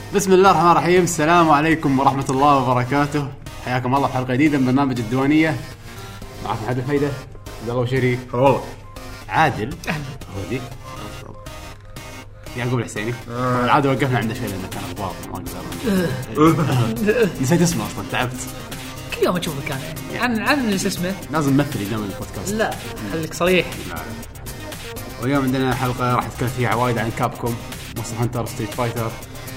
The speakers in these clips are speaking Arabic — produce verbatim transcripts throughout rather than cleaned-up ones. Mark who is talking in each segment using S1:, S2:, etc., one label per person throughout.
S1: بسم الله الرحمن الرحيم. السلام عليكم ورحمة الله وبركاته. حياكم الله في حلقة جديدة من برنامج الديوانية. معكم حد الفايدة عبد الله وشريك
S2: والله
S1: عادل هودي يعقوب الحسيني. آه. العادة وقفنا عند شيء لأنه كان أخبار ما أقدر نسيت اسمه أصلا تعبت.
S3: كل يوم أشوفه كان عن عن اسمه
S1: لازم نمثل يجمع البودكاست.
S3: لا خليك صريح.
S1: واليوم عندنا حلقة راح نتكلم فيها عوايد عن كابكوم مونستر هانتر ستريت فايتر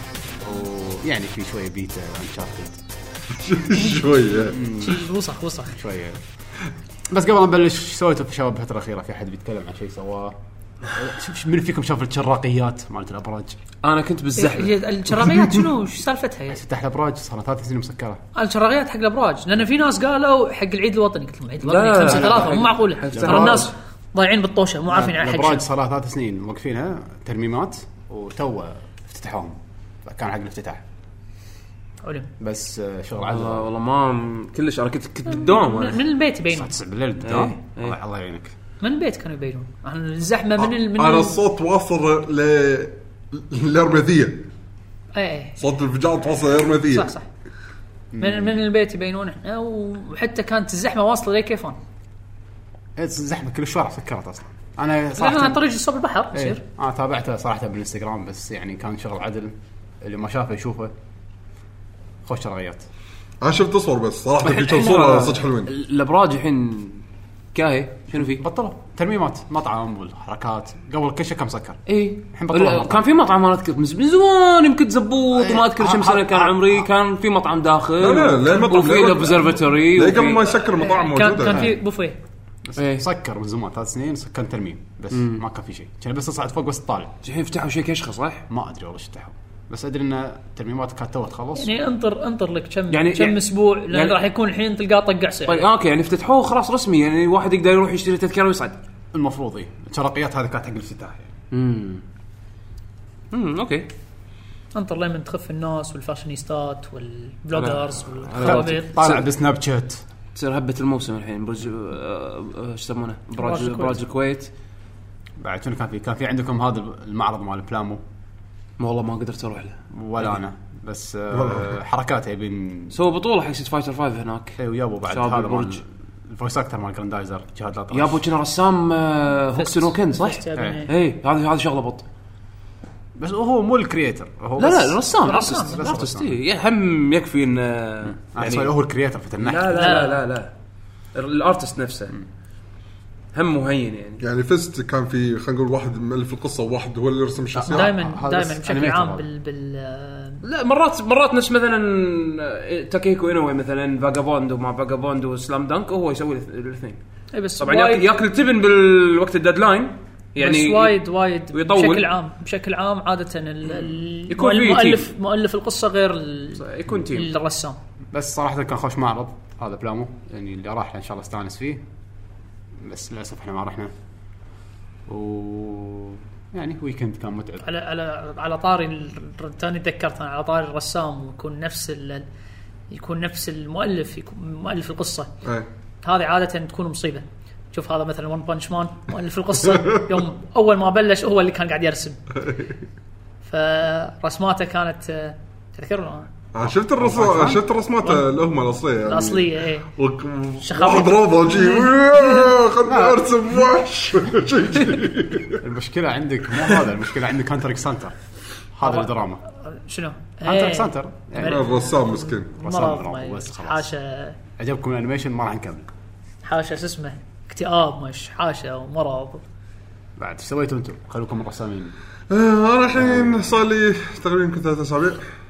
S1: ويعني في شوية بيتا انشارتد
S2: شوية
S3: وسخ وسخ
S1: شوية. بس قبل ما نبلش سويته في شباب الفترة الأخيرة في أحد بيتكلم عن شيء سواه؟ من فيكم شاف الشراقيات مالت الأبراج؟
S4: أنا كنت بالزحمة.
S3: الشراقيات شنو شو سالفتها؟ يعني
S1: فتح الأبراج صار ثلاث سنين مسكرة.
S3: الشراقيات حق الأبراج لأن في ناس قالوا حق العيد الوطني. قلت لهم العيد الوطني خمسة ثلاثة مو معقولة. ترى الناس ضايعين بالطوشة مو عارفين على حق.
S1: الأبراج صار ثلاث سنين موقفينها ترميمات وتو افتتحوهم كان حق الافتتاح.
S3: علم.
S1: بس شغل عادي
S4: والله ما كلش. أنا كنت كنت بالدوام
S3: من البيت يبينون
S1: تسعة بالليل بالدوام. الله الله يعينك.
S3: من البيت كانوا يبينون عن الزحمة من ال من
S2: أنا الصوت واصل ل الأرمذية.
S3: إيه
S2: صوت الفجار توصل للأرمذية.
S3: صح صح. من من البيت يبينون إحنا وحتى كانت الزحمة واصلة لكيفون.
S1: إيه الزحمة كل الشوارع سكرت أصلا. أنا صراحة
S3: أنا طريق الصوب البحر يصير.
S1: إيه. أنا تابعته صراحة بالإنستغرام بس يعني كان شغل عدل اللي ما شافه يشوفه. خوش رغيات.
S2: أنا شفت تصور بس صراحة في كم صورة صدق حلوين.
S4: الأبراج الحين كاهي شنو فيه؟
S1: بطلوا ترميمات مطعم والحركات قبل كل شيء كم سكر.
S4: إيه
S1: الحين بطلوا.
S4: كان في مطعم ما أذكر من زمان يمكن زبوط وما أذكر كم سنة كان عمري كان في مطعم داخل.
S2: لا لا لا
S4: وفي الأوبزرفاتوري.
S2: لا قبل ما يسكر مطاعم موجودة.
S3: كان كان في بوفيه.
S1: إيه سكر من زمان ثلاث سنين كان ترميم بس مم. ما كان في شيء كان بس تصعد فوق بس طالع.
S4: الحين فتحوا شيء كشخة صح؟
S1: ما أدري والله فتحوا بس أدري إن ترميمات كانت توه تخلص.
S3: يعني انطر انطر لك كم
S4: يعني
S3: كم يعني اسبوع لأن يعني راح يكون الحين تلقاه طقع سعر.
S4: طيب اوكي يعني فتحوه خلاص رسمي يعني واحد يقدر يروح يشتري تذكره ويصعد
S1: المفروض. ايه الشرقيات هذه كانت حق الافتتاح يعني.
S4: امم امم اوكي.
S3: انطر لين تخف الناس والفاشينيستات والبلوجرز
S1: والخرابيط طالع بسناب شات
S4: تصير هبة الموسم الحين. برج ايش يسمونه براج براج الكويت.
S1: بعد شنو كان في كان في عندكم هذا المعرض مال بلامو.
S4: ما والله ما قدرت اروح له
S1: ولا انا بس آه حركات يبين
S4: سووا بطوله حق ستريت فايتر خمسة هناك.
S1: اي ويابو بعد هذا برج الفويس اكتر مال جراندايزر جهاد لاطرش
S4: يابو كنا رسام هوكسنوكن صح. اي هذا هذا شغله بط
S1: بس هو مو الكرييتر هو
S4: لا لا الرسام ارتست ارتست هم يكفي ان
S1: يعني هو الكرييتر في النحت.
S4: لا لا لا لا الارتست نفسه هم مهين يعني.
S2: يعني فزت كان في خلينا نقول واحد مؤلف القصه وواحد هو اللي رسم الشخصيات.
S3: دائما دائما بشكل عام بال بال
S4: لا مرات مرات نفس مثلا تاكيكو إنوي مثلا فاغابوندو مع فاغابوندو سلام دانك هو يسوي الاثنين.
S3: اي بس
S4: طبعا ياكل, ياكل تبن بالوقت الديدلاين يعني
S3: بس وايد وايد
S4: ويطول.
S3: بشكل عام بشكل عام عاده المؤلف مؤلف القصه غير
S4: يكون تيم
S3: الرسام.
S1: بس صراحه كان خوش معرض هذا بلامو يعني اللي راح ان شاء الله استانس فيه بس للاسف احنا ما رحنا و يعني ويكند كان متعب.
S3: على على على طاري الثاني تذكرت انا على طاري الرسام ويكون نفس ال... يكون نفس المؤلف يكون مؤلف القصه.
S2: أي.
S3: هذه عاده تكون مصيبه. شوف هذا مثلا ون بانش مان مؤلف القصه يوم اول ما بلش هو اللي كان قاعد يرسم فرسماته كانت تذكرون.
S2: آه شفت الرسم شفت الرسمات الأهمة الأصلية يعني
S3: الأصلية إيه
S2: واحد روضة جي خلنا أرسم وحش.
S1: المشكلة عندك مو هذا المشكلة عندك هانتر إكس هانتر هذا الدراما
S3: شنو
S1: هانتر إكس هانتر
S2: يعني الرسام مسكين
S1: رسام بس خلاص
S3: حاشا
S1: عجبكم الأنيميشن ما راح نكمل
S3: حاشا اسمه اكتئاب مش حاشا ومرض.
S1: بعد ايش سويتوا انتم خلوكم الرسامين؟
S2: انا الحين صار لي تقريبا كنت ثلاث اسابيع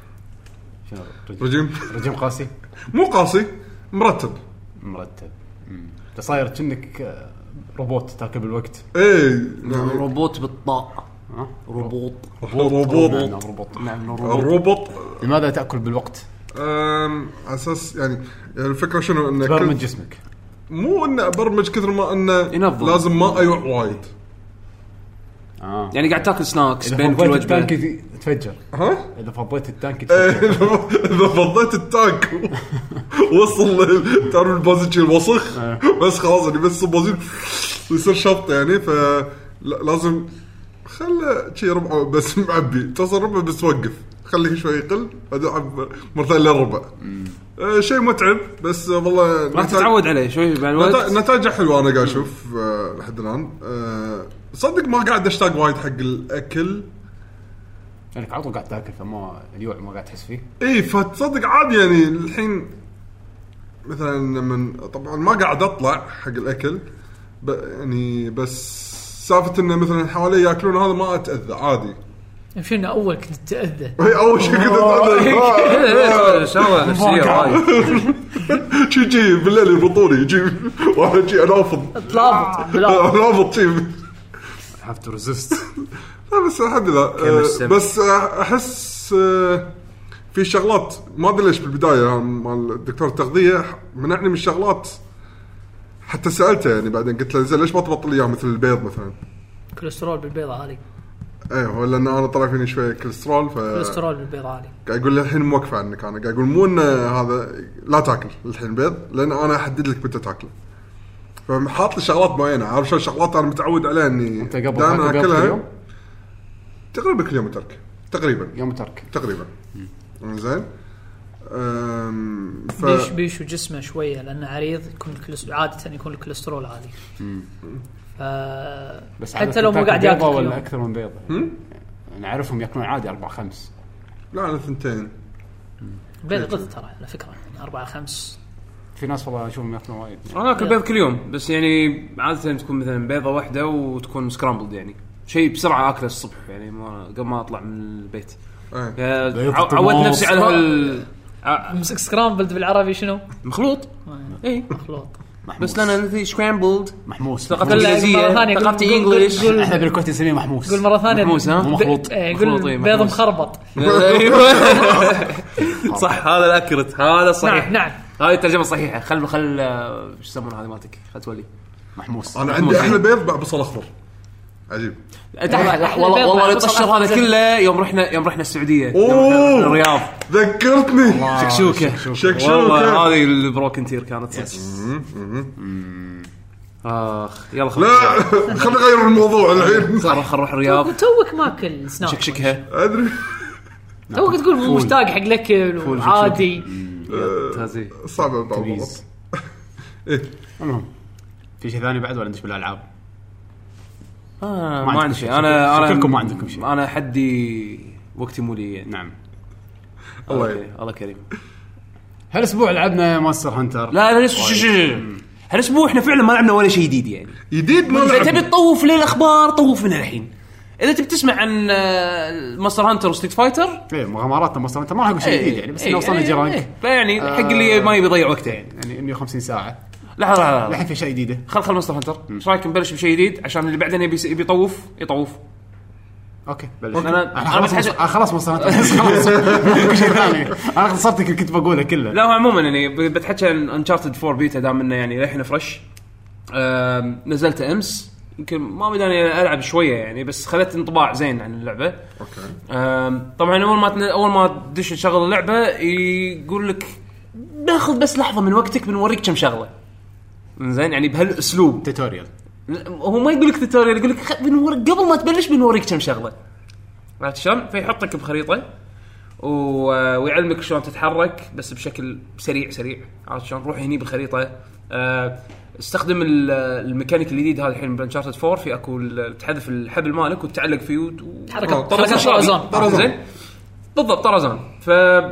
S2: رجيم
S1: رجيم قاسي
S2: مو قاسي مرتب
S1: مرتب امم تصاير كأنك روبوت تاكل الوقت.
S2: ايه
S4: روبوت بالطاء ها روبوت
S2: روبوت
S4: روبوت
S2: نعم روبوت.
S1: لماذا تاكل بالوقت؟
S2: امم اساس يعني الفكره شنو انك
S1: تبرمج جسمك
S2: مو انه برمج كثر ما انه لازم ما ايوع وايد.
S4: آه. يعني قاعد تاكل سناكس بين كل وجبه
S1: تفجر.
S2: ها
S1: اذا فضيت التانك
S2: اذا فضيت التانك وصل تعرف البازيك الوسخ بس خلاص اللي بس بازيك يصير شط يعني فلازم خله شيء ربع بس معبي تصل ربع بس توقف تخليه شوي يقل ادعب مرتين للربع. آه شيء متعب بس والله
S4: راح تتعود عليه شوي مع الوقت.
S2: نتائجه حلوه انا قاعد اشوف آه لحد الان. آه صدق ما قاعد اشتاق وايد حق الاكل
S1: يعني على طول قاعد تاكل فما اليوع ما قاعد تحس فيه.
S2: اي فتصدق عادي يعني الحين مثلا من طبعا ما قاعد اطلع حق الاكل يعني بس سالفه انه مثلا حوالي ياكلون هذا ما اتاذى عادي.
S3: يمشينا اول كنت تتاذى
S2: اول شيء كنت اتاذى
S4: شغله نفسيه وايد
S2: شي جي بالليل البطولي يجي وانا جي انافض
S3: تلافط
S2: انافض شي
S1: have to resist.
S2: لا بس الحمد لله. بس احس في شغلات ما ادري ليش بالبدايه مال الدكتور التغذيه منعني من الشغلات حتى سالته يعني بعدين قلت له زين ليش ما تبطل اياه مثل البيض مثلا
S3: كوليسترول بالبيضه عالي.
S2: ايه ولا ان انا طلع فيني شويه كوليسترول ف
S3: كوليسترول بالبيض عالي.
S2: قاعد يقول لي الحين موقف عنك انا قاعد اقول مو ان هذا لا تاكل الحين بيض لان انا احدد لك متى تاكله فحاط لي شغلات معينه عارف شو الشغلات انا متعود عليها اني دائما اكلها تقريبا كل يوم ترك تقريبا
S1: يوم ترك
S2: تقريبا زين.
S3: ف... بيش بيشو جسمه شويه لانه عريض يكون الكوليسترول عاده يكون الكوليسترول عالي. ف...
S1: بس
S3: حتى لو مو قاعد ياكل
S1: ولا اكثر من بيضه نعرفهم ياكلون عادي أربعة خمس.
S2: لا انا ثنتين
S3: بيض غث ترى على فكره يعني أربعة خمس.
S1: في ناس والله اشوفهم ياكلون وايد.
S4: انا اكل بيض كل يوم بس يعني عاده تكون مثلا بيضه واحده وتكون سكرامبلد يعني شيء بسرعه اكله الصبح يعني ما قبل ما اطلع من البيت.
S2: ايه
S4: عودت نفسي على هال
S3: مسك سكرامبلد بالعربي شنو
S4: مخلوط. اي
S3: مخلوط
S4: بس لأن أنت سكرامبلد
S1: محموس.
S4: ثقافة إنجليزية ثقافتي إنجليش.
S1: إحنا بالكويت نسميه محموس.
S3: قول مرة ثانية
S4: محموس ها
S1: مخلوط.
S3: قول بيض مخربط.
S4: صح هذا الأكرت هذا صحيح.
S3: نعم
S4: هذه الترجمة الصحيحة. خل خل إيش يسمون هذه مالتك خل تولي محموس.
S2: أنا عندي أحلى بيض بصل أخضر عجيب.
S4: والله والله يطشر هذا كله يوم رحنا يوم رحنا السعودية الرياض
S2: ذكرتني
S4: شكشوكة
S2: شكشوكة
S4: والله هذه البروكن تير كانت صح. آخ يلا خلنا
S2: لا خلنا نغير الموضوع الحين
S4: صار خل نروح الرياض.
S3: توك ماكل سناك
S4: شكشكها
S2: أدري
S3: توك تقول مو مشتاق حق الأكل وعادي
S4: هذه
S2: صعبة بعض.
S1: إيه المهم في شيء ثاني بعد ولا ندش بالألعاب؟
S4: آه ما عندي شيء. أنا أنا
S1: كلكم ما عندكم شيء.
S4: أنا حدي وقتي مولي يعني.
S1: نعم
S4: الله الله كريم.
S1: هالأسبوع لعبنا ماستر هانتر.
S4: لا لا شو هالأسبوع إحنا فعلا ما لعبنا ولا شيء جديد يعني.
S2: جديد ما
S4: إذا تبي تطوف للأخبار طوف منها الحين. إذا تبي تسمع عن ماستر هانتر وستريت فايتر
S1: إيه مغامرات ماستر هانتر ما حق شيء جديد يعني بس إنه وصلنا جرانك.
S4: فيعني حق اللي ما يبي يضيع وقته يعني
S1: يعني مية وخمسين ساعة.
S4: لا لا لا
S1: الحين في شيء جديد.
S4: خل خل ماستر هانتر. إيش رأيك نبلش بشيء جديد عشان اللي بعدين يبي يبي يطوف يطوف.
S1: اوكي بلش.
S4: انا
S1: انا خلاص حاجة... خلاص مصرت خلاص كل شيء ثاني انا خلصت اللي كنت بقوله كله.
S4: لا هو عموما يعني بتحكي عن انشارتد فور بيتا دام انه يعني للحين فريش. آه نزلت امس يمكن ما بداني العب شويه يعني بس خلت انطباع زين عن اللعبه.
S2: اوكي
S4: آه طبعا اول ما اول ما تدش تشغل اللعبه يقول لك ناخذ بس لحظه من وقتك بنوريك كم شغله زين يعني بهالاسلوب
S1: توتوريال.
S4: هو ما يقول لك توتوريال يقول لك بنوريك قبل ما تبلش بنوريك كم شغله عرفت شلون فيحطك بخريطه ويعلمك شلون تتحرك بس بشكل سريع سريع عرفت شلون روح هني بالخريطه. استخدم الميكانيك الجديد هذا الحين بانشارتد فور في اكو تحذف الحبل مالك وتعلق فيه
S3: وتحرك طرزان
S4: زين بالضبط طرزان. ف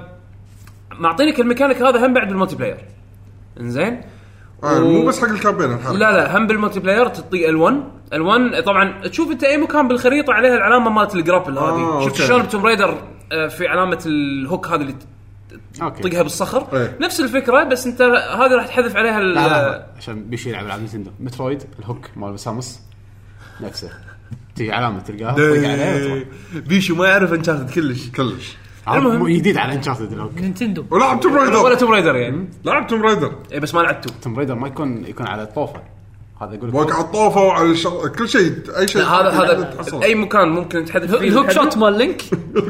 S4: معطينك الميكانيك هذا هم بعد بالمالتي بلاير انزين.
S2: آه و... مو بس حق الكامبين الحركة.
S4: لا لا هم بالمالتي بلاير تطي الوان الوان طبعا تشوف انت اي مكان بالخريطه عليها العلامه مالت الجرابل هذه. آه شفت شلون بتوم رايدر في علامه الهوك هذه اللي تطيقها بالصخر
S2: ايه.
S4: نفس الفكره بس انت هذه راح تحذف عليها ال...
S1: لا لا عشان بيشي يلعب على نينتندو مترويد الهوك مال ساموس نفسه تيجي علامه تلقاها تطيق عليها
S4: بيشو ما يعرف انشارتد كلش
S2: كلش
S1: المهم جديد على انشارتد الهوك
S3: نينتندو
S2: ولعب توم رايدر
S4: ولا توم رايدر يعني
S2: لعب توم رايدر
S4: اي بس ما لعبته.
S1: توم رايدر ما يكون يكون على الطوفه هذا يقول
S2: لك على الطوفه وعلى الشغ... كل شيء اي شيء
S4: هذا هذا اي مكان ممكن تحذف فيه
S3: الهوك شوت مال لينك.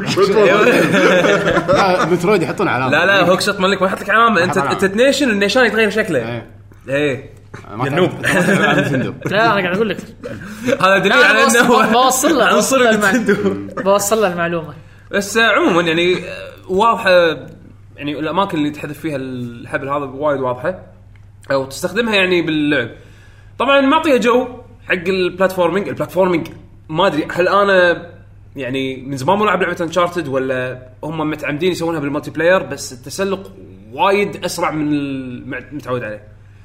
S1: لا مترويد يحطون علامه.
S4: لا لا هوك شوت مال لينك ما يحط لك علامه انت تتنيشن النيشان يتغير شكله. ايه
S1: جنوب
S3: لا انا قاعد اقول لك
S4: هذا دليل على انه
S3: بوصل له بوصل له المعلومه
S4: بس عموما يعني واضحه، يعني الاماكن اللي تحذف فيها الحبل هذا وايد واضحه او تستخدمها يعني باللعب. طبعا معطيها جو حق البلاتفورمينج. البلاتفورمينج ما ادري هل انا يعني من زمان مو لعب لعبه انشارتد ولا هم متعمدين يسوونها بالمالتي بلاير، بس التسلق وايد اسرع من المتعود عليه.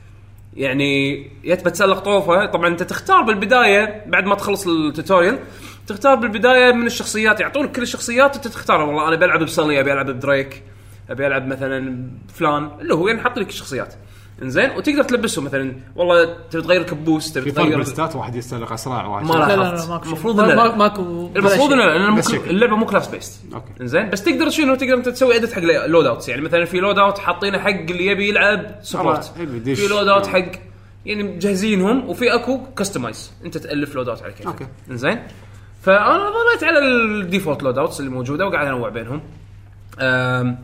S4: يعني يتبى تسلق طوفه. طبعا انت تختار بالبدايه بعد ما تخلص التوتوريال، تختار بالبدايه من الشخصيات، يعطونك كل الشخصيات انت تختار. والله انا بلعب بسالي، ابي العب بدريك، ابي العب مثلا فلان، اللي هو يعني حط لك الشخصيات انزين، وتقدر تلبسهم. مثلا والله تبي تغير كبوس، تبي تغير
S1: الستات، واحد يستلق اسرع واحد.
S4: ما لا لا لا المفروض
S3: ما ماكو
S4: المفروض ان اللعبه مو كلاس بيست انزين، بس تقدر شنو تقدر انت تسوي ادت حق لود اوتس. يعني مثلا في لود اوت حاطينه حق اللي يبي يلعب سبورت، في لود اوت حق يعني مجهزينهم، وفي اكو كستمايز انت تالف لود اوت على كيفك انزين. فانا ضليت على الديفولت لود اوتس اللي موجوده وقاعد انوع بينهم. أم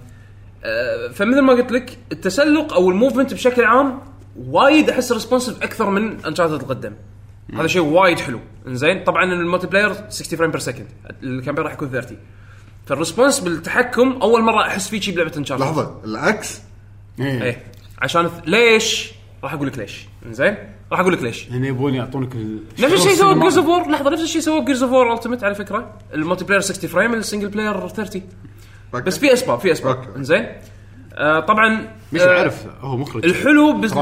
S4: فمثل ما قلت لك التسلق او الموفمنت بشكل عام وايد احس ريسبونسيف اكثر من انشارتد القدم. هذا شيء وايد حلو انزين. طبعا الملتي بلاير ستين فريم بير سكند، الكامبير راح يكون ثلاثين. فالريسبونس بالتحكم اول مره احس فيه شيء بلعبه انشارتد.
S2: لحظه العكس
S4: ايه, إيه. عشان ليش راح اقول لك ليش انزين، راح اقول لك ليش.
S1: لان يبون يعطونك
S4: نفس الشيء سووا بجيرز اوف وور. لحظه نفس الشيء سووا بجيرز اوف وور التيمت على فكره، الملتي بلاير ستين فريم، السنجل بلاير ثلاثين. بس في اسباب في اسباب انزين. آه طبعا
S1: مش آه عارف هو مخرج
S4: الحلو بس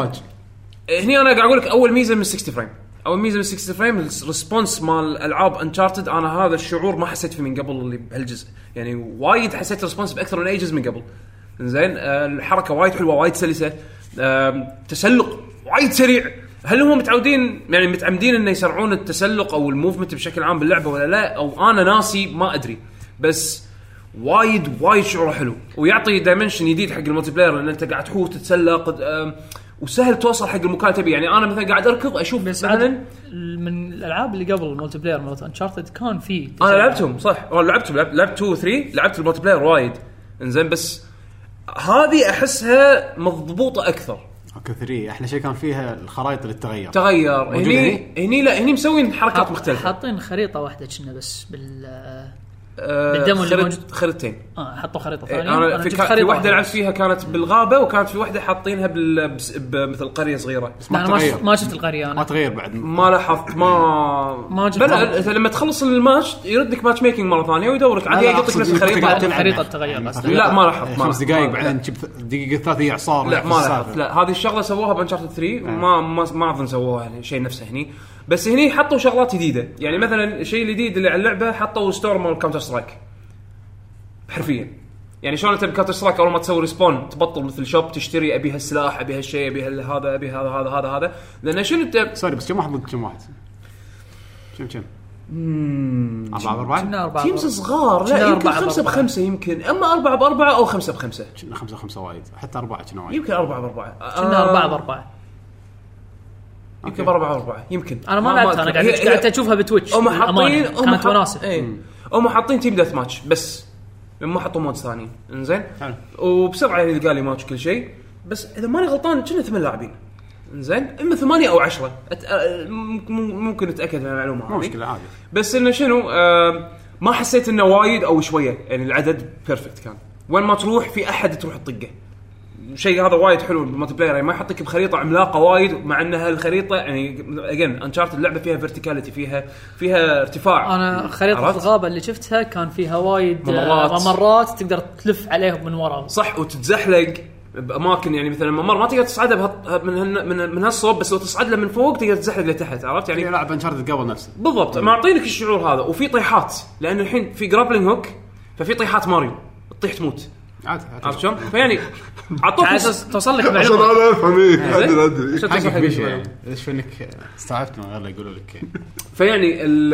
S4: هني انا قاعد اقول لك اول ميزه من ستين فريم، اول ميزه من ستين فريم الريسبونس مال العاب انشارتد. انا هذا الشعور ما حسيت فيه من قبل اللي بهالجزء، يعني وايد حسيت ريسبونس باكثر من اي جزء من قبل انزين. آه الحركه وايد حلوه، وايد سلسه، آه تسلق وايد سريع. هل هم متعودين يعني متعمدين انه يسرعون التسلق او الموفمنت بشكل عام باللعبه ولا لا، او انا ناسي ما ادري. بس وايد وايد شعوره حلو، ويعطي دايمنشن جديد حق الملتي بلاير، لان انت قاعد تحوت تتسلق وسهل توصل حق المكان تبي. يعني انا مثلا قاعد اركض اشوف مثلا
S3: من الالعاب اللي قبل الملتي بلاير مالت انشارتد كان في
S4: انا لعبتهم صح، انا لعبت لعبت اثنين و ثلاثة، لعبت الملتي بلاير وايد انزين. بس هذه احسها مضبوطه اكثر.
S1: اوكي ثلاثة احلى شيء كان فيها الخرائط اللي تغير
S4: تغير هني هني لا هني مسوين حركات مختلفه،
S3: حاطين خريطه واحده كنا بس بال
S4: أه
S3: بالدمو اللي موجود
S4: خريطتين.
S3: اه حطوا خريطه ثانيه.
S4: انا, أنا في, في واحده لعبت فيها كانت بالغابه، وكانت في واحده حاطينها بال مثل قريه صغيره.
S3: ما ما, ما شفت القريه انا،
S1: ما تغير بعد،
S4: ما لاحظت ما
S3: ما
S4: بلا لما تخلص الماتش يردك ماتش ميكينج مره ثانيه ويدورك عادي يعطيك نفس الخريطه.
S3: الخريطه تتغير
S4: لا ما لاحظت
S1: خمس دقائق بعدين تجيب دقيقه ثلاثه اعصار.
S4: لا ما لاحظت. لا هذه الشغله سووها بانشارتد ثلاثة وما ما ما اظن سووها يعني شيء نفسه هني. بس هني حطوا شغلات جديده. يعني مثلا الشيء الجديد اللي على اللعبه حطوا ستور مال كاونتر سترايك حرفيا. يعني شلون انت بكاونتر سترايك اول ما تسوي ريسبون تبطل مثل شوب تشتري ابي هالسلاح ابي هالشيء ابي هذا ابي هذا هذا هذا هذا لان شنو انت
S1: سوري بس كم واحد ضد كم واحد كم كم امم أربعة
S3: بأربعة
S4: تيمز صغار. لا يمكن خمسة بخمسة يمكن، اما أربعة بأربعة او خمسة بخمسة.
S1: كنا خمسة خمسة وايد، حتى أربعة كنا وايد.
S4: يمكن أربعة بأربعة
S3: كنا أربعة بأربعة
S4: يمكن أربعة بأربعة يمكن.
S3: انا ما لعبت، انا قاعد قاعد اشوفها بتويتش.
S4: هم حاطين
S3: كانت وناسه
S4: اي هم حاطين تيم ديث ماتش بس ما حطوا مود ثاني انزين. وبسرعه يعني لقى لي ماتش كل شيء. بس اذا ماني غلطان كنا ثمان لاعبين انزين، اما ثمانية او عشرة أت... ممكن اتاكد من المعلومه هذه،
S1: مشكله عادي.
S4: بس انه شنو آه ما حسيت انه وايد او شويه، يعني العدد بيرفكت كان. وين ما تروح في احد تروح تطقه. شيء هذا وايد حلو بالمالتي بلاير، يعني ما يحطك بخريطه عملاقه وايد، مع انها الخريطه يعني اجين انشارتد اللعبه فيها فيرتيكاليتي، فيها فيها ارتفاع.
S3: انا خريطه الغابه اللي شفتها كان فيها وايد
S4: ممرات,
S3: ممرات تقدر تلف عليهم من ورا
S4: صح، وتتزحلق باماكن. يعني مثلا ممر ما تقدر تصعدها من من من هالصوب، بس لو تصعد له من فوق تقدر تزحلق لتحت، عرفت يعني
S1: لاعب انشارتد قبل نفسه
S4: بالضبط. معطينك الشعور هذا. وفي طيحات، لان الحين في جرابلينج هوك، ففي طيحات ماريو تطيح تموت
S1: عادي
S4: عرفت شلون. فيعني اعطوك
S3: توصل لك معلومه
S2: عشان انا افهم. ايه ادري ادري
S1: حقك بشيء ليش فينك استوعبت من غير لا يقولوا لك.
S4: فيعني ال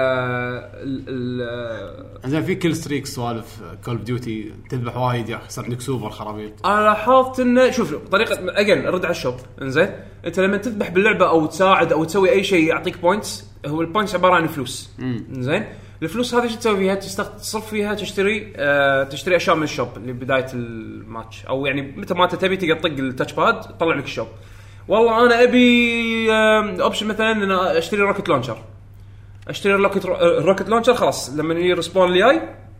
S4: ال
S1: زين في كل ستريك سوالف كول اوف ديوتي تذبح وايد يا اخي، صار عندك سوبر خرابيط.
S4: انا لاحظت انه شوف طريقه اجين ارد على الشوط انزين. انت لما تذبح باللعبه او تساعد او تسوي اي شيء يعطيك بوينتس. هو البوينتس عباره عن فلوس انزين. الفلوس هذه شو تسوي فيها؟ تصرف فيها تشتري آه تشتري اشياء من الشوب اللي بدايه الماتش، او يعني متى ما تبي تقدر تطق التاتش باد تطلع لك الشوب. والله انا ابي آه اوبشن مثلا ان اشتري روكت لونشر، اشتري روكت روكت لونشر خلاص لما يجي ريسبون لي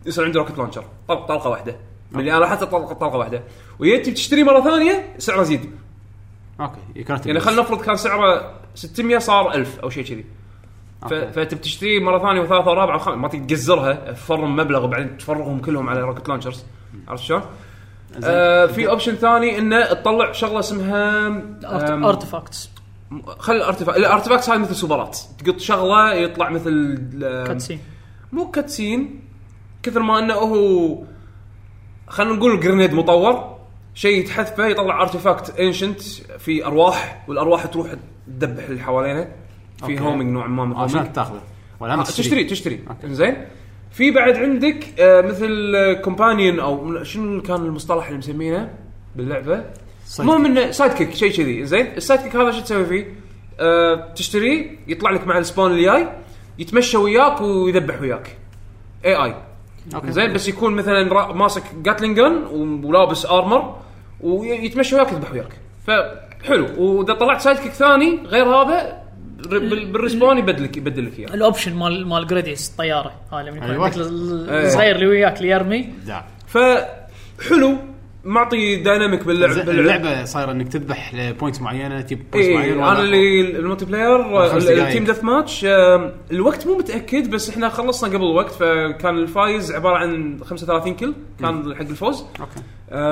S4: يصير عنده روكت لانشر طلق طلقه واحده من اللي انا حتى طلقه طلقه واحده ويتي بتشتري مره ثانيه سعره يزيد.
S1: اوكي
S4: يعني خلينا نفرض كان سعره ستمية صار ألف او شيء كذي فانت بتشتري مره ثانيه وثالثه ورابعه وخامسه ما تقزرها تفرم مبلغ وبعدين تفرغهم كلهم على روكت لانشرز عرفت شلون؟ آه في اوبشن ثاني انه تطلع شغله اسمها
S3: ارتفاكتس.
S4: خلي الارتفاكت الارتفاكتس هاي مثل سوبرات تقط شغله يطلع مثل
S3: كاتسين
S4: مو كاتسين كثر ما انه هو خلينا نقول جرينيد مطور شيء يتحذفه يطلع ارتفاكت انشنت في ارواح والارواح تروح تدبح اللي حوالينه في هومينج نوع ما من
S1: عشان تاخذه ولا
S4: آه تشتري تشتري زين. في بعد عندك آه مثل كومبانيون او شنو كان المصطلح اللي مسمينه باللعبه المهم انه سايد كيك شيء كذي زين. السايد كيك هذا شو تسوي فيه؟ آه تشتري يطلع لك مع السبون اللي جاي يتمشى وياك ويذبح وياك اي اي زين بس يكون مثلا ماسك جاتلين جن ولابس ارمر ويتمشى وياك يذبح وياك فحلو. واذا طلعت سايد كيك ثاني غير هذا بالريسبون يبدلك يبدل لك اياه.
S3: الاوبشن مال مال جريديس الطياره هذا من يكون الصغير اللي وياك اللي يرمي
S4: فحلو معطي دايناميك باللعب.
S1: اللعبه صايره انك تذبح لبوينتس معينه تجيب بوينتس
S4: إيه
S1: معينه.
S4: انا اللي الملتي بلاير التيم ديث ماتش الوقت مو متاكد بس احنا خلصنا قبل الوقت فكان الفايز عباره عن خمسة وثلاثين كل كان حق الفوز.
S1: اوكي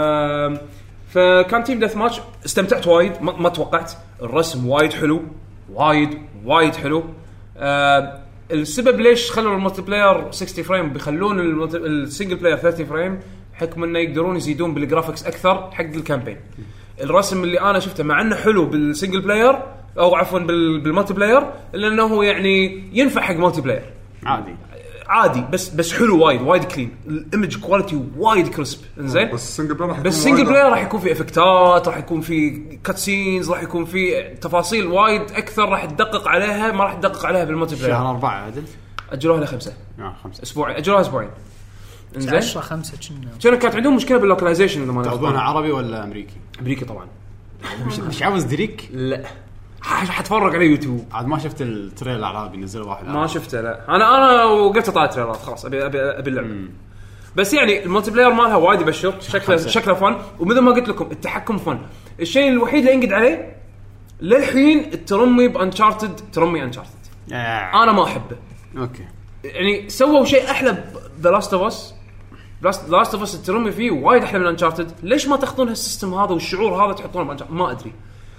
S4: فكان تيم ديث ماتش استمتعت وايد ما, ما توقعت. الرسم وايد حلو وايد وايد حلو. أه السبب ليش خلوا الملتي بلاير ستين فريم بيخلون السنجل بلاير ثلاثين فريم حكم انه يقدرون يزيدون بالجرافيكس اكثر حق الكامبين. الرسم اللي انا شفته مع انه حلو بالسنجل بلاير او عفوا بالملتي بلاير الا انه هو يعني ينفع حق ملتي بلاير
S1: عادي
S4: عادي بس بس حلو وايد وايد كلين الايمج كواليتي وايد كريسب انزين.
S2: بس السنجل بلاير
S4: بس السنجل بلاير راح يكون في افكتات راح يكون في كاتسينز راح يكون في تفاصيل وايد اكثر راح تدقق عليها ما راح تدقق عليها بالملتي بلاير.
S1: شهر أربعة عدل
S4: اجلوها لخمسة
S1: اه خمسة
S4: اسبوعين اجلوها اسبوعين
S3: انزين عشرة خمسة كنا
S4: كان كانت عندهم مشكله باللوكلايزيشن لما
S1: تاخذونها عربي ولا امريكي؟
S4: امريكي طبعا.
S1: مش مش عاوز دريك
S4: لا حتفرج على يوتيوب
S1: عاد ما شفت التريلر العربي نزل واحد
S4: ما شفته لا انا انا وقفت اطالع تريلرات خلاص ابي ابي ابي اللعبه بس يعني الملتي بلاير مالها وايد يبشر شكله شكله فن ومثل ما قلت لكم التحكم فن. الشيء الوحيد اللي انقد عليه للحين الترمي بانشارتد ترمي انشارتد
S1: آه.
S4: انا ما احبه.
S1: اوكي
S4: يعني سووا شيء احلى ذا لاست اوف اس لاست اوف اس الترمي فيه وايد احلى من انشارتد. ليش ما تاخذون هالسيستم هذا والشعور هذا تحطونه بانشارتد ما ادري.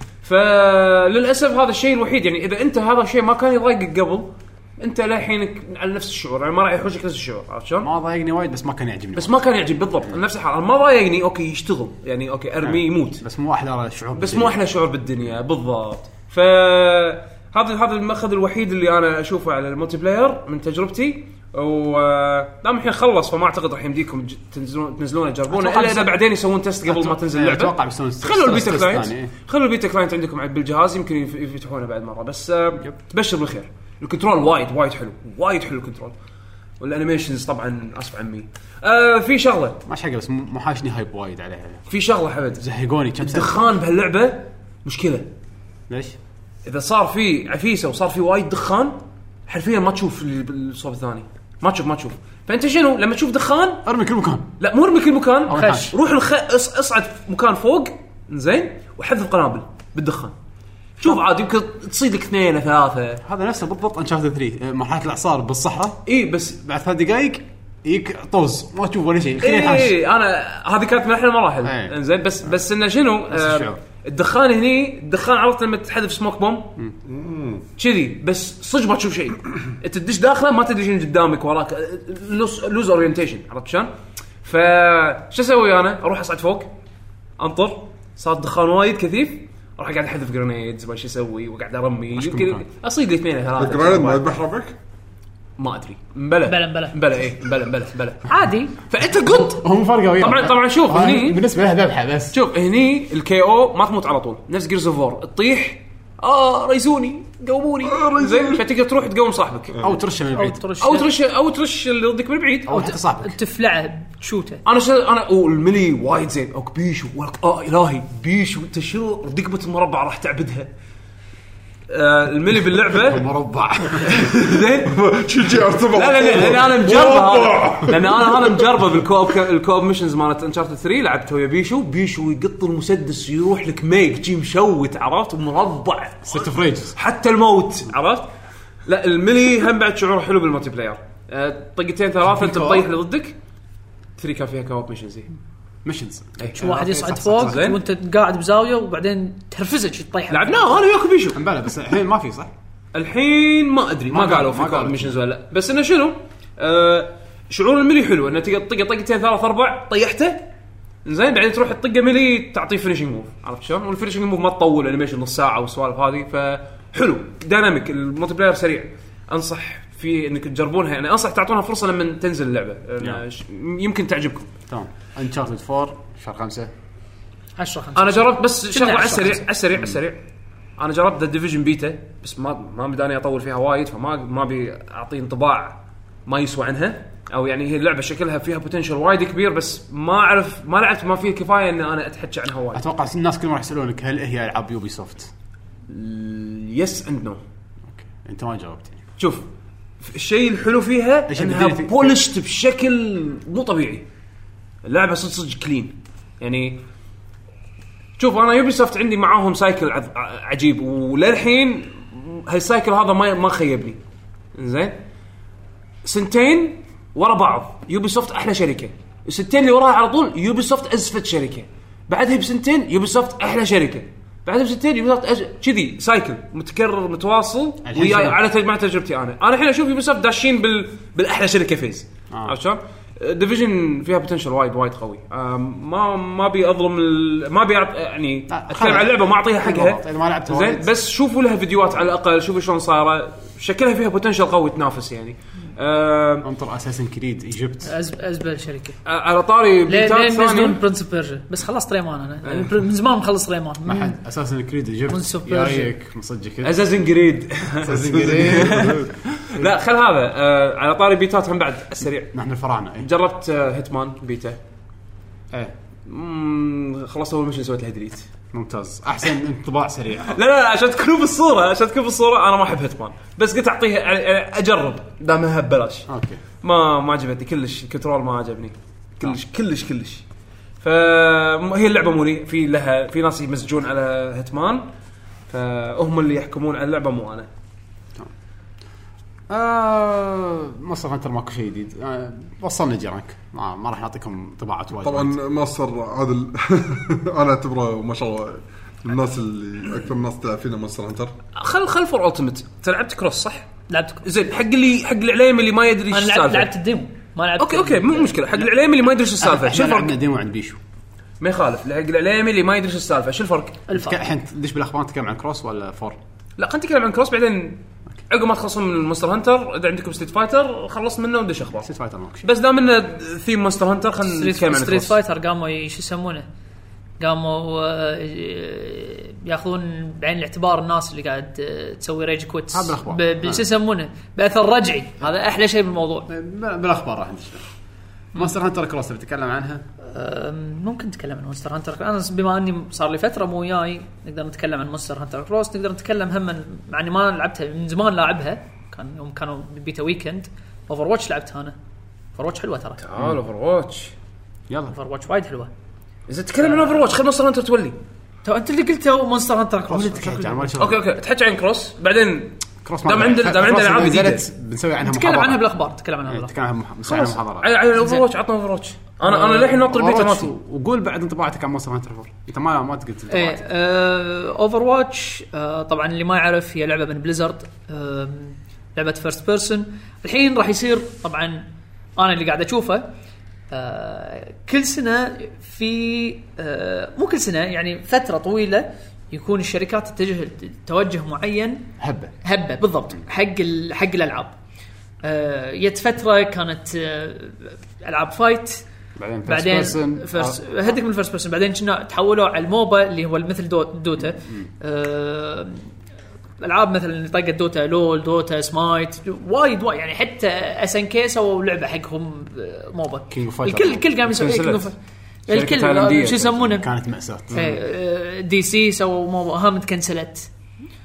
S4: فللاسف هذا الشيء الوحيد يعني اذا انت هذا الشيء ما كان يضايقك قبل انت للحينك على نفس الشعور يعني ما راح يحوشك نفس الشعور عرفت شلون؟
S1: ما ضايقني وايد بس ما كان يعجبني
S4: بس ما كان يعجب بالضبط نفس الحال ما ضايقني اوكي يشتغل يعني اوكي ارمي يموت
S1: بس مو احلى شعور
S4: بس مو احلى شعور بالدنيا بالضبط. ف هذا هذا المأخذ الوحيد اللي انا اشوفه على الملتي بلاير من تجربتي. ودام الحين خلص فما اعتقد راح يمديكم تنزلون تنزلونه تجربونه الا اذا بعدين يسوون تيست قبل ما تنزل اللعبه.
S1: اتوقع بيسوون
S4: خلوا البيتا كلاينت خلوا البيتا كلاينت عندكم بالجهاز يمكن يفتحونه بعد مره بس تبشر بالخير. الكنترول وايد وايد حلو وايد حلو الكنترول والانيميشنز طبعا اسف عمي. آه في شغله
S1: ما حاجه بس مو حاشني هايب وايد عليها.
S4: في شغله حمد
S1: زهقوني كم سنه
S4: الدخان بهاللعبه مشكله.
S1: ليش؟
S4: اذا صار في عفيسه وصار في وايد دخان حرفيا ما تشوف الصوب الثاني ما تشوف ما تشوف. فانت شنو لما تشوف دخان
S1: ارمي كل مكان.
S4: لا مو ارمي كل مكان
S3: خش
S4: روح الخ... اصعد مكان فوق زين وحذف قنابل بالدخان. شوف عاد يمكن تصيد لك اثنين ثلاثه.
S1: هذا نفسه بالضبط انشارتد ثلاثة مرحله الاعصار بالصحراء.
S4: اي بس
S1: بعد ثلاث دقائق يك طوز ما تشوف ولا شيء.
S4: اي انا هذه كانت من احلى المراحل انزين بس بس انه شنو آه الدخان هني الدخان عرفت لما تحذف سموك بوم كذي بس صدق ما تشوف شيء. انت تدش داخله ما تدري شنو قدامك وراك لوز, لوز اورينتيشن عرفت شلون. فش اسوي انا اروح اصعد فوق انطر صار دخان وايد كثيف اروح قاعد احذف جرينيدز ما شو اسوي وقاعد ارمي يمكن اصيد لي اثنين ثلاثه
S2: جرينيد ما يذبح ربك
S4: ما ادري مبلا
S3: مبلا مبلا
S4: مبلا ايه مبلا مبلا مبلا
S3: عادي.
S4: فانت قلت
S1: هم فرقوا وياه
S4: طبعا طبعا شوف هني
S1: بالنسبه لها ذبحه بس
S4: شوف هني الكي او ما تموت على طول نفس جيرز اوف وور تطيح اه ريزوني قوموني زين فتقدر تروح تقوم صاحبك
S1: او ترش من بعيد
S4: او ترش او ترش اللي ضدك من بعيد
S1: او حتى صاحبك
S3: تفلعه تشوته.
S4: انا شل... انا والملي وايد زين او بيشو ولك اه الهي بيشو انت شو رقبه المربع راح تعبدها آه الملي باللعبه
S1: مربع
S4: زين
S2: شجع ارتبط
S4: لا لا لا لان انا مجربه لان انا انا مجربه بالكوب الكوب ميشنز مالت انشارتد ثري لعبته ويا بيشو بيشو يقط المسدس يروح لك ميك جي مشوت عرفت ومربع
S1: ست فريجز
S4: حتى الموت عرفت. لا الملي هم بعد شعور حلو بالمالتي بلاير أه طقتين ثلاثه انت تطيح اللي ضدك ثري كان فيها كوب ميشنز
S1: ميشنز
S3: شو واحد يصعد فوق وانت قاعد بزاويه وبعدين ترفزك تطيح.
S4: لعبناه انا وياك بيشو
S1: امبلا بس الحين ما في صح الحين
S4: ما ادري ما, ما قالوا في كوب ميشنز ولا لا بس انه شنو أه شعور الملي حلو انه تقدر طقه طقتين ثلاث اربع طيحته زين بعدين تروح الطقه ملي تعطيه فينيشنج موف عرفت شلون والفينيشنج موف ما تطول انيميشن نص ساعه والسوالف هذه فحلو ديناميك الملتي بلاير سريع انصح في انك تجربونها يعني انصح تعطونها فرصه لما تنزل اللعبه يمكن تعجبكم.
S1: تمام انشارتد فور شهر خمسة
S3: عشرة خمسة
S4: انا جربت بس شغله على السريع على السريع على السريع انا جربت ذا ديفيجن بيتا بس ما ما بداني اطول فيها وايد فما ما ابي اعطي انطباع ما يسوى عنها او يعني هي اللعبه شكلها فيها بوتنشل وايد كبير بس ما اعرف ما لعبت ما فيه كفايه ان انا اتحكي عنها وايد.
S1: اتوقع الناس كلهم راح يسالونك هل هي العاب يوبي سوفت؟
S4: يس اند نو.
S1: اوكي انت ما جاوبت.
S4: شوف الشيء الحلو فيها انها بولشت بشكل مو طبيعي اللعبه صدق صدق كلين يعني. شوف انا يوبي سوفت عندي معاهم سايكل عجيب وللحين هالسايكل هذا ما ما خيبني زين. سنتين ورا بعض يوبي سوفت احلى شركه السنتين اللي وراها على طول يوبي سوفت ازفت شركه بعدها بسنتين يوبي سوفت احلى شركه بعدها بسنتين يوبي سوفت كذي أج... سايكل متكرر متواصل وياي على تجمع تجربتي انا انا الحين اشوف يوبي سوفت داشين بال... بالاحلى شركه فيز عرفت شلون. ديفيجن فيها بوتنشل وايد وايد قوي ما ما ابي اظلم ال... ما ابي يعني اتكلم عن اللعبه ما اعطيها حقها
S1: ما لعبتها
S4: زين بس شوفوا لها فيديوهات على الاقل شوفوا شلون صايره شكلها فيها بوتنشل قوي تنافس يعني.
S1: انطر اساسن كريد ايجيبت
S3: ازبل شركه
S4: على طاري بيتات
S3: ثانيه برنسبل بيرجن بس خلصت ريمان انا من زمان مخلص ريمان
S1: ما حد اساسن كريد ايجيبت جايك مصدق
S4: اساسن كريد
S1: اساسن كريد
S4: لا خل هذا آه على طاري بيتات هم بعد السريع
S1: نحن الفراعنه ايه.
S4: جربت آه هيتمان بيتا
S1: ايه
S4: خلصت اول مشن سويت له ديليت
S1: ممتاز احسن انطباع سريع.
S4: لا لا عشان تكونوا بالصوره عشان تكونوا بالصوره انا ما احب هيتمان بس قلت اعطيه اجرب دامها ببلاش
S1: اوكي
S4: ما ما عجبتني كلش الكنترول ما عجبني كلش كلش كلش فهي اللعبه مولي في لها في ناس يمزجون على هيتمان فهم اللي يحكمون على اللعبه مو انا.
S1: آه مصر هانتر ماكو شيء جديد آه وصلنا جيرانك ما, ما راح نعطيكم طباعات وايد
S2: طبعا مصر عادل انا اعتبره ما شاء الله الناس اللي اكثر الناس تلعب فينا مصر هانتر.
S4: خل خل فور التيمت لعبت كروس صح
S3: لعبت
S4: زين حق اللي حق العليم اللي ما يدري ايش السالفه
S3: انا لعبت الديمو ما لعبت
S4: اوكي اوكي مو مشكله حق العليم اللي ما يدري ايش السالفه
S1: شو الفرق بين ديمو عند بيشو
S4: ما يخالف حق العليم اللي ما يدري ايش السالفه شو الفرق
S1: الحين ليش بالاخبار نتكلم عن كروس ولا فور
S4: لا خلينا نتكلم عن كروس بعدين عقب ما تخلصون من مونستر هانتر اذا عندكم ستريت فايتر خلص منه ودش اخبار
S1: ستريت فايتر ماكو
S4: بس دام انه ثيم مونستر هانتر خلينا نتكلم عن
S3: ستريت فايتر قاموا شو يسمونه قاموا ياخذون بعين الاعتبار الناس اللي قاعد تسوي ريج كويتس بشو يسمونه باثر رجعي هذا احلى شيء بالموضوع
S1: بالاخبار راح ندش مونستر هانتر كروس بتتكلم عنها
S3: ممكن نتكلم عن مونستر هانتر انا بما اني صار لي فتره مو وياي نقدر نتكلم عن مونستر هانتر كروس نقدر نتكلم هم مع اني ما لعبتها من زمان لاعبها كان يوم كانوا بيتا ويكند اوفر واتش لعبتها انا اوفر واتش حلوه ترى
S4: تعال اوفر واتش
S1: يلا
S3: اوفر واتش وايد حلوه
S4: اذا تتكلم عن اوفر واتش خل مونستر هانتر تولي
S3: تو انت اللي قلته مونستر هانتر كروس
S4: اوكي اوكي تحكي عن كروس بعدين دام عندنا دام عندنا العاب جديده
S1: بنسوي عنها
S3: نتكلم عنها بالاخبار نتكلم عنها بالاخبار
S1: نتكلم عنها نسوي عنها محاضرات
S4: على اوفر واتش عطنا اوفر واتش انا انا للحين ناطر البيتا مالتي
S1: وقول بعد انطباعك عن مونستر هانتر فور انت ما ما قلت
S3: انطباعك اوفر واتش طبعا اللي ما يعرف هي لعبه من بليزرد لعبه فيرست بيرسون الحين راح يصير طبعا انا اللي قاعد اشوفه كل سنه في مو كل سنه يعني فتره طويله يكون الشركات تتجه توجه معين
S1: هبه
S3: هبه بالضبط حق حق الالعاب آه يت فتره كانت آه العاب فايت
S1: بعدين
S3: بعدين فرست هدك من الفيرست بيرسون بعدين كنا تحولوا على الموبا اللي هو مثل دو دوتا آه العاب مثلا طاقه دوتا لول دوتا سمايت وايد وايد يعني حتى اس ان كي سووا لعبه حقهم موبا الكل كل قام يسوي الكل شو يسمونه
S1: كانت مأساة
S3: دي سي سووا موبا هم تكنسلت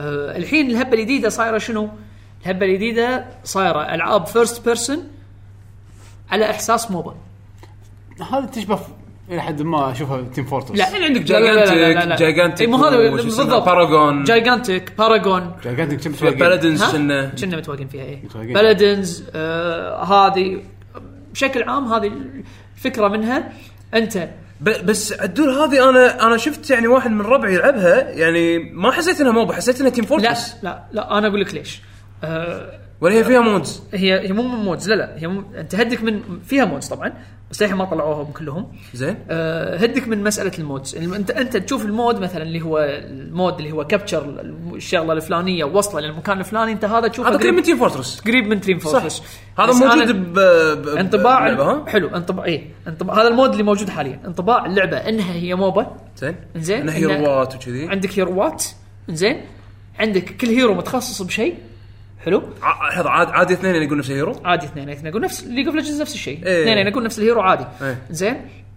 S3: أه الحين الهبه الجديده صايره شنو؟ الهبه الجديده صايره العاب فيرست بيرسون على احساس موبا.
S1: هذا تشبه الى حد ما اشوفها تيم فورترس.
S3: لا
S4: يعني عندك جايجانتيك جايجانتيك
S3: مو هذا بالضبط
S4: باراغون
S3: جايجانتيك باراغون
S1: جايجانتيك كم
S4: بلدنز كنا
S3: كنا متواجدين فيها ايه بلدنز آه هذه بشكل عام هذه الفكره منها. انت
S4: بس عدول هذه انا انا شفت يعني واحد من ربعي يلعبها يعني ما حسيت انها موبا حسيت انها تيم فورترس.
S3: لا لا لا انا اقول لك ليش آه
S4: ولا هي فيها مودز.
S3: هي هي مو مودز لا لا هي مم... انت هدك من فيها مودز طبعا بس الحين ما طلعوهم كلهم
S4: زين.
S3: أه هدك من مساله المودز يعني انت انت تشوف المود مثلا اللي هو المود اللي هو كابتشر الشغله الفلانيه ووصله للمكان الفلاني انت هذا تشوفه
S4: هذا قريب من تيم فورترس
S3: قريب من تيم فورترس
S4: هذا موجود ب... ب...
S3: انطباع حلو انطباع ايه انطباع هذا المود اللي موجود حاليا انطباع اللعبه انها هي موبا
S4: زين
S3: زين
S4: انها هيروات وكذي
S3: عندك هيروات زين عندك كل هيرو متخصص بشيء حلو.
S4: هذا عاد عادي اثنين يقول نفس الهيرو
S3: عادي اثنين اثنين يقول نفس ليج اوف ليجندز نفس الشيء
S4: ايه.
S3: اثنين يقول نفس الهيرو عادي
S4: ايه.
S3: زين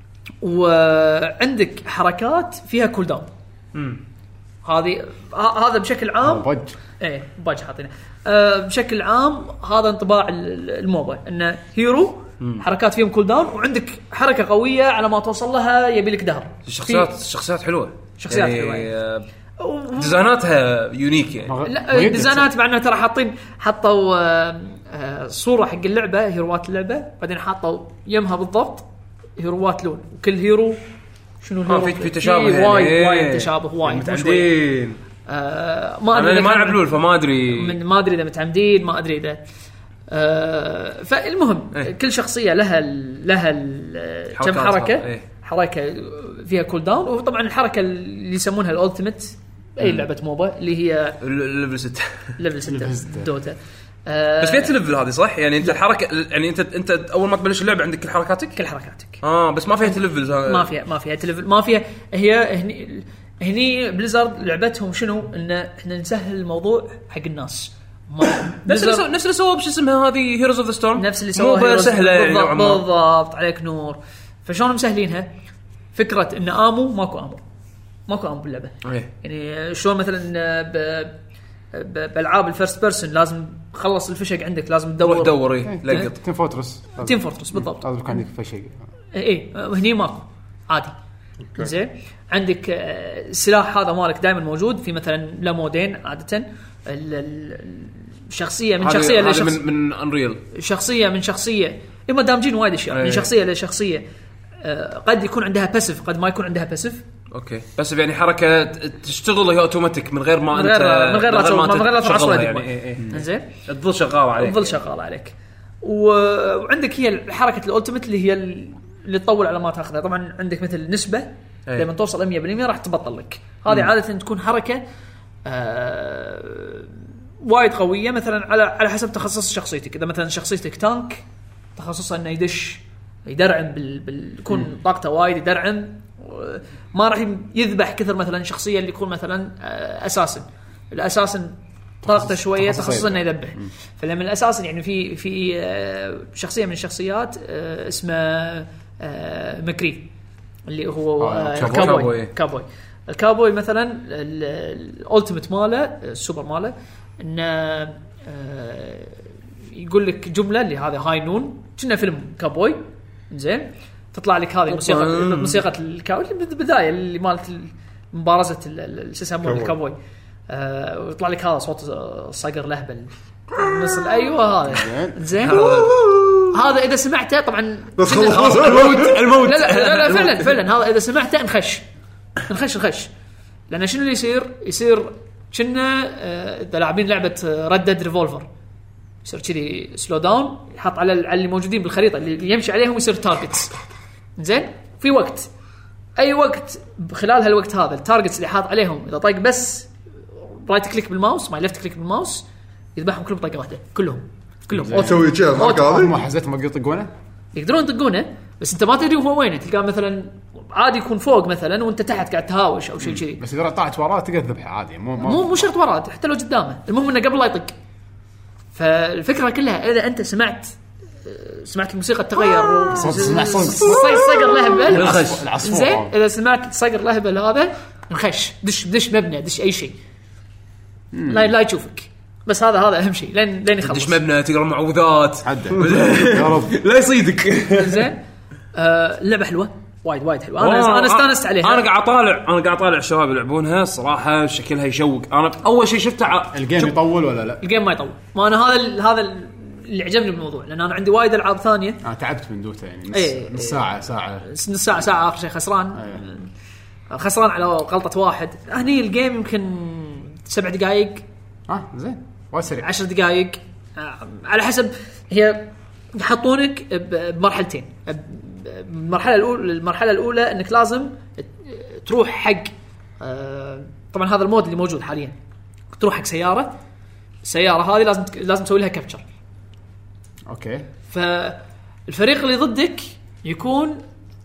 S3: وعندك حركات فيها كول داون
S4: امم
S3: هذه هذا بشكل عام
S1: بج
S3: ايه بج حاطينه أه بشكل عام هذا انطباع الموبا انه هيرو مم. حركات فيهم كول داون وعندك حركه قويه على ما توصل لها يبي لك دهر.
S4: الشخصيات الشخصيات حلوه
S3: شخصيات
S4: يعني
S3: حلوه
S4: ديزايناتها يونيك يعني.
S3: لا الديزاينات معناها ترى حاطين حطوا آه آه صوره حق اللعبه هيروات اللعبه بعدين حطوا يمها بالضبط هيروات لون وكل هيرو شنو الهيرو
S4: في في تشابه
S3: وايد
S4: يعني.
S3: وايد تشابه وايد
S4: متعمدين
S3: آه ما
S4: ادري ما العب لول فما ادري
S3: من ما ادري اذا متعمدين ما ادري اذا آه فالمهم
S4: ايه.
S3: كل شخصيه لها لها كم حركه
S4: ايه.
S3: حركه فيها كول داون وطبعا الحركه اللي يسمونها الالتيميت اي لعبه موبا اللي هي
S4: ليفل ستة
S3: ليفل ستة دوتا
S4: آه بس فيها تلفل هذه صح يعني انت الحركه يعني انت انت اول ما تبلش اللعبه عندك كل حركاتك
S3: كل حركاتك
S4: اه بس ما فيها تلفل
S3: ما فيها ما فيها تلفل ما فيها هي هني هني بليزرد لعبتهم شنو ان احنا نسهل الموضوع حق الناس
S4: نفس اللي سو... نفس اللي سووا بش اسمها هذه هيروز اوف ذا ستورم
S3: نفس اللي سووها
S4: مو سهله يعني
S3: بالضبط, بالضبط عليك نور. فشلون مسهلينها فكره ان امو ماكو امو ماكو امو باللعبه
S4: أيه.
S3: يعني شلون مثلا ب... بالالعاب الفيرست بيرسون لازم تخلص الفشق عندك لازم تدور
S4: تدور ايه لقط
S1: تيم فورترس
S3: تيم فورترس بالضبط
S1: لازم يكون عندك فشق
S3: اي هني ماكو عادي زين. عندك السلاح هذا مالك دائما موجود في مثلا لمودين عاده الشخصيه من شخصيه
S4: لشخص من من انريل
S3: شخصيه من شخصيه اما دامجين وايد اشياء من شخصيه لشخصيه قد يكون عندها باسيف قد ما يكون عندها باسيف
S4: اوكي بس يعني حركه تشتغل هي اوتوماتيك من غير ما
S3: من
S4: انت
S3: من غير ما من غير لا تعصب
S4: يعني
S3: زين
S4: تظل شغاله عليك
S3: تظل شغاله عليك وعندك هي حركه الالتيميت اللي هي اللي تطول على ما تاخذها طبعا عندك مثل نسبه لما توصل مية بالمية راح تبطل لك هذه عاده تكون حركه آه وايد قويه مثلا على على حسب تخصص شخصيتك. اذا مثلا شخصيتك تانك تخصصه انه يدش يدرعم بال بيكون طاقته وايد يدرعم ما راح يذبح كثر مثلا شخصيه اللي يكون مثلا اساسا الاساسا طاقته شويه تخصصه انه يذبح. فلما الاساسا يعني في في شخصيه من الشخصيات اسمه مكري اللي هو الكاوبوي كاوبوي الكاوبوي مثلا الالتيميت ماله السوبر ماله انه يقول لك جمله اللي هذا هاي نون كنا فيلم كاوبوي زين تطلع لك هذه موسيقى موسيقى الكاوبوي بالبدايه اللي مالت مبارزه شو اسمه الكاوبوي ويطلع لك هذا صوت صقر لهبل مثل ايوه هذا زين هذا اذا سمعته طبعا
S2: بس خلاص الموت
S3: الموت لا لا, لا فعلا فعلا هذا اذا سمعته نخش نخش نخش لان شنو اللي يصير يصير كنا اذا لاعبين لعبه ريد ديد ريفولفر يصير كذي سلو داون يحط على اللي موجودين بالخريطه اللي يمشي عليهم يصير تارجتس زين في وقت اي وقت خلال هالوقت هذا التارجتس اللي حاط عليهم اذا طاق بس رايت كليك بالماوس ما ليفت كليك بالماوس يذبحهم كلهم طقه واحده كلهم كلهم
S2: اسوي شيء هذا
S1: ما حسيت ما يطقونه
S3: يقدرون يطقونه بس انت ما تدري هو وين تلقاه مثلا عادي يكون فوق مثلا وانت تحت قاعد تهاوش او شيء كذي
S1: بس اذا طلعت وراه تقدر تذبحه عادي مو
S3: مو مو شرط وراه حتى لو قدامه المهم انه قبل لا يطق. فالفكره كلها اذا انت سمعت سمعت الموسيقى تغير صقر لهبل زين اذا سمعت صقر لهبل هذا نخش دش دش مبنى دش اي شيء لا لا يشوفك بس هذا هذا اهم شيء لين لين يخلص
S4: تدش مبنى تقرا معوذات يا رب لا يصيدك
S3: زين. آه اللعبه حلوه وايد وايد حلوه انا انا استانست عليها.
S4: انا قاعد اطالع انا قاعد اطالع الشباب يلعبونها صراحه شكلها يشوق. انا اول شيء شفته ع...
S1: الجيم شوف. يطول ولا لا؟
S3: الجيم ما يطول. ما انا هذا ال... هذا اللي عجبني بالموضوع لان انا عندي وايد العاب ثانيه.
S1: انا تعبت من دوتا يعني نص,
S3: ايه
S1: نص ساعه ساعه
S3: نص ساعه ساعه اخر شيء خسران. ايه. خسران على غلطه واحد. هني الجيم يمكن سبع دقائق
S1: اه زين وايد سريع.
S3: عشر دقائق على حسب هي يحطونك بمرحلتين. المرحله الاولى المرحله الاولى انك لازم تروح حق طبعا هذا المود اللي موجود حاليا تروح حق سياره السياره هذه لازم لازم تسوي لها كابتشر.
S1: اوكي.
S3: فالفريق اللي ضدك يكون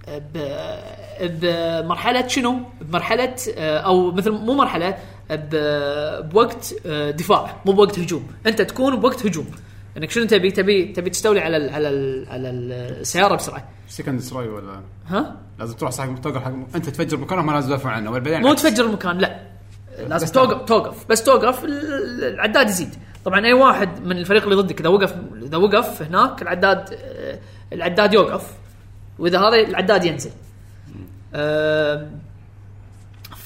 S3: بمرحله شنو بمرحله او مثل مو مرحله بوقت دفاع مو بوقت هجوم. انت تكون بوقت هجوم انك شنو تبي تبي تبي تستولي على ال على ال على السياره بسرعه.
S1: سكند ستراي ولا
S3: ها
S1: لازم تروح صاحب توقف حق انت تفجر مكانه ما لازم تدافع عنه ولا
S3: مو تفجر المكان لا لازم توقف توقف بس توقف العداد يزيد. طبعا اي واحد من الفريق اللي ضدك اذا وقف اذا وقف هناك العداد العداد يوقف واذا هذا العداد ينزل. أه ف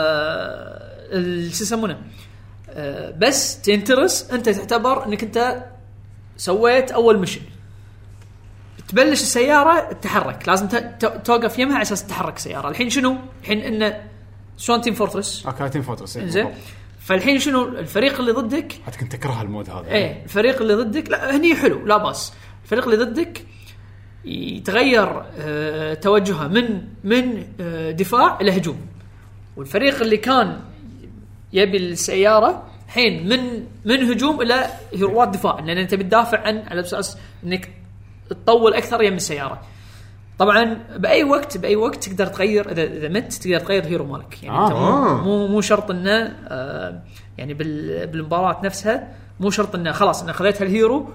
S3: شو يسمونه أه بس تنترس انت تعتبر انك انت سويت اول ميشن تبلش السياره تتحرك لازم توقف يمها على اساس تتحرك السياره. الحين شنو الحين انه شلون تيم فورترس
S1: اوكي تيم فورترس
S3: زين. فالحين شنو الفريق اللي ضدك
S1: حتى كنت تكره المود هذا.
S3: ايه الفريق اللي ضدك لا هني حلو لا باس. الفريق اللي ضدك يتغير اه توجهه من من اه دفاع الى هجوم والفريق اللي كان يبي السياره حين من من هجوم الى هيروات دفاع لان انت بتدافع عن على اساس انك تطول اكثر يم السياره. طبعا باي وقت باي وقت تقدر تغير اذا اذا مت تقدر تغير الهيرو مالك يعني. آه. انت مو مو شرط انه آه يعني بالمباراه نفسها مو شرط انه خلاص انه خذيت الهيرو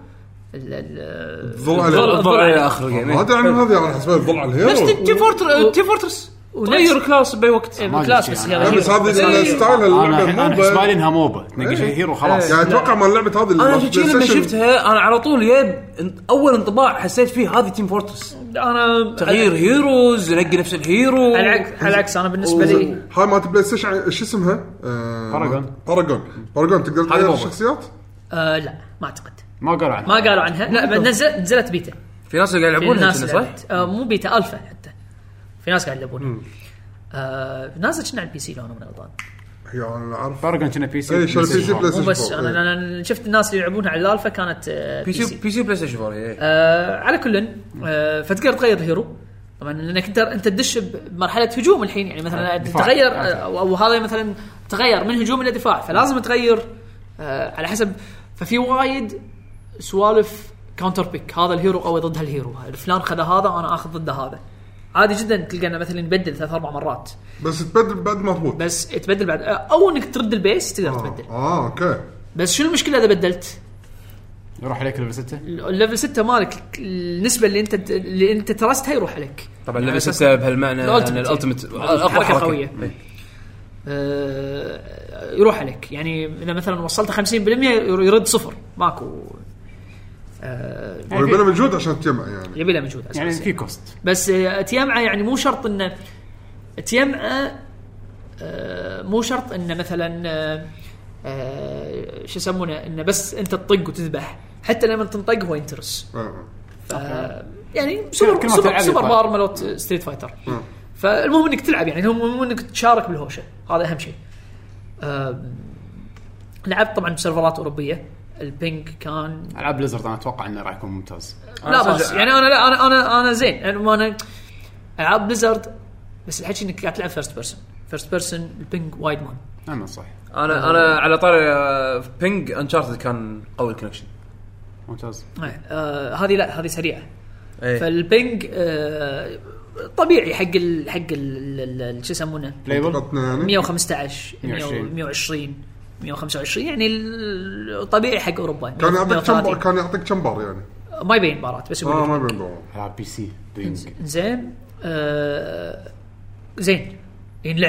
S2: الضوء
S4: على اخر يعني
S2: هذا عن هذا على حسب الضوء على الهيرو.
S3: نفس تي فورترس تي فورترس
S4: تغير كلاس باي وقت
S3: كلاس بس
S2: يعني بس هذا الستايل اللعبه
S1: انا بالنسبه لي انها موبا تنقي شيء هيرو خلاص.
S2: يعني اتوقع مال اللعبه هذه
S4: انا شفتها لما شفتها انا على طول يب اول انطباع حسيت فيه هذه تيم فورترس.
S3: انا
S4: تغيير هيروز نقي نفس الهيرو
S3: على العكس انا بالنسبه لي
S2: هاي ما بلاي ستيشن شو اسمها
S1: باراجون
S2: باراجون باراجون تقدر تغير الشخصيات.
S3: آه لا ما اعتقد
S1: ما قالوا عنها
S3: ما قالوا عنها لا نزل نزلت بيتا.
S4: في ناس قاعد يلعبونها صح
S3: آه مو بيتا الفا حتى في ناس قاعد يلعبونها. آه نازل كنا على البي سي لو انا من غلطان.
S2: هي انا اعرف
S1: باراجون كنا بي سي.
S2: اي شو البي سي بلاي ستيشن
S3: بس انا انا شفت الناس اللي يلعبونها على الالفا كانت آه
S4: بي سي بي سي بلاي ستيشن فور.
S3: آه على كل آه فتقدر تغير الهيرو طبعا لانك انت انت تدش بمرحله هجوم الحين يعني مثلا تغير او هذا مثلا تغير من هجوم الى دفاع فلازم تغير آه على حسب. ففي وايد سوالف كاونتر بيك هذا الهيرو قوي ضد هالهيرو فلان خذ هذا انا اخذ ضد هذا عادي جدا تلقانا مثلا نبدل ثلاث اربع مرات
S2: بس تبدل بعد ما تموت
S3: بس تبدل بعد او انك ترد البيس تقدر
S2: آه.
S3: تبدل
S2: اه اوكي.
S3: بس شنو المشكله اذا بدلت
S1: يروح عليك ليفل ستة
S3: الليفل ستة مالك النسبه اللي انت اللي انت ترستها يروح عليك.
S4: طبعا الليفل ستة بهالمعنى ان الالتيميت
S3: حركه قويه آه يروح عليك يعني اذا مثلا وصلت خمسين بالمية يرد صفر ماكو
S2: آه يبي له مجهود عشان تجمع يعني
S3: يبي له مجهود
S1: يعني في كوست
S3: بس تجمعه يعني مو شرط انه تجمعه آه مو شرط انه مثلا آه آه شو يسمونه انه بس انت تطق وتذبح حتى لما تنطق هو ينترس آه يعني سوبر سوبر, سوبر بار مالوت ستريت فايتر آه. فالمهم انك تلعب يعني المهم انك تشارك بالهوشه هذا اهم شيء. آه لعبت طبعا بسيرفرات اوروبيه البينج كان
S1: العاب بليزرد انا اتوقع انه راح يكون ممتاز.
S3: لا بس يعني انا لا انا انا انا زين يعني انا العاب بليزرد بس الحكي انك قاعد تلعب فيرست بيرسون فيرست بيرسون البينج وايد مان.
S1: انا صح
S4: انا انا على طاري بينج انشارتد كان قوي الكونكشن
S1: ممتاز.
S3: آه هذه لا هذه سريعه ايه. فالبينج آه طبيعي حق ال حق ال شو يسمونه مية وخمسة عشر مية وعشرين مية وخمسة وعشرين يعني الطبيعي حق اوروبا.
S2: كان يعطيك كم كان يعطيك كم بار يعني
S3: ما يبين بارات بس
S2: اه ما يبين بار
S1: على بي سي
S3: زين آه زين ينلعب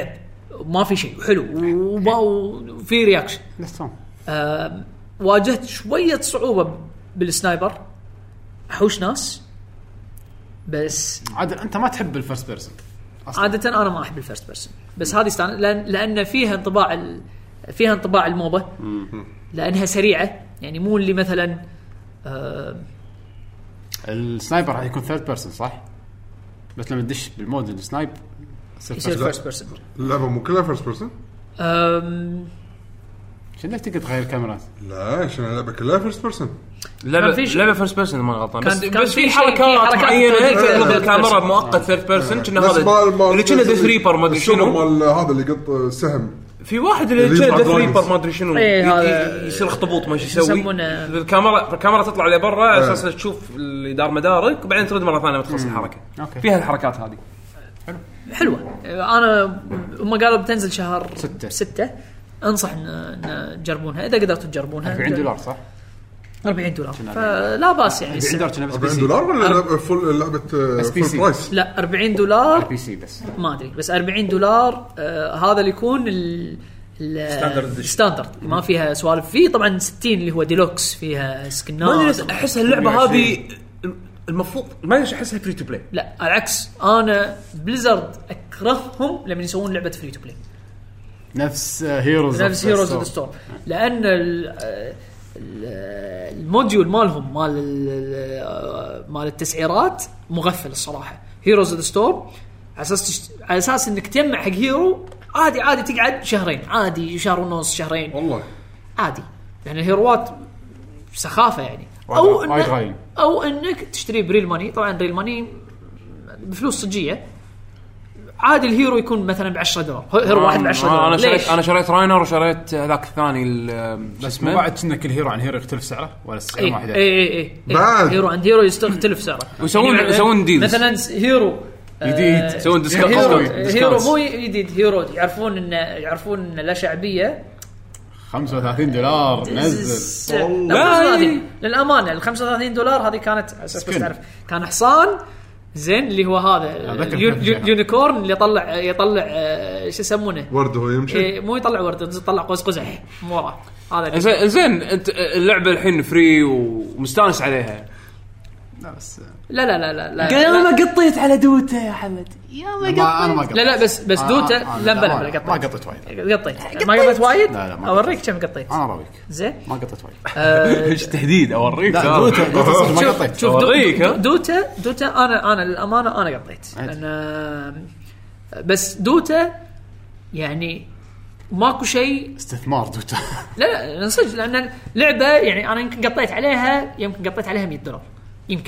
S3: ما في شيء حلو وما وفي رياكشن. أه واجهت شويه صعوبه بالسنايبر احوش ناس بس
S1: عادة انت ما تحب الفيرست بيرسون
S3: عاده انا ما احب الفيرست بيرسون بس هذه استان... لان لان فيها انطباع ال... فيها انطباع الموبا لانها سريعه يعني مو اللي مثلا أه...
S1: السنايبر راح يكون ثيرد بيرسون صح بس لما تدش بالمود السنايب
S3: يصير فيرست بيرسون.
S2: اللعبه مو كلها فيرست بيرسون
S3: امم
S1: شنو تقدر تغير الكاميرات
S2: لا شنو اللعبه كلها فيرست بيرسون
S4: لعبه لعبه فيرست بيرسون ما غلطان بس
S3: كان
S4: بس
S3: في
S4: في
S3: حركات
S4: حركات معينه
S3: تقلب
S4: الكاميرا مؤقت ثيرد بيرسون كنا هذا اللي كنا ديث ريبر ما ادري شنو
S2: مال هذا اللي يقط سهم
S4: في واحد اللي كنا ديث ريبر ما ادري شنو يصير اخطبوط ما يسوي الكاميرا الكاميرا تطلع لبرا على اساس تشوف اللي دار مدارك وبعدين ترد مره ثانيه وتخلص الحركه فيها الحركات هذه
S3: حلوه. انا هم قالوا بتنزل شهر
S1: ستة
S3: ستة انصح ان تجربونها اذا قدرتوا تجربونها.
S1: أربعين دولار صح
S3: أربعين دولار فلا باس يعني
S2: أربعين دولار ولا فل لعبه فول برايس
S3: لا أربعين دولار
S1: بي سي بس
S3: ما ادري بس أربعين دولار آه هذا اللي يكون الستاندرد ما فيها سوالف فيه طبعا ستين اللي هو ديلوكس فيها سكنات.
S4: احس اللعبه هذه المفروض ما ليش احسها فري تو بلاي.
S3: لا العكس انا بليزرد اكرههم لما يسوون لعبه فري تو بلاي
S1: نفس هيروز
S3: نفس هيروز اوف ذا ستورم لان الموديول مالهم مال مال التسعيرات مغفل الصراحه. هيروز اوف ذا ستورم على اساس على اساس انك تجمع حق هيرو عادي عادي تقعد شهرين عادي شهر ونص شهرين
S2: والله
S3: عادي يعني الهيروات سخافه يعني او إنك او انك تشتري بريل ماني. طبعا ريل ماني بفلوس صجيه عادي الهيرو يكون مثلا ب عشرة دولار هيرو واحد ب عشرة دولار.
S4: انا شريت انا شريت راينر وشريت هذاك الثاني
S1: بس ما بعد كنا كل هيرو عن هيرو يختلف سعره ولا السعر
S3: ايه
S1: واحد
S3: اي اي اي هيرو عند هيرو يختلف سعره
S4: ويسوون يعني يسوون ديلز
S3: مثلا هيرو
S1: جديد
S4: يسوون ديسكاونت
S3: هيرو مو جديد هيرو يعرفون ان يعرفون ان لا شعبيه
S1: خمسة وثلاثين دولار نزل
S3: لا للامانه ال خمسة وثلاثين دولار هذه كانت اساس بس تعرف كان حصان زين اللي هو هذا اليونيكورن اللي يطلع يطلع ايش يسمونه
S2: ورد هو يمشي
S3: مو يطلع ورد يطلع قوس قزح مو وراه هذا
S4: زين زين انت اللعبه الحين فري ومستانس عليها
S1: لا بس
S3: لا لا لا لا لا
S4: قال ما قطيت على دوتا يا حمد
S3: يا ما قطيت انا ما قطيت لا لا بس بس دوتا لا بلا بلا قطيت
S1: ما قطيت وايد
S3: قطيت ما قطيت وايد
S1: لا لا
S3: اوريك كم قطيت
S1: انا اوريك
S3: زين
S1: ما قطيت وايد
S4: ايش تهديد اوريك
S1: دوتا دوتا ما قطيت
S3: شوف دوتا دوتا انا انا للامانه انا قطيت انا بس دوتا يعني ماكو شيء
S1: استثمار دوتا
S3: لا لا صدق لان لعبه يعني انا يمكن قطيت عليها يمكن قطيت عليها مية دولار يمكن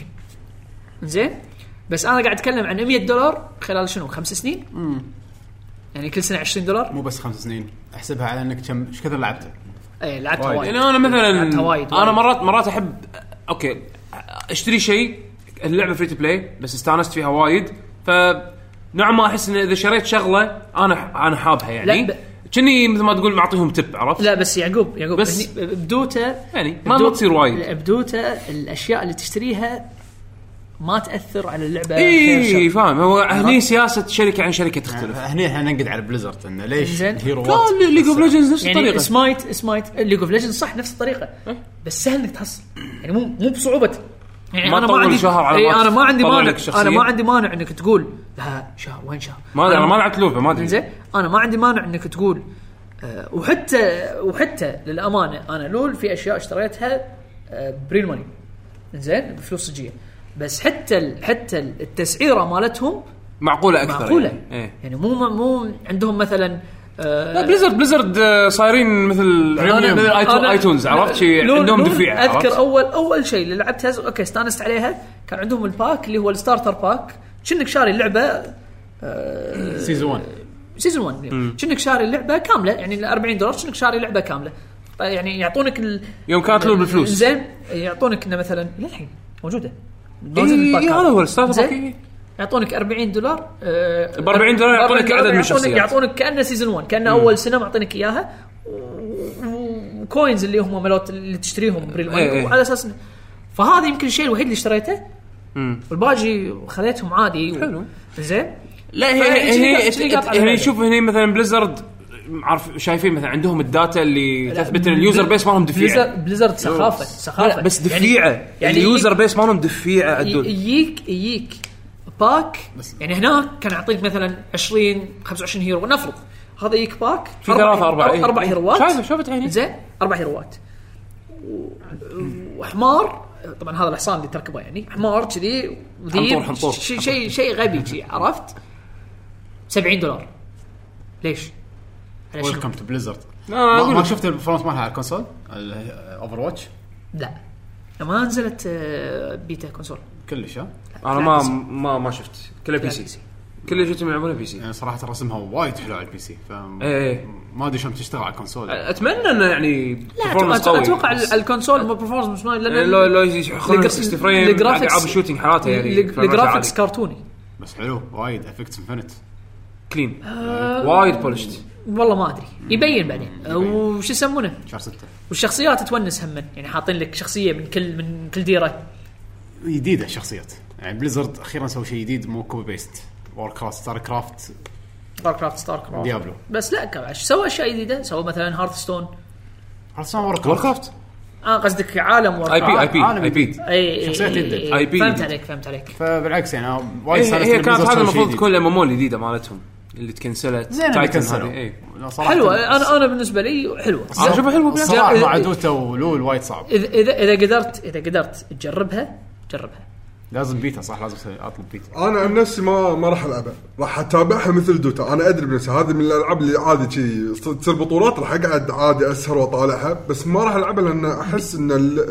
S3: زين بس انا قاعد اتكلم عن مية دولار خلال شنو خمس سنين
S1: امم
S3: يعني كل سنه عشرين دولار
S1: مو بس خمس سنين احسبها على انك كم ايش كثر لعبته.
S3: اي لعبت وايد
S4: يعني انا مثلا وايد. انا مرات مرات احب اوكي اشتري شيء اللعبه فري تو بلاي بس استانست فيها وايد ف نوعا ما احس ان اذا شريت شغله انا انا حابها يعني كني مثل ما تقول معطيهم تب عرفت.
S3: لا بس يعقوب يعقوب بس بدوتا
S4: يعني ما ما تصير وايد
S3: بدوتا الاشياء اللي تشتريها ما تاثر على اللعبه.
S4: اي فاهم هو هني سياسه شركه عن شركه تختلف.
S1: هني احنا ننقد على بليزرد انه ليش
S3: الهيرو
S4: قال ليج اوف ليجندز نفس الطريقه
S3: يعني سمايت سمايت ليج اوف ليجندز صح نفس الطريقه بس سهل انك تحصل يعني مو مو بصعوبه يعني
S4: ما
S3: انا ما عندي
S4: اي
S3: انا ما عندي مانع انا ما عندي مانع انك تقول لا شهر وين شهر
S4: ما انا ما لعبت لعبه ما ادري
S3: زين انا ما عندي مانع انك تقول أه وحتى وحتى للامانه انا لول في اشياء اشتريتها أه بريل ماني زين بفلوس صجيه بس حتى حتى التسعيره مالتهم
S4: معقوله اكثر
S3: معقوله يعني, إيه؟ يعني مو مو عندهم مثلا
S4: آه لا بليزرد بليزرد صايرين مثل مثل ايتونز عرفت شيء عندهم دفيع.
S3: اذكر اول اول شيء اللي لعبتها اوكي استانست عليها كان عندهم الباك اللي هو الستارتر باك كأنك شاري اللعبه
S1: آه سيزون واحد
S3: سيزون واحد كأنك شاري اللعبه كامله يعني أربعين دولار كأنك شاري لعبه كامله يعني يعطونك ال...
S4: يوم كانت له بالفلوس
S3: زين يعطونك انه مثلا للحين موجوده
S4: إيه هذا هو الستارتر باك
S3: يعطونك أربعين دولار
S4: ب أربعين دولار يعطونك عدد من الشخصيات
S3: يعطونك كأنه سيزون واحد كأنه مم. أول سنة معطينك إياها وكوينز اللي هم ملوت اللي تشتريهم بريل ماني
S4: ايه
S3: وعلى أساس فهذا يمكن الشيء الوحيد اللي اشتريته
S4: مم.
S3: والباقي خليتهم عادي
S4: حلو
S3: زين
S4: لا هي هي هي شوف هنا مثلا بليزرد عارف شايفين مثلا عندهم الداتا اللي تثبت ان اليوزر بيس مالهم دفيعه.
S3: بليزرد سخافه سخافه
S4: بس دفيعه يعني, يعني اليوزر بيس مالهم دفيعه عدول.
S3: يجيك يجيك باك يعني هناك كان يعطيك مثلا عشرين خمسة وعشرين هيرو نفرض هذا يجيك باك
S4: في ثلاثة أربعة
S3: أربع هيروات
S4: شايف شوفت عيني
S3: زين أربع هيروات وحمار طبعا هذا الحصان اللي تركبه يعني حمار كذي ذيب شيء شيء شيء غبي شيء عرفت سبعين دولار ليش؟
S1: ويلكم تو بليزرد. ما, ما شفت الفرونت مالها على الكونسول اوفر واتش؟
S3: لا ما نزلت بيتا كونسول
S1: كلش. ها
S4: انا ما ما ما شفت كله بي سي كل شيء يلعبونه بي سي.
S1: يعني صراحه رسمها وايد حلو على البي سي ف
S4: ايه
S1: ما ادري شلون تشتغل على الكونسول.
S4: اتمنى انه يعني
S3: برفورمانس قوي. اتوقع الكونسول مو برفورمانس مش لان
S4: لو لو يخلون ستين فريم العاب الشوتينج حالاته يعني
S3: الجرافيكس كرتوني
S1: بس حلو وايد افكتس انفينيت
S4: كلين وايد بولشت.
S3: والله ما ادري يبين بعدين وش يسمونه
S1: شهر ستة
S3: والشخصيات تونس هم يعني حاطين لك شخصيه من كل من كل ديره
S1: جديده الشخصيات. يعني بليزرد اخيرا سووا شيء جديد مو كوبي بيست وور كرافت ستار كرافت
S3: ستار كرافت ستار كرافت
S1: ديابلو
S3: بس لا كاش سوى اشياء جديده سوى مثلا هارثستون
S1: هارثستون وور
S4: كرافت
S3: اه قصدك عالم وور
S4: اي بي اي بي اي بي
S3: اي
S1: شخصيات جديده
S3: اي بي فهمت عليك فهمت عليك.
S1: فبالعكس يعني وايد
S4: صارت هي كانت هذا المفروض تكون ام ام او الجديده مالتهم اللي تكنسلت
S1: تايتن هذه اي
S3: حلوه. انا انا بالنسبه لي حلوه
S4: انا اشوفها حلوه
S1: الصراحه مع دوتا ولول وايد صعب.
S3: اذا اذا اذا قدرت اذا قدرت تجربها جربها
S1: لازم بيتا صح لازم اطلب بيتا.
S2: انا عن نفسي ما ما راح العبها راح اتابعها مثل دوتا. انا ادري بنفسي هذه من الالعاب اللي عادي شيء تصير بطولات راح اقعد عادي اسهر واطالعها بس ما راح العبها لان احس ان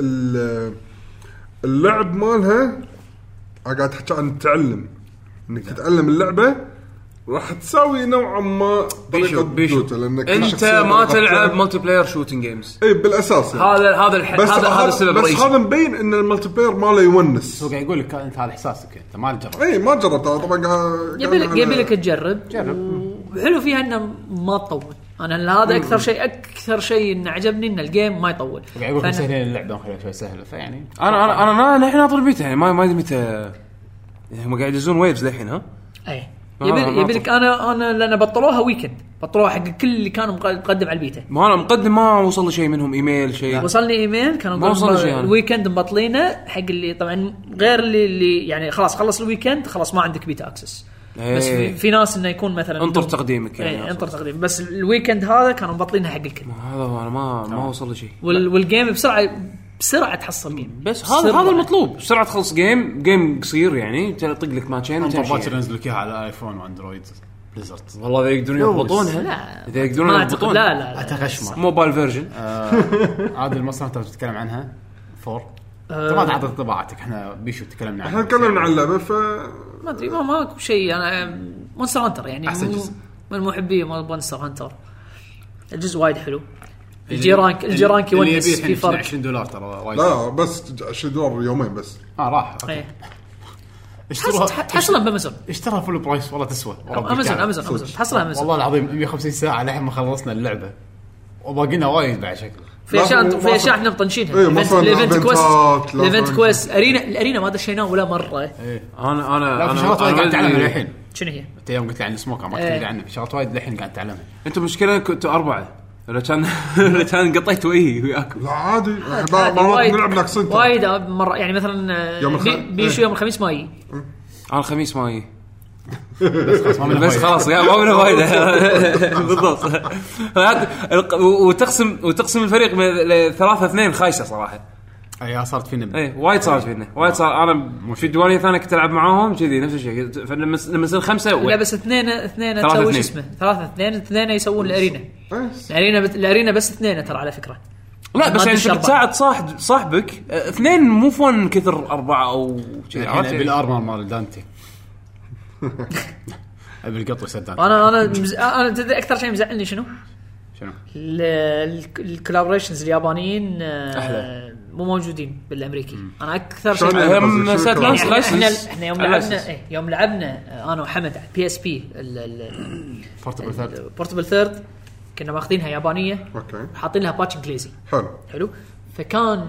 S2: اللعب مالها قاعد تحكي عن تعلم انك تتعلم اللعبه راح تساوي نوعا ما طريقه دوتا لانك
S4: انت ما تلعب مالتي بلاير شوتينج جيمز
S2: اي بالاساس يعني.
S4: هذا هذا الح... هذا هذا السبب
S2: الرئيسي. بس هذا مبين ان المالتي بلاير ما له يونس.
S1: هو قاعد يقول لك انت هذا احساسك انت ما جربت.
S2: اي ما جربت طبعا
S3: يبي لك يبي لك تجرب
S1: جرب
S3: وحلو فيها انه ما تطول. انا هذا اكثر شيء اكثر شيء انه عجبني ان الجيم ما يطول.
S1: قاعد يقول سهله اللعبه خليها شوي سهله فيعني
S4: انا انا انا انا الحين اطلب بيتا يعني ما ما ادري متى هم قاعد يدزون ويفز للحين ها
S3: اي يبي يبي لك انا انا لان بطلوها ويكند بطلوها حق كل اللي كانوا مقدم على البيتا.
S4: ما انا مقدم ما وصل لي شيء منهم ايميل شيء
S3: وصلني ايميل كانوا قالوا الويكند مبطلينه حق اللي طبعا غير اللي, اللي يعني خلاص خلص الويكند خلاص ما عندك بيتا اكسس. بس في, في ناس انه يكون مثلا
S4: انطر تقديمك يعني
S3: ايه انطر تقديم بس الويكند هذا كانوا مبطلينه حق الكل.
S4: هذا انا ما ما وصل لي شيء
S3: وال والجيم بسرعه بسرعه تحصل جيم
S4: بس هذا هذا المطلوب بسرعه تخلص جيم جيم قصير يعني تطق لك ماتشين
S1: وتمشي ينزل لك اياها على ايفون واندرويد بليزرد.
S4: والله اذا يقدرون يضبطونها
S3: لا
S4: اذا يقدرون يضبطونها
S3: لا لا, لا.
S1: اتغشمر
S4: موبايل فيرجن
S1: هذا المصنع انت بتتكلم عنها فور طبعا تعطي طباعتك احنا بيشو تكلمنا عنها
S2: احنا تكلمنا عن اللعبه ف
S3: ما ادري ما ماكو شيء. انا مونستر هانتر يعني من محبي مونستر هانتر الجزء وايد حلو. الجيران الجيران كيونس في فرق
S1: عشرين دولار ترى وايد.
S2: لا بس عشرين دولار يومين بس
S1: اه راح
S3: اشتريها تحصلها بامازون.
S1: اشتريها فول برايس والله تسوى
S3: امازون امازون امازون تحصلها امازون.
S1: والله العظيم مية وخمسين ساعه لحين ما خلصنا اللعبه وباقينا وايد بعد شكل
S3: في اشياء في اشياء احنا مطنشينها. الايفنت كويست الايفنت كويست ارينا الارينا ما دشيناه ولا مره.
S1: ايه.
S4: انا انا
S1: انا قاعد اتعلمها الحين.
S3: شنو هي
S1: انت يوم قلت لي عن السموكر ما كنت عنها في شغلات وايد الحين قاعد اتعلمها.
S4: انتم مشكله كنتوا اربعه ولا كان ولا كان قطيتوا ايه وياكم؟
S2: لا عادي مرات نلعب ناقصين
S3: وايد مره يعني مثلا بيشو يوم الخميس ما يجي.
S4: انا الخميس ما يجي
S1: بس خلاص
S4: بس خلاص يا ما منه فايده بالضبط. وتقسم وتقسم الفريق ثلاثة اثنين خايسه صراحه.
S1: اي صارت فينا
S4: اي وايد صارت فينا وايد صار. انا في دوالي ثانيه كنت العب معاهم كذي نفس الشيء فلما لما يصير خمسه
S3: لا بس اثنين اثنين تسوي شو اسمه ثلاثة اثنين اثنين يسوون الارينا الارينا الارينا بس اثنين ترى على فكره.
S4: لا بس يعني تساعد صاحب صاحبك اثنين مو فن كثر اربعه او كذي.
S1: يعني بالارمر مال دانتي ابي القط يسدان.
S3: انا انا مز... انا تدري اكثر شيء مزعلني شنو
S1: شنو
S3: الكولابوريشنز اليابانيين
S4: أحلى.
S3: مو موجودين بالامريكي. انا اكثر شيء
S4: هم سات لانس
S3: احنا احنا يوم لعبنا ايه يوم لعبنا انا وحمد على بي اس بي
S1: بورتبل ثيرد
S3: بورتبل ثيرد كنا ماخذينها يابانيه
S2: اوكي
S3: حاطين لها باتش انجليزي
S2: حلو
S3: حلو فكان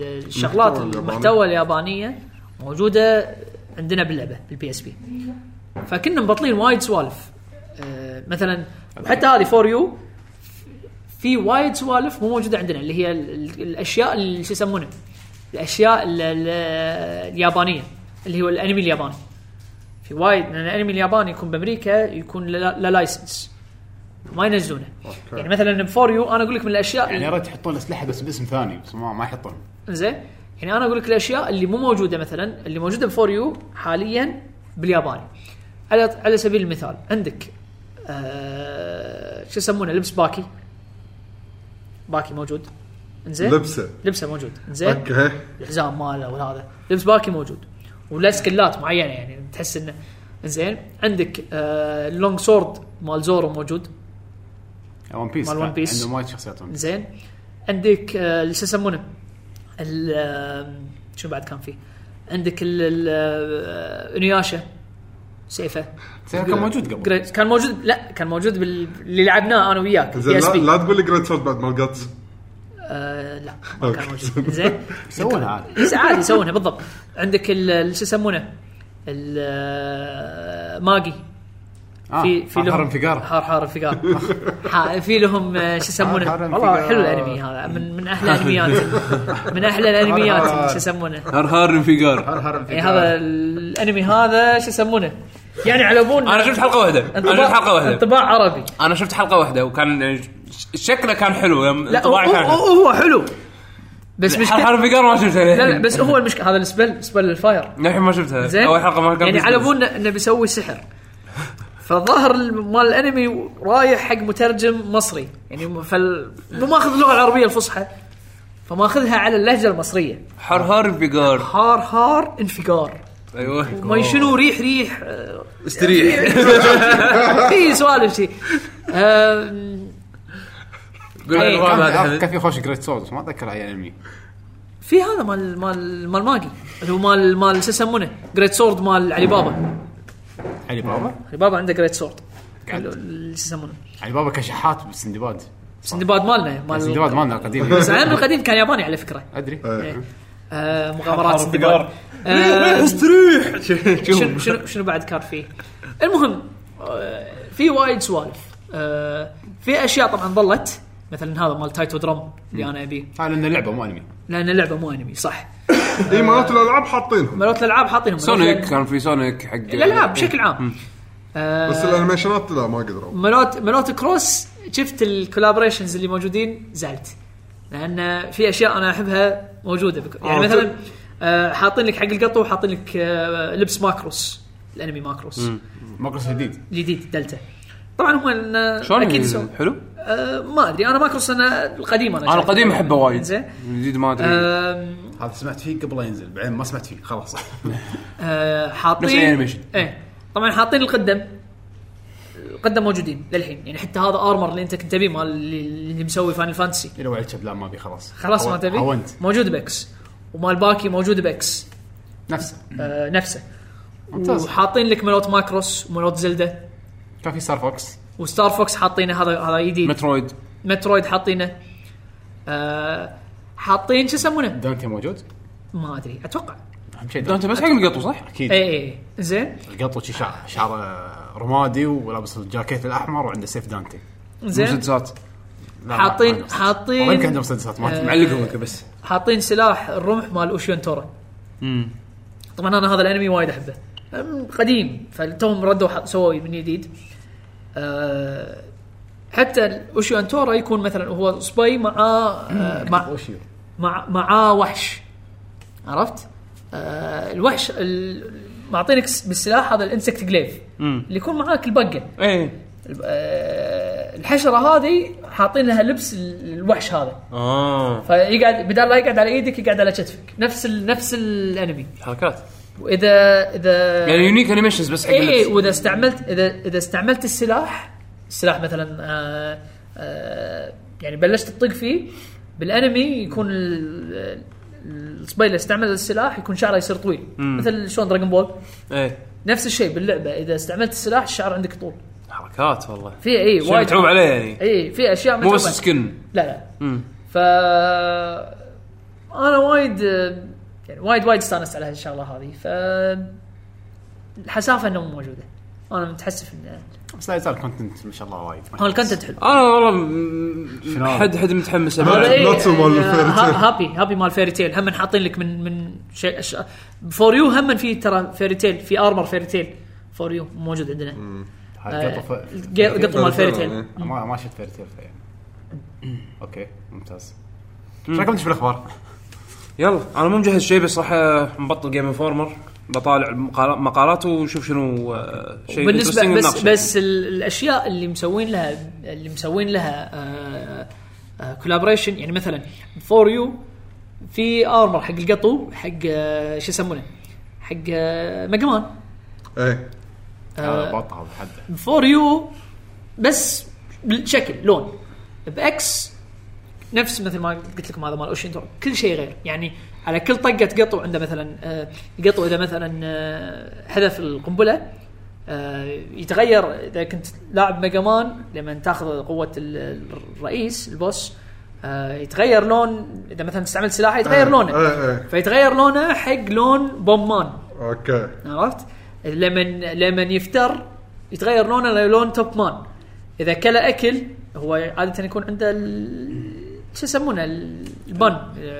S3: الشغلات المحتوى اليابانيه موجوده عندنا باللعبه بالبي اس بي فكنا مبطلين وايد سوالف. آه مثلا حتى هذه فور يو في وايد سوالف مو موجوده عندنا، اللي هي الاشياء اللي شو يسمونه الاشياء اليابانيه اللي هو الانمي الياباني. في وايد من الانمي الياباني يكون بامريكا يكون لا لايسنس ما ينزلونه. يعني مثلا بفور يو انا اقول لك من الاشياء
S1: يعني رد تحطون الاسلحه بس باسم ثاني بس ما ما يحطون
S3: زين. يعني انا اقول لك الاشياء اللي مو موجوده مثلا اللي موجوده بفور يو حاليا بالياباني. على على سبيل المثال عندك آه شو يسمونه لبس باكي. باكي موجود انزين
S2: لبسه
S3: لبسه موجود انزين
S2: اوكي.
S3: الحزام ماله وهذا لبس باكي موجود ولا سكلات معينه يعني تحس انه انزين. عندك آه اللونج سورد مال زورو موجود
S1: ون بيس
S3: مال ون بيس
S1: عنده وايد شخصيات
S3: زين. عندك آه اللي يسمونه آه شو بعد كان فيه عندك الانياشا سيفه
S1: كان موجود قبل
S3: كان موجود لا كان موجود باللي لعبناه انا وياك
S2: لا, لا تقول لي جريت سورد بعد ما القط
S3: آه لا ما كان موجود زين.
S1: يسوونها عادي
S3: عادي يسوونها بالضبط. عندك شو يسمونه الماجي
S1: آه. في في لهم انفجار
S3: حار حار انفجار في لهم شو يسمونه والله حلو الانمي هذا من من احلى الانميات من احلى الانميات شو يسمونه
S4: هار هار انفجار
S3: هذا الانمي هذا شو يسمونه يعني على بون.
S4: انا شفت حلقه واحده انا شفت حلقه واحده
S3: انطباع عربي.
S4: انا شفت حلقه واحده وكان شكله كان حلو
S3: انطباعي كان هو حلو بس مش
S4: حرف انفجار ما شفته.
S3: لا لا بس هو المشكله هذا السبل سبل الفاير
S4: الحين ما شفتها اول حلقه ما كان
S3: يعني على بون انه بيسوي سحر. فالظاهر مال الانمي رايح حق مترجم مصري يعني فال مو ماخذ اللغه العربيه الفصحى فماخذها على اللهجه المصريه.
S4: حار هار انفجار
S3: حار هار انفجار
S4: ايوه
S3: ما شنو ريح ريح
S4: استريح
S3: في سوالف شيء.
S1: كان في خوش جريت سورد ما اتذكر اي انمي
S3: في هذا مال مال مال ماجي اللي هو مال مال شو يسمونه جريت سورد مال علي بابا.
S1: علي بابا
S3: علي بابا عنده جريت سورد اللي يسمونه
S1: علي بابا كشحات بالسندباد.
S3: سندباد مالنا
S1: مال سندباد مالنا القديم
S3: بس عام القديم كان ياباني على فكره
S1: ادري
S3: آه مغامرات سندباد
S4: استريح.
S3: شنو شنو شنو بعد كان فيه. المهم آه في وايد سوالف آه في اشياء طبعا ظلت مثلا هذا مال تايتو درام اللي انا ابي
S1: هذا لانه لعبه مو انمي
S3: لان اللعبه مو انمي صح.
S2: اي مالت الالعاب حاطينهم
S3: مالت الالعاب حاطينهم
S4: سونيك كان في سونيك حق
S3: الالعاب بشكل عام آه
S2: بس الانيميشنات لا ما قدروا.
S3: مالت مالت كروس شفت الكولابوريشنز اللي موجودين زعلت لان في اشياء انا احبها موجوده بك... يعني آه مثلا آه حاطين لك حق القطو وحاطين لك آه لبس ماكروس الانمي ماكروس
S1: مم. ماكروس جديد
S3: جديد دلتا طبعا هو
S4: اكيد سو حلو
S3: آه ما ادري انا ماكروس انا القديم انا
S4: انا القديم احبه وايد الجديد ما ادري
S3: آه
S1: هذا سمعت فيه قبل لا ينزل بعدين ما سمعت فيه خلاص
S3: آه حاطين ايه طبعا حاطين القدم القدم موجودين للحين يعني حتى هذا ارمر اللي انت كنت تبيه مال اللي مسوي فاينل فانتسي
S1: الى وعد شباب ما بي خلاص
S3: خلاص ما تبي
S1: حونت.
S3: موجود باكس ومال باكي موجود باكس
S1: نفسه
S3: آه نفسه
S1: ممتاز.
S3: وحاطين لك ملوت ماكروس وملوت زلدة
S1: كان في ستار فوكس
S3: وستار فوكس حاطينه هذا هذا جديد
S4: مترويد
S3: مترويد حاطينه آه حاطين شو يسمونه
S1: دانتي موجود
S3: ما ادري اتوقع
S1: اهم شيء
S4: دانتي بس حق القطو صح
S1: اكيد
S3: اي اي زين
S1: القطو شعر شعره رمادي ولابس الجاكيت الاحمر وعنده سيف دانتي
S3: زين
S4: مسدسات
S3: حاطين حاطين
S1: يمكن عنده مسدسات ما
S4: معلقهم بس
S3: حاطين سلاح الرمح مال اوشيون تورا
S4: امم
S3: طبعا انا هذا الانمي وايد احبه قديم فالتوم ردوا سووا من جديد أه حتى اوشيون تورا يكون مثلا هو سباي مع أه مع مع مع وحش عرفت أه الوحش معطينك بالسلاح هذا الانسكت جليف اللي يكون معاك البقه
S4: ايه
S3: الحشره هذه حاطين لها لبس الوحش هذا
S4: اه
S3: فيقعد بدل لا يقعد على ايدك يقعد على كتفك نفس ال نفس الانمي
S4: حركات
S3: واذا اذا
S4: يعني يونيك انيميشنز بس حق
S3: ايه واذا استعملت اذا اذا استعملت السلاح السلاح مثلا آآ آآ يعني بلشت تطق فيه بالانمي يكون السبايلر استعمل السلاح يكون شعره يصير طويل مم. مثل شلون دراغون بول
S4: ايه
S3: نفس الشيء باللعبه اذا استعملت السلاح الشعر عندك طول
S4: حركات والله
S3: في اي
S4: وايد متعوب عليه يعني
S3: اي في اشياء
S4: مو بس سكن
S3: لا لا امم ف انا وايد يعني وايد وايد استانست على هالشغله هذه ف الحسافه انه موجوده انا متحسف ان
S1: بس لا يزال كونتنت ما شاء الله وايد.
S3: هو الكونتنت حلو.
S4: انا والله حد حد متحمس
S2: نوتس مال الفيري تيل.
S3: هابي هابي مال فيري تيل هم حاطين لك من من شيء فور يو هم في ترى فيري تيل في ارمر فيري تيل فور يو موجود عندنا. قطه مال فيري تيل
S1: ما ما شفت فيري تيل يعني. اوكي ممتاز. شكلك في الاخبار.
S4: يلا انا مو مجهز شيء بس راح مبطل جيم انفورمر بطالع مقالات وشوف شنو شيء
S3: بالنسبه بس النقش. بس الاشياء اللي مسوين لها اللي مسوين لها كولابوريشن يعني مثلا فور يو في ارمر حق القطو حق شو يسمونه حق ميجامان
S2: ايه
S1: هذا بطل حد
S3: فور يو بس بالشكل لون باكس نفس مثل ما قلت لكم هذا مال اوشن كل شيء غير يعني على كل طقه قطو عنده مثلا قطو اذا مثلا حذف القنبله يتغير اذا كنت لاعب ميجامان لما تاخذ قوه الرئيس البوس يتغير لون اذا مثلا استعملت سلاح يتغير لونه فيتغير لونه حق لون بوممان.
S2: اوكي
S3: عرفت لمن لمن يفتر يتغير لونه للون توب مان. اذا كلا اكل هو عاده يكون عنده شو يسمونه البن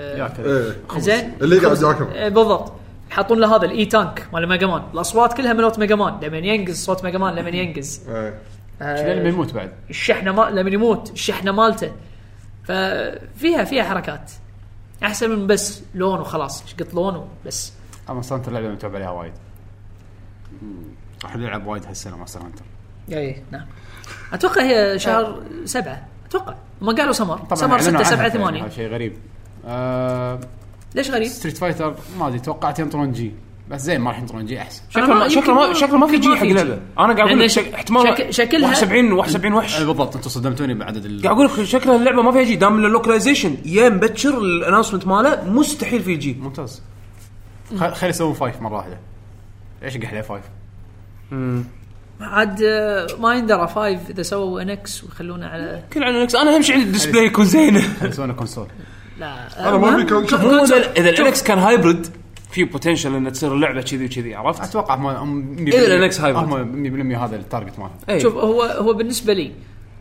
S3: زين
S2: اللي قاعد ياكل
S3: بالضبط يحطون له هذا الاي تانك مال ميجامان. الاصوات كلها ملوت ميجامان لما ينقز صوت ميجامان لما ينقز
S1: آه لما يموت بعد
S3: الشحنه ما لما يموت الشحنه مالته ففيها فيها حركات احسن من بس لون وخلاص شقط لون بس.
S1: اما صارت اللعبه متابع عليها وايد راح نلعب وايد هالسنه ماستر هانتر.
S3: اي نعم اتوقع هي شهر سبعة اتوقع ما قالوا سمر سمر ستة سبعة ثمانية.
S1: شيء غريب آه
S3: ليش غريب؟
S1: ستريت فايتر ما ادري توقعت ينطرون جي بس زين ما راح ينطرون جي احسن.
S4: شكله ما شكله ما شكله ما في جي حق اللعبه. انا قاعد اقول لك احتمال
S3: شكلها
S4: واحد وسبعين واحد وسبعين وحش
S1: بالضبط. انتم صدمتوني بعدد ال...
S4: قاعد اقول لك شكلها اللعبه ما فيها جي دام اللوكلايزيشن يا مبكر الاناونسمنت ماله مستحيل في جي.
S1: ممتاز خلي يسوون فايف مره واحده. ايش قحله فايف
S4: امم
S3: عاد ما يندرى فايف اذا سووا انكس ويخلونه على
S4: كل على انكس. انا اهم شيء الديسبلاي يكون زين
S1: يسوونه كونسول.
S3: لا
S2: انا ما بيكون شوف
S4: اذا الانكس كان هايبرد في بوتنشل ان تصير اللعبه كذي وكذي عرفت.
S1: اتوقع ما
S4: اذا الانكس هايبرد
S1: مية بالمية هذا التارجت ماله.
S3: أيه. شوف هو هو بالنسبه لي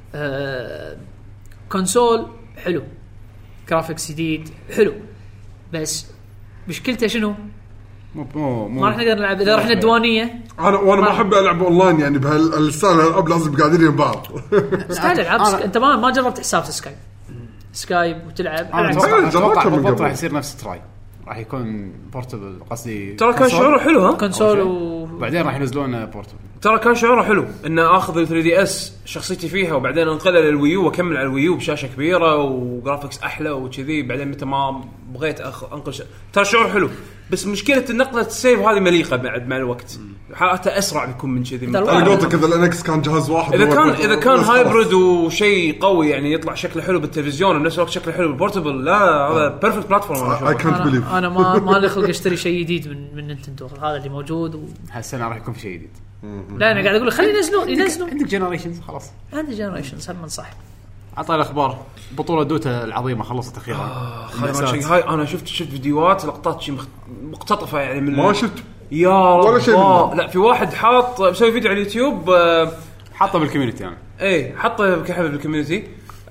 S3: آه كونسول حلو جرافيكس جديد حلو بس مشكلته شنو
S1: مو مو
S3: ما راح نقدر نلعب اذا رحنا الديوانيه.
S2: انا وانا ما احب العب اونلاين يعني بهالسنه الالعاب لازم قاعدين يم بعض.
S3: سكاي العاب سك... انت ما ما جربت حساب سكاي سكايب وتلعب.
S1: انا اتوقع بالضبط راح يصير نفس تراي راح يكون بورتبل قصدي
S4: ترى كان شعوره حلو ها
S3: كونسول وبعدين
S1: راح ينزلون بورتبل.
S4: ترى كان شعوره حلو ان اخذ ال ثري دي اس شخصيتي فيها وبعدين انقلها للويو واكمل على الويو بشاشه كبيره وجرافيكس احلى وكذي بعدين متى ما بغيت أخ... انقل ش... ترى شعور حلو بس مشكله النقله السيف هذه مليقه بعد مع الوقت حالته اسرع بيكون من كذي.
S2: انا قلت كذا الانكس كان جهاز واحد
S4: اذا كان اذا كان هايبرد وشيء قوي يعني يطلع شكله حلو بالتلفزيون وبنفس الوقت شكله حلو بالبورتبل لا هذا بيرفكت بلاتفورم.
S3: انا, أنا ما ما لي خلق اشتري شيء جديد من من نينتندو هذا اللي موجود و...
S1: هالسنه راح يكون في شيء جديد.
S3: لا انا قاعد اقول خلي ينزلون ينزلون
S1: عندك جنريشنز خلاص
S3: عندي جنريشنز هم صح.
S1: عطى الاخبار بطوله دوتا العظيمه خلصت اخيرا.
S4: آه شيء هاي انا شفت شفت فيديوهات لقطات شيء مقتطفه يعني من
S2: ما شفت
S4: يا رب لا في واحد حاط مسوي فيديو على اليوتيوب آه
S1: حاطه بالكوميونتي يعني
S4: ايه حطه كحبه بالكوميونتي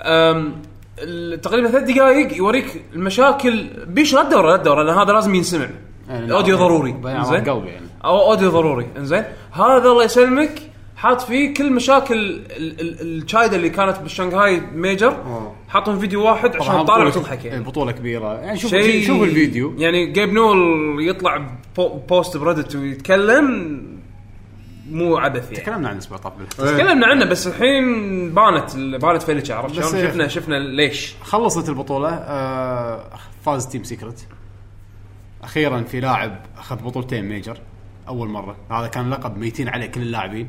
S4: تقريبا ثلاث دقائق يوريك المشاكل بيش لا تدور لا تدور لان هذا لازم ينسمع يعني اوديو ضروري
S1: زين قلبي يعني
S4: او اوديو ضروري انزين هذا الله يسلمك حاط فيه كل مشاكل الشايده اللي كانت بالشنغهاي ميجر حاطهم فيديو واحد عشان طالع وتضحك يعني
S1: بطوله كبيره يعني شوف شوف الفيديو
S4: يعني جيب نول يطلع بوست بريدت ويتكلم مو عبث يعني.
S1: تكلمنا عن اسبوع طبل
S4: تكلمنا عنه بس الحين بانت بانت فيلتش عرفت شفنا شفنا ليش
S1: خلصت البطوله آه فاز تيم سيكرت اخيرا في لاعب اخذ بطولتين ميجر اول مره. هذا كان لقب ميتين عليه كل اللاعبين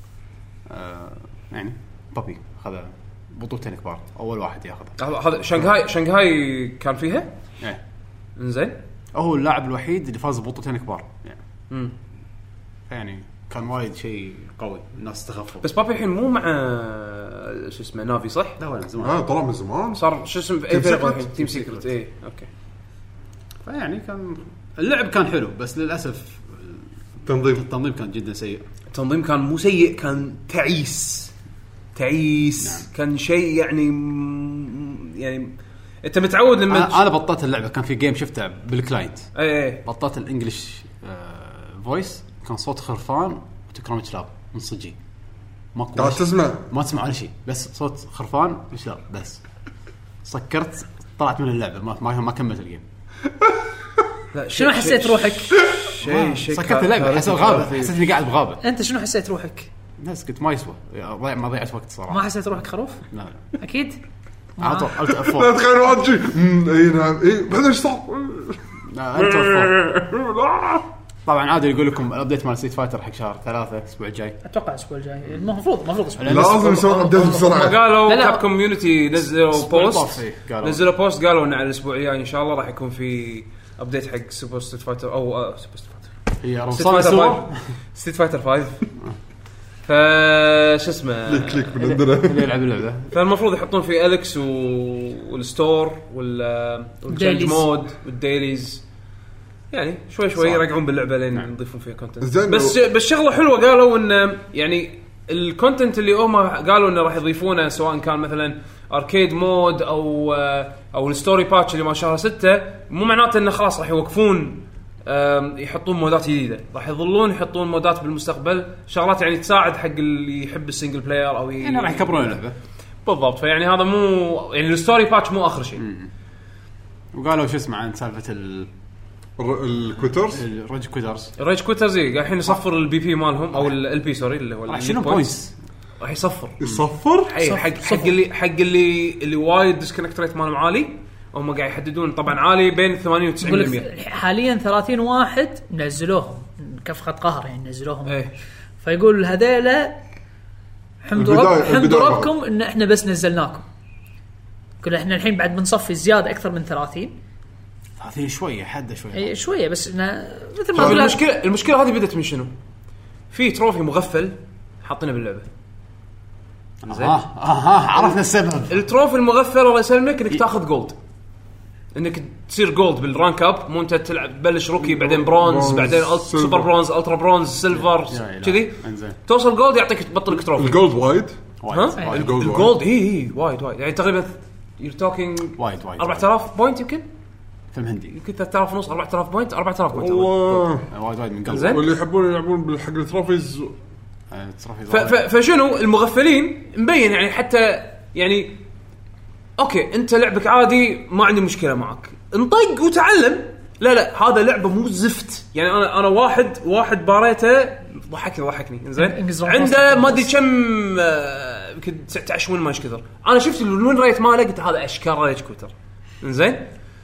S1: آه يعني بابي اخذ بطولتين كبار اول واحد ياخذها.
S4: هذا شنغهاي شنغهاي كان فيها
S1: ايه
S4: انزين
S1: هو اللاعب الوحيد اللي فاز ببطولتين كبار يعني
S4: امم
S1: يعني كان وايد شيء قوي الناس تخفوا.
S4: بس بابي الحين مو مع شو اسمه نافي صح؟
S1: لا ولا زمان
S2: اه طلع من زمان
S4: صار شو اسمه اي فريق تيم سيكرت اي اوكي.
S1: فيعني كان اللعب كان حلو بس للاسف
S2: تنظيم
S1: التنظيم كان جدا سيء.
S4: التنظيم كان مو سيء، كان تعيس تعيس نعم. كان شيء يعني يعني انت متعود لما
S1: انا, أنا بطلت اللعبه. كان في جيم شفتها بالكلاينت
S4: اي اي
S1: بطلت الانجليش آه فويس، كان صوت خرفان وتكرار كلاب من صجي، ماكو
S2: قاعد تسمع
S1: ما تسمع ولا شيء، بس صوت خرفان وكلاب بس. سكرت طلعت من اللعبه، ما ما, ما كملت الجيم.
S3: لا شنو حسيت روحك؟
S4: شيء شيء
S1: سكرت اللعبه، حسيت غابه، حسيت اني قاعد بغابه.
S3: انت شنو حسيت روحك؟
S1: ناس قلت ما يسوى، ضيع ما ضيعت وقت صراحه.
S3: ما حسيت روحك خروف؟
S1: لا لا
S3: اكيد
S1: عطوا قلت
S2: لا
S1: افور.
S2: تخيل واحد شيء اي نعم اي بعدين ايش صار.
S1: لا انت افور. طبعا عادي يقول لكم الابديت مال ستريت فايتر حق شهر ثلاثة الاسبوع الجاي.
S3: اتوقع الاسبوع الجاي المفروض المفروض اسبوع
S2: لازم يسوون ابديت بسرعه.
S4: قالوا كاب كوميونتي نزلوا بوست
S1: قالوا.
S4: نزلوا بوست قالوا ان على الاسبوع الجاي ان شاء الله راح يكون في ابديت حق سوبر ستريت فايتر او آه سوبر ستريت فايتر
S1: هي
S4: رمضان ستريت فايتر خمسة. فش اسمه
S2: كليك من عندنا
S1: اللي يلعب اللعبه.
S4: فالمفروض يحطون في اليكس و... والستور وال والجينج مود والديليز، يعني شوي شوي يرجعون باللعبه لين نعم. يضيفون فيها كونتنت. بس بس شغله حلوه قالوا ان يعني الكونتنت اللي هم قالوا انه راح يضيفونه سواء كان مثلا اركيد مود او او الستوري باتش اللي ما شهر ستة، مو معناته انه خلاص راح يوقفون يحطون مودات جديده، راح يظلون يحطون مودات بالمستقبل، شغلات يعني تساعد حق اللي يحب السنجل بلاير او
S1: يعني راح يكبرون اللعبه
S4: بالضبط. فيعني هذا مو يعني الستوري باتش مو اخر شيء.
S1: وقالوا شو اسمه عن سالفه ال
S2: الكوترز
S1: الريج كوترز
S4: الريج كوترز الحين يصفر البي بي مالهم او ال بي سوري اللي هو
S1: شنو بوينتس
S4: راح يصفر
S2: يصفر
S4: حق حق اللي حق اللي اللي وايد ديسكونكت ريت مالهم عالي، هم قاعد يحددون طبعا عالي بين ثمانية وتسعين بالمية.
S3: حاليا ثلاثين واحد نزلوهم كفخة قهر يعني نزلوهم
S4: ايه.
S3: فيقول هذيلا حمد رب حمد ربكم ان احنا بس نزلناكم. كل احنا الحين بعد بنصفي زياده اكثر من ثلاثين
S1: ثلاثين شويه حده شويه
S3: اي شويه بس إنه مثل ما
S4: المشكله المشكله هذه بدت من شنو؟ في تروفي مغفل حاطينه باللعبه.
S1: زين اه اه عرفنا السبب.
S4: التروفي المغفل الله يسلمك انك تاخذ جولد، انك تصير جولد بالرانك اب، مو انت تلعب تبلش روكي بعدين برونز بعدين سوبر برونز الترا برونز سيلفر كذي توصل جولد يعطيك تبطلك تروفي.
S2: الجولد وايد
S4: ها الجولد اي اي وايد وايد يعني تقريبا يور توكينج
S1: وايد وايد
S4: أربعة آلاف بوينت يمكن
S1: فهم هندي
S4: يمكن ثلاثة آلاف ونص أربعة آلاف بوينت أربعة آلاف بوينت
S2: وايد
S1: وايد من قلب.
S2: واللي يحبون يلعبون بالحق التروفيز
S4: فشنو المغفلين مبين يعني حتى يعني اوكي انت لعبك عادي ما عندي مشكله معك انطق وتعلم. لا لا هذا لعبه مو زفت يعني. انا انا واحد واحد باريته ضحكني ضحكني زين عنده ما ادري كم يمكن تسعة عشر وين ما ايش كثر. انا شفت الوين ريت ماله قلت هذا اشكال ريت كوتر زين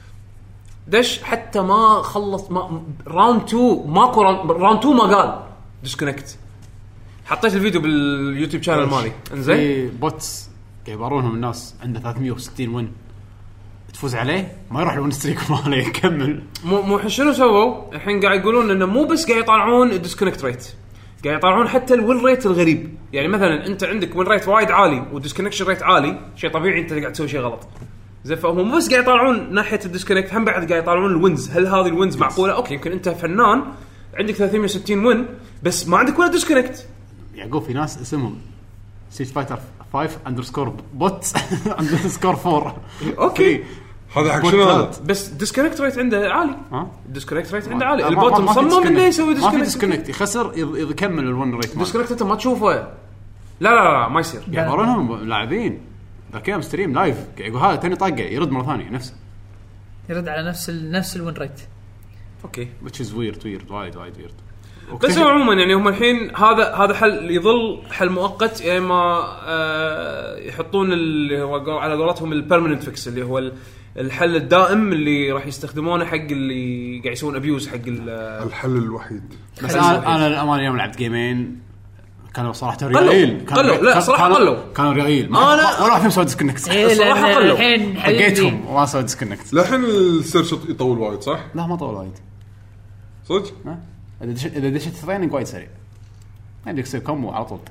S4: دش حتى ما خلص ما راوند اثنين ماكو راوند اثنين ما قال ديسكونكت. حطيت الفيديو باليوتيوب شانل مالي انزين
S1: في بوتس يبارونهم الناس عنده ثلاثمية وستين وين تفوز عليه ما يروح الون ستريك ماله يكمل.
S4: مو مو شنو سووا الحين قاعد يقولون انه مو بس قاعد يطلعون الديسكونكت ريت قاعد يطلعون حتى الوين ريت الغريب. يعني مثلا انت عندك وين ريت وايد عالي وديسكونكشن ريت عالي شيء طبيعي انت قاعد تسوي شيء غلط زين. فهم مو بس قاعد يطلعون ناحيه الديسكونكت هم بعد قاعد يطلعون الوينز. هل هذه الوينز معقوله؟ اوكي يمكن انت فنان عندك ثلاثمية وستين وين بس ما عندك ولا ديسكونكت.
S1: يعقوب في ناس اسمهم ستريت فايتر خمسة اندرسكور بوت اندرسكور أربعة
S4: اوكي
S2: هذا حق شنو هذا؟
S4: بس ديسكونكت ريت عنده عالي.
S1: ها
S4: ديسكونكت ريت عنده عالي. البوت مصمم انه يسوي
S1: ديسكونكت ديسكونكت يخسر يكمل الون ريت.
S4: ديسكونكت انت ما تشوفه. لا لا لا ما يصير.
S1: يعبرونهم لاعبين ذا كام ستريم لايف يقول هذا ثاني طاقه يرد مره ثانيه نفسه
S3: يرد على نفس ال نفس الون ريت.
S4: اوكي
S1: which is weird weird وايد وايد weird.
S4: بس عموما يعني هم الحين هذا هذا حل يظل حل مؤقت يا اما آه يحطون اللي هو على قولتهم البيرمننت فيكس اللي هو الحل الدائم اللي راح يستخدمونه حق اللي قاعد يسوون ابيوز حق
S2: الحل الوحيد.
S1: بس انا انا الامانه يوم لعبت جيمين كانوا صراحه ريال
S4: قلوا لا صراحه قلوا
S1: كانوا ريال ما انا ولا واحد مسوي ديسكونكت
S3: صراحه قلوا الحين
S1: حقيتهم وما سووا ديسكونكت.
S2: الحين السيرش يطول وايد صح؟
S1: لا ما طول وايد
S2: صدق.
S1: اذا دشت اذا دشت ثاني وايد سريع عندك سير كم على طول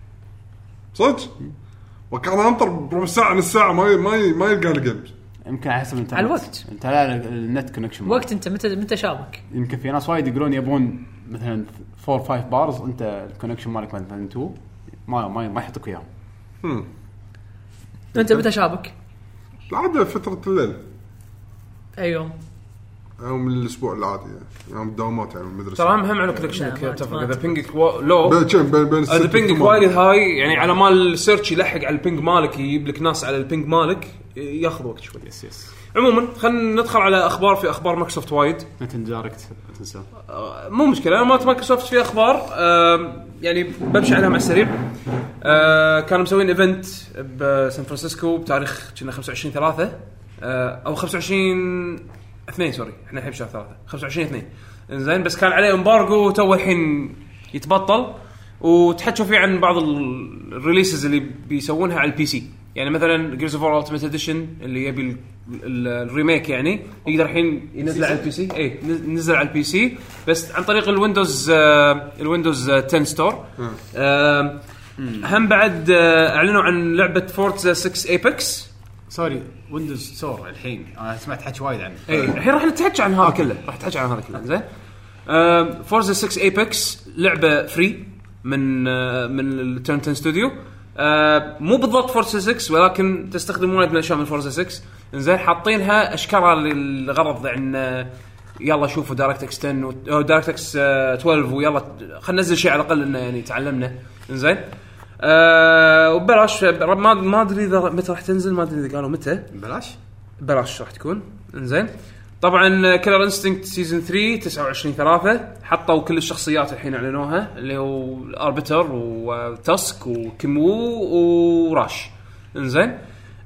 S2: صدق. وكان انطر بربع ساعه نص ساعه ما ما ما يلقى الجيمز
S1: يمكن على حسب انت
S3: على الوقت
S1: انت لا النت كونكشن
S3: وقت انت متى متى شابك.
S1: يمكن في ناس وايد يقولون يبون مثلا فور فايف بارز انت الكونكشن مالك مثلا اثنين ما ما ما يحطك اياه.
S2: امم
S3: انت متى شابك؟
S2: العاده فتره الليل.
S3: اي يوم؟
S2: يوم الاسبوع العادي يعني يوم الدوامات يعني المدرسه.
S4: ترى اهم على كونكشنك تفرق اذا بينجك لو
S2: بين بين
S4: اذا بينجك وايد هاي يعني على مال السيرش يلحق على البينج مالك يجيب لك ناس على البينج مالك ياخذ وقت شوي.
S1: يس يس.
S4: عموما خلينا ندخل على اخبار في اخبار مايكروسوفت وايد.
S1: نتندو دايركت تنسى
S4: آه مو مشكله انا مالت مايكروسوفت في اخبار آه يعني بمشي عليها مع السريع. آه كانوا مسوين ايفنت بسان فرانسيسكو بتاريخ كنا خمسة وعشرين ثلاثة آه او خمسة وعشرين اثنين سوري احنا الحين بشهر ثلاثة خمسة وعشرين اثنين انزين بس كان عليه امبارجو تو الحين يتبطل وتحكوا فيه عن بعض الريليسز اللي بيسوونها على البي سي يعني مثلا Gears of War Ultimate Edition اللي يبي الريميك يعني يقدر الحين ينزل على البي سي اي نزل على البي سي بس عن طريق الويندوز آه الويندوز عشرة ستور. آه هم بعد آه اعلنوا عن لعبه فورتزا ستة ايبكس
S1: سوري ويندوز ستور الحين انا سمعت حكي وايد عنه.
S4: اي الحين راح نتحكي عن هذا كله راح نتحكي عن هذا كله زين. آه فورتزا ستة ايبكس لعبه فري من آه من التيرن عشرة ستوديو. آه مو بالضبط فورتزا ستة ولكن تستخدم وايد من الاشياء من فورتزا ستة انزين حاطينها اشكالها للغرض عن آه يلا شوفوا دايركت اكس عشرة او دايركت اكس اثنا عشر ويلا خلينا ننزل شيء على الاقل انه يعني تعلمنا انزين. آه وبلاش ما ما ادري اذا متى راح تنزل ما ادري اذا قالوا متى
S1: بلاش
S4: بلاش راح تكون انزين. طبعا كلر انستنكت سيزون ثلاثة تسعة وعشرين ثلاثة حطوا كل الشخصيات الحين اعلنوها اللي هو الاربيتر وتاسك وكيمو وراش انزين.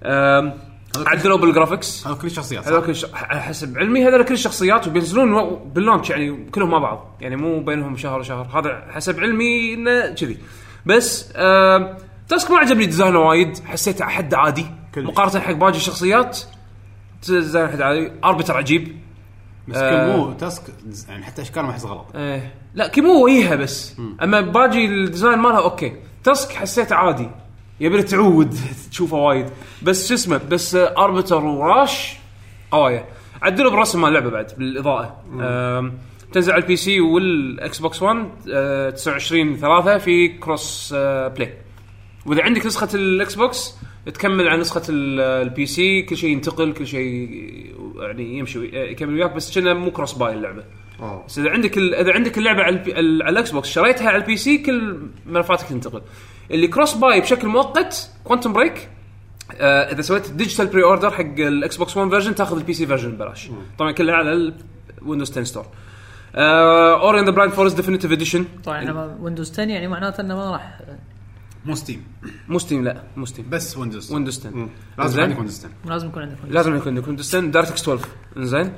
S4: عدلوا بالجرافيكس
S1: هذول كل الشخصيات
S4: هذول كل ش... حسب علمي هذول كل الشخصيات وبينزلون باللونش يعني كلهم مع بعض يعني مو بينهم شهر وشهر هذا حسب علمي انه كذي بس آه... تاسك ما عجبني ديزاينه وايد حسيته حد عادي مقارنه حق باقي الشخصيات ديزاين حد عادي. اربيتر عجيب
S1: بس آه... كيمو تاسك يعني حتى اشكال ما احس غلط
S4: ايه لا كيمو وياها بس م. اما باقي الديزاين مالها اوكي. تاسك حسيته عادي يبي تعود تشوفه وايد بس شو اسمه بس اربيتر وراش قوايه عدلوا بالرسم مال اللعبه بعد بالاضاءه. تنزل على البي سي والاكس بوكس واحد تسعة وعشرين ثلاثة في كروس بلاي واذا عندك نسخه الاكس بوكس تكمل على نسخه البي سي كل شيء ينتقل كل شيء يعني يمشي يكمل وياك بس كنا مو كروس باي اللعبه. اه بس اذا عندك اذا عندك اللعبه على الاكس بوكس شريتها على البي سي كل ملفاتك تنتقل. اللي كروس باي بشكل مؤقت كوانتم بريك آه اذا سويت ديجيتال بري اوردر حق الاكس بوكس واحد فيرجن تاخذ البي سي فيرجن ببلاش طبعا كلها على الويندوز عشرة ستور. اوري اند ذا بلايند فورست ديفينيتيف اديشن
S3: طبعا لما ويندوز عشرة يعني معناته انه ما راح
S1: مو ستيم
S4: مو ستيم لا مو ستيم
S1: بس ويندوز
S4: ويندوز عشرة
S1: لازم يكون ويندوز عشرة
S3: لازم يكون عندك
S4: لازم يكون عندك ويندوز عشرة دايركت اكس اثنا عشر انزين.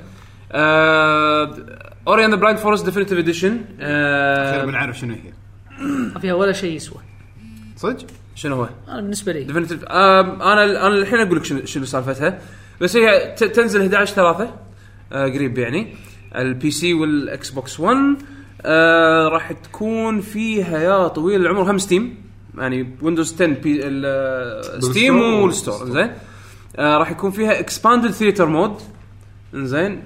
S4: اوري اند ذا بلايند فورست ديفينيتيف اديشن
S1: اخيرا بنعرف شنو هي
S3: ما فيها ولا شيء يسوى
S1: صدق.
S4: شنو هو
S3: انا بالنسبه لي
S4: ديفينيتيف انا انا الحين اقول لك شنو شنو سالفتها بس هي تنزل احد عشر ثلاثة آه قريب يعني البي سي والاكس بوكس واحد آه راح تكون فيها يا طويل العمر هم ستيم يعني ويندوز عشرة بي ستيم والستور زين. آه راح يكون فيها اكسباندد ثياتر مود زين.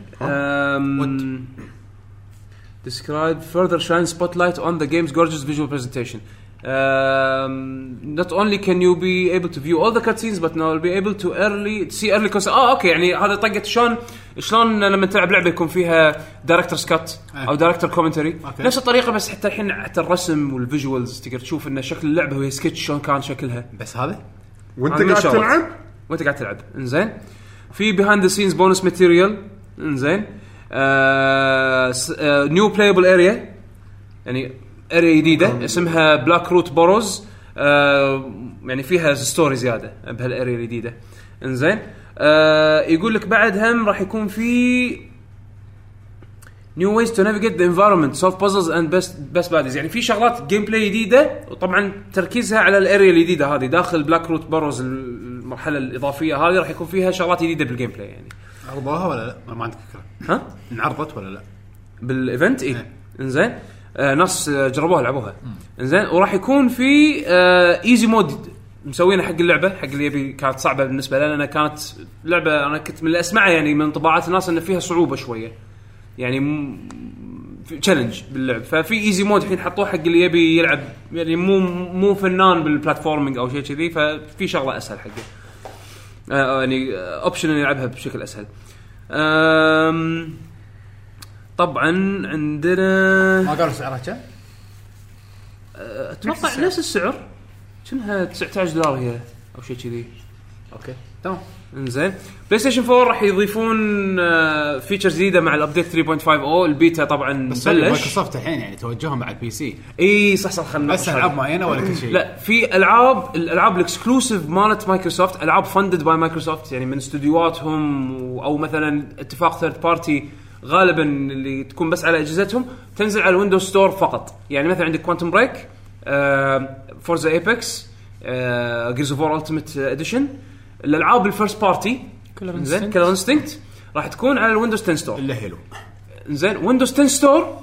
S4: describe further shine spotlight on the game's gorgeous visual presentation. Um, not only can you be able to view all the cutscenes but now you'll be able to early to see early cutscenes. اه اوكي يعني هذا طقت شلون شلون لما تلعب لعبه يكون فيها دايركتور سكات او دايركتور كومنتري نفس الطريقه بس حتى الحين حتى الرسم والفيجوالز تقدر تشوف ان شكل اللعبه وهي سكتش شلون كان شكلها
S1: بس هذا
S2: وانت قاعد تلعب
S4: وانت قاعد تلعب انزين. في behind the scenes bonus material انزين نيو بلايبل اريا يعني اريا جديده اسمها بلاك روت بوروز آه يعني فيها ستوري زياده بهالاريا الجديده انزين. آه يقول لك بعد هم راح يكون في new ways to navigate the environment solve puzzles and best best buddies يعني في شغلات جيم بلاي جديده وطبعا تركيزها على الاريا الجديده هذه داخل بلاك روت بوروز المرحله الاضافيه هذه راح يكون فيها شغلات جديده بالجيم بلاي يعني.
S1: عرضوها ولا لا ما عندك فكره
S4: ها
S1: انعرضت ولا لا
S4: بالايفنت اي انزين. آه ناس جربوها لعبوها انزين وراح يكون في آه ايزي مود مسوينه حق اللعبه حق اللي يبي كانت صعبه بالنسبه لنا. انا كانت لعبه انا كنت من اللي اسمعها يعني من طباعات الناس ان فيها صعوبه شويه يعني م... تشالنج باللعب. ففي ايزي مود الحين حطوه حق اللي يبي يلعب يعني مو مو فنان بالبلاتفورمينج او شيء كذي، ففي شغله اسهل حقه آه يعني اوبشن يلعبها بشكل اسهل. طبعا عندنا
S1: ما قالوا سعرها كم؟
S4: اتوقع نفس السعر، كأنها تسعة عشر دولار هي او شيء كذي.
S1: اوكي تمام.
S4: انزين بلاي ستيشن فور راح يضيفون فيتشر جديده مع الابديت ثري بوينت فايف او. البيتا طبعا
S1: بس مايكروسوفت الحين يعني توجههم مع البي سي.
S4: اي صح صح. خلنا
S1: بس العاب معينه ولا كل شيء؟
S4: لا في العاب الالعاب الاكسكلوسيف مالت مايكروسوفت، العاب فندد باي مايكروسوفت يعني من استديوهاتهم او مثلا اتفاق ثيرد بارتي غالبا اللي تكون بس على اجهزتهم تنزل على الويندوز ستور فقط. يعني مثلا عندك كوانتم بريك، فورزا ايبكس، جيرز اوف وور التيميت اديشن، الالعاب الفيرست بارتي زين كلر انستنكت راح تكون على الويندوز عشرة ستور.
S1: الا حلو
S4: زين ويندوز عشرة ستور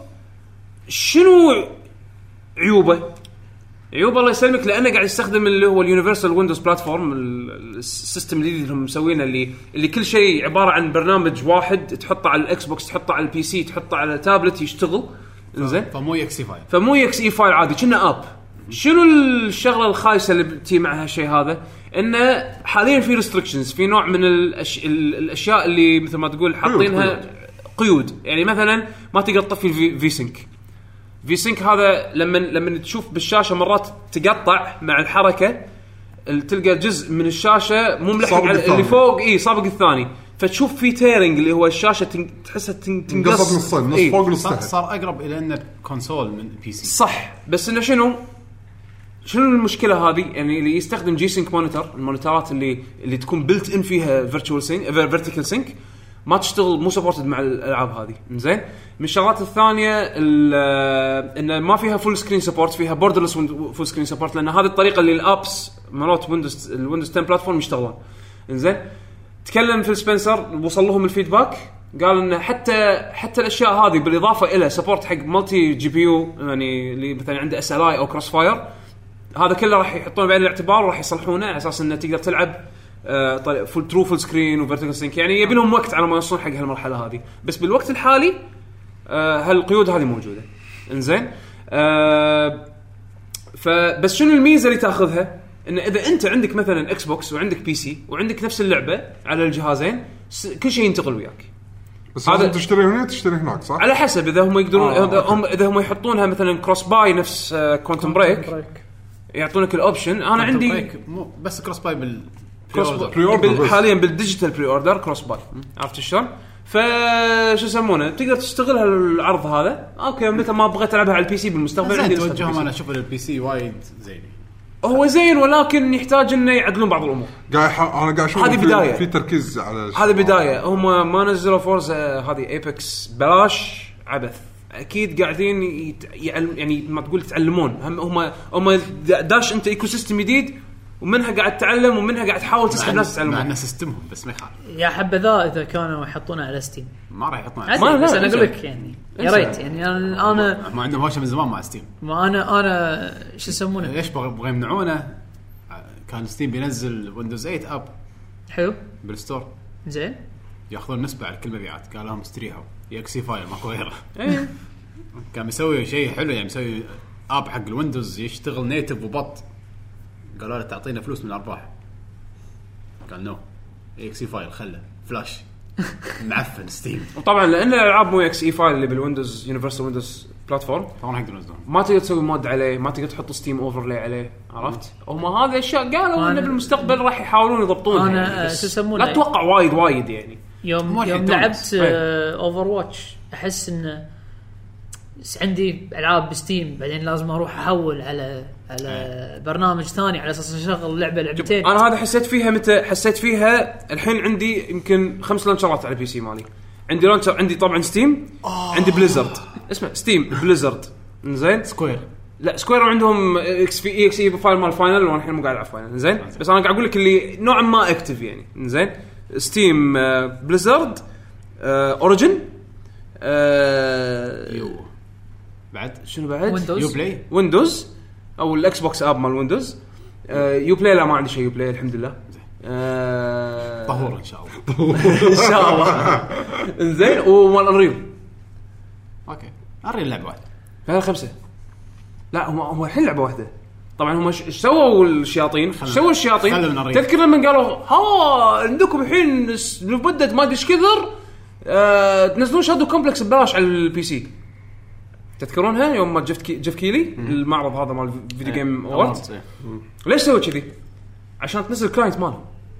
S4: شنو عيوبه؟ عيوبه الله يسلمك لانه قاعد يستخدم اللي هو اليونيفرسال ويندوز بلاتفورم، السيستم الجديد اللي هم مسوينه اللي اللي كل شيء عباره عن برنامج واحد تحطه على الاكس بوكس، تحطه على البي سي، تحطه على تابلت يشتغل. زين
S1: فمو اكس فايل
S4: فمو اكس اي فايل عادي كنا اب. شنو الشغله الخايسه اللي بتي مع هالشيء هذا؟ انه حاليا في ريستريكشنز، في نوع من الأش... الاشياء اللي مثل ما تقول حاطينها قيود. يعني مثلا ما تقدر تطفي الفي في سينك. في سينك هذا لما لما تشوف بالشاشه مرات تقطع مع الحركه، تلقى جزء من الشاشه مو ملحق على اللي فوق اي سابق الثاني، فتشوف في تيرنج اللي هو الشاشه تن... تحسها تن...
S2: تنقص نصين، نص فوق نص تحت.
S1: صار اقرب الى انه كونسول من البي سي.
S4: صح بس انه شنو شنو المشكله هذه؟ يعني اللي يستخدم جي سينك مونيتور، المونيتورات اللي اللي تكون بلت ان فيها فيرتشوال سينك فيرتيكال سينك ما تشتغل، مو سبورتد مع الالعاب هذه. زين من الشغلات الثانيه ان ما فيها فول سكرين سبورت، فيها بوردرلس فول سكرين سبورت، لان هذه الطريقه اللي الابس مالت ويندوز الويندوز عشرة بلاتفورم يشتغلون. زين تكلم في سبنسر وصل لهم الفيدباك، قال انه حتى حتى الاشياء هذه بالاضافه الى سبورت حق مالتي جي بي يو، يعني اللي مثلا عنده اس ال اي او كروس فاير، هذا كله راح يحطونه بعين الاعتبار وراح يصلحونه على اساس انه تقدر تلعب آه طريق فول ترو فول سكرين وفيرتيكال سينك. يعني يبي لهم وقت على ما يوصلون حق هالمرحله هذه، بس بالوقت الحالي آه هالقيود هذه موجوده. انزين آه فبس شنو الميزه اللي تاخذها؟ ان اذا انت عندك مثلا اكس بوكس وعندك بي سي وعندك نفس اللعبه على الجهازين، كل شيء ينتقل وياك.
S2: بس هذا تشتري هنا تشتري هناك صح؟
S4: على حسب اذا هم يقدرون آه هم اذا هم يحطونها مثلا كروس باي نفس آه كوانتم بريك يعطونك الاوبشن. انا عندي
S1: مو بس كروس باي بال
S4: كروس باي حاليا بالديجيتال بري اوردر كروس باي، عرفت شلون؟ فشو يسمونه تقدر تشتغل هالعرض هذا. اوكي متى ما بغيت العبها على البي سي بالمستقبل
S1: عندي توجههم. انا اشوف البي سي وايد زين،
S4: هو زين ولكن يحتاج انه يعدلون بعض الامور.
S2: قاعد ح... انا قاعد اشوف
S4: هذه بدايه،
S2: في تركيز على
S4: هذه بدايه. هم ما نزلوا فورزا هذه ايبكس بلاش عبث، اكيد قاعدين يت... يعلم يعني ما تقول يتعلمون. هم هم هم داش انت ايكو سيستم جديد ومنها قاعد تتعلم ومنها قاعد تحاول تسحب ناس يتعلمون.
S1: مع ان سيستمهم بس ما يخالف.
S3: يا حبذا اذا كانوا يحطونه على ستيم.
S1: ما راح يحطونه
S3: على ستيم، بس انا اقول لك يعني يا ريت. يعني انا انا
S1: ما عندهم هوشه من زمان مع ستيم.
S3: ما انا انا شو يسمونه
S1: ليش بغوا يمنعونه؟ كان ستيم بينزل ويندوز ثمانية اب
S3: حلو
S1: بالستور،
S3: زين
S1: ياخذون نسبه على كل مبيعات. قال لهم استريحوا يكسي فايل ماكو غيره. كان مسوي شيء حلو، يعني مسوي اب حق الويندوز يشتغل نيتف وبط. قالوا له تعطينا فلوس من الارباح، قال نو اكسي فايل خله فلاش معفن ستيم.
S4: وطبعا لان الالعاب مو اكس اي فايل اللي بالويندوز يونيفرسال ويندوز بلاتفورم
S1: طبعا يقدرون ينزلون،
S4: ما تقدر تسوي مود عليه، ما تقدر تحط ستيم اوفرلي عليه، عرفت؟ هم هذه اشياء قالوا انه بالمستقبل راح يحاولون يضبطونها.
S3: انا يعني شو يسمونه
S4: لا اتوقع وايد وايد يعني.
S3: يوم يوم لعبت اوفر واتش احس انه عندي العاب بستيم بعدين لازم اروح احول على على أه. برنامج ثاني على اساس اشغل لعبه لعبتين.
S4: انا هذا حسيت فيها متى حسيت فيها الحين عندي يمكن خمس لانشرات على البي سي مالي. عندي لانشر عندي طبعا ستيم أوه. عندي بليزرد اسمع ستيم بليزرد زين
S1: سكوير
S4: لا سكوير عندهم اكس في اي اكس اي فايل مال فاينل وانا الحين مو قاعد العب فاينل زين. بس انا قاعد اقول لك اللي نوعا ما اكتف يعني زين. ستيم بليزرد اوريجن
S1: يو بعد
S4: شنو بعد
S1: يو بلاي
S4: ويندوز او الاكس بوكس اب مال ويندوز يو بلاي. لا ما عندي شيء يو بلاي الحمد لله.
S1: طهور ان شاء الله
S4: ان شاء الله. انزين ومال انريل
S1: اوكي اري لعبه واحده
S4: هذا خمسه. لا هم هم الحين لعبه واحده. طبعا هم ايش سووا الشياطين؟ سووا الشياطين تذكر لما قالوا ها عندكم الحين مدة ما ادري ايش كثر أه تنزلون شادو كومبلكس ببلاش على البي سي. تذكرونها يوم ما جيف كي جيف كيلي المعرض هذا مال فيديو جيم وورد؟ ليش سووا كذي؟ عشان تنزل كلاينت ماله.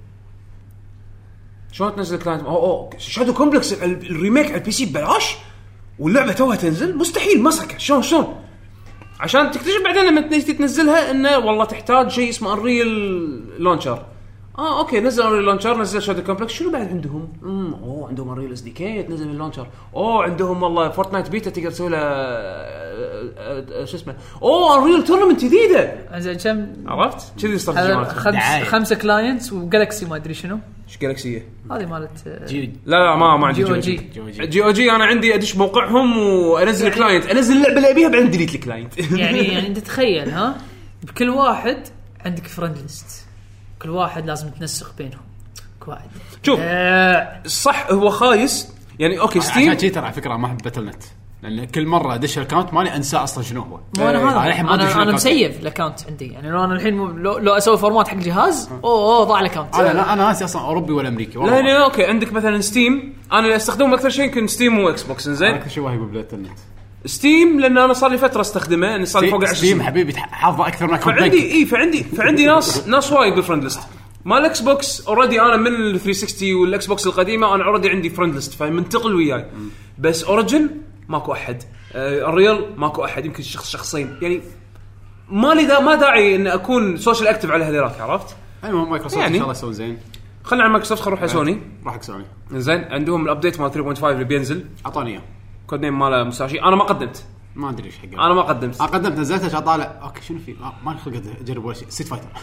S4: شلون تنزل كلاينت؟ اوه اوه شادو كومبلكس الريميك على البي سي ببلاش واللعبه توها تنزل؟ مستحيل مسكه. شلون شلون؟ عشان تكتشف بعدين لما تيجي تنزلها انه والله تحتاج شيء اسمه انريل لونشر. اه اوكي نزل انريل لونشر، نزل شادو كومبلكس. شنو بعد عندهم؟ امم اوه عندهم انريل اس دي كي تنزل من اللونشر. اوه عندهم والله فورتنايت بيتا تقدر تسوي له شو اسمه. اوه انريل تورنمنت جديده.
S3: زين كم
S4: عرفت كذي استراتيجيات.
S3: خمس خمسه كلاينتس وجالكسي ما ادري شنو
S4: ايش جالكسيه
S3: هذه مالت
S1: جي.
S4: لا لا ما ما عندي
S3: جي او جي.
S4: جي او جي انا عندي ادش موقعهم وانزل يعني كلاينت، انزل اللعبه اللي ابيها بعدين ديليت الكلاينت.
S3: يعني يعني انت تخيل ها بكل واحد عندك فريند ليست، كل واحد لازم تنسق بينهم. كل واحد
S4: شوف آه صح هو خايس يعني. اوكي ستيم
S1: عشان ترى على فكره ما احب باتل نت لان كل مره ادش الاكونت مالي انسى اصلا شنو هو.
S3: مو انا هذا انا انا, أنا مسيف الاكونت عندي يعني. لو انا الحين لو, لو اسوي فورمات حق جهاز اوه اوه ضاع الاكونت.
S1: انا لا انا ناسي اصلا اوروبي ولا امريكي
S4: والله. لا لا اوكي عندك مثلا ستيم انا اللي استخدمه اكثر شيء يمكن ستيم واكس بوكس. زين
S1: اكثر شيء واهي بباتل نت
S4: ستيم لان انا صار لي فتره استخدمه يعني صار لي فوق عشر
S1: ستيم حبيبي حافظه اكثر من اكونت.
S4: فعندي اي فعندي فعندي ناس ناس وايد بالفرند ليست مال الاكس بوكس اوريدي. انا من ال ثلاثمية وستين والاكس بوكس القديمه انا اوريدي عندي فرند ليست فمنتقل وياي. بس اوريجن ماكو احد، آه الريال ماكو احد، يمكن شخص شخصين يعني. ما لي دا ما داعي ان اكون سوشيال اكتف على هذيلاك. عرفت؟
S1: المهم مايكروسوفت يعني ان شاء الله يسوون زين.
S4: خلينا على مايكروسوفت خلينا نروح على سوني.
S1: راح حق سوني
S4: زين عندهم الابديت مال ثلاثة فاصلة خمسة اللي بينزل.
S1: اعطاني اياه
S4: كود نيم ماله مساشي. انا ما قدمت
S1: ما ادري ايش حقه.
S4: انا ما قدمت
S1: انا قدمت نزلته عشان طالع اوكي شنو في ما لي خلق اجرب ولا شيء. سيت فايتر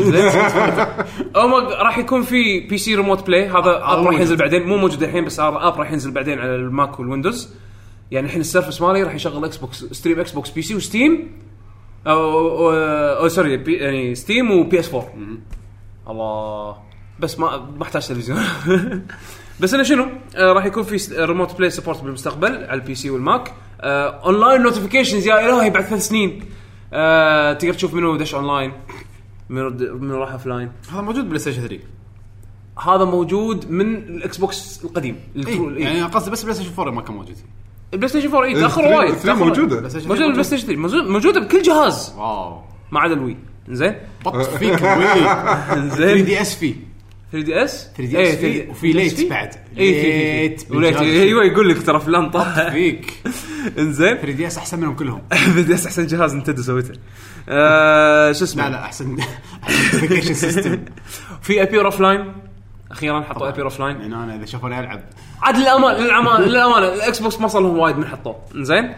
S4: او راح يكون في بي سي ريموت بلاي. هذا اب راح ينزل بعدين مو موجود الحين بس هذا اب راح ينزل بعدين على الماك والويندوز. يعني الحين السيرفس مالي راح يشغل اكس بوكس ستريم اكس بوكس بي سي وستيم او او, أو سوري بي يعني ستيم وبي اس أربعة. الله بس ما ما احتاج تلفزيون. بس انا شنو آه راح يكون في ريموت بلاي سبورت بالمستقبل على البي سي والماك. آه اونلاين نوتيفيكيشنز يا الهي بعد ثلاث سنين آه تقدر تشوف منو دش اونلاين منو منو راح اوفلاين.
S1: هذا موجود بلاي ستيشن ثلاثة.
S4: هذا موجود من الاكس بوكس القديم.
S1: إيه؟ يعني قصدي بس بلاي ستيشن أربعة ما كان موجود.
S4: البلاي ستيشن أربعة اي تاخر وايد.
S2: موجوده
S4: موجوده البلاي ستيشن ثلاثة موجود موجوده بكل جهاز.
S1: واو
S4: ما عدا الوي. زين
S1: بط فيك الوي. ثري دي اس في
S4: ثري دي اس
S1: ثري دي اس في وفي ليت بعد.
S4: ليت وليت ايوه يقول لك ترى فلان طاح
S1: فيك.
S4: انزين
S1: ثري دي اس احسن منهم كلهم.
S4: ثري دي اس احسن جهاز نتندو سويته. آه شو اسمه
S1: لا لا احسن ابلكيشن سيستم.
S4: في ابي اوف لاين اخيرا حطوا ابي اوف لاين.
S1: يعني انا اذا شافوني العب
S4: عاد للامان للامان للامان الاكس بوكس ما صار لهم وايد من حطوه. انزين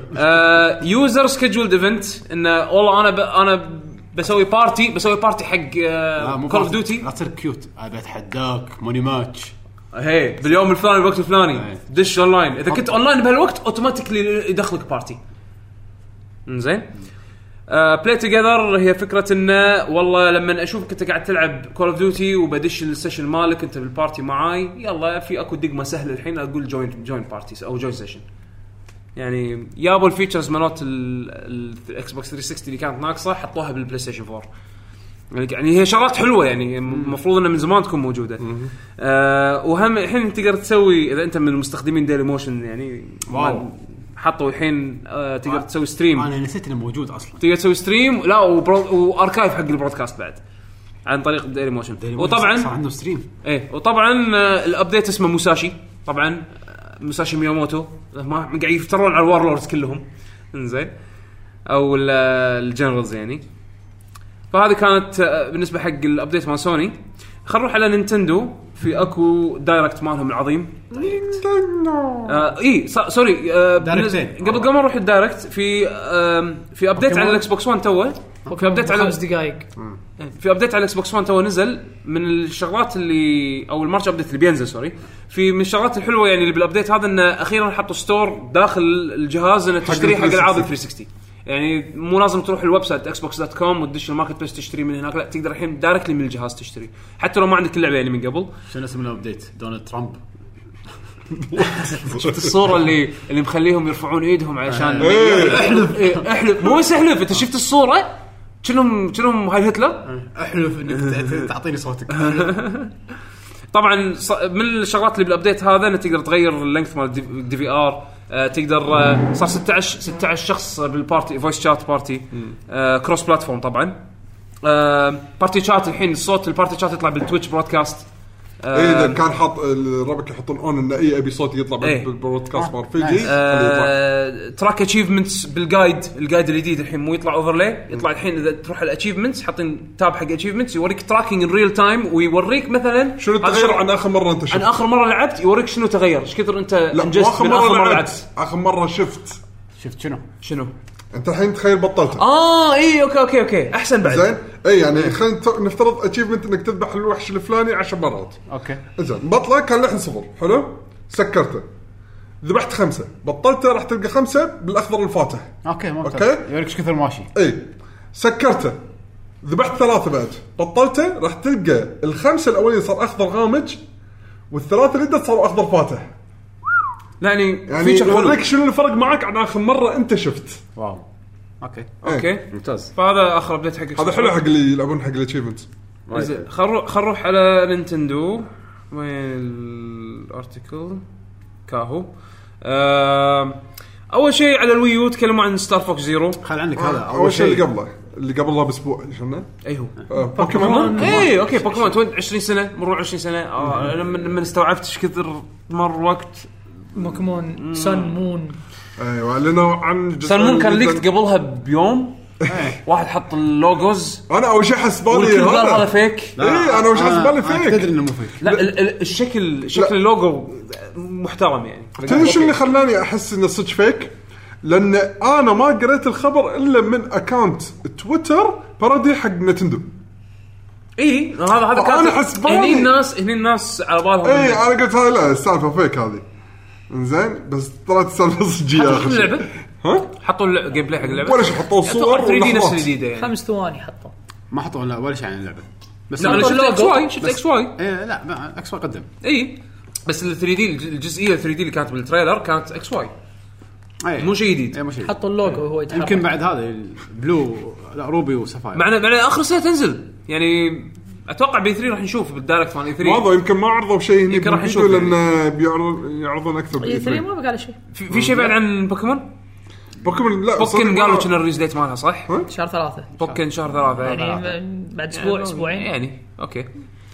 S4: آه يوزر سكيدجولد ايفنت انه والله انا ب... انا بسوي بارتي بسوي بارتي حق كول اوف ديوتي.
S1: لا تصير كيوت ابي اتحداك موني ماتش
S4: هي باليوم الفلاني بالوقت الفلاني دش اونلاين. اذا كنت اونلاين بهالوقت اوتوماتيكلي يدخلك بارتي. انزين بلاي توجذر هي فكره انه والله لما اشوفك انت قاعد تلعب كول اوف ديوتي وبدش السيشن مالك انت بالبارتي معاي يلا في اكو دقمه سهله الحين اقول جوين جوين بارتيز او جوين سيشن. يعني يابو الفيتشرز مالت الاكس بوكس ثلاثمية وستين اللي كانت ناقصه حطوها بالبلاي ستيشن أربعة. يعني هي شغلات حلوه يعني المفروض انها من زمان تكون موجوده. آه وهم الحين تقدر تسوي اذا انت من المستخدمين ديلي موشن يعني
S1: واو
S4: حطوا الحين آه تقدر تسوي ستريم.
S1: انا نسيت انه موجود اصلا.
S4: تقدر تسوي ستريم لا واركايف حق البرودكاست بعد عن طريق ديلي موشن. وطبعا
S1: صار عنده ستريم.
S4: ايه وطبعا آه الابديت اسمه موساشي. طبعا موساشي مياموتو ما قاعد يفترون على الوارلوردز كلهم. انزين او الجنرالز يعني. فهذه كانت بالنسبه حق الابديت مال سوني. خلينا نروح على نينتندو. في اكو دايركت مالهم العظيم نينتندو. آه اي سوري آه قبل قبل نروح الدايركت في آه في ابديت على الاكس بوكس ون توه. في ابديت على
S3: خمس دقائق.
S4: في ابديت على الاكس بوكس ون توه نزل من الشغلات اللي او المارش ابديت اللي بينزل سوري. في من الشغلات الحلوه يعني اللي بالابديت هذا انه اخيرا حطوا ستور داخل الجهاز انه تشتري حق العاب ثلاثمية وستين. يعني مو لازم تروح الويب سايت اكس بوكس دوت كوم وتدش الماركت بليس تشتري من هناك. لا تقدر الحين دايركتلي من الجهاز تشتري حتى لو ما عندك اللعبه يعني من قبل.
S1: شنو اسم الابديت؟ دونالد ترامب
S4: شفت الصوره اللي اللي مخليهم يرفعون ايدهم علشان احلف احلف مو بس احلف انت شفت الصوره كلهم كلهم هاي هتلر
S1: احلف انك تعطيني صوتك.
S4: طبعا من الشغلات اللي بالابديت هذا انك تقدر تغير اللينث مال دي في ار. آه تقدر آه صار ستة عشر ستة عشر شخص بالبارتي فويس شات بارتي آه كروس بلاتفورم طبعا. آه بارتي شات الحين الصوت البارتي شات يطلع بالتويتش برودكاست.
S2: آه اذا كان حاط الربك يحطون اون ان اي ابي صوت يطلع
S4: ايه
S2: بالبرودكاست مال فيجي.
S4: آه تراك اتشيفمنتس بالجايد الجايد الجديد الحين مو يطلع اوفرلاي يطلع الحين اذا تروح على الاتشيفمنتس حاطين تاب حق اتشيفمنتس يوريك تراكنج ان ريل تايم ويوريك مثلا
S2: شنو تغير عن اخر مره انت شفت.
S4: عن اخر مره لعبت يوريك شنو تغير ايش كثر انت
S2: انجزت من اخر مره لعبت. اخر مره شفت
S1: شفت شنو
S4: شنو
S2: انت الحين تخيل بطلتها.
S4: اه اي اوكي اوكي اوكي احسن بعد
S2: زين اي يعني خلينا نفترض اتشيفمنت انك تذبح الوحش الفلاني عشر مرات.
S1: اوكي
S2: زين بطله كان لحن صفر حلو سكرته ذبحت خمسة بطلته راح تلقى خمسة بالاخضر الفاتح.
S1: اوكي ممتاز
S2: اوكي
S1: يوريك ايش كثر ماشي.
S2: اي سكرته ذبحت ثلاثة بعد بطلته راح تلقى الخمسة الاولين صار اخضر غامج والثلاثة اللي صاروا اخضر فاتح.
S4: يعني
S2: يعني يوريك شنو اللي فرق معك عن اخر مره انت شفت.
S1: واو اوكي
S4: اوكي
S1: ممتاز.
S4: فهذا اخر ابديت حق
S2: هذا حلو حق اللي يلعبون حق الاتشيفمنت.
S4: زين خل خل نروح على نينتندو. وين الارتيكل كاهو. أه... اول شيء على الويو تكلموا عن ستار فوكس زيرو.
S1: خل عنك هذا
S2: آه. اول شيء اللي قبله اللي قبله باسبوع شنو
S4: ايوه
S2: آه. بوكيمون.
S4: اي اوكي بوكيمون عشرين سنه مروا عشرين سنه. آه. لما لما استوعبت ايش كثر مر وقت
S3: بوكيمون سن مون.
S2: ايوه اعلنوا عن
S4: سن مون كان ليكت قبلها بيوم. واحد حط اللوجوز
S2: انا اول شيء حس بالي
S4: هذا هذا فيك.
S2: اي انا وش حس بالي فيك
S1: تدري انه مو فيك.
S4: لا الشكل شكل اللوجو محترم يعني.
S2: تدري شو اللي خلاني احس انه صدق فيك لان انا ما قريت الخبر الا من اكاونت تويتر بارودي حق نينتندو.
S4: اي هذا هذا كان هني الناس هني الناس على بالهم.
S2: اي انا قلت هاي لا السالفه فيك هذه زين بس طلعت السالفه صجيه.
S4: حطوا اللعبه ها حطوا الجيم بلاي حق اللعبه
S2: ولا شيء حطوا صور
S4: ثري دي نفس الجديده يعني.
S3: خمس ثواني حطوا
S1: ما حطوا لا ولا شيء عن اللعبه
S4: بس لا انا شفت اكس واي شفت اكس واي.
S1: اي لا اكس واي قدم
S4: اي بس ال ثري دي الجزئيه ال ثري دي اللي كانت بالتريلر كانت اكس واي مو شيء جديد.
S1: اي مو شيء
S3: حطوا اللوجو وهو يتحرك.
S1: يمكن بعد هذا البلو لا روبي وسفاير
S4: معنا معنا اخر سنه تنزل يعني اتوقع بي ثري راح نشوف بالدايركت مال اي ثري.
S2: واضح يمكن ما عرضوا شيء هنا
S4: راح نشوف
S2: لان بيعرضون اكثر
S3: بي ثري ما بقى على شيء.
S4: في, في شيء بعد عن بوكيمون.
S2: بوكيمون لا
S4: بوكيمون قالوا كنا الريليز ديت مالها صح
S3: شهر ثلاثة.
S4: بوكيمون شهر ثلاثة
S3: يعني بعد اسبوع اسبوعين
S4: يعني اوكي.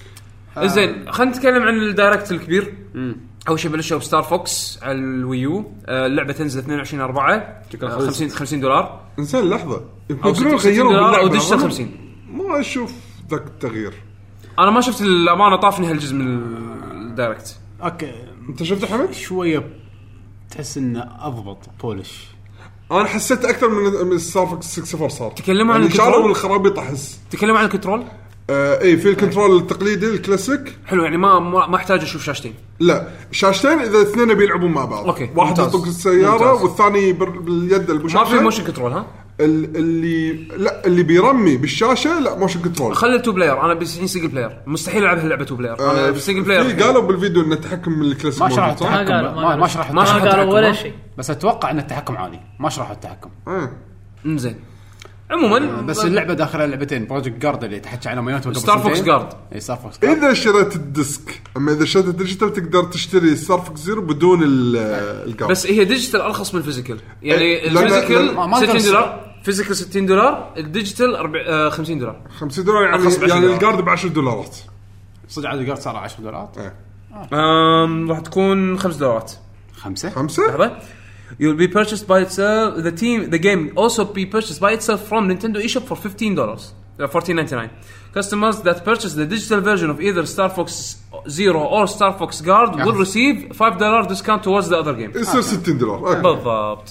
S4: زين خلينا نتكلم عن الدايركت الكبير. اول شيء بلشوا بستار فوكس على الويو. اللعبه تنزل اثنين وعشرين أربعة خمسين خمسين دولار.
S2: انسان لحظه
S4: يقولون غيروا او ديجيتال خمسين.
S2: ما اشوف ذاك التغيير.
S4: انا ما شفت الامانه طافني هالجزء من الدايركت.
S1: اوكي
S2: انت شفته حمد
S1: شويه تحس انه اضبط بولش.
S2: انا حسيت اكثر من من ستار فوكس ستة صفر صار.
S4: تكلموا عن
S2: الكنترول والخرابيط احس.
S4: تكلموا عن الكنترول.
S2: آه اي في الكنترول التقليدي الكلاسيك
S4: حلو يعني ما ما احتاج اشوف شاشتين.
S2: لا شاشتين اذا اثنين بيلعبون مع بعض.
S4: أوكي.
S2: واحد يطق السياره ممتاز. والثاني باليد البوشاشه.
S4: ما في موشن كنترول ها
S2: اللي لا اللي بيرمي بالشاشه لا موشن كنترول.
S4: خلي تو بلاير. انا بس سنجل بلاير مستحيل العب هاللعبه تو بلاير. آه انا بالسنجل بلاير
S2: في قالوا بالفيديو ان التحكم من الكلاسيك
S1: ما شرح التحكم ما ما شرح
S3: ما قالوا ولا شيء
S1: بس اتوقع ان التحكم عالي ما شرحوا التحكم.
S2: اه
S4: زين عموما
S1: بس اللعبه داخلها لعبتين بروجكت جارد اللي تحكي عنها مايوت
S4: ستار فوكس جارد.
S1: اي ستار فوكس
S2: اذا شريت الديسك اما اذا شريت الديجيتال تقدر تشتري ستار فوكس زيرو بدون الجارد.
S4: بس هي ديجيتال ارخص من الفيزيكال يعني الفيزيكال ستين دولار فيزيكال ستين دولار الديجيتال خمسين دولار
S2: خمسين دولار يعني يعني الجارد ب عشرة دولارات
S1: صدق عاد الجارد صار عشرة دولارات.
S2: ايه
S4: امم راح تكون خمسة دولارات.
S1: خمسة
S2: خمسة
S4: لحظه you'll be purchased by itself the team the game also be purchased by itself from Nintendo eShop for fifteen dollars fourteen ninety-nine. Customers that purchase the digital version of either Star Fox Zero or Star Fox Guard will receive five dollars discount towards the other game.
S2: يصير ستين دولار
S4: بالضبط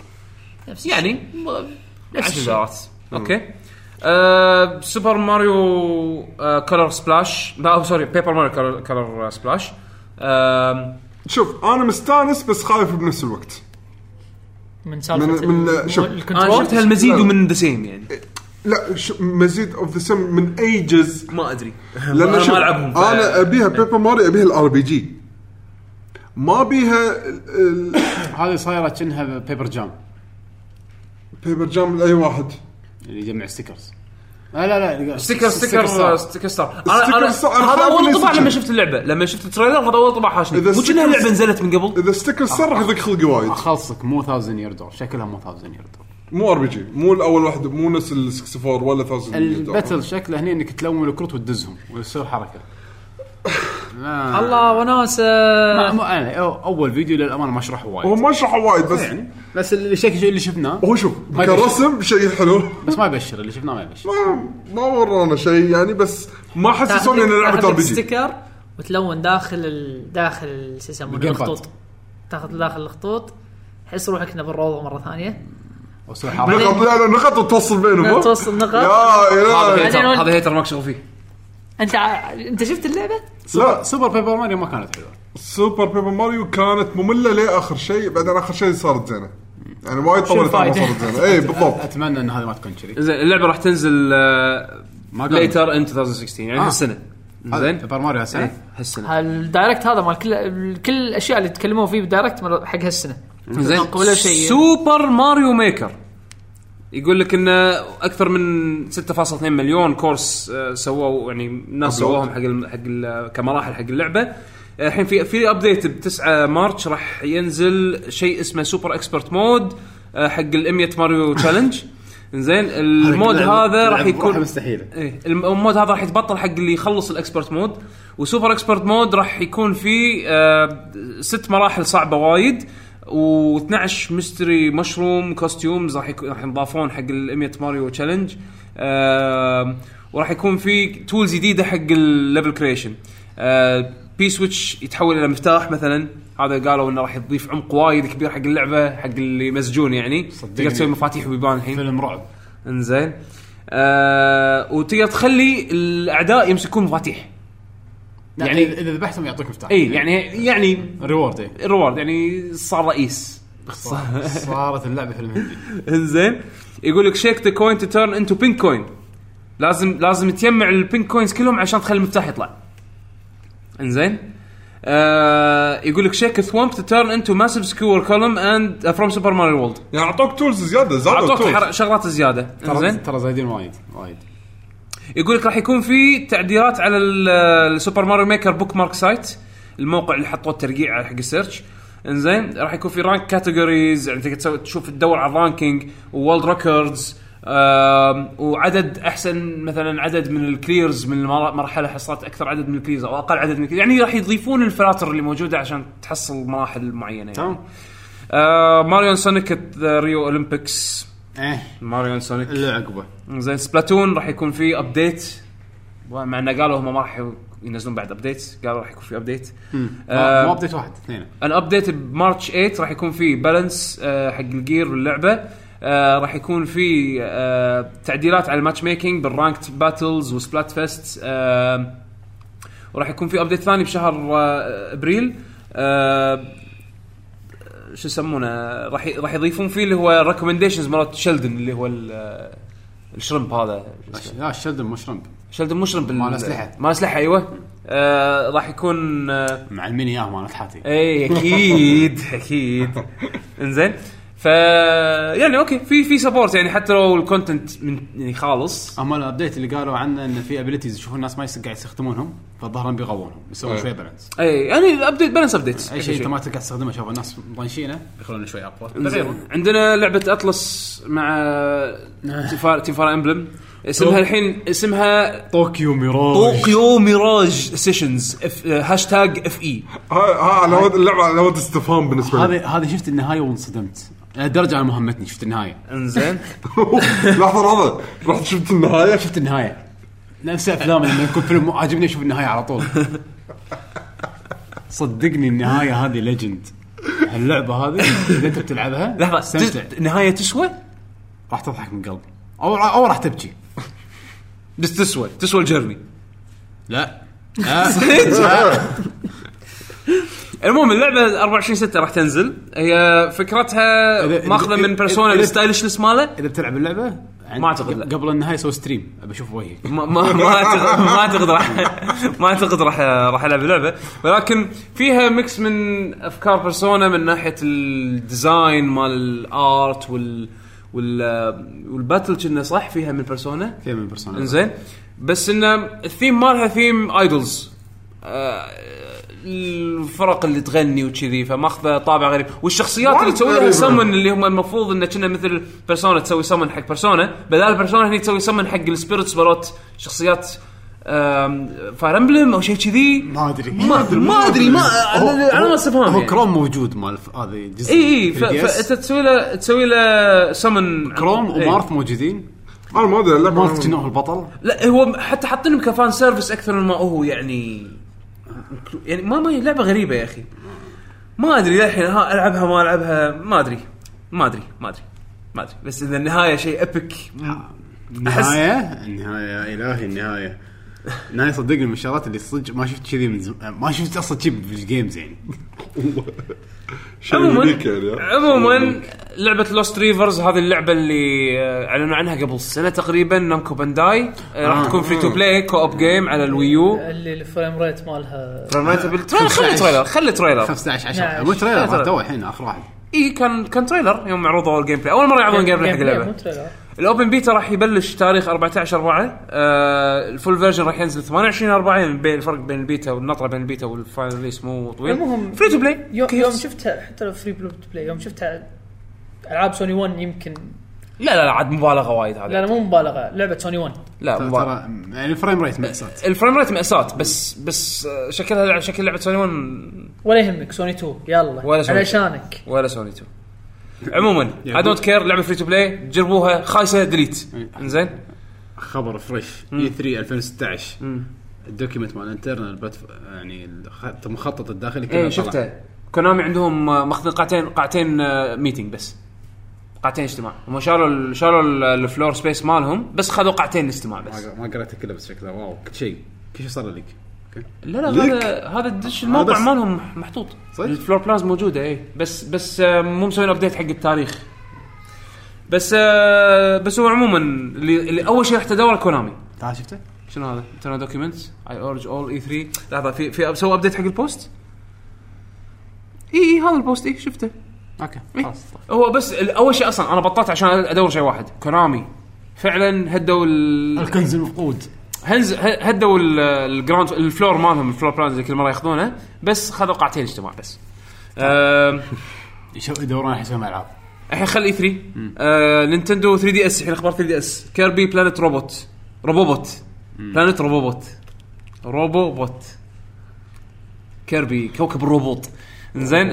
S4: يعني عشرة دولارات. اوكي سوبر ماريو كولر سبلاش لا سوري بيبر ماريو كولر سبلاش.
S2: شوف انا مستانس بس خايف بنفس الوقت
S3: من سالفه
S2: من, من شوف
S4: انا شفت هالمزيد ومن ذا سيم يعني
S2: لا مزيد اوف ذا سيم من ايجز
S4: ما ادري
S2: لان انا ما العبهم ف... انا ابيها بيبر ماريو ابيها الار بي جي ما بيها ال...
S1: هذه صايره كأنها بيبر جام.
S2: بيبر جام لاي واحد
S1: اللي يجمع ستيكرز. لا لا لا
S4: ستيكر ستيكر ستيكر ستار. هذا اول طبعا لما شفت اللعبه، لما شفت التريلر هذا اول طبعا حاشني. مو كأنها لعبه نزلت من قبل.
S2: اذا ستيكر ستار راح يضيق خلقي وايد.
S1: خلصك مو ألف يير دور، شكلها مو ألف يير دور،
S2: مو ار بي جي، مو الاول واحد، مو نفس ال أربعة وستين ولا ألف يير دور.
S1: الباتل شكله هني انك تلون الكروت وتدزهم ويصير حركه.
S3: الله وناسه.
S1: مو انا اول فيديو للامانه ما شرح وايد،
S2: هو ما شرح وايد بس
S1: يعني بس الشيء اللي شفناه
S2: هو شوف كرسم شيء حلو
S1: بس ما يبشر. اللي شفناه ما يبشر،
S2: ما, ما ورانا شيء يعني، بس ما حسسوني ان اللعبه ار بي جي.
S3: ستيكر وتلون داخل ال... داخل شو يسمونه الخطوط، تاخذ داخل الخطوط حس روحك انه بالروضه مره ثانيه
S2: وسوي حركه نقط. لا نقط وتوصل بينهم،
S3: توصل نقط.
S2: يا
S4: هذا هيتر ماكس فيه.
S3: انت انت شفت اللعبه؟
S2: لا
S1: سوبر بيبر ماريو ما كانت حلوه.
S2: سوبر بيبر ماريو كانت ممله ليه اخر شيء، بعدين اخر شيء صارت زينه يعني، وايد طولت ما صارت زينه. اي بالضبط.
S1: اتمنى ان هذه ما تكون كذي.
S4: زين اللعبه راح تنزل ليتر ان ألفين وستة عشر يعني هالسنه. زين
S1: بيبر ماريو هالسنه
S4: هالسنه
S3: هالدايركت هذا مال كل كل الاشياء اللي تكلموا فيه بالدايركت حق هالسنه.
S4: زين قبل شيء سوبر ماريو ميكر يقول لك انه اكثر من ستة فاصلة اثنين مليون كورس سووا يعني الناس سووهم حق ال حق ال كمراحل حق اللعبه. الحين في في ابديت ب تسعة مارس راح ينزل شيء اسمه سوبر اكسبرت مود حق ال100 ماريو تشالنج. زين المود هذا راح يكون
S1: مستحيل.
S4: ايه المود هذا راح يتبطل حق اللي يخلص الاكسبرت مود. وسوبر اكسبرت مود راح يكون فيه آه ست مراحل صعبه وايد و12 ميستري مشروم كوستيومز راح يكون راح ينضافون حق ال100 ماريو تشالنج. آه وراح يكون في تولز جديده حق الليفل كرييشن. آه بي سويتش يتحول الى مفتاح مثلا، هذا قالوا انه راح يضيف عمق وايد كبير حق اللعبه حق اللي يمزجون يعني. تقدر تسوي مفاتيح وبيبان الحين
S1: فيلم رعب.
S4: انزين آه وتقدر تخلي الاعداء يمسكون مفاتيح
S1: يعني اذا ذبحتهم يعطيك مفتاح.
S4: اي يعني يعني
S1: ريورد اي
S4: الريورد يعني صار رئيس
S1: صارت اللعبه فيلم هندي.
S4: انزين يقول لك شيك ذا كوين تو تيرن انتو بينك كوين، لازم لازم تجمع البينك كوينز كلهم عشان تخلي المفتاح يطلع. انزين آه يقول لك شيك ثوامب تو تيرن انتو ماسيف سكور كولوم اند فروم سوبر ماريو وورلد،
S2: يعني اعطوك تولز زياده زادوا
S4: اعطوك شغلات زياده.
S1: انزين ترى زايدين وايد وايد.
S4: يقول لك راح يكون في تعديلات على السوبر ماريو ميكر بوك مارك سايت، الموقع اللي حطوه الترقيع حق السيرش. انزين راح يكون في رانك كاتيجوريز، يعني تقدر تسوي تشوف تدور على الرانكينج وورلد ريكوردز وعدد احسن مثلا عدد من الكليرز من المرحله حصلت اكثر عدد من الكليرز او اقل عدد من الكليرز، يعني راح يضيفون الفلاتر اللي موجوده عشان تحصل مراحل معينه يعني. آه ماريو سونيك ريو اولمبيكس
S1: ايه
S4: ماريو سونيك
S1: اللي عقبه.
S4: زين سبلاتون راح يكون في ابديت، مع انه قالوا هم ما راح ينزلون بعد ابديت، قالوا راح يكون في ابديت.
S1: آه مو ابديت واحد اثنين.
S4: ان ابديت بمارش ثمانية راح يكون في بالانس آه حق الجير باللعبه. آه راح يكون في آه تعديلات على الماتش ميكينج بالرانكت باتلز وسبلات فيست. آه وراح يكون في ابديت ثاني بشهر آه ابريل آه شو يسمونه راح راح يضيفون فيه اللي هو ريكومنديشنز مالت شيلدن اللي هو الشرمب هذا.
S1: لا الشيلدن مو شرمب،
S4: شيلدن مو شرمب
S1: مال اسلحه
S4: مال اسلحه ايوه. آه راح يكون آه
S1: مع الميني ياه مالت حاتي.
S4: اي اكيد اكيد. انزين ف يعني اوكي في في سبورت يعني حتى لو الكونتنت من يعني خالص.
S1: اما الابديت اللي قالوا عنه ان في ابيليتيز يشوفون الناس ما قاعد يستخدمونهم فظهرا بيقوونهم يسوون شويه بالانس.
S4: اي يعني الابديت بالانس ابديت
S1: اي شيء انت ما تقدر تستخدمه شوف الناس مضيشينه يخلونه شوي اقوى.
S4: عندنا لعبه اطلس مع تيفار تيفار امبلم اسمها الحين اسمها
S1: طوكيو ميراج.
S4: طوكيو ميراج سيشنز هاشتاج اف اي.
S2: ها انا ود اللعبه على ود استفهام بالنسبه لي.
S1: هذه هذه شفت النهايه وانصدمت لدرجه انا مهمتني شفت النهايه.
S4: انزين
S2: لحظه لحظه رحت شفت النهايه
S1: شفت النهايه نفس افلام لما يكون فيلم عاجبني اشوف النهايه على طول. صدقني النهايه هذه ليجند. اللعبه هذه اذا انت بتلعبها
S4: لحظه النهايه تسوى
S1: راح تضحك من قلب او او راح تبكي
S4: بس تسوى تسوى الجيرني.
S1: لا لا
S4: المهم اللعبه أربعة وعشرين ستة راح تنزل. هي فكرتها ماخذه من بيرسونا الستايلشنس ماله.
S1: اذا بتلعب اللعبه
S4: ما اعتقد
S1: قبل النهايه سوي ستريم ابي اشوف وجهك.
S4: ما ما ما اعتقد ما اعتقد راح ما اعتقد راح راح العب اللعبه، ولكن فيها ميكس من افكار بيرسونا من ناحيه الديزاين مال الارت وال وال والباتل كنا صح فيها من بيرسونا
S1: فيها من بيرسونا
S4: انزين، بس ان الثيم مالها ثيم ايدولز، آه الفرق اللي تغني وكذي، فماخذه طابع غريب، والشخصيات اللي تسوي لها سمن اللي هم المفروض انه كنا مثل بيرسونا تسوي سمن حق بيرسونا، بدال بيرسونا هني تسوي سمن حق السبيريتس مالت شخصيات فاير امبلم او شيء كذي.
S1: ما ادري
S4: ما ما ادري ما انا ما استفهم.
S1: هو كروم موجود مال هذا جزء
S4: اي اي فانت تسوي له تسوي له سمن
S1: كروم ومارث موجودين.
S2: انا ما ادري لا
S1: مارث شنو البطل،
S4: لا هو حتى حاطينه كفان سيرفيس اكثر من ما هو يعني يعني ما ما هي لعبه غريبه يا اخي، ما ادري للحين ها العبها ما العبها ما ادري ما ادري ما ادري ما ادري بس اذا النهايه شيء ابيك.
S1: النهايه النهايه يا الهي النهايه النهايه صدقني من الشغلات اللي صدق ما شفت كذي من زم... ما شفت اصلا شيء بالجيمز يعني.
S4: عموما عموما لعبه لوست ريفرز هذه اللعبه اللي اعلنوا عنها قبل سنه تقريبا، نامكو بانداي راح تكون فري تو بلاي كو اوب جيم على الويو،
S3: اللي الفريم ريت مالها
S4: فريم ريت بالتريلر. خلي تريلر خلي تريلر
S1: خمسة عشر عشرة مو تريلر تو الحين اخر واحد.
S4: اي كان كان تريلر يوم عرضوا الجيم بلاي، اول مره يعرضون جيم بلاي حق اللعبه. الاوبن بيتا راح يبلش تاريخ أربعة عشر أربعة، آه الفول فيرجن راح ينزل ثمانية وعشرين أربعة، بين الفرق بين البيتا والنطره بين البيتا والفاينل ريليس مو طويل. فري تو بلاي
S3: يوم, يوم شفتها حتى لو فري تو بلاي يوم شفتها العاب سوني واحد يمكن
S4: لا لا لا عاد مبالغه وايد هذا.
S3: لا لا مو مبالغه، لعبه سوني واحد
S4: لا
S1: ترى يعني الفريم ريت مأساة،
S4: الفريم ريت مأساة بس بس شكلها لعبه شكل لعبه سوني واحد
S3: ولا يهمك سوني تو يلا علشانك
S4: ولا سوني تو. عموما I don't care، لعبه فري تو بلاي جربوها خايسه ديليت. انزين
S1: خبر فريش اي ثري ألفين وستة عشر الدوكيمنت مال انترنال بات يعني المخطط الداخلي كله
S4: ايه شفته. كونامي عندهم ماخذين قاعتين قاعتين ميتينج بس قاعتين اجتماع، هم شالوا شالوا الفلور سبيس مالهم بس خذوا قاعتين اجتماع بس.
S1: ما قرأت كله بس شكله واو كل شيء كل شيء صار لك.
S4: لا لا هذا هذا الدش الموقع مالهم محطوط الفلور بلانز موجوده ايه بس بس مو مسوين ابديت حق التاريخ بس بس هو عموما اللي, اللي اول شيء راح تدور كونامي.
S1: تعال شفته
S4: شنو هذا انترنال دوكيومنتس اي اورج اول اي ثري. لحظه في في سووا ابديت حق البوست. اي اي هذا البوست اي شفته
S1: اوكي
S4: خلاص. هو بس اول شيء اصلا انا بطلت عشان ادور شيء واحد. كونامي فعلا هدوا
S1: الكنز المفقود،
S4: هنز هدوا الجراوند الفلور مالهم الفلور بلانز اللي كل مره ياخذونها بس خذوا قاعتين اجتماع بس. امم
S1: يدورون حساب العاب
S4: الحين خلي ثري آه، نينتندو ثري دي اس الحين اخبار ثري دي اس كيربي بلانيت روبوت روبوبوت بلانيت روبوبوت روبوبوت كيربي كوكب الروبوت. انزين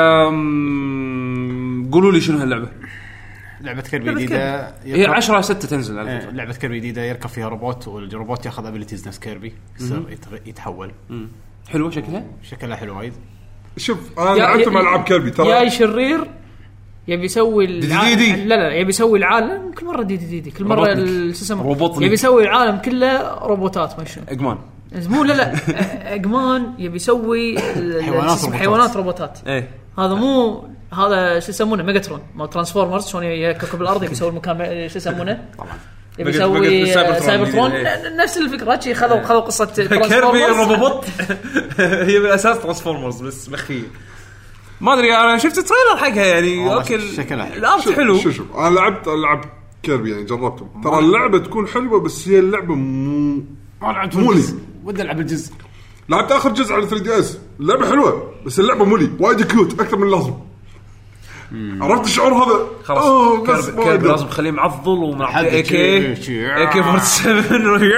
S4: قولوا لي شنو هاللعبه.
S1: لعبه كيربي جديده
S4: هي عشرة ستة تنزل على فكره.
S1: لعبه كيربي جديده يركب فيها روبوت والروبوت ياخذ ابيليتيز نفس كيربي يصير يتحول.
S4: حلوه شكلها
S1: شكلها حلو وايد.
S2: شوف انا لعبت مع العاب كيربي ترى
S3: يا شرير يبي يسوي العالم. لا لا يبي يسوي العالم كل مره دي دي دي كل مره السيستم يبي يسوي العالم كله روبوتات ما شنو
S4: اجمان
S3: مو لا لا اجمان يبي يسوي
S1: حيوانات
S3: حيوانات روبوتات.
S4: ايه
S3: هذا مو هذا شو يسمونه ميجاترون مال ترانسفورمرز شلون كوكب الارض يبي يسوي المكان شو يسمونه طبعا يبي يسوي سايبرترون نفس الفكره شيء. خذوا خذوا قصه
S4: كيربي روبوت هي بالاساس ترانسفورمرز بس مخفيه. ما ادري انا شفت تريلر حقها يعني اوكي
S1: شكلها
S4: الارت حلو.
S2: شوف شوف انا لعبت العب كيربي يعني جربتهم ترى اللعبه تكون حلوه بس هي اللعبه مو
S1: ما لعبت الجزء ودي العب الجزء.
S2: لعبت اخر جزء على ثري دي اس اللعبه حلوه بس اللعبه مولي وايد كيوت اكثر من اللازم. عرفت الشعور هذا
S4: خلاص كيربي لازم تخليه معضل ومعطي اي كي اي كي أربعة وسبعين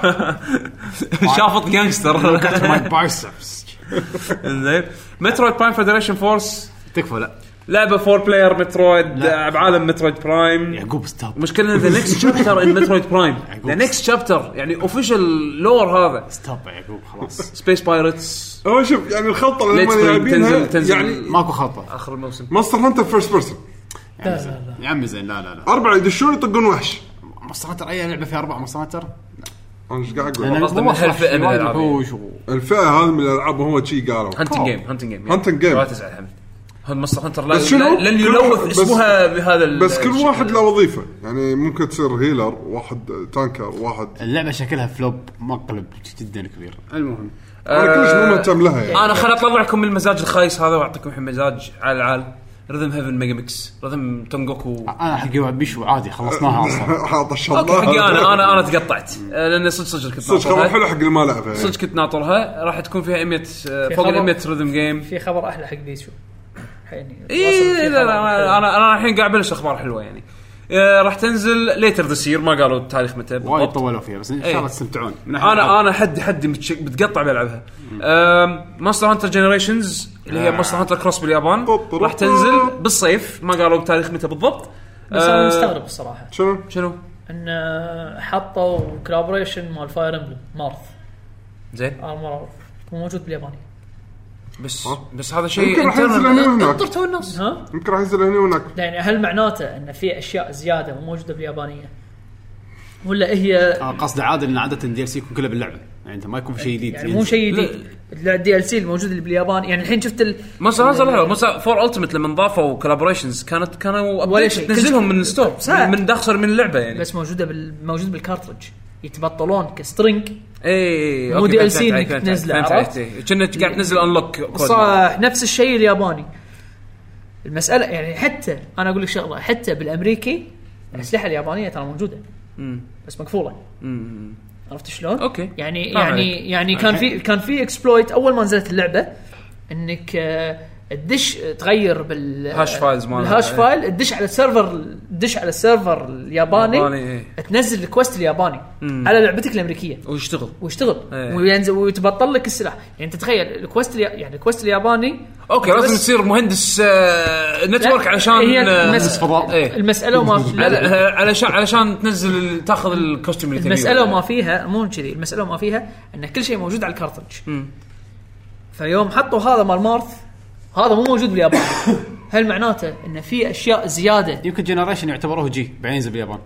S4: شافط جانجستر
S1: ماي بايسبس.
S4: زين مترويد برايم فيدريشن فورس
S1: تكفى لا
S4: لعبه فور بلاير مترويد بعالم مترويد برايم.
S1: يعقوب ستوب
S4: مشكلة ذا نيكست شابتر ان مترويد برايم ذا نيكست شابتر يعني اوفيشال لور هذا
S1: ستوب يعقوب خلاص.
S4: سبيس بايرتس
S2: هو شوف يعني الخلطه اللي ما يبينها يعني
S1: ماكو خلطه
S4: اخر الموسم
S2: ماستر هانتر فيرست بيرسون
S1: يا عمي زين. لا لا لا
S2: اربعه يدشون يطقون وحش.
S1: ماستر هانتر اي لعبه فيها اربع ماستر هانتر
S2: انا ايش قاعد اقول
S4: قصدي من هالفئه من الالعاب
S2: الفئه هذه من الالعاب هو شيء قالوا
S4: هانتنج جيم هانتنج جيم
S2: هانتنج جيم
S4: لا تزعل حمد هذا مونستر هانتر لن يلوث اسمها بهذا.
S2: بس كل واحد له وظيفه يعني ممكن تصير هيلر واحد تانكر واحد.
S1: اللعبه شكلها فلوب مقلب جدا كبير. المهم
S2: انا كلش مو مهتم لها يعني.
S4: انا خل اطلع لكم من المزاج الخايس هذا واعطيكم الحين مزاج على العال. رذم هيفن ميجا ميكس رذم تونغوكو.
S1: انا حقي بيشو عادي خلصناها اصلا.
S2: حاط الله
S4: اوكي حقي انا انا انا تقطعت لان صدق صدق كنت
S2: صدق خبر حلو حق اللي ما لعبها
S4: صدق كنت ناطرها. راح تكون فيها مية فوق ال مية رذم جيم.
S3: في خبر احلى حق بيشو يعني.
S4: اي لا انا انا انا الحين قاعد ابلش اخبار حلوه يعني. راح تنزل ليتر ذس يير ما قالوا التاريخ متى
S1: وايد طولوا فيها بس ان شاء الله تستمتعون.
S4: انا انا حد حد بتقطع بلعبها. مونستر هانتر جنريشنز اللي هي مونستر هانتر كروس باليابان راح تنزل بالصيف ما قالوا التاريخ متى بالضبط.
S3: بس انا مستغرب الصراحه.
S2: شنو
S4: شنو
S3: ان حطوا كولابوريشن مال فاير امبلم مارث
S4: زين
S3: اه موجود بالياباني
S4: بس بس هذا شيء
S3: انطرتوا الناس ها
S2: يمكن راح ينزل هنا وهناك.
S3: يعني هل معناته ان في اشياء زياده مو موجوده باليابانيه ولا هي
S1: اه قصد عادل ان عاده الدي ال سي يكون كله باللعبه يعني انت ما يكون شيء جديد
S3: يعني مو شيء جديد. الدي ال سي الموجود اللي باليابان يعني الحين شفت ال
S4: مثلا صراحه مثلا فور التيمت لما ضافوا كولابوريشنز كانت كانوا ابديت تنزلهم من الستور من داخل من اللعبه يعني
S3: بس موجوده بال موجود بالكارتريج يتبطلون كسترينج.
S4: اي
S3: مو دي ال سي انك تنزله
S4: كأنك قاعد تنزل انلوك
S3: صح نفس الشيء الياباني. المساله يعني حتى انا اقول لك شغله حتى بالامريكي الاسلحه اليابانيه ترى موجوده مم. بس مقفوله مم. عرفت شلون
S4: أوكي.
S3: يعني يعني يعني كان في كان في اكسبلويت اول ما نزلت اللعبه انك الدش تغير بالهاش
S4: فايلز مالها
S3: الهاش فايل الدش على السيرفر الدش على السيرفر الياباني
S4: ياباني.
S3: تنزل الكويست الياباني مم. على لعبتك الامريكيه
S4: ويشتغل
S3: ويشتغل ايه. وينزل ويتبطل لك السلاح يعني انت تخيل الكويست يعني الكويست الياباني
S4: اوكي لازم تصير مهندس آه نتورك علشان
S3: مهندس فضاء ايه. المساله وما
S4: علشان علشان تنزل تاخذ الكوستيوم اللي
S3: المساله وما فيها مو كذي المساله وما فيها ان كل شيء موجود على الكارتريج فيوم حطوا هذا مال مارث هذا مو موجود باليابان. هل معناته ان في اشياء زياده
S1: يمكن جنريشن يعتبروه جي بعدين ينزل باليابان.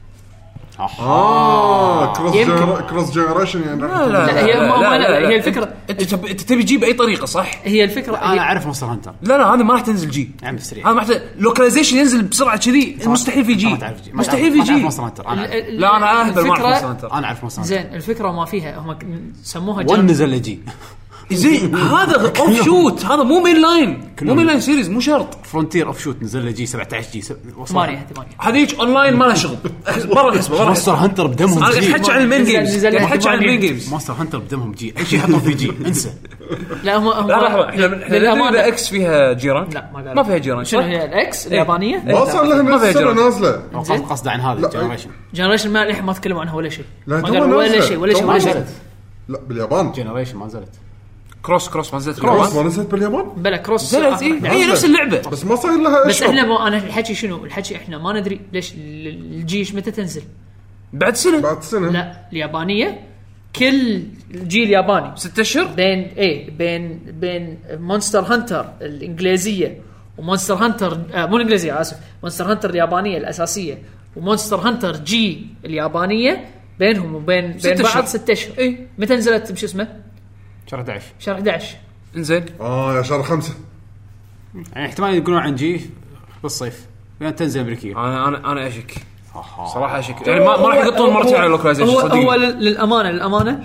S2: اه كروس جنر... كروس جنريشن يعني
S3: لا لا, لا, لا, هي, لا, لا, لا, لا هي الفكره
S4: انت تبي تجيب باي طريقه صح.
S3: هي الفكره
S1: انا
S3: هي...
S1: اعرف مونستر هانتر
S4: لا لا هذا ما راح تنزل جي
S1: عم بسريع
S4: هذا محتاج لوكاليزيشن ينزل بسرعه كذي مستحيل في جي مستحيل في جي لا انا اهبل ما اعرف مونستر هانتر
S1: انا اعرف مونستر
S3: زين الفكره ما فيها هم سموها
S1: جن ونزل جي
S4: زين هذا اوف شوت هذا مو مين لاين مو مين لاين سيريز مو شرط
S1: فرونتير اوف شوت نزل له جي سبعة عشر جي
S3: ثمانية
S4: هذيك اونلاين ما له شغل برا الحسبه برا
S1: مونستر هانتر بدمهم
S4: جي انا احكي عن المين جيمز احكي عن المين جيمز
S1: مونستر هانتر بدمهم جي اي شيء يحطوا في جي انسى
S3: لا هم
S4: لا لحظه احنا احنا اكس فيها جيران
S3: لا ما,
S4: ما فيها جيران
S3: شنو هي الاكس اليابانيه
S2: ما صار لها
S4: ما فيها جيران
S2: نازله
S1: قصد عن هذا جنريشن
S3: جنريشن ما لحين ما تكلموا عنها ولا شيء
S2: ما
S3: قالوا ولا شيء ولا شيء ما نزلت
S2: لا باليابان
S1: جنريشن ما نزلت
S4: كروس كروس ما نزلت
S2: كروس ما نزلت باليابان
S3: بلا كروس
S4: نزلت هي نفس اللعبه
S2: بس ما صار لها
S3: بس احنا ما انا الحكي شنو الحكي احنا ما ندري ليش الجيش متى تنزل
S4: بعد سنه
S2: بعد سنه
S3: لا اليابانيه كل الجيل الياباني
S4: ستة اشهر
S3: بين ايه بين بين مونستر هانتر الانجليزيه ومونستر هانتر آه مو الانجليزيه اسف مونستر هانتر اليابانيه الاساسيه ومونستر هانتر جي اليابانيه بينهم وبين بين بعض ستة اشهر
S4: ايه
S3: متى نزلت بش اسمه
S1: شهر احد عشر
S3: شهر احد عشر
S4: انزين
S2: اه يا شهر خمسة
S1: يعني احتمال يقولون عن جي بالصيف يعني تنزل امريكيه
S4: انا انا انا اشك صراحه اشك يعني ما ما راح يقطون مرتين على اللوكاليزيشن
S3: هو,
S4: صدقني
S3: هو للامانه للامانه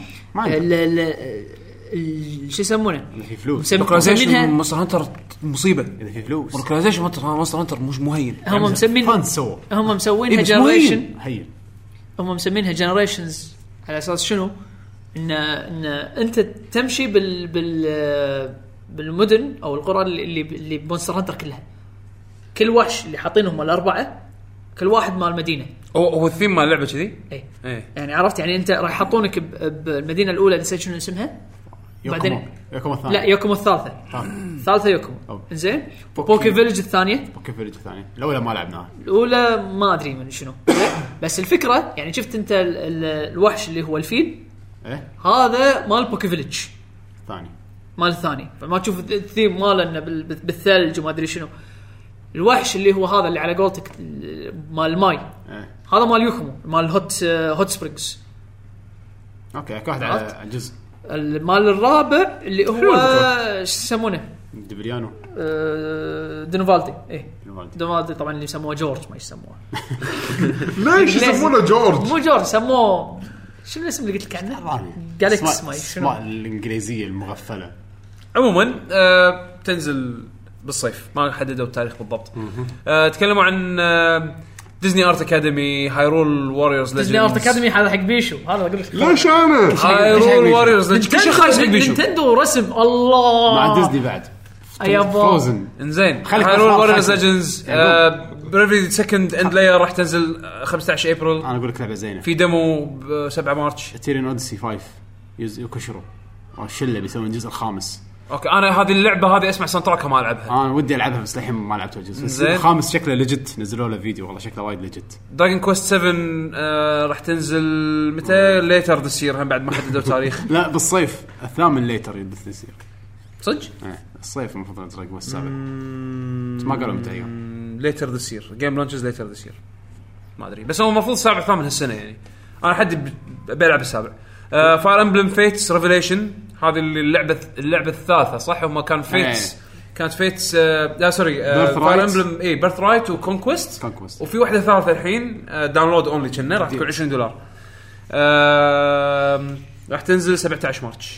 S3: شو يسمونه
S1: في فلوس
S4: لوكاليزيشن مونستر هانتر مصيبه
S1: اذا في فلوس
S4: لوكاليزيشن مونستر هانتر مش مهين
S3: هم مسمين هم مسوينها جنريشن
S1: هين
S3: هم مسمينها جنريشنز على اساس شنو ان ان انت تمشي بال بال بالمدن او القرى اللي اللي بمونستر هانتر كلها كل وحش اللي حاطينهم الاربعه كل واحد مال مدينه
S4: هو هو الثيم مال اللعبه كذي
S3: اي ايه. يعني عرفت يعني انت راح يحطونك بالمدينه الاولى نسيت شنو اسمها
S1: بعدين يوكومو الثانيه
S3: لا يوكومو الثالثه الثالثه يوكومو زين بوكي فيلج الثانيه
S1: بوكي فيلج الثانيه الاولى ما لعبناها
S3: الاولى ما ادري من شنو بس الفكره يعني شفت انت ال ال الوحش اللي هو الفيل
S1: ايه
S3: هذا مال بوكي فيلج
S1: ثاني
S3: مال الثاني فما تشوف الثيم ماله انه بالثلج وما ادري شنو الوحش اللي هو هذا اللي على قولتك مال الماي
S1: إيه؟
S3: هذا مال يوكومو مال هوت هوت سبرينجز
S1: اوكي واحد على الجزء
S3: المال الرابع اللي هو ايش يسمونه
S1: ديفيليانو
S3: أه دينوفالدي ايه دينوفالدي طبعا اللي يسموه جورج ما يسموه
S2: ليش يسمونه جورج
S3: مو جورج يسموه شنو الاسم اللي قلت لك عنه جالكس ما
S1: شنو الانجليزيه المغفله
S4: عموما أه تنزل بالصيف ما حددوا التاريخ بالضبط أه تكلموا عن أه ديزني ارت اكاديمي هايرول واريورز ليجندز
S3: ديزني ارت اكاديمي هذا حق بيشو هذا اقول لك
S2: ليش انا
S4: هايرول واريورز ليجندز كل شيء خارج حق بيشو
S3: نينتندو رسم الله
S1: مع ديزني بعد
S3: فروزن
S4: انزين هايرول واريورز ليجندز بريفي سكند اند لاير راح تنزل خمسة عشر ابريل
S1: انا اقول لك لعبه زينه
S4: في ديمو ب سبعة مارس
S1: تيرين اوديسي خمسة يكشروا او الشله بيسوون الجزء الخامس
S4: اوكي انا هذه اللعبه هذه اسمع ساوند تراك ما العبها
S1: انا ودي العبها بس الحين ما لعبتها الجزء الخامس شكله ليجيت نزلوا له فيديو والله شكله وايد ليجيت
S4: دراجون كويست سبعة آه راح تنزل متى ليتر تصير هم بعد ما حددوا تاريخ
S1: لا بالصيف الثامن ليتر يبث يصير
S4: صدق
S1: ايه الصيف المفروض دراجون كويست سبعة بس ما قالوا متى يوم
S4: ليتر تصير جيم لانشز ليتر تصير ما ادري بس هو المفروض سابع ثامن هالسنه يعني انا حد بلعب السابع آه فاير امبلم فيتس ريفيليشن هذه اللعبه اللعبه الثالثه صح وما كان فيتس أيه. كانت فيتس آه لا سوري فاير امبلم اي بيرث رايت وكونكويست وفي واحده ثالثه الحين آه داونلود اونلي كنا راح تكون عشرين دولار آه راح تنزل سبعة عشر مارس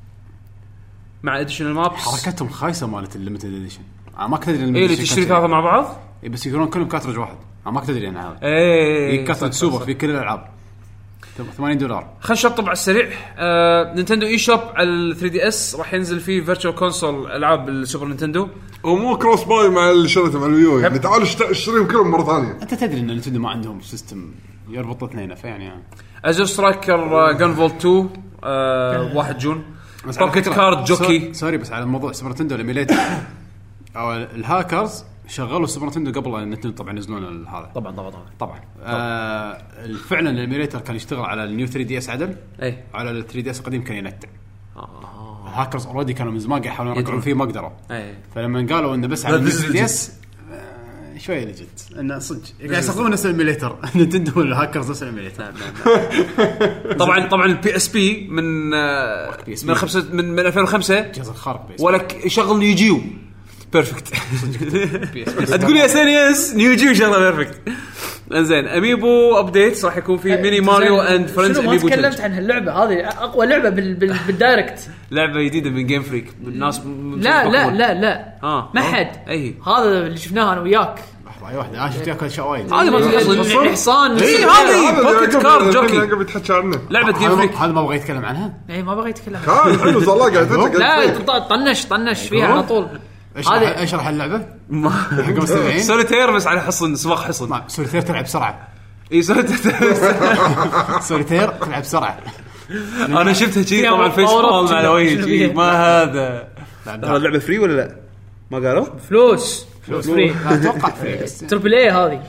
S4: مع اديشنال مابس
S1: حركتهم خايسه مالت الليمتد اديشن انا ما كنت ادري
S4: ايه اللي تشتري ثلاثه مع بعض
S1: اي بس يكونون كلهم كاترج واحد انا ما كنت ادري انا هذا
S4: ايه
S1: كاترج سوبر في كل الالعاب ثمانين دولار.
S4: خلينا نشطب على السريع. آه، نينتندو اي شوب على ال ثري دي اس راح ينزل فيه فيرتشوال كونسول العاب السوبر نينتندو
S2: ومو كروس باي مع اللي شريته مع الويو يعني تعالوا اشتريهم كلهم مره ثانيه.
S1: انت تدري ان نينتندو ما عندهم سيستم يربط اثنين فيعني يعني.
S4: ازر سترايكر جان فولت تو آه، واحد جون بوكيت كارد جوكي.
S1: سوري بس على موضوع سوبر نينتندو الايميليتر او الهاكرز شغلوا سوبر نينتندو قبل ان نينتندو طبعا ينزلون هذا.
S4: طبعا طبعا طبعا
S1: طبعا آه فعلا الايميليتر كان يشتغل على النيو ثري دي اس عدل.
S4: اي
S1: على ال ثري دي اس القديم كان ينتع. آه. الهاكرز اوريدي كانوا من زمان قاعد يحاولون يرجعون فيه ما قدروا. فلما قالوا انه بس على النيو ثري دي اس آه شويه لجت انه صدق قاعد يستخدمون نفس الايميليتر نينتندو والهاكرز نفس الايميليتر.
S4: طبعا طبعا البي اس بي من آه من خمسة من, من ألفين وخمسة
S1: جهاز خارق بس
S4: ولك يشغل يجيو بيرفكت. تقول يا سيريس نيو جيو شغله بيرفكت. انزين اميبو ابديتس راح يكون في ميني ماريو اند فريندز اميبو.
S3: ما تكلمت عن هاللعبه هذه اقوى لعبه بال بال بالدايركت.
S4: لعبه جديده من جيم فريك الناس
S3: لا لا لا لا
S4: آه.
S3: ما حد
S4: اي
S3: هذا اللي شفناه انا وياك.
S1: لحظه اي واحده انا شفت وياك اشياء وايد.
S4: هذه ما تحصل
S3: الحصان
S4: اي هذه بوكيت كارد جوكي
S2: قبل تحكي عنه
S4: لعبه جيم فريك.
S1: هذا ما بغى يتكلم عنها.
S3: اي ما بغى يتكلم
S2: كان حلو والله قاعد
S3: لا طنش طنش فيها على طول.
S1: هذه اشرح اللعبه
S4: سوليتير بس على حصن سباق حصن.
S1: سوليتير تلعب بسرعه.
S4: اي سوليتير
S1: سوليتير تلعب بسرعه.
S4: انا شفتها شيء طبعا فيس بالم على وجهي ما هذا اللعبه فري ولا لا ما قالوا
S3: فلوس فلوس فري
S1: اتوقع فري
S3: تربل اي هذه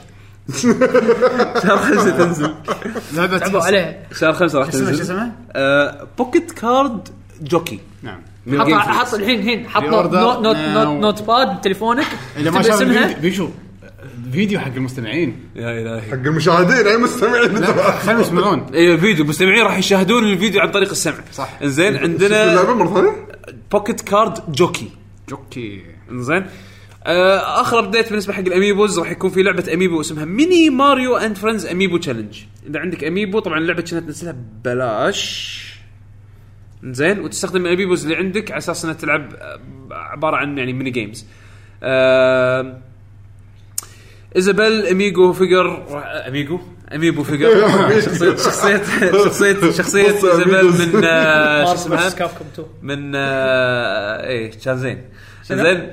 S4: شهر خمسة تنزل
S3: لعبه تعبوا عليها
S4: شهر خمسة راح تنزل.
S1: شو اسمها
S4: بوكيت كارد جوكي.
S1: نعم
S3: حط حط الحين الحين حط نوت نوت نوت نوت باد بتليفونك
S1: اذا ما شاف بيشوف فيديو حق المستمعين
S4: يا الهي
S2: حق المشاهدين اي مستمعين
S1: خلينا يسمعون
S4: اي فيديو المستمعين راح يشاهدون الفيديو عن طريق السمع
S1: صح.
S4: انزين عندنا
S2: اللعبه مره ثانيه
S4: بوكيت كارد جوكي
S1: جوكي
S4: انزين آه اخر ابديت بالنسبه حق الاميبوز راح يكون في لعبه اميبو اسمها ميني ماريو اند فريندز اميبو تشالنج. اذا عندك اميبو طبعا اللعبه كانت تنزلها ببلاش انزين وتستخدم الاميبوز اللي عندك على اساس انها تلعب عباره عن يعني ميني جيمز. آه إيزابيل أميغو فيجر أميغو أميبو فيجر شخصية شخصية شخصية شخصية إيزابيل من شو اسمها من إيه كان زين زين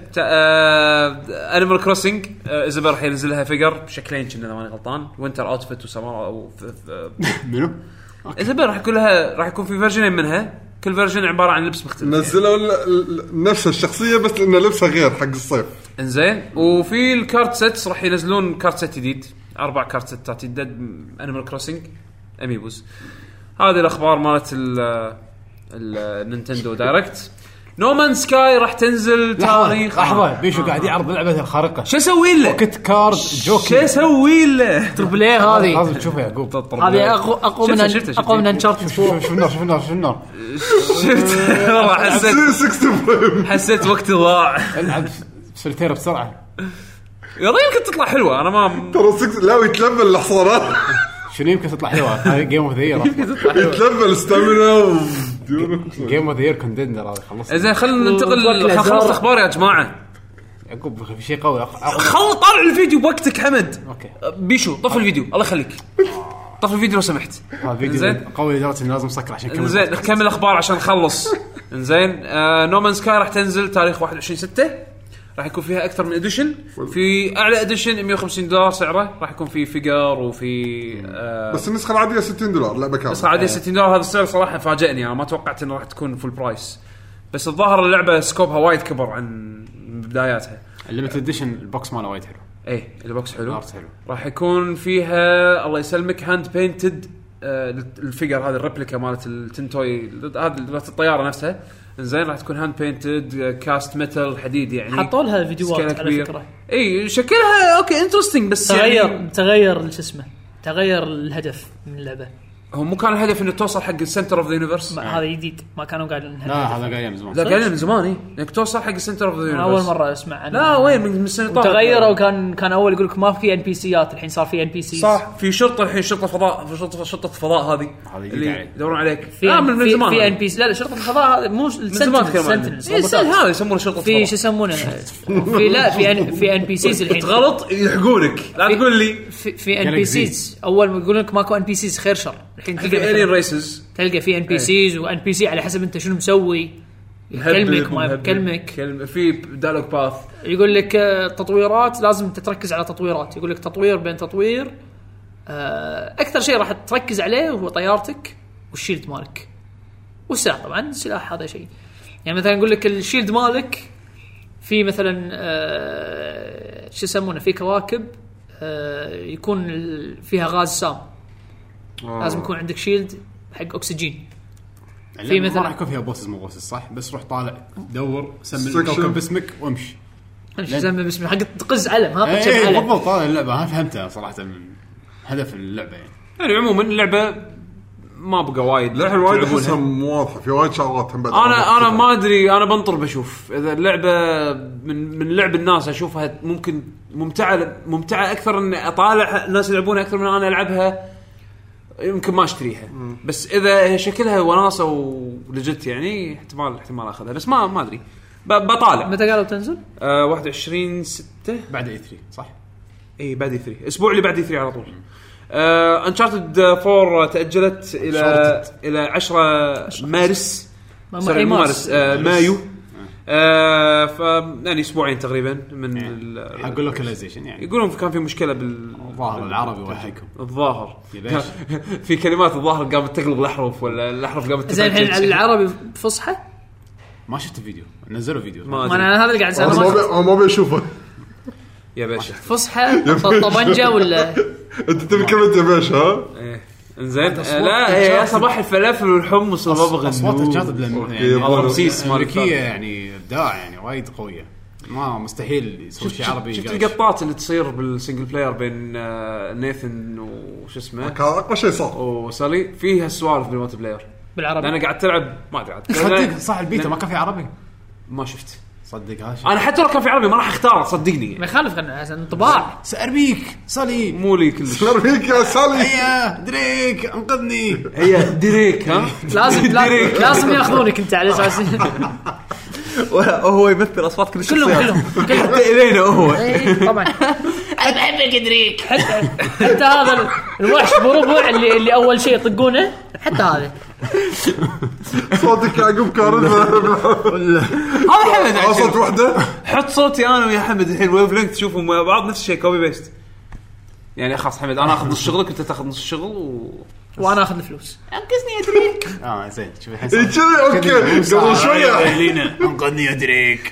S4: أنيمال كروسنج. إيزابيل راح ينزلها فيجر بشكلين كنا إذا ماني غلطان وينتر أوتفيت وسمر أو
S1: منو
S4: إيزابيل راح يكون لها راح يكون في فيرجنين منها كل فيرجن عبارة عن لبس مختلف.
S2: نزلوا نفس الشخصية بس لأن لبسها غير حق الصيف.
S4: إنزين وفي الكارت سيتس راح ينزلون كارت سيت جديد أربع كارت سيتات جديد أنيمال كروسنج أميبوز. هذه الأخبار مالت ال النينتندو دايركت. نومان سكاي راح تنزل تاريخ
S1: لحظه بيشو قاعد يعرض لعبه الخارقه
S4: شو اسوي له
S1: وكت كارد جوكر
S4: شو اسوي له
S3: تربل اي هذه
S1: لازم تشوفها يعقوب
S3: هذه اقوى اقوى من اقوى من انشارتد
S1: شوف شوف النار شوف النار شوف النار
S4: شفت والله حسيت حسيت وقت ضاع
S1: العب سوليتير بسرعه
S4: يلا يمكن تطلع حلوه انا ما
S2: ترى سكس لا يتلبل الحصانات
S1: شنو يمكن تطلع حلوه هاي جيم اوف ذا يير
S2: يتلبل ستامينا
S1: جيم اوف ذا يير كوندندر هذا خلص
S4: زين خلينا ننتقل خلينا نخلص اخبار يا جماعه
S1: يعقوب في شيء قوي
S4: خل طالع الفيديو بوقتك حمد
S1: اوكي
S4: بيشو طف الفيديو الله يخليك طف الفيديو لو سمحت
S1: هذا فيديو قوي لدرجه اني لازم اسكر عشان كمل
S4: زين نكمل الاخبار عشان نخلص زين آه نومان سكاي راح تنزل تاريخ واحد وعشرين ستة راح يكون فيها اكثر من اديشن في اعلى اديشن مية وخمسين دولار سعره راح يكون في فيجر وفي آه
S2: بس النسخه العاديه ستين دولار لعبه كامله
S4: النسخه العاديه ستين دولار هذا السعر صراحه فاجئني انا ما توقعت انه راح تكون فول برايس بس الظاهر اللعبه سكوبها وايد كبر عن بداياتها
S1: الليمتد اديشن البوكس ماله وايد حلو
S4: ايه البوكس حلو
S1: ارت حلو
S4: راح يكون فيها الله يسلمك هاند بينتد آه الفيجر هذه الريبليكا مالت التنتوي هذه الطياره نفسها زين راح تكون هاند بينتد كاست ميتال حديد يعني
S3: حطوا لها فيديوهات على فكره
S4: اي شكلها اوكي انترستينج بس
S3: تغير
S4: يعني
S3: تغير شو اسمه تغير الهدف من اللعبه
S4: هو مو كان الهدف انه توصل حق السنتر اوف ذا يونيفرس
S3: هذا جديد ما كانوا قاعدين
S1: لا هذا قايل من زمان
S4: لا قايل من زمان اي انك توصل حق السنتر اوف ذا يونيفرس
S3: اول مره اسمع عنه
S4: لا وين من السنه طافت
S3: تغيروا كان كان اول يقول لك ما في ان بي سيات الحين صار في ان بي سي
S4: صح في شرطه الحين شرطه فضاء في شرطه شرطه فضاء هذه اللي يدورون عليك
S3: في من في, في ان بي سي لا لا شرطه الفضاء هذا مو السنتنلز
S4: هذا يسمونه شرطه
S3: في شو يسمونه في لا في ان في ان بي سيز الحين
S4: غلط يلحقونك لا تقول لي
S3: في, في ان بي سيز اول ما يقولون لك ماكو ان بي سيز خير شر الحين
S4: تلقى الين ريسز
S3: تلقى في ان بي سيز وان بي سي على حسب انت شنو مسوي يكلمك ما يكلمك
S4: كلمه في دايلوج باث
S3: يقول لك تطويرات لازم تركز على تطويرات يقول لك تطوير بين تطوير اكثر شيء راح تركز عليه هو طيارتك والشيلد مالك والسلاح طبعا السلاح هذا شيء يعني مثلا يقول لك الشيلد مالك في مثلا شو يسمونه في كواكب يكون فيها غاز سام آه. لازم يكون عندك شيلد حق اكسجين
S1: في مثلا راح يكون فيها بوسز مو بوسز صح بس روح طالع دور سمي الكوكب باسمك وامشي
S3: سمي باسمك حق تقز علم ها
S1: تقز علم بالضبط هذه اللعبه ها فهمتها صراحه من هدف اللعبه يعني
S4: يعني عموما اللعبه ما بقى وايد
S2: لا وايد احسها مو واضحه في وايد شغلات هم
S4: انا انا ما ادري انا بنطر بشوف اذا اللعبه من من لعب الناس اشوفها ممكن ممتعه ممتعه اكثر ان اطالع الناس يلعبونها اكثر من انا العبها يمكن ما اشتريها مم. بس اذا شكلها وناسه ولجت يعني احتمال احتمال اخذها بس ما ما ادري بطالع
S3: متى قالوا تنزل
S4: آه واحد وعشرين ستة
S1: بعد اي ثلاثة صح
S4: اي بعد اي ثلاثة الاسبوع اللي بعد اي ثلاثة على طول آه انشارتد أربعة تاجلت الى شارتت. الى عشرة مارس
S3: اي
S4: مارس آه مايو آه ف يعني اسبوعين تقريبا من
S1: يعني حق اللوكاليزيشن يعني
S4: يقولون كان في مشكله بالظاهر
S1: العربي وحيكم
S4: الظاهر في كلمات الظاهر قامت تقلب الاحرف ولا الاحرف قامت
S3: زين الحين العربي فصحى
S1: ما شفت الفيديو نزلوا فيديو
S3: ما انا هذا اللي قاعد
S2: اسوي ما بشوفه
S4: يا باشا
S3: فصحى طبنجه ولا
S2: انت تبي كلمه يا باشا ها
S4: ايه انزين لا يا صباح الفلافل والحمص وبابغ
S1: اصوات جاذب
S4: يعني رمسيس
S1: امريكيه يعني ابداع يعني وايد قويه ما مستحيل يسوي شيء عربي
S4: شفت القطات اللي تصير بالسنجل بلاير بين نيثن وش اسمه
S2: اقوى شيء صار
S4: وسالي فيها السوالف بالموت بلاير
S3: بالعربي
S4: انا قاعد تلعب ما ادري
S1: صدق صح البيتا ما كان في عربي
S4: ما شفت
S1: صدق هاش
S4: انا حتى لو كان في عربي ما راح اختار صدقني
S3: ما يخالف خلنا انطباع
S1: سأربيك سالي
S4: مو لي كلش
S2: سأربيك يا سالي
S1: هيا دريك انقذني
S4: هي دريك ها
S3: لازم لازم ياخذونك انت على اساس
S4: وهو يمثل اصوات كل
S3: كلهم كلهم
S4: حتى الينا هو
S3: طبعا احبك دريك حتى حتى هذا الوحش بربع اللي اللي اول شيء يطقونه حتى هذا
S2: صوتك يعقوب كارثه
S4: هذا حمد
S2: صوت وحده
S4: حط صوتي انا ويا حمد الحين ويف لينك تشوفوا مع بعض نفس الشيء كوبي بيست يعني خلاص حمد انا اخذ نص شغلك وانت تاخذ نص الشغل و...
S3: وانا اخذ الفلوس
S1: انقذني يا دريك اه زين شوف الحين
S2: اوكي قبل شويه
S1: لينا انقذني يا دريك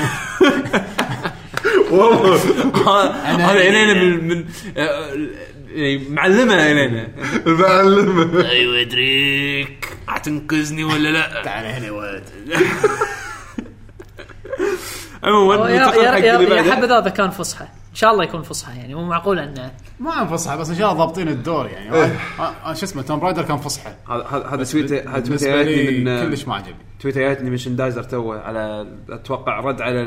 S2: والله
S4: هذا الينا من من معلمه الينا
S2: معلمه
S1: ايوه دريك هتنقذني ولا لا تعال هنا يا ولد
S4: عموما
S3: يا يا حبذا هذا كان فصحى ان شاء الله يكون فصحى يعني مو معقول انه
S1: ما فصحى بس ان شاء الله ضابطين الدور يعني
S2: إيه.
S1: آه شو اسمه توم رايدر كان فصحى
S4: هذا هذا تويت هذا تويت جاتني من
S1: كلش ما عجبني
S4: تويت جاتني من شندايزر تو على اتوقع رد على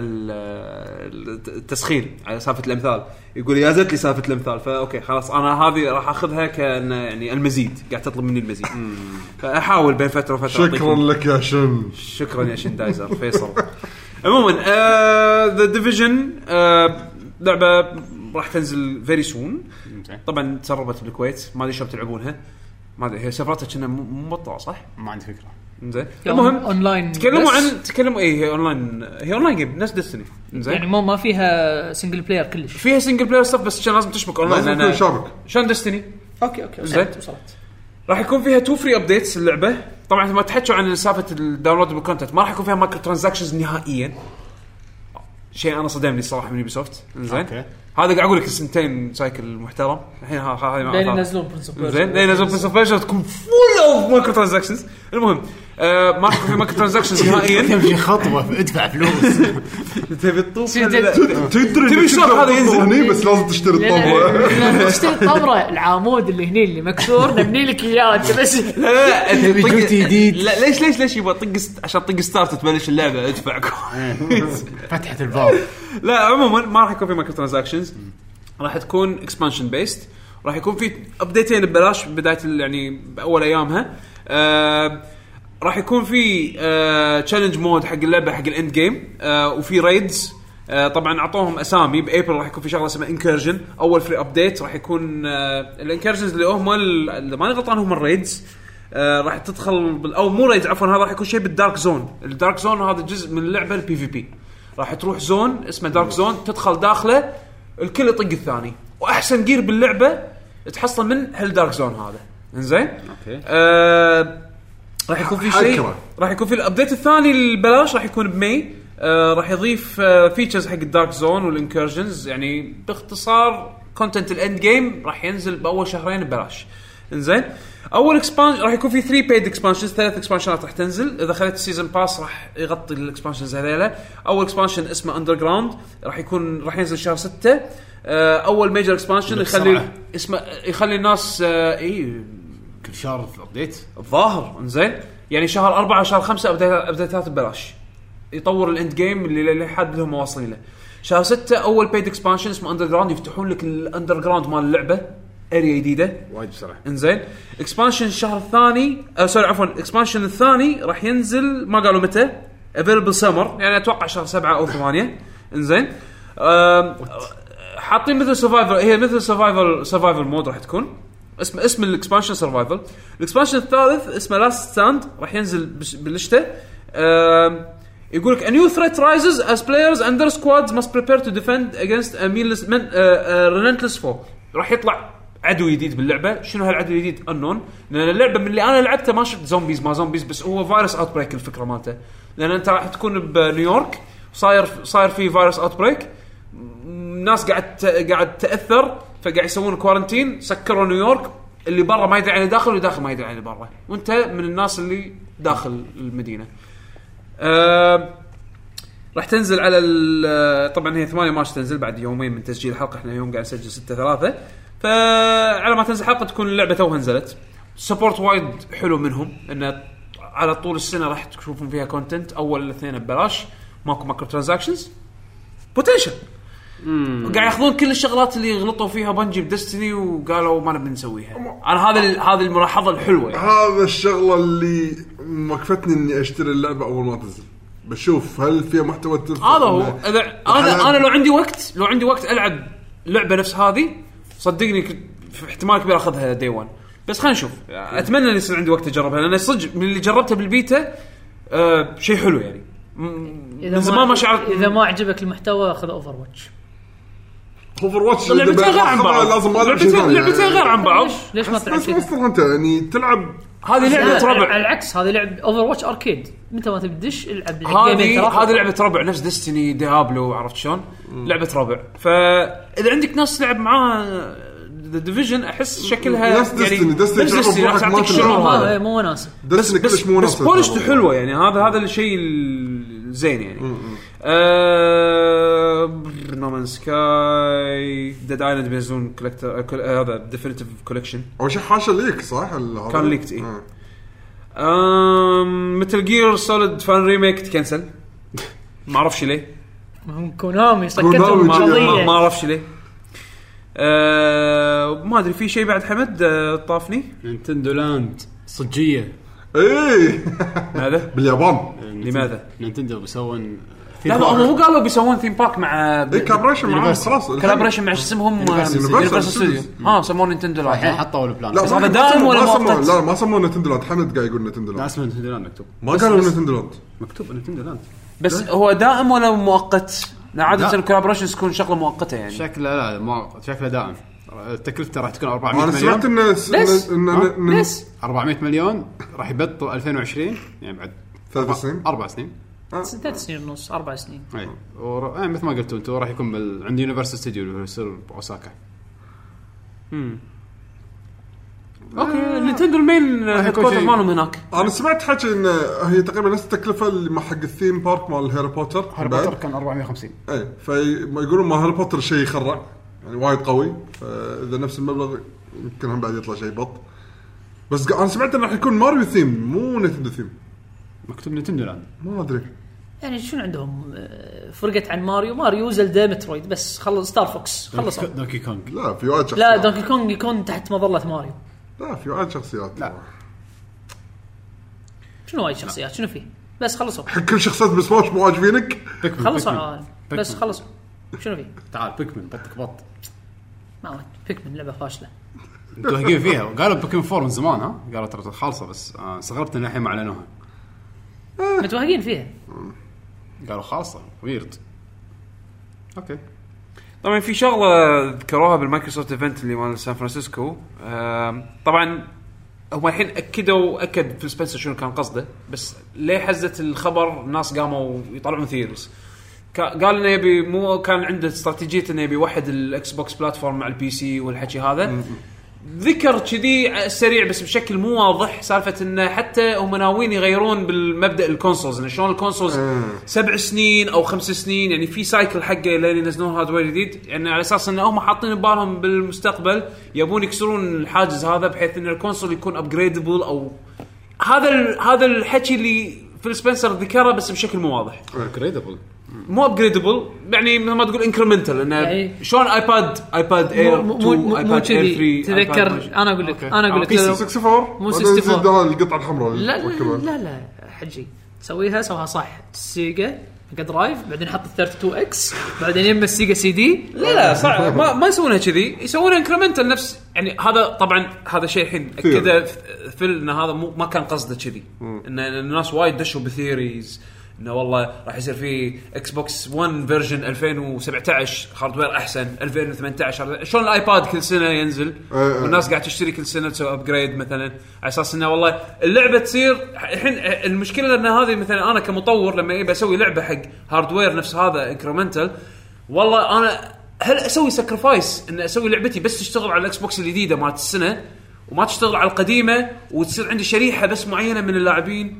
S4: التسخين على سالفه الامثال يقول يا زت لي سالفه الامثال فاوكي خلاص انا هذه راح اخذها كان يعني المزيد قاعد تطلب مني المزيد فاحاول بين فتره وفتره
S2: شكرا لك يا شن
S4: شكرا يا شندايزر فيصل عموما ذا ديفيجن لعبه راح تنزل فيري سون طبعا تسربت بالكويت ما ادري شو بتلعبونها ما ادري هي سفرتها كنا مبطئه صح
S1: ما عندي فكره
S4: زين المهم
S3: اونلاين
S4: تكلموا عن تكلموا ايه هي اونلاين هي اونلاين جيم نفس ديستني زين
S3: يعني مو ما فيها سنجل بلاير كلش
S4: فيها سنجل بلاير صف بس كان لازم تشبك اونلاين
S2: لازم تكون شابك
S4: شلون ديستني
S3: اوكي اوكي
S4: زين وصلت راح يكون فيها تو فري ابديتس اللعبه طبعا ما تحكوا عن سالفه الداونلودبل كونتنت ما راح يكون فيها مايكرو ترانزاكشنز نهائيا شيء انا صدمني الصراحه من يوبيسوفت زين هذا قاعد اقول لك السنتين سايكل محترم الحين هذه ما
S3: لين ينزلون برنس اوف
S4: زين لين ينزلون برنس اوف بيرجر تكون فول اوف مايكرو ترانزاكشنز المهم آه ما في مايكرو ترانزاكشنز نهائيا
S1: تمشي خطوه ادفع فلوس
S4: تبي الطوف
S2: تدري
S4: تبي شلون هذا ينزل
S2: هني بس لازم تشتري الطوبه
S3: تشتري الطبره العمود اللي هني اللي مكسور نبني لك اياه انت بس
S4: لا تبي جديد لا ليش ليش ليش يبغى طق عشان طق ستارت تبلش اللعبه ادفع
S1: فتحت الباب
S4: لا عموما ما راح يكون في مايكرو ترانزاكشنز راح تكون اكسبانشن بيست راح يكون في ابديتين ببلاش بدايه يعني باول ايامها آه راح يكون في تشالنج مود حق اللعبه حق الاند جيم آه وفي ريدز آه طبعا اعطوهم اسامي بابريل راح يكون في شغله اسمها انكرجن اول فري ابديت راح يكون آه الانكرجنز اللي هم اللي ما غلطان هم الريدز آه راح تدخل او مو ريدز عفوا هذا راح يكون شيء بالدارك زون الدارك زون هذا جزء من اللعبه البي في بي راح تروح زون اسمه دارك زون تدخل داخله الكل يطق الثاني واحسن جير باللعبه تحصل من هالدارك زون هذا انزين
S1: اوكي
S4: آه راح يكون في شيء راح يكون في الابديت الثاني البلاش راح يكون بماي آه راح يضيف آه فيتشرز حق الدارك زون والانكرجنز يعني باختصار كونتنت الاند جيم راح ينزل باول شهرين ببلاش انزين اول اكسبانشن راح يكون في ثلاثة بيد اكسبانشنز ثلاث اكسبانشنات راح تنزل اذا خليت السيزون باس راح يغطي الاكسبانشنز هذيلا اول اكسبانشن اسمه اندر جراوند راح يكون راح ينزل شهر ستة آه اول ميجر اكسبانشن يخلي اسمه يخلي الناس آه اي
S1: كل شهر ابديت
S4: الظاهر انزين يعني شهر أربعة شهر خمسة ابديتات ببلاش يطور الاند جيم اللي لحد لهم واصلين له شهر ستة اول بيد اكسبانشن اسمه اندر جراوند يفتحون لك الاندر جراوند مال اللعبه اريا جديده
S1: وايد بصراحه
S4: انزين اكسبانشن الشهر الثاني أه سوري عفوا اكسبانشن الثاني راح ينزل ما قالوا متى افيلبل سمر يعني اتوقع شهر سبعة او ثمانية انزين حاطين مثل سرفايفل هي مثل سرفايفل سرفايفل مود راح تكون اسم اسم الاكسبانشن سرفايفل الاكسبانشن الثالث اسمه لاست ستاند راح ينزل بالشتاء يقولك a new threat rises as players and their squads must prepare to defend against a meaningless uh, uh, relentless foe راح يطلع عدو جديد باللعبه شنو هالعدو الجديد unknown لان اللعبه من اللي انا لعبتها ما شفت زومبيز ما زومبيز بس هو فيروس اوت بريك الفكره مالته لان انت راح تكون بنيويورك صاير صاير في فيروس اوت بريك الناس قاعد قاعد تاثر فقاعد يسوون كوارنتين سكروا نيويورك اللي برا ما يدري عن داخل واللي داخل ما يدري عن برا وانت من الناس اللي داخل المدينه أه راح تنزل على طبعا هي ثمانية مارس تنزل بعد يومين من تسجيل الحلقه احنا يوم قاعد نسجل ستة ثلاثة فعلى ما تنزل حلقه تكون اللعبه توها نزلت سبورت وايد حلو منهم انه على طول السنه راح تشوفون فيها كونتنت اول الاثنين ببلاش ماكو مايكرو ترانزاكشنز بوتنشل قاعد ياخذون كل الشغلات اللي غلطوا فيها بنجي بدستني وقالوا ما نبي نسويها انا هذا هذه الملاحظه الحلوه يعني.
S2: هذا الشغله اللي وقفتني اني اشتري اللعبه اول ما تنزل بشوف هل فيها محتوى
S4: هذا هو اذا انا انا لو عندي وقت لو عندي وقت العب لعبه نفس هذه صدقني في احتمال كبير اخذها دي وان بس خلينا نشوف اتمنى ان يصير عندي وقت اجربها لان صدق من اللي جربتها بالبيتا أه شيء حلو يعني
S3: من زمان ما شعرت اذا ما عجبك المحتوى خذ اوفر واتش
S2: اوفر واتش
S4: لعبتين غير عن بعض
S2: لازم
S4: لعبتين غير عن بعض
S3: ليش ما تلعب
S2: شيء انت يعني تلعب
S4: هذه لعبه ربع
S3: على العكس هذه لعبه اوفر واتش اركيد متى ما تبدش العب
S4: هذه هذه لعبه ربع نفس ديستني ديابلو عرفت شلون لعبه ربع فاذا عندك ناس تلعب معاها ذا ديفيجن احس شكلها
S2: يعني ديستني ديستني
S4: تعطيك الشعور
S3: هذا مو وناسه
S2: بس بس
S4: بولشته حلوه يعني هذا هذا الشيء الزين يعني نومان سكاي ديد ايلاند بيزون كولكتر هذا ديفينيتيف كولكشن
S2: او شيء حاشا ليك صح
S4: كان ليكت اي امم متل جير سوليد فان ريميك تكنسل ما اعرفش ليه
S3: كونامي سكتهم
S4: ما اعرفش ليه أه ما ادري في شيء بعد حمد أه طافني
S1: نينتندو لاند صجيه
S2: ايه
S4: ماذا
S2: باليابان
S4: لماذا
S1: نينتندو بيسوون
S4: لا هم مو قالوا بيسوون ثيم بارك مع
S2: اي كابريشن مع خلاص
S4: كابريشن مع اسمهم يونيفرسال ستوديو ها سموه نينتندو لاند
S1: الحين حطوا البلان
S2: بس
S4: هذا دائم ولا مؤقت
S2: لا ما سموه نينتندو لاند حمد قاعد يقول نينتندو لاند
S1: لا اسمه نينتندو لاند مكتوب
S2: ما قالوا نينتندو لاند
S1: مكتوب نينتندو لاند
S4: بس هو دائم ولا مؤقت عادة الكولابريشن تكون شغله مؤقته يعني
S1: شكله لا ما شكله دائم تكلفته راح تكون أربعمية
S2: مليون
S1: مليون
S2: سمعت ان
S3: بس
S1: أربعمية مليون راح يبطل ألفين وعشرين يعني بعد
S2: ثلاث سنين
S1: أربع سنين
S3: ثلاث سنين ونص أربع سنين
S1: اي ور... يعني مثل ما قلتوا انتم راح يكون بال... عند يونيفرسال ستوديو اللي يصير باوساكا
S4: امم اوكي نينتندو المين هيدكوارتر مالهم هناك
S2: انا سمعت حكي ان هي تقريبا نفس التكلفه اللي مع حق الثيم بارك مال هاري بوتر
S1: هاري بوتر كان أربعمية وخمسين
S2: اي فما يقولون ما هاري بوتر شيء يخرع يعني وايد قوي فاذا نفس المبلغ يمكن هم بعد يطلع شيء بط بس انا سمعت انه راح يكون ماريو ثيم مو نينتندو ثيم
S1: مكتوب نينتندو الان
S2: ما ادري
S3: يعني شنو عندهم فرقت عن ماريو ماريو زلدا مترويد بس خلص ستار فوكس خلصوا
S1: دونكي كونغ
S2: لا في وايد
S3: لا دونكي كونغ يكون تحت مظله ماريو
S2: لا في وايد شخصيات
S1: لا
S3: شنو وايد شخصيات شنو فيه بس خلصوا
S2: كل شخصيات بسماش مو عاجبينك
S3: خلصوا بس خلصوا شنو فيه
S1: تعال بيكمن بطك بط
S3: ما بيكمن لعبه فاشله
S1: توهقين فيها قالوا بيكمن فور من زمان ها قالوا ترى خالصه بس آه استغربت ان الحين ما اعلنوها
S3: متوهقين فيها
S1: قالوا خالصه ويرد اوكي
S4: طبعا في شغله ذكروها بالمايكروسوفت ايفنت اللي مال سان فرانسيسكو طبعا هم الحين اكدوا اكد في سبنسر شنو كان قصده بس ليه حزت الخبر الناس قاموا يطلعون ثيريز قال انه يبي مو كان عنده استراتيجيه انه يبي يوحد الاكس بوكس بلاتفورم مع البي سي والحكي هذا ذكر كذي سريع بس بشكل مو واضح سالفه انه حتى هم ناويين يغيرون بالمبدا الكونسولز انه شلون الكونسولز سبع سنين او خمس سنين يعني في سايكل حقه لين ينزلون هاردوير جديد يعني على اساس انه هم حاطين ببالهم بالمستقبل يبون يكسرون الحاجز هذا بحيث ان الكونسول يكون ابجريدبل او هذا هذا الحكي اللي في سبنسر ذكره بس بشكل مو واضح
S1: ابجريدبل
S4: مو ابجريدبل يعني مثل ما تقول انكريمنتال انه يعني شلون ايباد ايباد اير
S3: مو ايباد اير ثلاثة تذكر انا اقول لك انا اقول لك
S2: ستة وستين
S3: مو ستة وستين
S2: القطعه الحمراء
S3: لا لا لا لا حجي سويها سوها صح السيجا ميجا درايف بعدين حط ثلاثة وثلاثين اكس بعدين يم السيجا سي دي
S4: لا لا صح ما ما يسوونها كذي يسوونها انكريمنتال نفس يعني هذا طبعا هذا شيء الحين اكد في ان هذا مو ما كان قصده كذي ان الناس وايد دشوا بثيريز انه والله راح يصير في اكس بوكس واحد فيرجن ألفين وسبعطعش هاردوير احسن ألفين وثمانية عشر شلون الايباد كل سنه ينزل والناس قاعد تشتري كل سنه تسوي ابجريد مثلا على اساس انه والله اللعبه تصير الحين المشكله ان هذه مثلا انا كمطور لما ابي اسوي لعبه حق هاردوير نفس هذا انكريمنتال والله انا هل اسوي ساكرفايس ان اسوي لعبتي بس تشتغل على الاكس بوكس الجديده مالت السنه وما تشتغل على القديمه وتصير عندي شريحه بس معينه من اللاعبين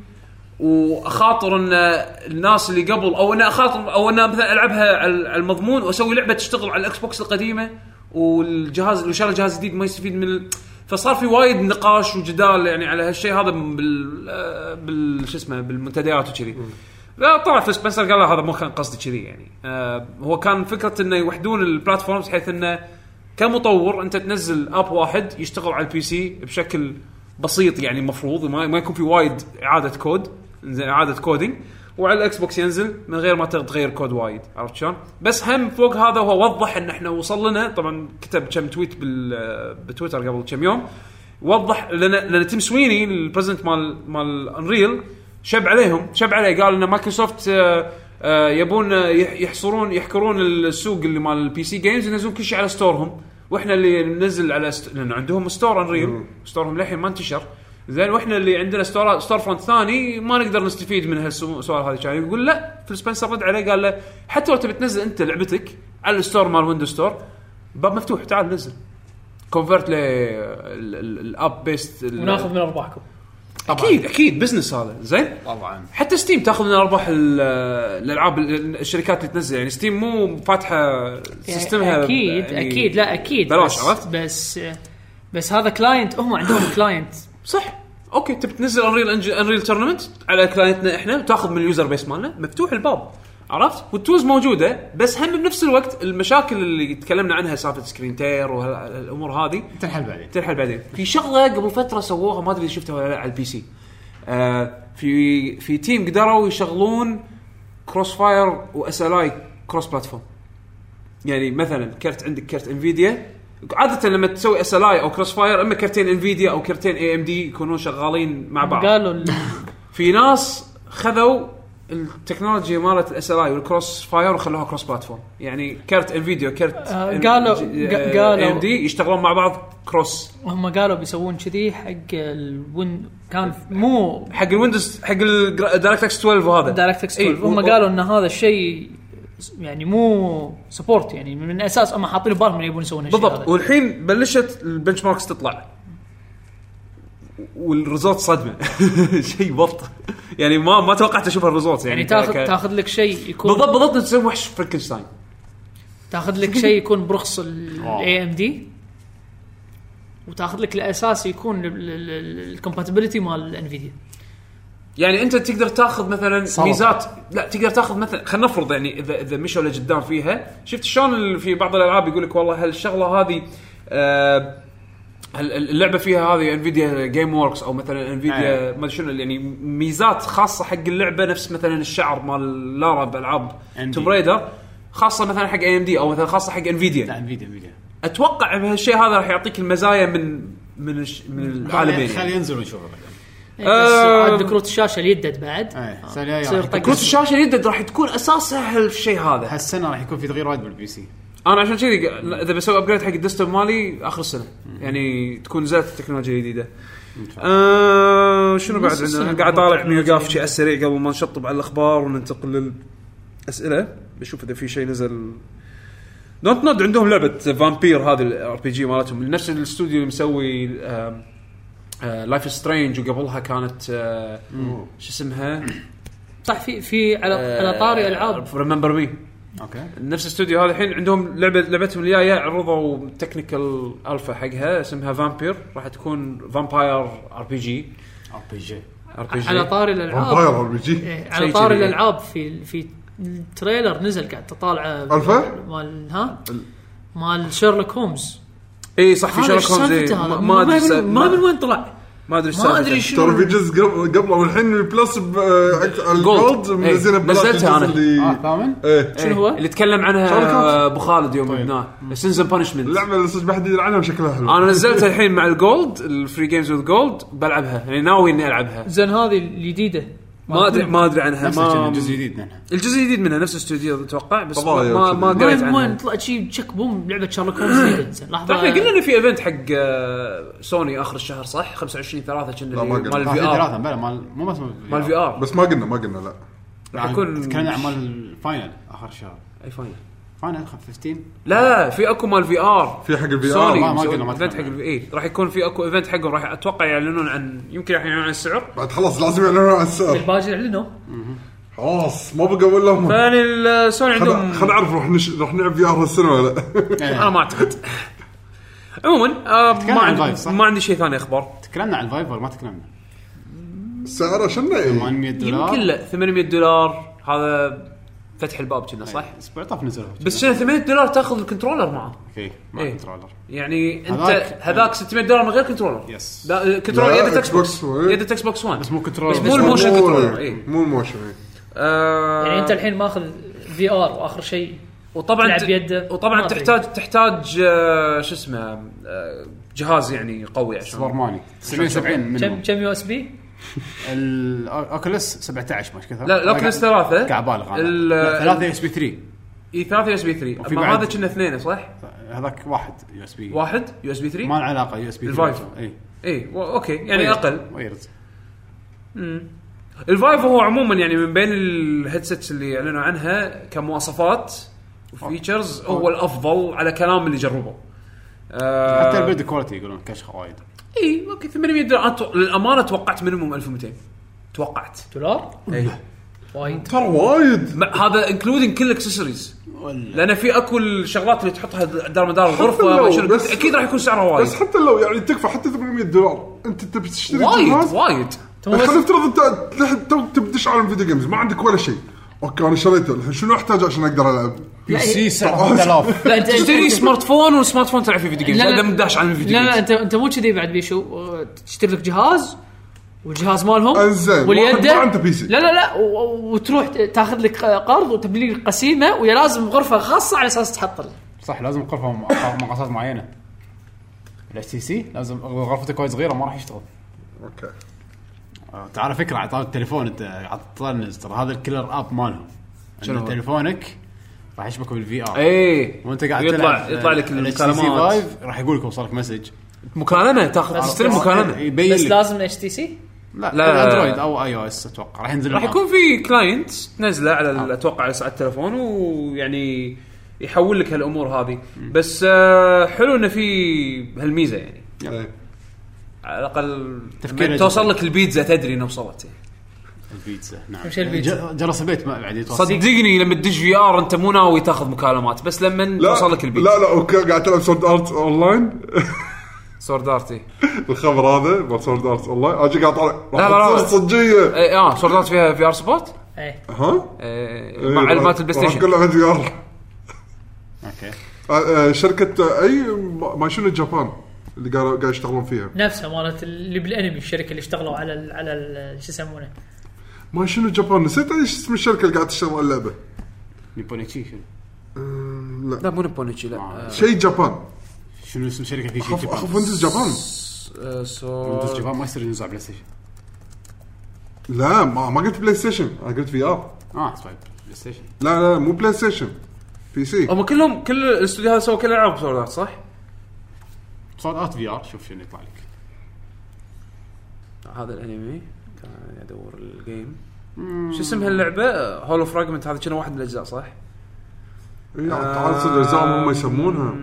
S4: واخاطر ان الناس اللي قبل او انا اخاطر او انا مثلا العبها على المضمون واسوي لعبه تشتغل على الاكس بوكس القديمه والجهاز اللي شاري الجهاز الجديد ما يستفيد من ال... فصار في وايد نقاش وجدال يعني على هالشيء هذا بال بال شو اسمه بالمنتديات وكذي. لا طلع في سبنسر قال هذا مو كان قصدي كذي يعني آه هو كان فكره انه يوحدون البلاتفورمز بحيث انه كمطور انت تنزل اب واحد يشتغل على البي سي بشكل بسيط يعني مفروض ما ما يكون في وايد اعاده كود زين اعاده كودينج وعلى الاكس بوكس ينزل من غير ما تغير كود وايد عرفت شلون بس هم فوق هذا هو وضح ان احنا وصل لنا طبعا كتب كم تويت بال بتويتر قبل كم يوم وضح لنا لنا تيم سويني البريزنت مال مال انريل شب عليهم شب عليه قال ان مايكروسوفت يبون يحصرون يحكرون السوق اللي مال البي سي جيمز ينزلون كل شيء على ستورهم واحنا اللي ننزل على ست... لان عندهم ستور انريل ستورهم للحين ما انتشر زين واحنا اللي عندنا ستور ستور فرونت ثاني ما نقدر نستفيد من هالسؤال هذا كان يقول لا في سبنسر رد عليه قال له حتى لو تبي تنزل انت لعبتك على الستور مال ويندوز ستور باب مفتوح تعال نزل كونفرت ل الاب بيست
S3: وناخذ من ارباحكم
S4: اكيد اكيد بزنس هذا زين
S1: طبعا.
S4: حتى ستيم تاخذ من ارباح الالعاب الشركات اللي تنزل يعني ستيم مو فاتحه سيستمها
S3: اكيد يعني اكيد لا اكيد
S4: بلاش
S3: بس,
S4: عرفت
S3: بس بس هذا كلاينت هم عندهم كلاينت
S4: صح اوكي تبي تنزل انريل انريل تورنمنت على كلاينتنا احنا وتاخذ من اليوزر بيس مالنا مفتوح الباب عرفت والتولز موجوده بس هم بنفس الوقت المشاكل اللي تكلمنا عنها سالفه سكرين تير والامور هذه
S1: تنحل بعدين
S4: تنحل بعدين في شغله قبل فتره سووها ما ادري شفتها ولا لا على البي سي آه في في تيم قدروا يشغلون كروس فاير واس ال اي كروس بلاتفورم يعني مثلا كرت عندك كرت انفيديا عاده لما تسوي اس ال اي او كروس فاير اما كرتين انفيديا او كرتين اي ام دي يكونون شغالين مع بعض
S3: قالوا
S4: في ناس خذوا التكنولوجيا مالت الاس ال اي والكروس فاير وخلوها كروس بلاتفورم يعني كرت انفيديا كرت
S3: آه قالوا قالوا
S4: ام دي يشتغلون مع بعض كروس
S3: هم قالوا بيسوون كذي حق الوين كان مو
S4: حق الويندوز حق الدايركت اكس اثنا عشر وهذا
S3: دايركت اكس اثنا عشر هم قالوا ان هذا الشيء يعني مو سبورت يعني من الاساس اما حاطين بالهم يبون يسوون هالشيء
S4: بالضبط والحين بلشت البنش ماركس تطلع والريزولت صدمه شيء بط يعني ما ما توقعت اشوف الريزولت يعني,
S3: يعني تاخذ ك... تاخذ لك شيء يكون
S4: بالضبط بالضبط تسوي وحش فرانكنشتاين
S3: تاخذ لك شيء يكون برخص الاي ام دي وتاخذ لك الاساس يكون الكومباتيبلتي مال الانفيديا
S4: يعني انت تقدر تاخذ مثلا صوت. ميزات لا تقدر تاخذ مثلا خلينا نفرض يعني اذا اذا مشوا لقدام فيها شفت شلون في بعض الالعاب يقول لك والله هالشغله هذه آه اللعبه فيها هذه انفيديا جيم ووركس او مثلا انفيديا ما شنو يعني ميزات خاصه حق اللعبه نفس مثلا الشعر مال لارا بالعاب توم رايدر خاصه مثلا حق اي ام دي او مثلا خاصه حق انفيديا
S1: لا انفيديا انفيديا
S4: اتوقع بهالشيء هذا راح يعطيك المزايا من من الش... من العالمين
S1: خلينا ننزل ونشوف
S3: آه كروت الشاشه اليدد بعد
S1: آه.
S4: كروت الشاشه اليدد راح تكون اساسها هالشيء هذا
S1: هالسنه راح يكون في تغيير وايد بالبي سي
S4: انا عشان كذي اذا بسوي ابجريد حق الديسكتوب مالي اخر السنه يعني تكون نزلت التكنولوجيا الجديده آه شنو بعد عندنا قاعد طالع ميوغاف شيء على السريع قبل ما نشطب على الاخبار وننتقل للاسئله بشوف اذا في شيء نزل دونت نود عندهم لعبه فامبير هذه الار بي جي مالتهم نفس الاستوديو اللي مسوي لايف سترينج وقبلها كانت شو اسمها
S3: صح في في على على طاري العاب
S4: ريمبر مي
S1: اوكي
S4: نفس الاستوديو هذا الحين عندهم لعبه لعبتهم الجايه عرضوا تكنيكال الفا حقها اسمها فامبير راح تكون فامباير ار بي جي
S1: ار بي جي
S3: على طاري الالعاب
S2: فامباير ار بي جي
S3: على طاري الالعاب في في التريلر نزل قاعد تطالع
S2: الفا
S3: مال ها مال شيرلوك هومز
S4: اي صح في شيرلوك هومز
S3: ما ادري ما من وين طلع
S4: ما ادري
S3: ما ادري شنو
S2: ترى في جزء قبل والحين بلس الجولد منزلها
S4: نزلتها انا
S1: اه ثامن
S3: شنو هو
S4: اللي تكلم عنها ابو خالد يوم هنا سينز اند بانشمنت
S2: اللعبه اللي صدق ما حد يدري عنها وشكلها حلو
S4: انا نزلتها الحين مع الجولد الفري جيمز وذ جولد بلعبها يعني ناوي اني العبها
S3: زين هذه الجديده
S4: ما ادري ما ادري عنها
S1: ما الجزء الجديد منها
S4: الجزء الجديد منها نفس الاستوديو اتوقع بس ما ما قريت عنها
S3: وين طلعت شيء تشك بوم لعبه شارلوك هومز
S4: لحظه احنا قلنا انه في ايفنت حق سوني اخر الشهر صح خمسة وعشرين ثلاثة كنا
S1: مال الفي ار بلا مال مو بس
S4: مال الفي ار
S2: بس ما قلنا ما قلنا لا
S1: راح يكون تكلمنا عن مال الفاينل اخر الشهر
S4: اي فاينل
S1: فاينل خمستاشر
S4: لا في اكو مال في ار
S2: في حق الفي
S4: ار
S1: ما قلنا
S4: ايفنت حق الفي اي راح يكون في اكو ايفنت حقه راح اتوقع يعلنون عن يمكن راح يعلنون عن السعر
S2: بعد خلاص لازم يعلنون عن السعر
S3: الباجي يعلنوا
S2: خلاص ما بقى ولا هم
S4: ثاني سوني عندهم
S2: خلينا نعرف راح نش... راح نلعب في ار السنه ولا
S4: انا ما اعتقد عموما آه ما عندي ما عندي شيء ثاني اخبار
S1: تكلمنا عن الفايف ولا ما تكلمنا
S2: سعره شنو
S1: ثمانمية دولار
S4: يمكن لا ثمانمية دولار هذا فتح الباب كنا صح
S1: اسبوع طاف نزله
S4: بس شنو ثمانية دولار تاخذ الكنترولر معه
S1: اوكي مع
S4: ايه.
S1: كنترولر
S4: يعني انت هذاك ستمية دولار من غير كنترولر
S1: يس
S4: كنترولر يد اكس بوكس يد اكس بوكس واحد
S1: بس مو كنترولر
S4: مو الموشن كنترولر
S2: اي مو الموشن
S4: آه
S3: يعني انت الحين ماخذ في ار واخر شيء
S4: وطبعا ت... وطبعا تحتاج تحتاج آه شو اسمه آه جهاز يعني قوي عشان
S1: سوبرماني سبعمية وسبعين
S3: كم كم يو اس بي
S1: الاوكوليس سبعة عشر مش كذا
S4: لا الاوكوليس ثلاثة
S1: قاعد بالغ انا ثلاثة يو اس بي ثلاثة
S4: اي ثلاثة يو اس بي ثلاثة ما هذا كنا اثنين صح
S1: هذاك واحد يو اس بي
S4: واحد يو اس بي ثلاثة
S1: ما له علاقه يو اس بي
S4: الفايف
S1: اي
S4: اي اوكي يعني اقل
S1: ويرد
S4: امم الفايف هو عموما يعني من بين الهيدسيتس اللي اعلنوا عنها كمواصفات وفيتشرز هو الافضل على كلام اللي جربوا
S1: أه حتى البيلد كواليتي يقولون كشخه وايد
S4: اي اوكي ثمانمية دولار للامانه توقعت مينيموم ألف ومئتين توقعت
S3: دولار
S4: اي
S3: وايد
S2: ترى وايد
S4: هذا انكلودين كل اكسسوارز لان في اكو الشغلات اللي تحطها دار مدار الغرفه
S2: بس
S4: اكيد راح يكون سعرها وايد
S2: بس حتى لو يعني تكفى حتى ثمانمية دولار انت تبي تشتري
S4: وايد
S2: جهاز
S4: وايد
S2: خلينا نفترض انت تو تبدش على الفيديو جيمز ما عندك ولا شيء اوكي انا شريته الحين شنو احتاج عشان اقدر العب
S1: بي سي سبعة آلاف
S3: لا انت
S4: تشتري سمارت فون والسمارت فون تلعب في فيديو جيمز هذا مداش على الفيديو
S3: لا لا انت انت مو كذي بعد بيشو تشتري لك جهاز والجهاز مالهم
S2: انزين
S3: واليد
S2: انت بي سي
S3: لا لا لا وتروح تاخذ لك قرض وتبني لك قسيمه ويا لازم غرفه خاصه على اساس تحط له
S1: صح لازم غرفه مقاسات معينه الاتش تي سي لازم غرفتك كويس صغيره ما راح يشتغل
S2: اوكي
S1: تعال فكره على طاوله التليفون انت عطلنا ترى هذا الكيلر اب مالهم شنو تليفونك راح يشبك بالفي ار
S4: اي
S1: وانت قاعد
S4: يطلع يطلع لك المكالمات
S1: راح يقول لك وصلك مسج
S4: مكالمه تاخذ تستلم مكالمه
S3: بس لازم اتش تي سي
S1: لا لا اندرويد او اي او اس اتوقع راح ينزل
S4: راح يكون في كلاينت تنزله على اتوقع على ساعه التليفون ويعني يحول لك هالامور هذه بس حلو انه في هالميزه يعني على الاقل توصل لك البيتزا تدري انه وصلت
S1: البيتزا نعم
S3: مش البيتزا
S1: جرس البيت ما بعد يتوصل
S4: صدقني لما تدش في ار انت مو ناوي تاخذ مكالمات بس لما توصل لك البيتزا
S2: لا لا اوكي قاعد تلعب سورد ارت اونلاين
S4: سورد ارتي
S2: الخبر هذا مال سورد ارت اونلاين اجي قاعد طالع
S4: لا لا لا
S2: صجيه
S4: اي اه سورد ارت فيها في ار سبوت
S3: اي
S2: ها
S4: مع علامات البلاي ستيشن
S2: كلها عندي ار
S1: اوكي
S2: شركه اي ما شنو اليابان اللي قاعد قاعد يشتغلون فيها
S3: نفسها مالت اللي بالانمي الشركه اللي اشتغلوا على ال على ال شو يسمونه
S2: ما شنو اليابان نسيت ايش اسم الشركه اللي قاعد تشتغل على اللعبه
S1: نيبونيتشي
S2: لا
S4: لا مو نيبونيتشي لا
S2: آه. شيء جابان
S1: شنو اسم الشركه في شيء
S2: جابان اخو ويندوز جابان
S1: ويندوز جابان ما يصير ينزل بلاي ستيشن
S2: لا ما ما قلت بلاي ستيشن انا قلت في ار
S1: اه صحيح بلاي ستيشن
S2: لا لا مو بلاي ستيشن بي سي
S4: هم كلهم كل الاستوديوهات سووا كل العاب سورد ارت صح
S1: سورد ارت في ار شوف شنو يطلع لك
S4: هذا الانمي كان يدور الجيم شو اسم هاللعبه هولو فراجمنت هذا كان واحد من الاجزاء صح
S2: اي تعال تصير الاجزاء هم يسمونها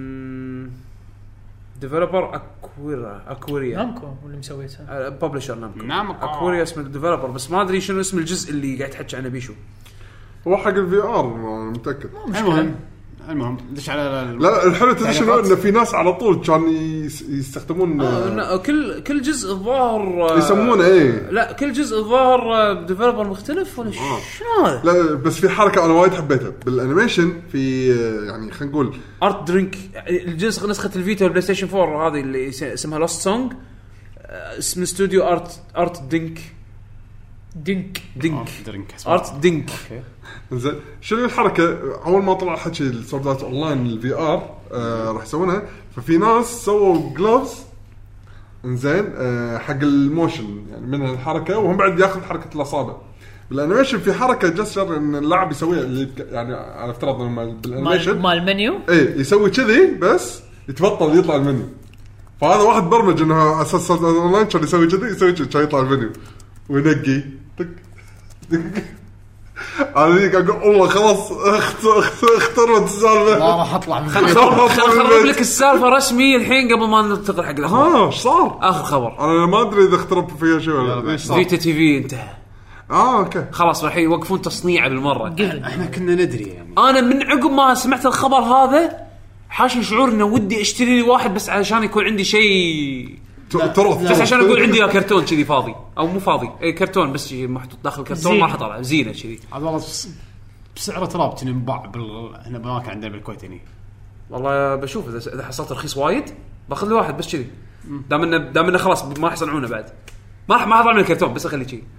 S4: ديفلوبر اكويرا اكويريا
S3: نامكو واللي مسويتها
S4: ببلشر نامكو
S1: نامكو
S4: اكويريا اسم الديفلوبر بس ما ادري شنو اسم الجزء اللي قاعد تحكي عنه بيشو
S2: هو حق الفي ار متاكد
S1: المهم المهم دش على
S2: لا الحلو تدري شنو ان في ناس على طول كان يستخدمون
S4: آه كل كل جزء الظاهر
S2: يسمونه ايه
S4: لا كل جزء الظاهر ديفلوبر مختلف ولا
S2: آه.
S4: شنو هذا
S2: لا بس في حركه انا وايد حبيتها بالانيميشن في يعني خلينا نقول
S4: ارت درينك الجزء نسخه الفيتا والبلاي ستيشن فور هذه اللي اسمها لاست سونج اسم استوديو ارت ارت دينك
S3: دينك
S4: دينك ارت دينك
S2: زين شنو الحركه اول ما طلع حكي السوردات اونلاين الفي ار آه راح يسوونها ففي ناس سووا جلوفز انزين آه حق الموشن يعني من الحركه وهم بعد ياخذ حركه الاصابع بالانيميشن في حركه جستر ان اللاعب يسويها اللي يعني على افتراض انه بالانيميشن
S3: مال المنيو
S2: اي يسوي كذي بس يتبطل يطلع المنيو فهذا واحد برمج انه اساس اونلاين كان يسوي كذي يسوي كذي يطلع المنيو وينقي تك تك انا قاعد اقول والله خلاص اخترت السالفه
S1: ما راح اطلع من
S4: خل خرب لك السالفه رسمي الحين قبل ما ننتقل حق الاخبار
S2: ها ايش صار
S4: اخر خبر
S2: انا ما ادري اذا اخترب فيها شيء ولا
S1: ايش صار
S4: فيتا تي في انتهى
S2: اه اوكي
S4: خلاص راح يوقفون تصنيعه بالمره
S1: احنا كنا ندري يعني
S4: انا من عقب ما سمعت الخبر هذا حاشني شعور انه ودي اشتري لي واحد بس علشان يكون عندي شيء
S2: ترى
S4: بس عشان اقول عندي كرتون كذي فاضي او مو فاضي اي كرتون بس محطوط داخل كرتون ما راح اطلع زينه كذي
S1: هذا والله بسعر تراب كنا نباع بال هنا بمكان عندنا بالكويت هنا
S4: والله بشوف اذا اذا حصلت رخيص وايد باخذ لي واحد بس كذي دام انه دام انه خلاص ما راح يصنعونه بعد ما راح ما اطلع من الكرتون بس اخليه كذي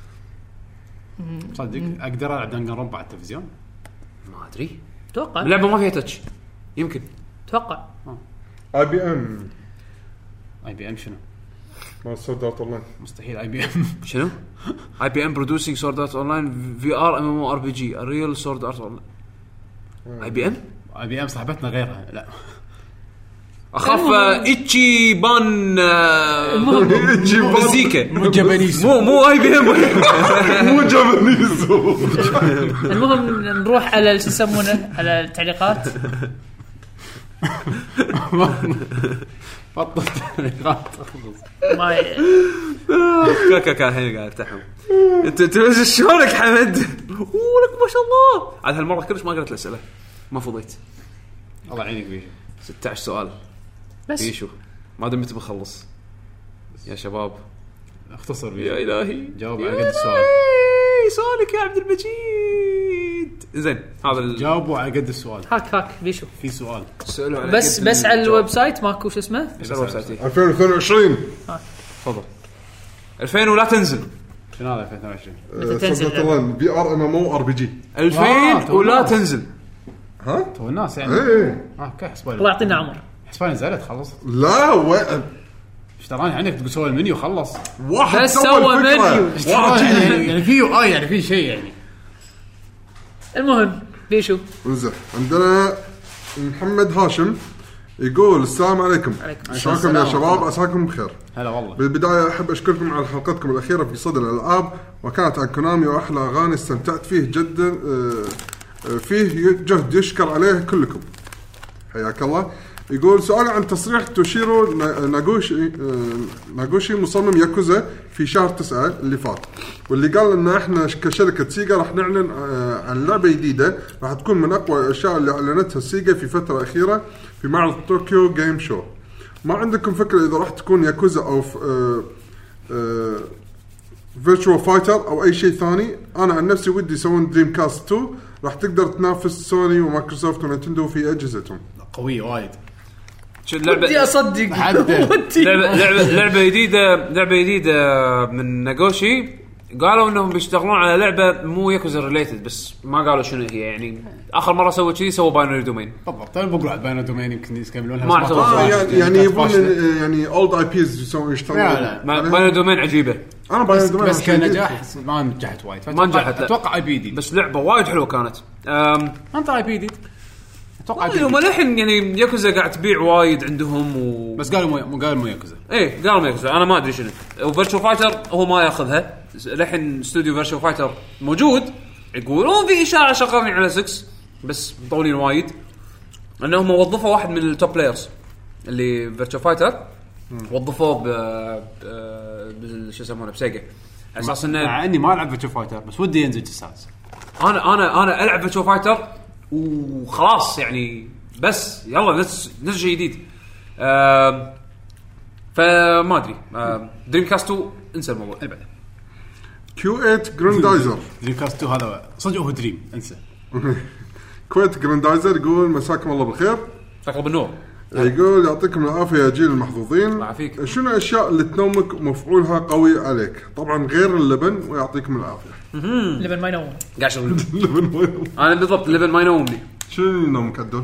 S1: صدق اقدر العب دنجن رومبا على التلفزيون
S4: ما ادري
S3: اتوقع
S4: اللعبه ما فيها تاتش يمكن
S3: اتوقع
S2: اي بي ام
S1: اي بي ام شنو
S2: ما سورد ارت اونلاين
S1: مستحيل اي بي ام
S4: شنو اي بي ام برودوسينج سورد ارت اونلاين في ار ام ام او ار بي جي ريل سورد ارت اونلاين اي بي ام
S1: اي بي ام صاحبتنا غيرها لا
S4: اخاف ايتشي بان
S2: ايتشي بان
S4: مزيكا
S1: مو جابانيز
S4: مو مو اي بي ام
S2: مو جابانيز
S3: المهم نروح على شو يسمونه على التعليقات
S1: بطلت
S3: ما
S4: كاكا كان الحين قاعد افتحهم. انت انت شلونك حمد؟ ولك ما شاء الله. عاد هالمره كلش ما قرأت الاسئله ما فضيت.
S1: الله يعينك بيشو.
S4: ستة عشر سؤال
S3: بس
S4: بيشو ما دمت متى بخلص يا شباب.
S1: اختصر بيشو
S4: يا الهي
S1: جاوب على قد السؤال.
S4: سؤالك يا عبد المجيد. زين هذا ال...
S1: جاوبوا على قد السؤال.
S3: هاك هاك بيشو
S1: في سؤال
S4: على
S3: بس بس على الويب سايت ماكو شو اسمه
S4: بس على الويب سايت
S2: ألفين واثنين وعشرين
S4: تفضل. ألفين ولا تنزل
S1: شنو هذا ألفين واثنين وعشرين
S3: متى تنزل؟
S2: تنزل في ار ام ام او ار بي جي
S4: ألفين ولا تنزل.
S2: ها
S1: تو الناس يعني
S2: ايه
S1: اه كيف حسبان
S3: الله يعطينا عمر.
S1: حسبان نزلت خلص
S2: لا وين
S1: اشتراني عنك تقول سوى المنيو خلص
S2: واحد
S3: بس
S2: سوى
S3: سوى
S2: الفكرة.
S3: منيو.
S2: واحد
S1: يعني يعني في يو اي يعني في شيء يعني.
S3: المهم بيشو
S2: انزين عندنا محمد هاشم يقول السلام عليكم
S3: عليكم
S2: شلونكم يا شباب عساكم بخير.
S1: هلا والله.
S2: بالبداية أحب أشكركم على حلقتكم الأخيرة في صدى الألعاب وكانت عن كونامي وأحلى أغاني استمتعت فيه جدا آه، فيه جهد يشكر عليه كلكم حياك الله. يقول سؤال عن تصريح توشيرو ناغوشي آه، ناغوشي مصمم ياكوزا في شهر تسعة اللي فات واللي قال إن إحنا كشركة سيجا راح نعلن آه، عن لعبة جديدة راح تكون من أقوى الأشياء اللي أعلنتها سيجا في فترة أخيرة في معرض طوكيو جيم شو. ما عندكم فكرة إذا راح تكون ياكوزا أو آه، آه، فيرتشوال فايتر او اي شيء ثاني؟ انا عن نفسي ودي يسوون دريم كاست اثنين راح تقدر تنافس سوني ومايكروسوفت ونينتندو في اجهزتهم.
S1: قويه وايد.
S4: شو اللعبه
S3: ودي اصدق
S4: ودي لعبه لعبه لعبه جديده لعبه جديده من ناغوشي. قالوا انهم بيشتغلون على لعبه مو ياكوزا ريليتد بس ما قالوا شنو هي. يعني اخر مره سووا كذي سووا باينري دومين
S1: بالضبط. طيب بقول على باينري دومين يمكن يكملونها
S4: ما أعتقد.
S2: آه يعني يعني يبون يعني اولد اي بيز يسوون يشتغلون.
S1: لا لا
S4: باينري دومين عجيبه.
S2: انا
S1: بس,
S2: باينري
S1: بس كنجاح ما نجحت وايد.
S4: ما نجحت
S1: اتوقع اي بي دي
S4: بس لعبه وايد حلوه كانت. امم
S1: انت اي بي دي اتوقع
S4: اي هم الحين يعني ياكوزا قاعد تبيع وايد عندهم و...
S1: بس قالوا مو قالوا مو ياكوزا.
S4: ايه قالوا ياكوزا انا ما ادري شنو. وفيرتشوال فايتر هو ما ياخذها الحين. استوديو فيرتشوال فايتر موجود يقولون في اشاعه شغالين على ستة بس مطولين وايد. انهم وظفوا واحد من التوب بلايرز اللي فيرتشوال فايتر وظفوه ب شو يسمونه بسيجا على اساس انه
S1: مع اني ما العب فيرتشوال فايتر بس ودي ينزل جساس.
S4: انا انا انا العب فيرتشوال فايتر وخلاص يعني بس يلا نزل شيء جديد. أه فما ادري. أه دريم كاست اثنين انسى الموضوع اللي بعده.
S2: كيو ثمانية جراندايزر
S1: دريم كاست اثنين هذا صدق هو دريم انسى.
S2: كويت جراندايزر يقول مساكم الله بالخير.
S4: تقلب النور.
S2: يقول يعطيكم العافيه يا جيل المحظوظين.
S4: الله يعافيك.
S2: شنو الاشياء اللي تنومك ومفعولها قوي عليك؟ طبعا غير اللبن ويعطيكم العافيه.
S3: لبن ما ينوم
S4: قاعد شغل
S2: اللبن ما ينوم.
S4: انا بالضبط اللبن ما ينومني.
S2: شنو ينومك عدول؟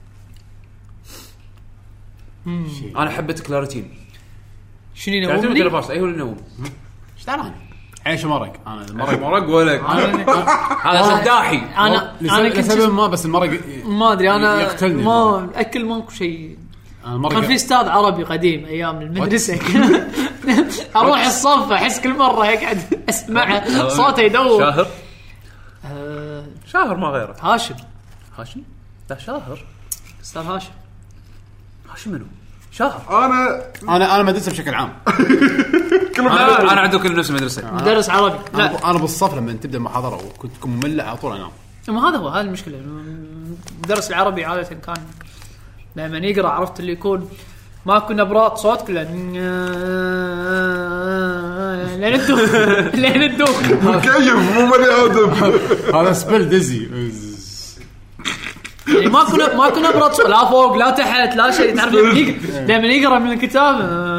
S4: انا حبيت كلاريتين.
S3: شنو
S4: كلاريتين
S3: ينومني؟
S4: تلفاس اي هو اللي ينوم.
S1: ايش داراني عيش مرق انا
S4: مرق
S1: المرق
S4: مرق ولك هذا خداحي.
S3: انا انا كنت
S1: لسبب ما بس المرق
S3: ما ادري انا
S1: يقتلني
S3: ما اكل ماكو شيء. كان في استاذ عربي قديم ايام المدرسه اروح الصف احس كل مره يقعد اسمعه صوته يدور.
S4: شاهر
S3: آه
S4: شاهر ما غيره.
S3: هاشم
S4: هاشم لا شاهر
S3: استاذ هاشم.
S4: هاشم منو شاهر؟
S2: انا
S1: انا انا مدرسه بشكل عام.
S4: انا انا عندي كل نفس المدرسه.
S3: مدرس عربي. لا
S1: انا بالصف لما تبدا المحاضره وكنت تكون مملة على طول انام.
S3: ما هذا هو هذه المشكله. مدرس العربي عاده كان لما يقرا عرفت اللي يكون ماكو نبرات صوت كله لين الدوخ لين الدوخ
S2: مكيف مو بني ادم.
S1: هذا سبل دزي
S3: يعني ماكو ماكو نبرات صوت لا فوق لا تحت لا شيء. تعرف لما يقرا من الكتاب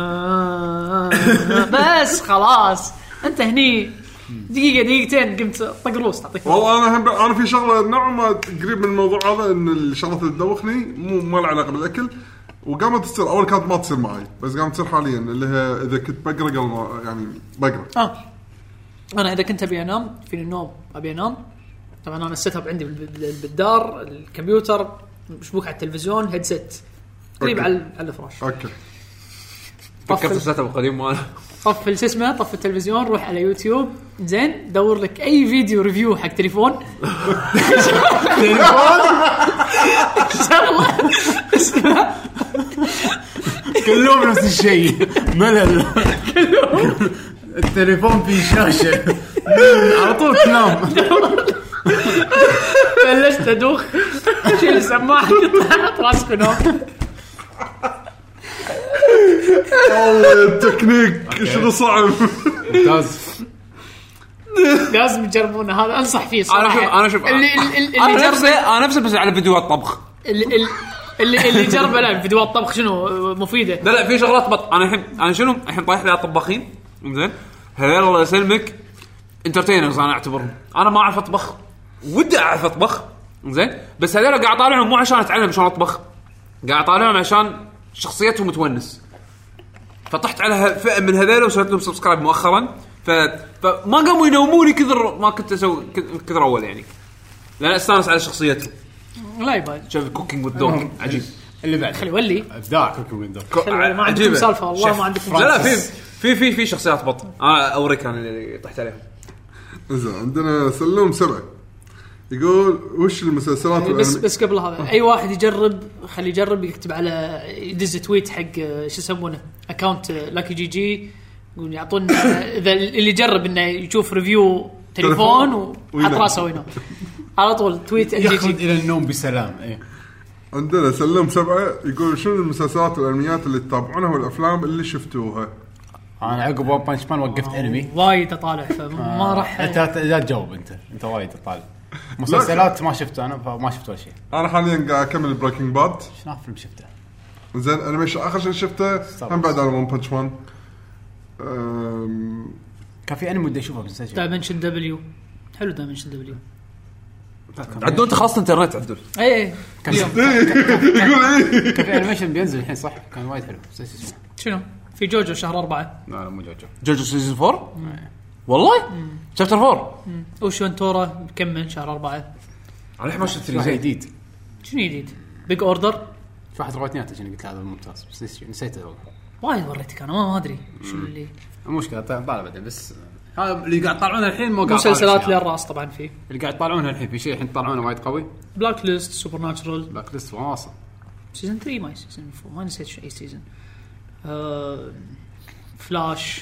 S3: بس خلاص انت هني دقيقه دقيقتين قمت طق روس تعطيك.
S2: والله انا هم انا في شغله نوعا ما قريب من الموضوع هذا ان الشغلات اللي تدوخني مو ما لها علاقه بالاكل وقامت تصير. اول كانت ما تصير معي بس قامت تصير حاليا اللي هي اذا كنت بقرا قبل يعني بقرا.
S3: اه انا اذا كنت ابي انام فيني النوم ابي انام. طبعا انا السيت اب عندي بالدار الكمبيوتر مشبوك على التلفزيون هيدسيت قريب على على الفراش.
S2: اوكي
S4: فكرت الساتر القديم ماله
S3: طف شو اسمه طف التلفزيون روح على يوتيوب زين دور لك اي فيديو ريفيو حق تليفون
S1: تليفون
S3: اسمع
S1: كلهم نفس الشيء ملل التليفون فيه شاشة على طول تنام
S3: بلشت ادوخ شيل السماعة حط راسك ونام
S2: والله التكنيك شنو صعب
S1: ممتاز
S3: لازم تجربونه هذا انصح فيه صراحة
S4: انا شوف انا شوف
S3: اللي اللي
S4: انا
S3: اللي
S4: نفسي انا نفسي بس على فيديوهات طبخ
S3: اللي اللي اللي جربه لا فيديوهات طبخ شنو مفيدة
S4: لا لا في شغلات بط انا الحين انا شنو الحين طايح لي على الطباخين زين هذول الله يسلمك انترتينرز انا اعتبرهم انا ما اعرف اطبخ ودي اعرف اطبخ زين بس هذول قاعد اطالعهم مو عشان اتعلم شلون اطبخ قاعد اطالعهم عشان شخصيتهم متونس فطحت على فئه من هذول وسويت لهم سبسكرايب مؤخرا ف... فما قاموا ينوموني كثر ما كنت اسوي كثر اول يعني لان استانس على شخصيتهم
S3: لا يبال
S4: شوف كوكينج والدوغ عجيب
S1: اللي بعد
S3: خلي ولي
S1: ابداع كوكينج ويندو
S3: ما عندكم سالفه والله ما عندكم
S4: لا لا في في في في شخصيات بط انا اوريك انا اللي طحت عليهم
S2: زين عندنا سلوم سبعة يقول وش المسلسلات
S3: بس بس قبل هذا اي واحد يجرب خلي يجرب يكتب على يدز تويت حق شو يسمونه اكاونت لاكي جي جي يقول يعطون اذا اللي يجرب انه يشوف ريفيو تليفون وحط راسه وينه على طول تويت جي
S1: ياخذ
S3: جي
S1: الى النوم بسلام ايه.
S2: عندنا سلم سبعة يقول شنو المسلسلات والانميات اللي تتابعونها والافلام اللي شفتوها
S1: انا عقب ون بانش مان وقفت انمي
S3: وايد اطالع فما راح
S1: انت لا تجاوب انت انت وايد تطالع مسلسلات ما شفته انا فما شفت ولا شيء
S2: انا حاليا قاعد اكمل بريكنج باد
S1: شنو فيلم شفته
S2: زين انيميشن اخر شيء شفته هم بعد على ون بانش مان
S1: كان في انمي بدي اشوفه بس
S3: دايمنشن دبليو حلو دايمنشن دبليو
S4: عدول انت خلصت انترنت عدول
S3: اي
S1: كان
S2: يقول ايه
S1: كان في انيميشن بينزل الحين صح كان وايد حلو
S3: شنو في جوجو شهر أربعة
S1: لا لا مو جوجو
S4: جوجو سيزون فور والله شابتر فور
S3: اوشون تورا بكمل شهر أربعة
S4: على ما شفت
S1: شيء جديد
S3: شنو جديد بيج اوردر
S1: في واحد رواتنيات عشان قلت هذا ممتاز بس نسيته والله
S3: وايد وريتك انا ما ادري شنو اللي
S1: المشكله طالع بعدين بس هذا اللي قاعد يطلعونه الحين مو قاعد
S3: مسلسلات للراس طبعا فيه
S1: اللي قاعد يطلعونه الحين في شيء الحين يطلعونه وايد قوي
S3: بلاك ليست سوبر ناتشرال
S1: بلاك ليست واصل
S3: سيزون ثلاثة ما سيزون أربعة ما نسيت شيء سيزون أه... فلاش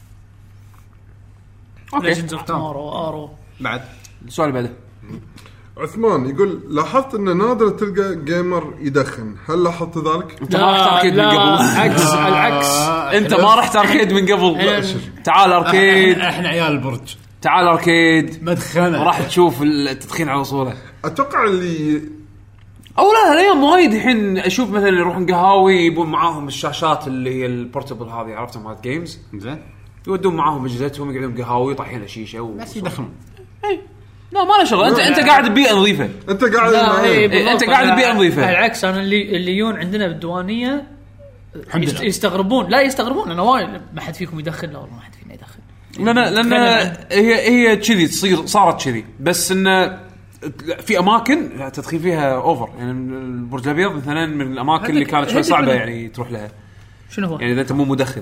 S3: ليجندز اوف تومورو ارو
S4: بعد السؤال بعده
S2: عثمان يقول لاحظت ان نادر تلقى جيمر يدخن هل لاحظت ذلك
S4: انت ما رحت اركيد من قبل
S3: عكس العكس
S4: انت ما رحت اركيد من قبل تعال اركيد
S1: احنا عيال البرج
S4: تعال اركيد
S1: مدخنه
S4: راح تشوف التدخين على وصوله
S2: اتوقع اللي
S4: او لا الايام وايد الحين اشوف مثلا يروحون قهاوي يبون معاهم الشاشات اللي هي البورتبل هذه عرفتهم هذه جيمز
S1: زين
S4: يودون معاهم اجهزتهم يقعدون قهاوي طايحين شيشه
S1: بس يدخنون
S4: اي لا ما له شغل انت انت قاعد ببيئه نظيفه
S2: انت قاعد
S4: إيه انت قاعد ببيئه نظيفه
S3: العكس انا اللي اللي يجون عندنا بالديوانيه يستغربون لا يستغربون انا وايد ما حد فيكم يدخن لا والله ما حد فينا يدخن
S4: لان لان هي هي كذي تصير صارت كذي بس انه في اماكن تدخين فيها اوفر يعني البرج الابيض مثلا من الاماكن اللي كانت شوي صعبه يعني تروح لها
S3: شنو هو
S4: يعني اذا انت مو مدخن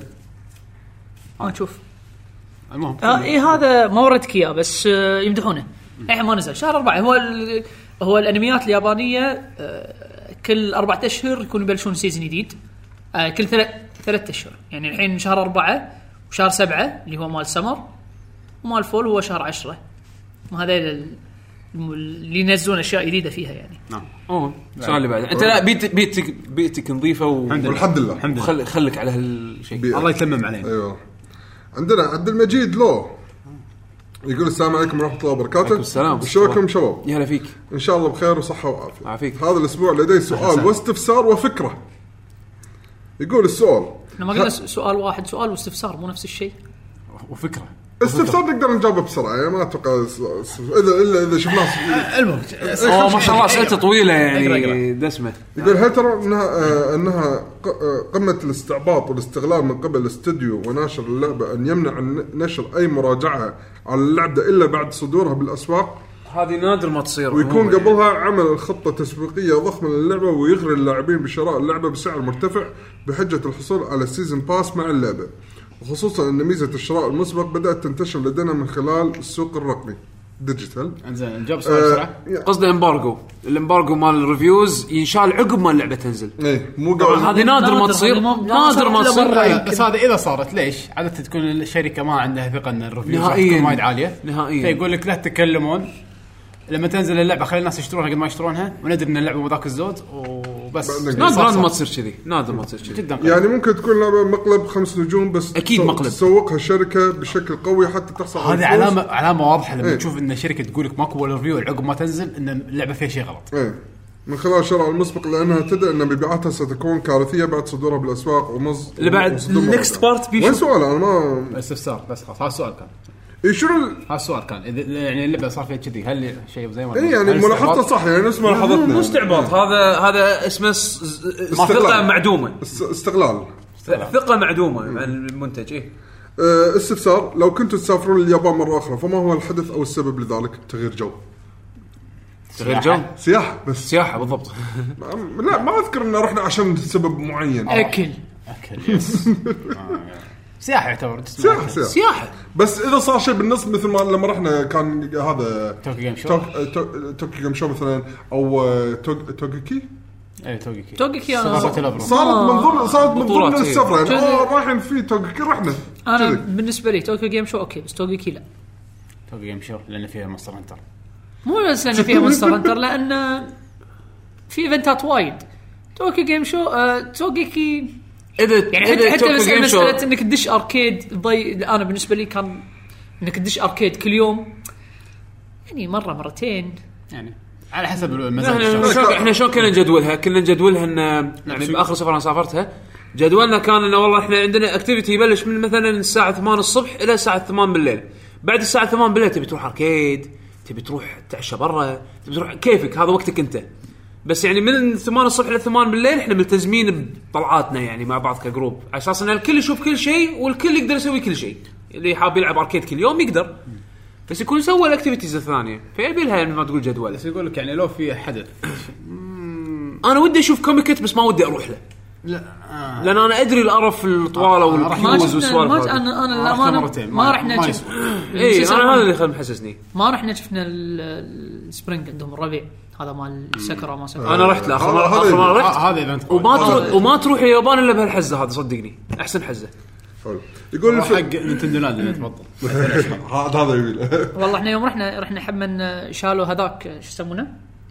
S3: ما تشوف
S1: المهم
S3: آه ايه هذا ما وريتك اياه بس آه يمدحونه الحين ما نزل شهر أربعة هو هو الانميات اليابانيه آه كل أربعة اشهر يكونوا يبلشون سيزون جديد آه كل ثلاث ثلاث اشهر يعني الحين شهر أربعة وشهر سبعة اللي هو مال سمر ومال فول هو شهر عشرة وهذا اللي ينزلون اشياء جديده فيها يعني
S4: نعم اوه السؤال اللي بعده انت لا بيتك بيتك بيتك نظيفه
S2: والحمد لله
S1: الحمد لله
S4: خل خليك على هالشيء
S1: الله يتمم علينا
S2: ايوه عندنا عبد المجيد لو يقول السلام عليكم ورحمه الله وبركاته
S4: السلام
S2: شلونكم شباب
S4: يا هلا فيك
S2: ان شاء الله بخير وصحه وعافيه
S4: عافيك.
S2: هذا الاسبوع لدي سؤال واستفسار وفكره يقول السؤال
S3: احنا ما قلنا سؤال واحد سؤال واستفسار مو نفس الشيء
S1: وفكره
S2: استفسار نقدر نجاوبه بسرعه يعني ما اتوقع اذا الا اذا شفناه
S1: المهم
S4: اوه ما شاء الله اسئلته طويله يعني دسمه
S2: يقول هل ترى انها آه انها قمه الاستعباط والاستغلال من قبل الاستوديو وناشر اللعبه ان يمنع نشر اي مراجعه على اللعبه الا بعد صدورها بالاسواق
S4: هذه نادر ما تصير.
S2: ويكون قبلها عمل خطة تسويقية ضخمة للعبة ويغري اللاعبين بشراء اللعبة بسعر مرتفع بحجة الحصول على السيزن باس مع اللعبة، وخصوصا أن ميزة الشراء المسبق بدأت تنتشر لدينا من خلال السوق الرقمي ديجيتال.
S1: انزين نجاوب سؤال بسرعه.
S4: قصده امبارجو، الامبارجو مال الريفيوز ينشال عقب ما اللعبه تنزل.
S2: ايه مو قبل.
S4: هذه نادر ما تصير، نادر ما تصير.
S1: بس هذا اذا صارت ليش عاده تكون الشركه ما عندها ثقه ان الريفيوز راح تكون وايد عاليه
S4: نهائيا،
S1: فيقول لك لا تتكلمون لما تنزل اللعبه خلي الناس يشترونها قد ما يشترونها وندري ان اللعبه بذاك الزود وبس.
S4: نادر ما تصير كذي، نادر ما تصير كذي
S1: جدا.
S2: يعني ممكن تكون لعبه مقلب خمس نجوم بس
S4: اكيد مقلب
S2: تسوقها الشركه بشكل قوي حتى تحصل.
S1: هذه علامه علامه واضحه لما ايه. تشوف ان الشركه تقول لك ماكو ولا ريفيو عقب ما تنزل ان اللعبه فيها شيء غلط.
S2: ايه من خلال شراء المسبق لانها تدري ان مبيعاتها ستكون كارثيه بعد صدورها بالاسواق ومز
S4: اللي بعد النكست بارت
S2: بيشوف. وين سؤال انا ما
S1: استفسار بس خلاص. هذا السؤال كان
S2: اي شنو
S1: هذا السؤال كان يعني اللعبه صار فيها كذي هل شيء زي ما
S2: اي يعني ملاحظته صح يعني نفس ملاحظتنا.
S4: مو استعباط، هذا هذا اسمه ثقه معدومه،
S2: استغلال،
S4: ثقه معدومه عن المنتج. ايه
S2: أه استفسار، لو كنتوا تسافرون لليابان مره اخرى فما هو الحدث او السبب لذلك؟ تغيير جو.
S4: تغيير جو
S2: سياحه بس
S4: سياحه بالضبط.
S2: لا ما اذكر ان رحنا عشان سبب معين.
S3: اكل
S1: اكل يس سياحه يعتبر
S2: سياحه سياحه,
S4: سياحة.
S2: بس اذا صار شيء بالنص مثل ما لما رحنا كان هذا
S1: توكي جيم شو
S2: توك توكي جيم شو مثلا او توكي
S1: اي توكي
S3: توكي
S2: صارت من ضمن صارت من ضمن السفره يعني اه رايحين في توكي رحنا.
S3: انا بالنسبه لي توكي جيم شو اوكي بس توكي لا
S1: توكي جيم شو لان فيها مونستر هانتر.
S3: مو بس لان فيها مونستر هانتر لان في ايفنتات وايد. توكي جيم شو آه توكي
S4: اذا
S3: يعني حتى, حتى مسألة, مسألة انك تدش اركيد ضي. انا بالنسبه لي كان انك تدش اركيد كل يوم يعني مره مرتين
S1: يعني على حسب المزاج.
S4: احنا احنا شلون كنا نجدولها؟ كنا نجدولها ان يعني باخر سفره انا سافرتها جدولنا كان انه والله احنا عندنا اكتيفيتي يبلش من مثلا الساعه ثمانية الصبح الى الساعه ثمانية بالليل. بعد الساعه ثمانية بالليل تبي تروح اركيد، تبي تروح تعشى برا، تبي تروح كيفك، هذا وقتك انت. بس يعني من ثمانية الصبح إلى ثمانية بالليل إحنا ملتزمين بطلعاتنا يعني مع بعض كجروب على أساس إن الكل يشوف كل شيء والكل يقدر يسوي كل شيء. اللي حاب يلعب أركيد كل يوم يقدر، بس يكون سوى الأكتيفيتيز الثانية فيبي لها يعني ما تقول جدول.
S1: بس يقول لك يعني لو في حدث
S4: أنا ودي أشوف كوميكت بس ما ودي أروح له.
S1: لا آه.
S4: لأن أنا أدري القرف الطوالة والكيوز والسوالف.
S3: أنا أنا لا ما ما رحنا نشوف.
S4: إيه أنا هذا اللي خل محسسني.
S3: ما رحنا شفنا السبرينج عندهم الربيع هذا مال سكرة ما سكرة.
S4: أنا رحت له آخر مرة آخر مرة رحت
S1: هذا إيفنت
S4: وما تروح وما تروح اليابان إلا بهالحزة هذا صدقني أحسن حزة.
S2: يقول
S1: حق نينتندو لاند اللي تبطل
S2: هذا هذا يقول
S3: والله إحنا يوم رحنا رحنا حب من شالوا هذاك شو يسمونه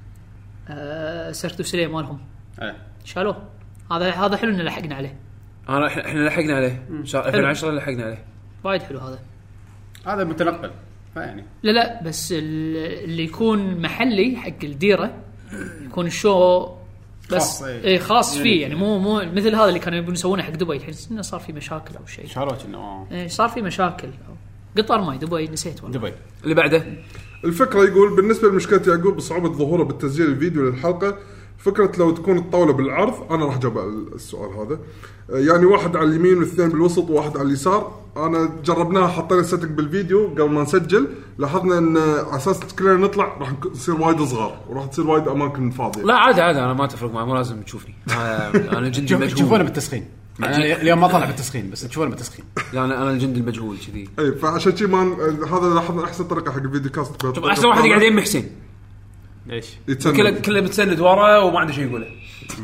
S3: آه سيرتو سلي مالهم شالوه. هذا هذا حلو إن لحقنا عليه.
S4: أنا إحنا لحقنا عليه ألفين وعشرة لحقنا عليه
S3: وايد حلو هذا.
S1: هذا متنقل يعني
S3: لا لا بس اللي يكون محلي حق الديرة يكون الشو بس خاص ايه خاص يعني فيه يعني مو مو مثل هذا اللي كانوا يبون يسوونه حق دبي الحين انه صار في مشاكل او شيء.
S1: شاروت انه
S3: ايه صار في مشاكل قطار ماي دبي نسيت والله.
S1: دبي
S4: اللي بعده
S2: الفكره يقول بالنسبه لمشكله يعقوب بصعوبه ظهوره بالتسجيل الفيديو للحلقه فكره لو تكون الطاوله بالعرض. انا راح اجاوب السؤال هذا يعني واحد على اليمين واثنين بالوسط وواحد على اليسار. انا جربناها حطينا سيتنج بالفيديو قبل ما نسجل لاحظنا ان على اساس كلنا نطلع راح نصير وايد صغار وراح تصير وايد اماكن فاضيه.
S4: لا عادي عادي انا ما تفرق معي مو لازم تشوفني. انا جندي مجهول.
S1: تشوفونه بالتسخين اليوم ما طلع بالتسخين بس تشوفونه بالتسخين.
S4: لا انا انا الجندي المجهول كذي.
S2: اي فعشان شيء ما هذا لاحظنا احسن طريقه حق الفيديو كاست.
S4: شوف احسن واحد يقعد يم حسين
S1: ليش
S4: كله كله متسند ورا وما عنده شيء يقوله.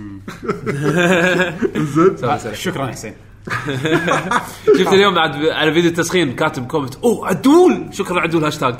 S2: زين
S1: شكرا حسين.
S4: شفت اليوم بعد على فيديو التسخين كاتب كومنت اوه عدول شكرا عدول هاشتاج.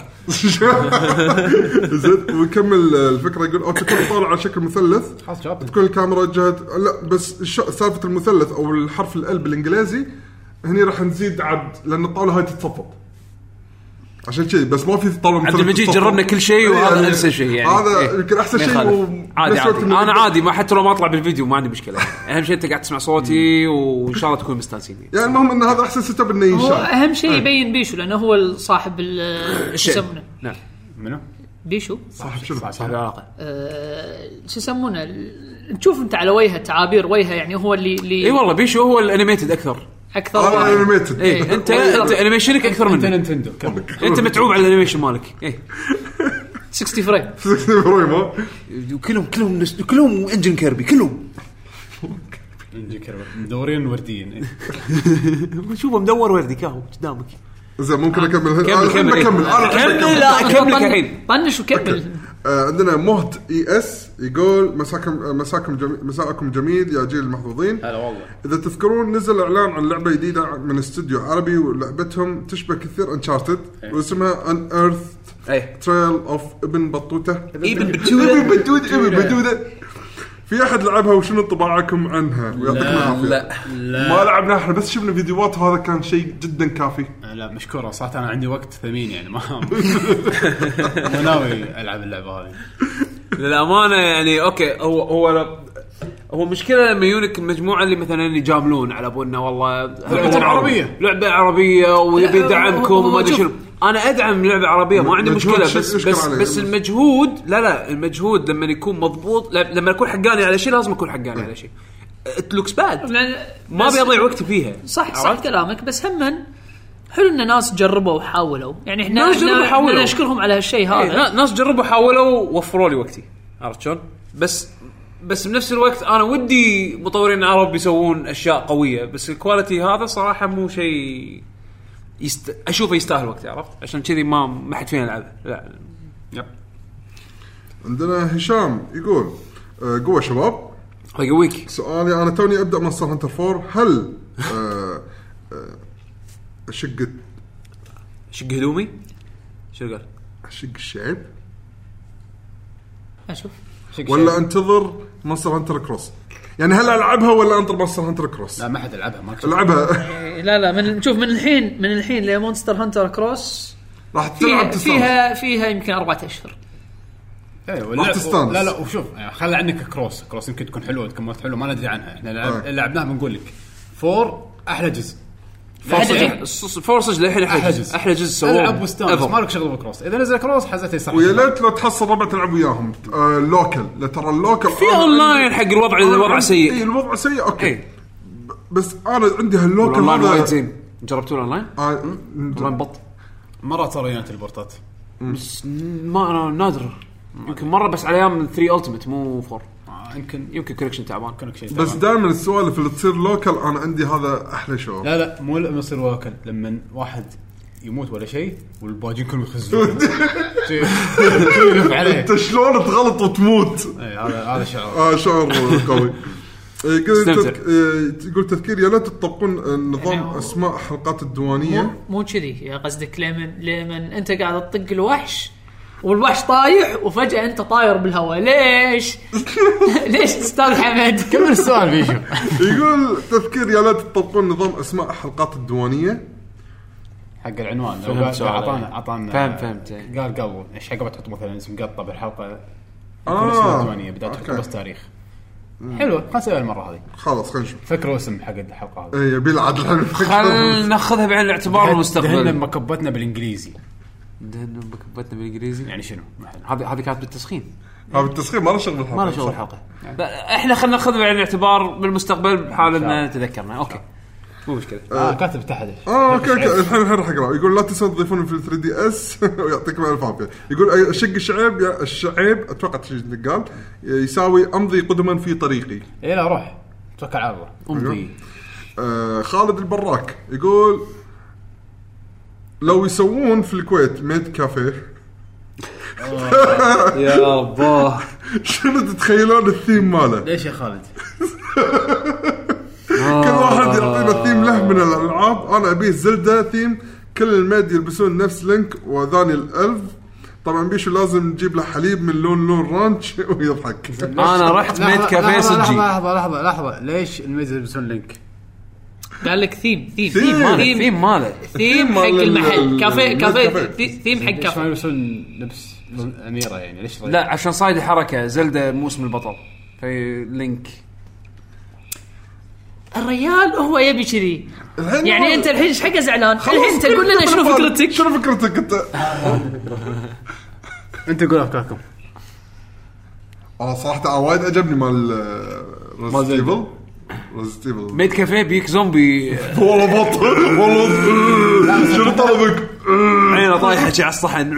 S2: زين ويكمل الفكره يقول او تكون طالع على شكل مثلث تكون الكاميرا جهت. لا بس سالفه المثلث او الحرف ال بالانجليزي هني راح نزيد عد لان الطاوله هاي تتصفط عشان شيء بس ما في طاوله
S4: عبد المجيد جربنا كل شيء وهذا يعني انسى شيء يعني
S2: هذا يمكن إيه؟ احسن شيء
S4: عادي, عادي. انا عادي ما حتى لو ما اطلع بالفيديو ما عندي مشكله. اهم شيء انت قاعد تسمع صوتي وان شاء الله تكون مستانسين
S2: يعني المهم ان هذا احسن ستاب انه ينشال.
S3: اهم شيء يبين بيشو لانه هو صاحب الشيء يسمونه.
S1: نعم منو
S3: بيشو
S2: صاحب شنو
S4: صاحب العلاقه
S3: أه شو يسمونه تشوف انت على وجهه تعابير وجهه يعني هو اللي اللي
S4: اي والله بيشو هو الانيميتد اكثر
S3: اكثر
S2: آه انيميتد.
S4: ايه انت انت انيميشنك اكثر من
S1: نينتندو.
S4: انت متعوب على الانيميشن مالك. ايه
S3: ستين فريم
S2: ستين فريم
S5: وكلهم كلهم كلهم انجن كيربي كلهم
S1: انجن كيربي مدورين ورديين.
S5: شوفه مدور وردي كاهو قدامك.
S2: زين ممكن اكمل
S4: كمل كمل
S2: كمل انا
S4: كمل لا كمل الحين
S3: طنش وكمل.
S2: آه عندنا مهد اي اس يقول مساكم مساكم جميل مساءكم جميل يا جيل المحظوظين.
S1: هلا والله.
S2: اذا تذكرون نزل اعلان عن لعبه جديده من استوديو عربي ولعبتهم تشبه كثير انشارتد واسمها ان ايرث تريل اوف ابن بطوطه
S5: ابن بطوطه
S2: ابن بطوطه ابن بطوطه. في احد لعبها وشنو انطباعكم عنها؟ ويعطيكم العافيه.
S5: لا
S2: لا ما لعبنا احنا بس شفنا فيديوهات وهذا كان شيء جدا كافي.
S1: لا مشكورة صراحة أنا عندي وقت ثمين يعني ما ما ناوي ألعب اللعبة هذه
S5: للأمانة يعني أوكي هو هو هو مشكلة لما يونك مجموعة اللي مثلا يجاملون على أبونا والله
S1: لعبة عربية
S5: لعبة عربية ويبي يدعمكم وما أدري شنو. أنا أدعم لعبة عربية ما عندي مشكلة بس بس بس المجهود لا لا المجهود لما يكون مضبوط لما يكون حقاني على شيء لازم أكون حقاني على شيء. It looks bad ما بيضيع وقت فيها.
S3: صح صح كلامك بس همن حلو ان ناس جربوا وحاولوا يعني احنا
S5: ناس جربوا وحاولوا
S3: نشكرهم على هالشيء هذا.
S5: إيه ناس جربوا وحاولوا وفروا لي وقتي عرفت شلون. بس بس بنفس الوقت انا ودي مطورين عرب يسوون اشياء قويه بس الكواليتي هذا صراحه مو شيء يست... اشوفه يستاهل وقتي عرفت عشان كذي ما ما حد فينا يلعب. لا يب.
S2: عندنا هشام يقول آه قوه شباب
S5: يقويك.
S2: سؤالي انا توني ابدا مونستر هانتر فور هل آه آه اشق
S5: شق هدومي شو قال
S2: اشق الشعب
S3: اشوف
S2: ولا انتظر مونستر هانتر كروس يعني هل العبها ولا انطر مونستر هانتر كروس؟
S1: لا ما حد يلعبها ما
S2: العبها
S3: لا لا من نشوف من الحين من الحين لمونستر هانتر كروس
S2: راح تلعب
S3: فيها فيها يمكن أربعة أشهر.
S1: ايوه لا لا وشوف يعني خلي عنك كروس كروس يمكن تكون حلوه تكون حلوه ما ندري عنها احنا لعب آه. لعبناها بنقول لك فور احلى جزء
S5: فورسج للحين احلى جزء احلى جزء سووه
S1: العب وستانس ما لك شغل بكروس اذا نزل كروس حزتي صح
S2: ويا ليت لو تحصل ربع تلعب وياهم آه لوكل لا ترى اللوكل
S5: في اونلاين حق الوضع الوضع سيء
S2: اي الوضع سيء اوكي ايه. بس انا عندي هاللوكل
S5: هذا زين جربتوه اونلاين
S2: آه
S5: اونلاين بط
S1: مره صاريات البورتات
S5: بس ما انا نادر يمكن مره بس على ايام ثري التيمت مو فور
S1: يمكن
S5: يمكن كونكشن تعبان
S2: بس دائما السوالف اللي تصير لوكل انا عندي هذا احلى شو.
S1: لا لا مو لما يصير لوكل لما واحد يموت ولا شيء والباقيين كلهم يخزون
S2: انت شلون تغلط وتموت
S1: اي هذا هذا شعور
S2: اه شعور قوي. يقول تذكير يا لا تطبقون نظام اسماء حلقات الديوانيه
S3: مو كذي قصدك لمن لمن انت قاعد تطق الوحش والوحش طايح وفجأة أنت طاير بالهواء ليش؟ ليش أستاذ حمد؟
S1: كمل السؤال بيشو.
S2: يقول تذكير يا لا تطبقون نظام أسماء حلقات الديوانية
S1: حق العنوان لو عطانا عطانا
S5: فهم فهمت
S1: قال قبل إيش حق بتحط مثلا اسم قطة بالحلقة
S2: آه
S1: اسماء الديوانية بدأت تحط بس تاريخ حلو خلنا نسوي المرة هذه
S2: خلاص خلنا نشوف
S1: فكروا اسم حق الحلقة هذه
S2: إيه بيلعب الحين
S5: خلنا ناخذها بعين الاعتبار المستقبل
S1: دهنا مكبتنا بالإنجليزي
S5: دهنا مكبتنا بالإنجليزي
S1: يعني شنو
S5: هذه هذه كانت بالتسخين
S2: هذا بالتسخين ما له شغل بالحلقة
S5: ما له شغل بالحلقة احنا خلنا ناخذها بعين الاعتبار بالمستقبل بحال ان تذكرنا اوكي مو مشكله.
S1: اه كاتب تحت
S2: اه اوكي الحين الحين راح اقرا. يقول لا تنسوا تضيفون في ثري دي اس ويعطيكم الف عافيه. يقول شق الشعيب يا الشعيب اتوقع شيء اللي قال يساوي امضي قدما في طريقي.
S1: اي لا روح توكل على الله
S5: امضي.
S2: آه خالد البراك يقول لو يسوون في الكويت ميد كافيه
S5: يا الله
S2: شنو تتخيلون الثيم ماله؟
S1: ليش يا خالد؟
S2: كل واحد يعطينا ثيم له من الألعاب. أنا أبيه زلدة ثيم كل الميد يلبسون نفس لينك وذاني الألف. طبعا بيشو لازم نجيب له حليب من لون لون رانش ويضحك.
S5: أنا رحت ميد كافيه سجي.
S1: لحظة لحظة لحظة ليش الميد يلبسون لينك؟
S3: قال لك ثيم ثيم
S5: ثيم ماله ثيم ماله
S3: ثيم حق المحل كافيه كافيه ثيم حق كافيه.
S1: ما يلبسون لبس أميرة يعني ليش؟
S5: لا عشان صايد حركة زلدة موسم البطل في لينك.
S3: الرجال هو يبي كذي يعني انت الحين ايش حق زعلان الحين انت تقول لنا شنو فكرتك
S2: شنو فكرتك انت
S1: انت قول افكاركم.
S2: انا صراحه وايد عجبني مال ريزنت ايفل
S5: ميد كافيه بيك زومبي
S2: والله بط والله شنو طلبك
S5: عينه طايحه على الصحن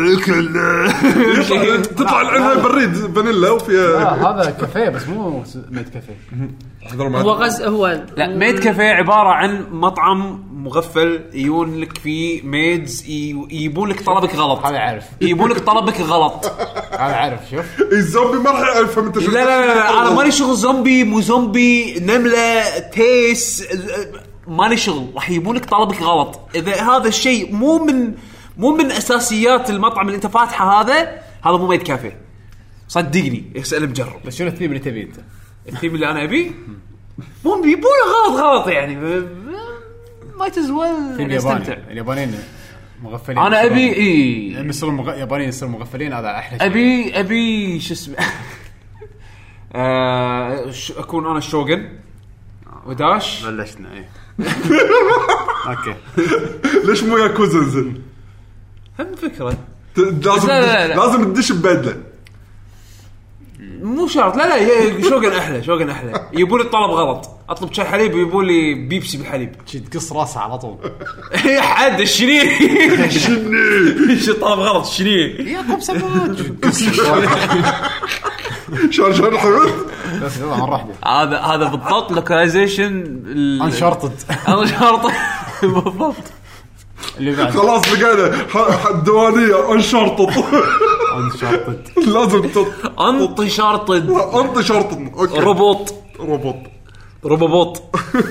S2: تطلع العين بريد فانيلا وفيها
S1: هذا كافيه بس مو ميد كافيه.
S3: هو غز هو
S5: لا ميد كافيه عباره عن مطعم مغفل يجون لك فيه ميدز يجيبون لك طلبك غلط.
S1: هذا عارف
S5: يجيبون لك طلبك غلط.
S1: هذا عارف. شوف
S2: الزومبي ما راح يعرف انت.
S5: لا لا لا انا مالي شغل زومبي مو زومبي نمله تيس مالي شغل. راح يجيبون لك طلبك غلط. اذا هذا الشيء مو من مو من اساسيات المطعم اللي انت فاتحه هذا هذا مو ميد كافيه صدقني. اسال مجرب.
S1: بس شنو الثيم اللي تبيه انت؟
S5: الثيم اللي انا ابي مو بيبون غلط غلط يعني ما تزول
S1: استمتع. اليابانيين مغفلين.
S5: انا ابي اي
S1: يصيرون مغ... يابانيين يصيرون مغفلين. هذا احلى
S5: شيء. ابي ابي شو اسمه آه ش... اكون انا الشوغن وداش
S1: بلشنا ايه اوكي.
S2: ليش مو ياكوزا نزل؟
S5: هم فكره
S2: لازم
S5: لا لا لا.
S2: لازم تدش ببدله
S5: مو شرط. لا لا شوغن احلى شوغن احلى. يبون الطلب غلط اطلب شاي حليب ويبون لي بيبسي بالحليب
S1: تقص راسه على طول.
S5: حد الشني شني شو طلب غلط شني
S1: ياكم سماج
S2: شلون شلون حبيت
S1: بس يلا نروح.
S5: هذا هذا بالضبط لوكاليزيشن
S1: انشرطد
S5: انشرطد بالضبط.
S1: اللي بعد
S2: خلاص لقينا الديوانيه انشرطد
S1: انشرطد
S2: لازم تط
S5: انطي شرطد
S2: انطي شرطد. اوكي
S5: روبوت
S2: روبوت
S5: روبوت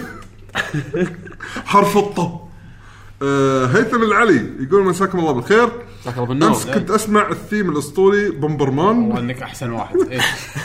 S2: حرف الطه. أه هيثم العلي يقول مساكم الله بالخير. امس كنت اسمع الثيم الاسطوري بومبرمان
S1: وانك احسن واحد. ايه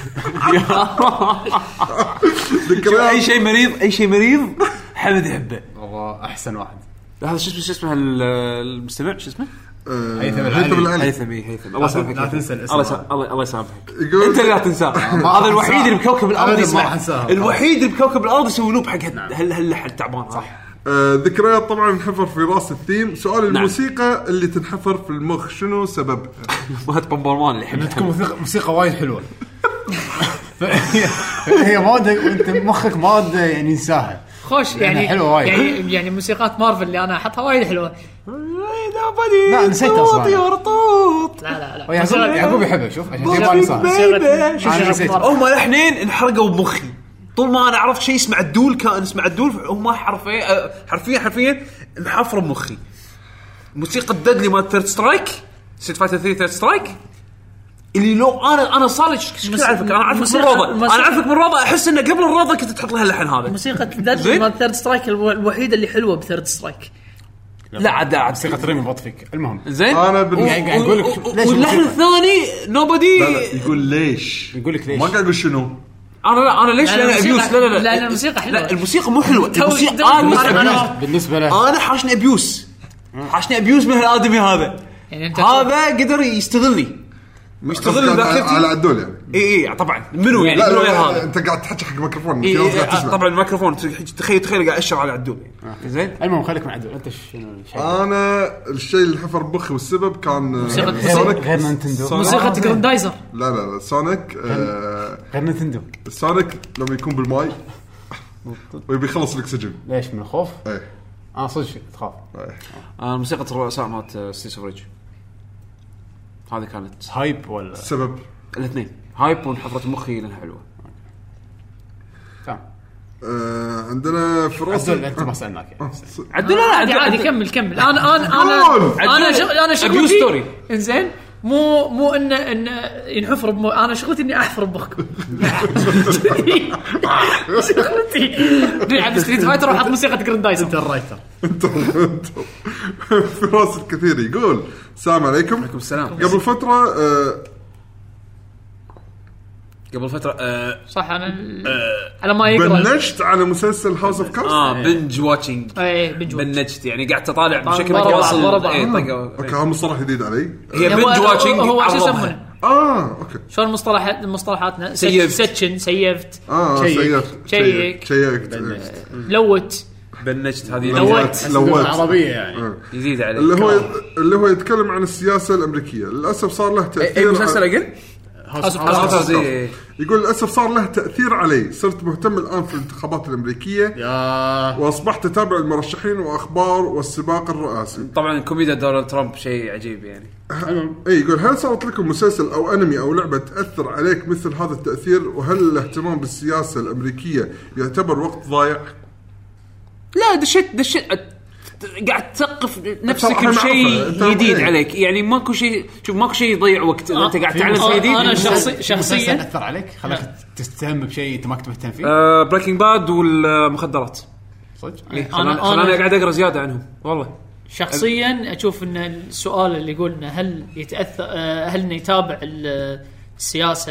S5: اي شيء مريض اي شيء مريض حمد يحبه
S1: والله احسن واحد.
S5: هذا شو اسمه شو اسمه المستمع شو اسمه
S2: هيثم العلي.
S5: هيثم هيثم الله يسامحك.
S1: لا تنسى الاسم.
S5: الله الله يسامحك. انت لا تنساه. هذا الوحيد اللي بكوكب الارض يسمع. الوحيد اللي بكوكب الارض يسوي لوب حق هل هاللحن تعبان صح.
S2: آه ذكريات طبعا انحفر في راس الثيم. سؤال نعم. الموسيقى اللي تنحفر في المخ شنو سبب؟
S5: مهت بومبرمان اللي
S1: يحب تكون موسيقى وايد حلوه. هي ماده وانت مخك ماده يعني انساها
S3: خوش يعني
S1: حلوه وايد.
S3: يعني يعني موسيقات مارفل اللي انا احطها وايد حلوه.
S1: لا نسيت اصلا.
S3: لا لا لا
S1: يعقوب يعقوب يحبه. شوف عشان كذا ما نسيت.
S5: هم لحنين انحرقوا بمخي طول ما انا عرفت شيء اسمه الدول كان اسمه الدول هم حرفيا حرفيا حرفيا محفر بمخي. موسيقى الددلي مال ثيرد سترايك ستريت فايتر ثلاثة ثيرد سترايك اللي لو انا انا صار لي شكل اعرفك انا اعرفك من الروضه انا اعرفك من الروضه احس انه قبل الروضه كنت تحط لها اللحن هذا.
S3: موسيقى الددلي مال ثيرد سترايك الوحيده اللي حلوه بثيرد سترايك.
S5: لا عاد عاد
S1: موسيقى ريمي بطفيك. المهم
S5: زين
S2: انا
S1: قاعد اقول لك
S5: واللحن الثاني نوبودي
S2: يقول ليش
S1: يقول لك ليش
S2: ما قاعد اقول شنو.
S5: انا لا انا ليش انا ابيوس لا لا لا
S3: لا الموسيقى حلوه.
S5: لا الموسيقى مو حلوه. الموسيقى
S1: انا بالنسبه له
S5: انا حاشني ابيوس حاشني ابيوس من الادمي هذا.
S3: يعني
S5: هذا قدر يستغلني
S2: يشتغل على عدول يعني.
S5: اي اي طبعا منو يعني
S2: لا
S5: منو
S2: لا
S5: هذا
S2: انت قاعد تحكي حق الميكروفون
S5: في ناس قاعد تسمع. طبعا الميكروفون تخيل تخيل قاعد اشر على عدول.
S1: زين المهم خليك مع عدول. انت شنو الشيء؟
S2: انا الشيء اللي حفر بمخي والسبب كان
S1: سونيك غير نينتندو.
S3: موسيقى جراندايزر.
S2: لا لا لا سونيك
S1: غير نينتندو.
S2: سونيك لما يكون بالماي ويبي يخلص الاكسجين.
S1: ليش من الخوف؟
S2: ايه
S1: اه صدق تخاف.
S5: اه موسيقى الرؤساء مالت ستيس اوف ريج هذه كانت
S1: هايب ولا
S2: السبب
S5: الاثنين هايب وانحفرت مخي لانها حلوه.
S1: تمام.
S2: آه عندنا فراس
S1: انت ما سالناك يعني.
S5: عدل لا عادي
S3: عادي كمل كمل انا انا انا انا شغل انا شغلتي انزين مو مو ان ان ينحفر بم... انا شغلتي اني احفر بمخكم. شغلتي نلعب ستريت فايتر واحط موسيقى جراندايزر. انت الرايتر
S2: انت فراس الكثير يقول السلام عليكم.
S5: عليكم السلام.
S2: قبل فتره آه
S5: قبل فتره آه
S3: صح انا على ما يقرا
S2: بنجت على مسلسل هاوس اوف كاردز.
S5: اه بنج واتشنج.
S3: اي بنج
S5: بنجت يعني قاعد تطالع بشكل متواصل.
S2: اي طقه اوكي هذا مصطلح جديد علي.
S5: هي بنج واتشنج
S3: هو شو يسمونه
S2: اه اوكي
S3: شلون مصطلحات مصطلحاتنا سيتشن سيفت
S2: اه سيفت
S3: شيك
S2: شيك
S3: لوت
S5: بنجت هذه
S2: لوت لوت
S1: عربيه يعني
S5: يزيد عليه
S2: اللي هو اللي هو يتكلم عن السياسه الامريكيه. للاسف صار له تاثير.
S5: اي مسلسل اقل
S3: هاوس
S2: يقول للاسف صار له تاثير علي، صرت مهتم الان في الانتخابات الامريكيه
S1: يا
S2: واصبحت اتابع المرشحين واخبار والسباق الرئاسي.
S5: طبعا كوميديا دونالد ترامب شيء عجيب يعني.
S2: اي يقول هل صارت لكم مسلسل او انمي او لعبه تاثر عليك مثل هذا التاثير؟ وهل الاهتمام بالسياسه الامريكيه يعتبر وقت ضايع؟
S5: لا دشيت دشيت قاعد تثقف نفسك بشيء جديد عليك يعني ماكو شيء شوف ماكو شيء يضيع وقت آه انت قاعد تتعلم شيء جديد.
S3: انا شخصي شخصيا
S1: اثر عليك خلاك آه. تستهم بشيء انت ما كنت مهتم فيه.
S5: آه بريكنج باد والمخدرات
S1: صدق
S5: إيه انا انا قاعد اقرا زياده عنهم والله.
S3: شخصيا اشوف ان السؤال اللي قلنا هل يتاثر هل انه يتابع السياسه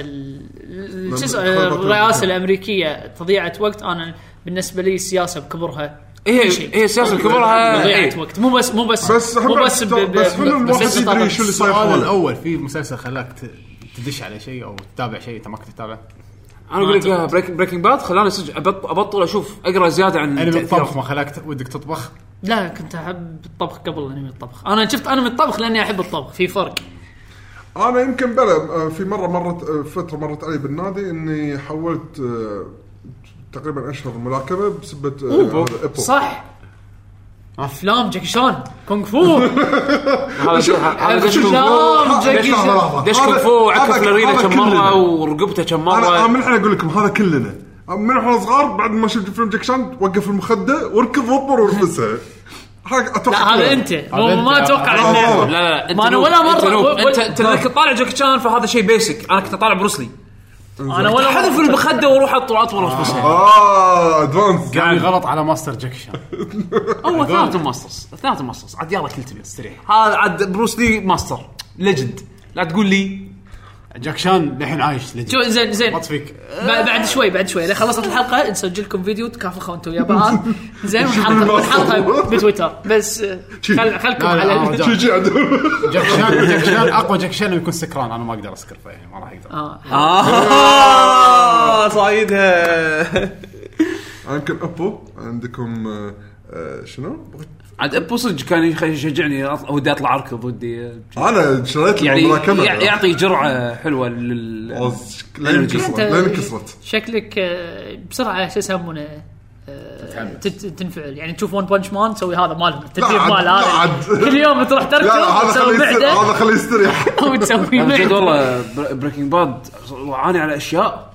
S3: الرئاسه الامرريكيه تضيعه وقت. انا بالنسبه لي السياسه بكبرها
S5: هي هي سياسه كبرها
S3: ضيعت وقت مو بس مو بس
S2: بس
S3: مو بس
S2: بس حلو الواحد يدري شو اللي صاير
S1: حوله. الاول في مسلسل خلاك تدش على شيء او تتابع شيء انت ما كنت تتابع؟
S5: انا اقول لك بريك بريكنج باد خلاني سج ابطل اشوف اقرا زياده عن
S1: الطبخ. ما خلاك ودك تطبخ؟
S3: لا كنت احب الطبخ قبل اني الطبخ. انا شفت انا من الطبخ لاني احب الطبخ في فرق.
S2: انا يمكن بلا في مره مرت فتره مرت علي بالنادي اني حولت تقريبا اشهر ملاكمه بسبه
S3: ابو صح افلام جاكي شان كونغ فو.
S5: هذا شو هذا شو جاكي شان دش كونغ فو عكف لرينا كم مره ورقبته كم مره.
S2: انا من الحين اقول لكم هذا كلنا من احنا صغار بعد ما شفت فيلم جاكي شان وقف المخده وركض وطر ورفسها.
S3: لا هذا انت ما اتوقع.
S5: لا لا
S3: ما انا ولا مره
S5: انت انت انك طالع جاكي شان فهذا شيء بيسك. انا كنت طالع بروسلي
S3: انا ولا
S5: حذف المخده واروح اطلع اطول بس
S2: اه ادفانس
S1: قاعد غلط على ماستر جاكي شان.
S5: اول ثلاثه ماسترز ثلاثه ماسترز عاد يلا كلت استريح. هذا عاد بروسلي ماستر ليجند. لا تقول لي
S1: جاك شان الحين عايش ليجند.
S3: شو زين زين
S1: مطفيك
S3: بعد شوي بعد شوي اذا خلصت الحلقه نسجل لكم فيديو تكافئوا انتم ويا بعض زين ونحطها بتويتر بس خل خلكم على
S2: شو جي عندهم
S1: جاك شان. جاك شان اقوى جاك شان يكون سكران. انا ما اقدر اسكر فيه ما راح اقدر.
S5: اه صايدها.
S2: يمكن ابو عندكم شنو
S5: عاد ابو صدق كان يشجعني ودي اطلع اركض ودي
S2: انا شريت له
S5: يعني يعطي جرعه حلوه لل
S2: لين كسرت
S3: شكلك بسرعه شو يسمونه تنفعل يعني تشوف ون بانش مان تسوي هذا مالهم التدريب مال هذا كل يوم تروح تركض تسوي معده
S2: هذا خليه يستريح
S3: وتسوي معده.
S5: والله بريكنج باد وعاني على اشياء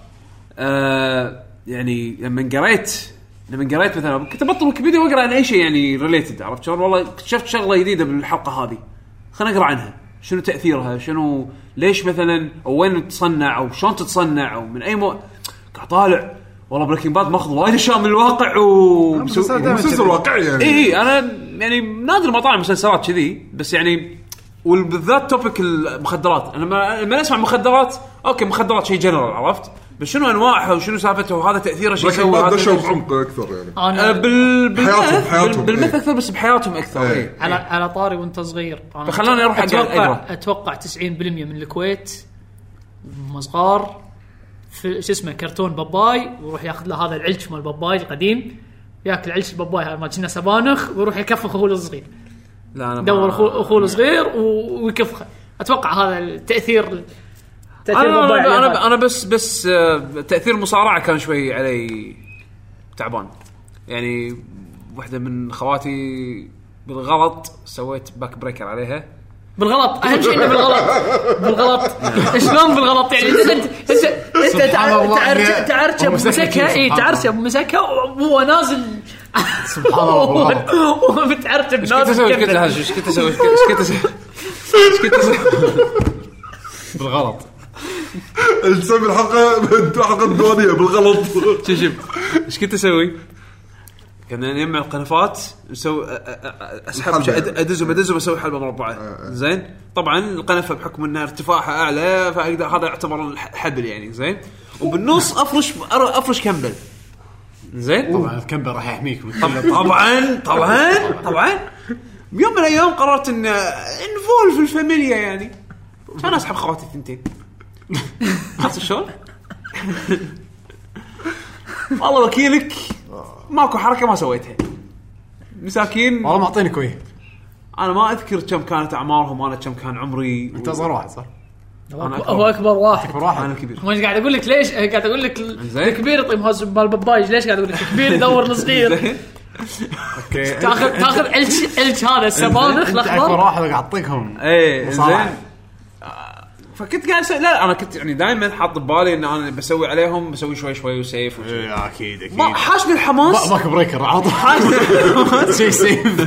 S5: آه يعني لما قريت لما قريت مثلا كنت بطل ويكيبيديا واقرا عن اي شيء يعني ريليتد عرفت شلون. والله اكتشفت شغله جديده بالحلقه هذه خلينا نقرا عنها شنو تاثيرها شنو ليش مثلا او وين تصنع او شلون تتصنع او من اي مو قاعد طالع. والله بريكنج باد ماخذ وايد اشياء من الواقع
S2: ومسلسل واقعي يعني.
S5: اي انا يعني نادر ما طالع مسلسلات كذي بس يعني وبالذات توبيك المخدرات. انا لما اسمع مخدرات اوكي مخدرات شيء جنرال عرفت بس شنو انواعها وشنو سالفته وهذا تاثيره شيء
S2: يسوي هذا دشوا بعمق اكثر يعني
S3: أنا
S5: بال
S2: بحياتهم حياتهم
S5: بالمثل اكثر بس بحياتهم اكثر.
S2: ايه.
S5: ايه.
S3: على على طاري وانت صغير
S5: فخلاني اروح
S3: اتوقع اتوقع تسعين بالمية من الكويت مصغار في شو اسمه كرتون باباي ويروح ياخذ له هذا العلش مال باباي القديم ياكل علش الباباي هذا ما كنا سبانخ ويروح يكفخ اخوه الصغير.
S5: لا انا
S3: دور اخوه الصغير ويكفخه. اتوقع هذا التاثير تأثير
S5: أنا, أنا, أنا, أنا بس بس تأثير مصارعة كان شوي علي تعبان يعني. واحدة من خواتي بالغلط سويت باك بريكر عليها بالغلط.
S3: أهم شيء إنه بالغلط بالغلط شلون بالغلط يعني أنت أنت أنت تعرف تعرف أبو مسكها إيه تعرف أبو مسكها وهو نازل
S1: سبحان الله
S3: وهو متعرف بنازل.
S5: إيش كنت أسوي إيش كنت أسوي إيش كنت أسوي إيش كنت أسوي
S1: بالغلط
S2: نسوي الحلقة حلقة دوانية بالغلط.
S5: شوف شوف ايش كنت اسوي؟ كنا نجمع القنفات نسوي اسحب ادز وبدز وبسوي حلبة مربعة زين. طبعا القنفة بحكم انها ارتفاعها اعلى فاقدر هذا يعتبر حبل يعني زين. وبالنص افرش افرش كمبل زين.
S1: طبعا الكمبل راح يحميك
S5: طبعا طبعا طبعا يوم من الايام قررت ان انفولف الفاميليا يعني كان اسحب خواتي الثنتين عرفت شلون؟ والله وكيلك ماكو حركه ما سويتها مساكين
S1: والله معطيني كوي.
S5: انا ما اذكر كم كانت اعمارهم انا كم كان عمري
S1: انت صغير واحد صح
S3: هو اكبر واحد
S1: اكبر واحد
S5: انا الكبير.
S3: مش قاعد اقول لك ليش قاعد اقول لك الكبير يطيب هاز مال بابايج ليش قاعد اقول لك الكبير يدور الصغير
S1: اوكي
S3: تاخذ تاخذ الش الش هذا السبانخ
S1: اكبر
S3: الاخضر
S1: واحد قاعد اعطيكم
S5: ايه زين. فكنت قاعد أسوي لا انا كنت يعني دائما حاط ببالي ان انا بسوي عليهم بسوي شوي شوي وسيف وشي.
S1: إيه، اكيد اكيد
S5: ما حاشني الحماس
S1: باك بريكر عاطل شيء سيف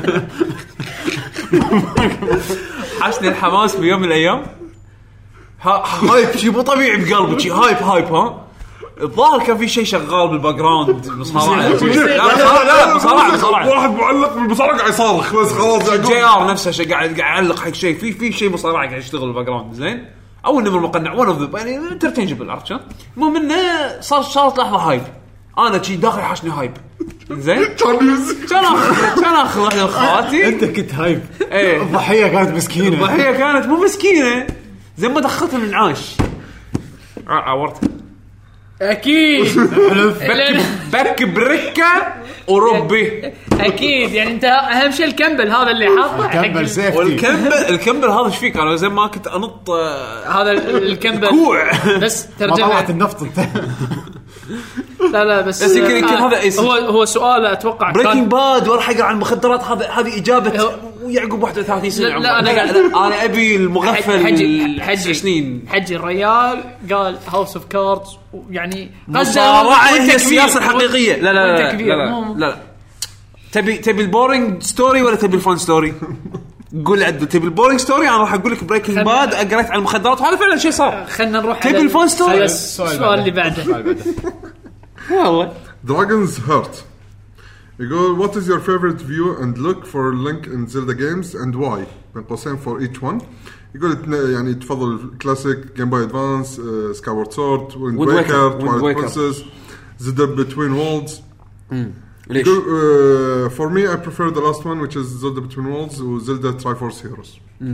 S5: حاشني الحماس بيوم من الايام ها هايب شيء مو طبيعي بقلبي شيء هايب هايب ها الظاهر كان في شيء شغال بالباك جراوند بصراحه لا لا بصراحه بصراحه
S2: واحد معلق بالمصارعه قاعد يصارخ بس خلاص
S5: جي ار نفسه شيء قاعد قاعد يعلق حق شيء في في شيء مصارعه قاعد يشتغل بالباك جراوند زين اول نمر مقنع ون اوف ذا يعني انترتشنجبل عرفت شلون المهم انه صار صارت لحظه هايب انا شي داخل حاشني هايب زين كان اخذ كان اخذ واحده اخواتي
S1: انت كنت هايب
S5: ايه
S1: الضحيه كانت مسكينه
S5: الضحيه كانت مو مسكينه زي ما دخلتها من عاش عورتها
S3: اكيد
S5: بك بك بركه وربي
S3: اكيد يعني انت اهم شيء الكمبل هذا اللي حاطه
S1: كمبل سيفتي
S5: والكمبل الكمبل هذا ايش فيك انا زي ما كنت انط
S3: هذا الكمبل
S5: كوع
S3: بس
S1: ما
S3: ترجمه
S1: طلعت النفط انت
S3: لا لا بس
S5: بس يمكن يمكن هذا
S3: هو هو سؤال اتوقع
S5: بريكنج باد ولا حاجه عن المخدرات هذا هذه اجابه ويعقوب واحد وثلاثين سنه
S3: لا, لا
S5: انا قاعد انا ابي المغفل
S3: حجي حجي
S5: سنين
S3: حجي الريال قال هاوس اوف كاردز يعني
S5: مصارعه هي السياسه الحقيقيه لا لا لا
S3: لا
S5: لا, لا. تبي تبي البورينج ستوري ولا تبي الفان ستوري قول عدل تبي البورينج ستوري انا راح اقول لك بريكنج باد قريت عن المخدرات وهذا فعلا شيء صار
S3: خلينا نروح
S5: تبي الفان ستوري
S3: السؤال اللي بعده
S5: والله
S2: Dragon's Heart يقول what is your favorite view and look for link in Zelda games and why بين قوسين for each one يقول يعني تفضل كلاسيك جيم باي ادفانس سكاورد سورد ويند ويكر تويلايت برنسس زلدا بتوين وولدز
S5: ليش
S2: uh, for me I prefer the last one which is Zelda Between Worlds وزلدا Triforce Heroes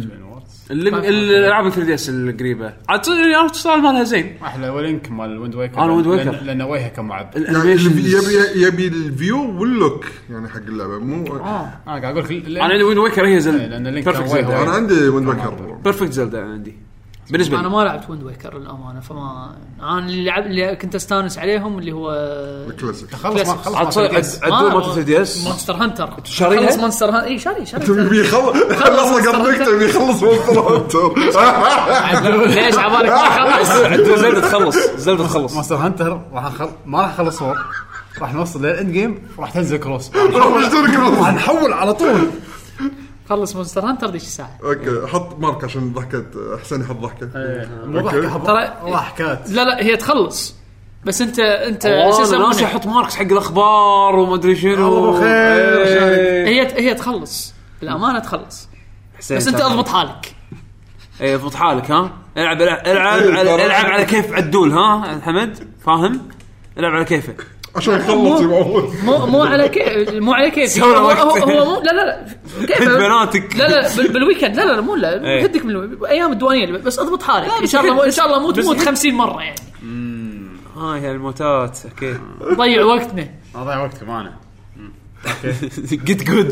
S5: الالعاب ثري دي اس القريبه عاد يعني اشتغل مالها زين
S1: احلى ولينك مال ويند ويكر
S5: انا ويند ويكر
S1: لانه وجهه كان معب
S2: يعني يبي يبي الفيو واللوك يعني حق اللعبه مو
S1: اه قاعد اقول لك
S5: انا عندي ويند ويكر هي زلدا
S1: لان اللينك كان وجهه
S2: انا عندي ويند ويكر
S5: بيرفكت زلدا عندي بالنسبه
S3: انا ما لعبت ويند ويكر للامانه فما انا اللي لعب اللي كنت استانس عليهم اللي هو
S2: الكلاسيك
S1: خلص ما خلص
S5: عدوا ما ثري دي اس
S3: مونستر هانتر
S5: شاريها
S3: خلص مونستر هانتر اي شاري شاري
S2: تبي يخلص خلص قبلك تبي يخلص مونستر هانتر
S3: ليش عبالك ما يخلص
S5: عدوا زلدا تخلص زلدا تخلص
S1: مونستر هانتر راح نخل... ما راح نخلص فور راح نوصل للاند جيم راح تنزل كروس راح نحول على طول
S3: خلص مونستر هانتر ديش ساعه
S2: اوكي حط مارك عشان ضحكت حسين يحط ضحكه
S1: مو ضحكه ترى ضحكات
S3: لا لا هي تخلص بس انت انت
S5: شو اسمه ناس يحط ماركس حق الاخبار وما ادري شنو
S3: هي هي تخلص بالامانه تخلص بس انت اضبط حالك
S5: اي اضبط حالك ها العب العب على العب على كيف عدول ها حمد فاهم العب على كيفك
S2: عشان يخلص يبغون
S3: مو مو على كيف مو على كيف هو, هو مو لا لا لا
S5: كيف بناتك
S3: لا لا بالويكند لا لا مو لا هدك من ايام الديوانيه بس اضبط حالك ان شاء الله ان شاء الله مو تموت خمسين مره يعني
S5: هاي هالموتات اوكي
S3: ضيع وقتنا
S1: اضيع وقتي معنا
S5: اوكي جيت جود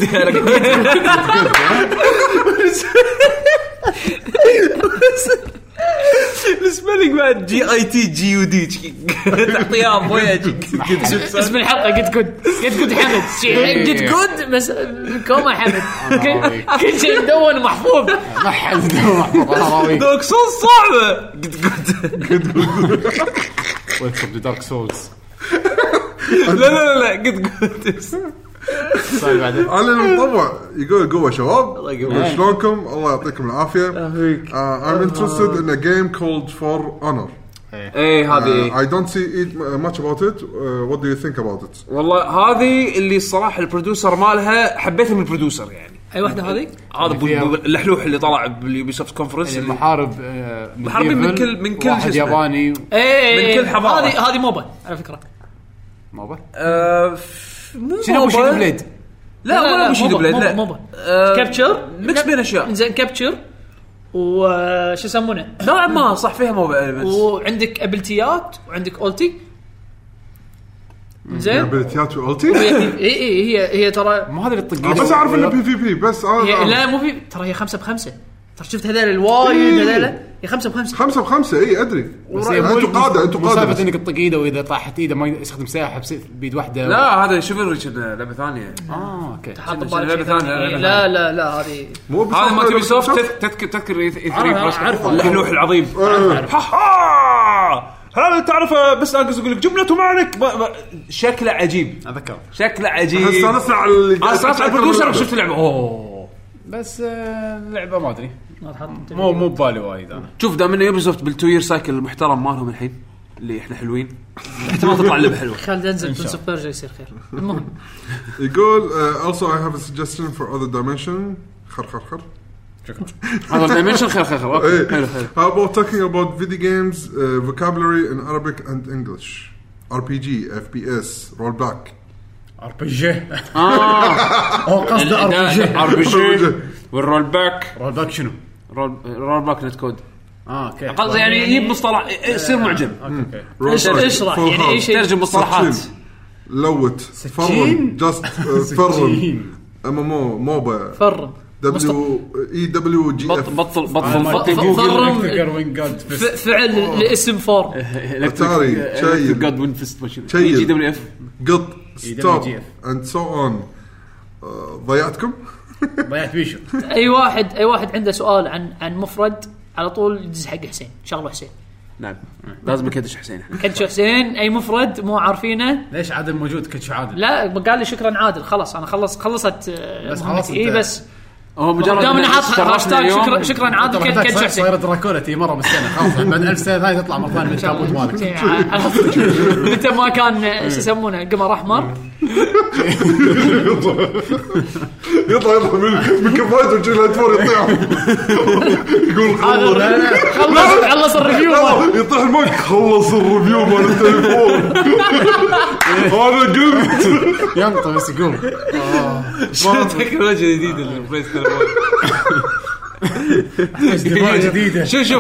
S5: السبيلنج بعد جي اي تي جي يو دي تعطيها مويه
S3: اسم الحلقه قد جود قد جود حمد قد جود بس كوما حمد كل شيء مدون محفوظ
S1: ما حد مدون محفوظ
S5: دارك سولز صعبه قد جود
S1: قد جود ويلكم دارك سولز
S5: لا لا لا قد جود
S1: صاير بعدين
S2: على المطوع يقول قوة شباب شلونكم الله يعطيكم العافية uh, I'm interested in a game called For Honor
S5: ايه هذه
S2: uh, I don't see it much about it uh, what do you think about it
S5: والله هذه اللي الصراحة البرودوسر مالها حبيتها من البرودوسر يعني
S3: اي واحدة هذه
S5: هذا اللحلوح اللي طلع باليوبيسوفت كونفرنس
S1: المحارب
S5: محاربين من كل من كل
S1: واحد ياباني
S5: من كل حضارة
S3: هذه هذه موبا على فكرة
S1: موبا
S3: شنو
S1: مو شيد بليد
S5: لا ولا مو شيد بليد لا
S3: موبا كابتشر
S5: ميكس بين اشياء
S3: زين كابتشر وش يسمونه
S5: نوعا ما صح فيها موبا
S3: وعندك ابيلتيات وعندك اولتي زين
S2: ابيلتيات واولتي
S3: اي اي هي هي ترى
S1: مو هذا اللي تطق
S2: بس اعرف انه بي في بي بس
S3: لا مو في ترى هي خمسة بخمسة ترى شفت هذول الوايد هذول يا خمسة بخمسة
S2: خمسة بخمسة اي ادري انتوا قاده انتوا قاده
S1: مسافه انك تطق ايده واذا طاحت ايده ما يستخدم سلاح بيد واحده.
S5: لا هذا شوفلري كنا لعبه ثانيه.
S1: اه اوكي
S3: حاط
S5: كنا لعبه ثانيه.
S3: لا لا لا هذه
S5: هذا ما تبي سوفت تذكر تذكر اي ثري اللوح العظيم. هذا تعرفه بس اقصد اقول لك جملته معنك شكله عجيب.
S1: اذكر
S5: شكله عجيب.
S2: استانس على
S5: استانس على البرودوسر شفت اللعبه اوه
S1: بس اللعبه ما ادري مو مو ببالي وايد انا.
S5: شوف دام انه يوبيسوفت بالتو يير سايكل المحترم مالهم الحين اللي احنا حلوين احتمال تطلع لعبه حلوه.
S3: خالد انزل برنس اوف بيرجا يصير خير. المهم
S2: يقول uh, also I have a suggestion for other dimension. خر خر خر
S5: هذا دايمنشن خير خير اوكي حلو حلو.
S2: How about talking about video games uh, vocabulary in Arabic and English? R P G, F P S, rollback.
S1: ار بي جي
S5: اه
S1: هو قصده ار بي جي.
S5: ار بي جي والرول باك.
S1: رول باك شنو؟
S5: رول رول باك نت كود.
S1: اه اوكي
S5: قصدي يعني يجيب مصطلح يصير معجم.
S1: اوكي
S3: اشرح يعني اي شيء
S5: ترجم مصطلحات.
S2: لوت فرن جاست فرن ام ام او موبا
S3: فرن
S2: دبليو اي دبليو جي اف.
S5: بطل بطل بطل جوجل
S3: فعل لاسم فور
S2: اتاري شيء
S5: جاد وين فيست
S2: جي
S5: دبليو اف
S2: قط ستوب اند سو اون. ضيعتكم
S1: ضيعت بيشو.
S3: اي واحد اي واحد عنده سؤال عن عن مفرد على طول يدز حق حسين شغله حسين.
S5: نعم لازم كدش حسين.
S3: كدش حسين اي مفرد مو عارفينه.
S1: ليش عادل موجود كدش عادل؟
S3: لا قال لي شكرا عادل خلاص انا خلص خلصت
S1: بس خلاص
S3: اي بس
S5: هو مجرد
S3: دام نحط هاشتاج شكرا شكرا عادل كدش حسين.
S1: صايره دراكولا تي مره بالسنه خلاص بعد ألف سنه ثانيه تطلع مره ثانيه من التابوت مالك.
S3: متى ما كان ايش يسمونه قمر احمر
S2: يطلع يطلع من من كفايته وجه الهدفور يطيح يقول
S3: خلص خلص الريفيو
S2: يطيح المايك خلص الريفيو مال التليفون. هذا قلت
S1: ينطى بس يقول
S5: شو تكنولوجيا جديده للبلاي ستيشن
S1: جديده.
S5: شوف شوف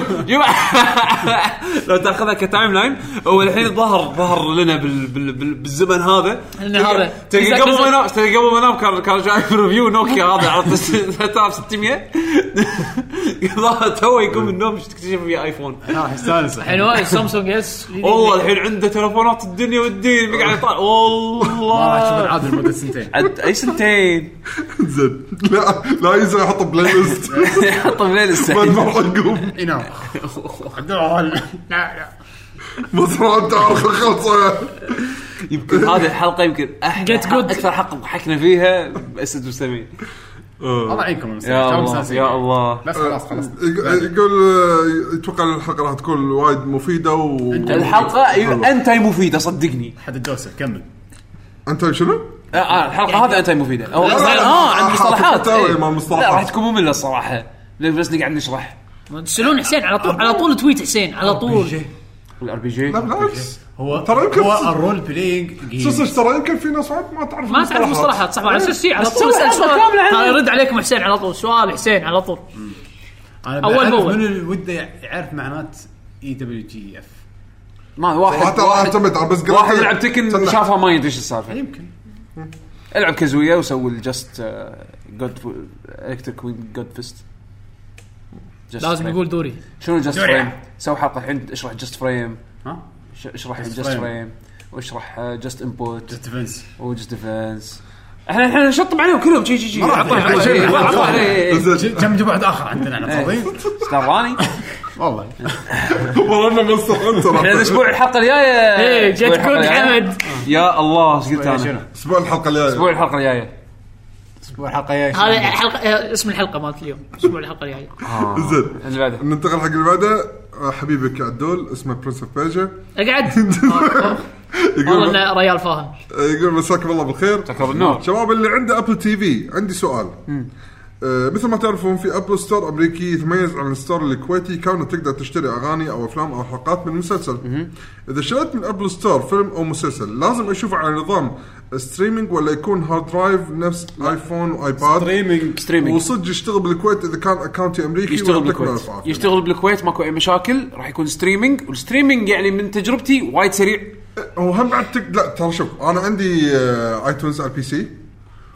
S5: لو تاخذها كتايم لاين هو الحين ظهر ظهر لنا بال بال بالزمن هذا.
S3: هذا
S5: تلقى قبل ما ينام تلقى قبل ما ينام كان كان شايف ريفيو نوكيا هذا على ثلاثة آلاف وستمية ظهر تو يقوم من النوم تكتشف فيه ايفون.
S1: اه استانس
S3: حلوه سامسونج اس
S5: والله الحين عنده تلفونات الدنيا والدين بيقعد يطالع والله
S1: ما راح اشوف عادل مده سنتين.
S5: عد اي سنتين
S2: زين لا لا ينسى يحط بلاي ليست
S5: يحط بلاي ليست
S2: بعد ما حقهم
S1: ينام لا لا
S2: مصرعة تعرف خلصة.
S5: يمكن هذه الحلقة يمكن أكثر حلقة ضحكنا فيها بأسد وسمين.
S1: الله يعينكم
S5: يا الله يا الله.
S1: بس خلاص خلاص
S2: يقول يتوقع الحلقة راح تكون وايد مفيدة و
S5: الحلقة أنت مفيدة صدقني.
S1: حد الدوسة كمل
S2: أنت شنو؟
S5: آه الحلقة هذا أنت مفيدة. أو آه عن مصطلحات. لا راح تكون مملة الصراحة. بس نقعد نشرح.
S3: تسألون حسين على طول على طول تويت حسين على طول.
S5: الار بي جي
S2: لا بالعكس
S1: هو
S2: ترى يمكن
S1: هو الرول بلاينج
S2: صدق ترى يمكن في ناس ما تعرف
S3: ما تعرف مصطلحات صح على اساس على طول اسال سؤال يرد عليكم حسين على طول سؤال حسين على طول.
S1: اول اول من اللي وده يعرف معنات اي دبليو جي اف
S5: ما واحد
S2: واحد بس
S5: واحد يلعب تكن شافها ما يدري ايش السالفه.
S1: يمكن
S5: العب كزويه وسوي الجست جود الكتريك كوين جود فيست.
S3: لازم يقول دوري
S5: شنو جست فريم. سوي حلقه الحين اشرح جست فريم.
S1: ها
S5: اشرح جست فريم واشرح جست انبوت
S1: جست ديفنس
S5: وجست ديفنس. احنا احنا نشطب عليهم كلهم شيء شيء شيء
S1: عطنا كم جبعد اخر عندنا احنا فاضيين
S5: ستاراني
S1: والله
S2: والله ما استخدمت
S5: احنا الاسبوع الحلقه الجايه
S3: ايه جت كود حمد
S5: يا الله ايش قلت انا
S2: اسبوع الحلقه الجايه
S5: اسبوع الحلقه الجايه
S1: اسبوع الحلقه الجايه
S3: هذه حلقه اسم الحلقه مالت اليوم اسبوع الحلقه الجايه.
S2: زين
S5: اللي بعده
S2: ننتقل حق اللي بعده. حبيبك عدول اسمه برنس اوف بيرجا
S3: اقعد والله ريال فاهم.
S2: يقول مساكم الله بالخير شباب اللي عنده ابل تي في. عندي سؤال. آه مثل ما تعرفون في ابل ستور امريكي يتميز عن الستور الكويتي كونه تقدر تشتري اغاني او افلام او حلقات من مسلسل. اذا شريت من ابل ستور فيلم او مسلسل لازم اشوفه على نظام ستريمينج ولا يكون هارد درايف نفس ايفون وايباد
S5: ستريمينج ستريمينج
S2: وصدق يشتغل بالكويت اذا كان اكاونتي امريكي
S5: يشتغل بالكويت يشتغل بالكويت ماكو اي مشاكل راح يكون ستريمينج. والستريمينج يعني من تجربتي وايد سريع.
S2: هو هم بعد تك... لا ترى شوف انا عندي ايتونز على البي سي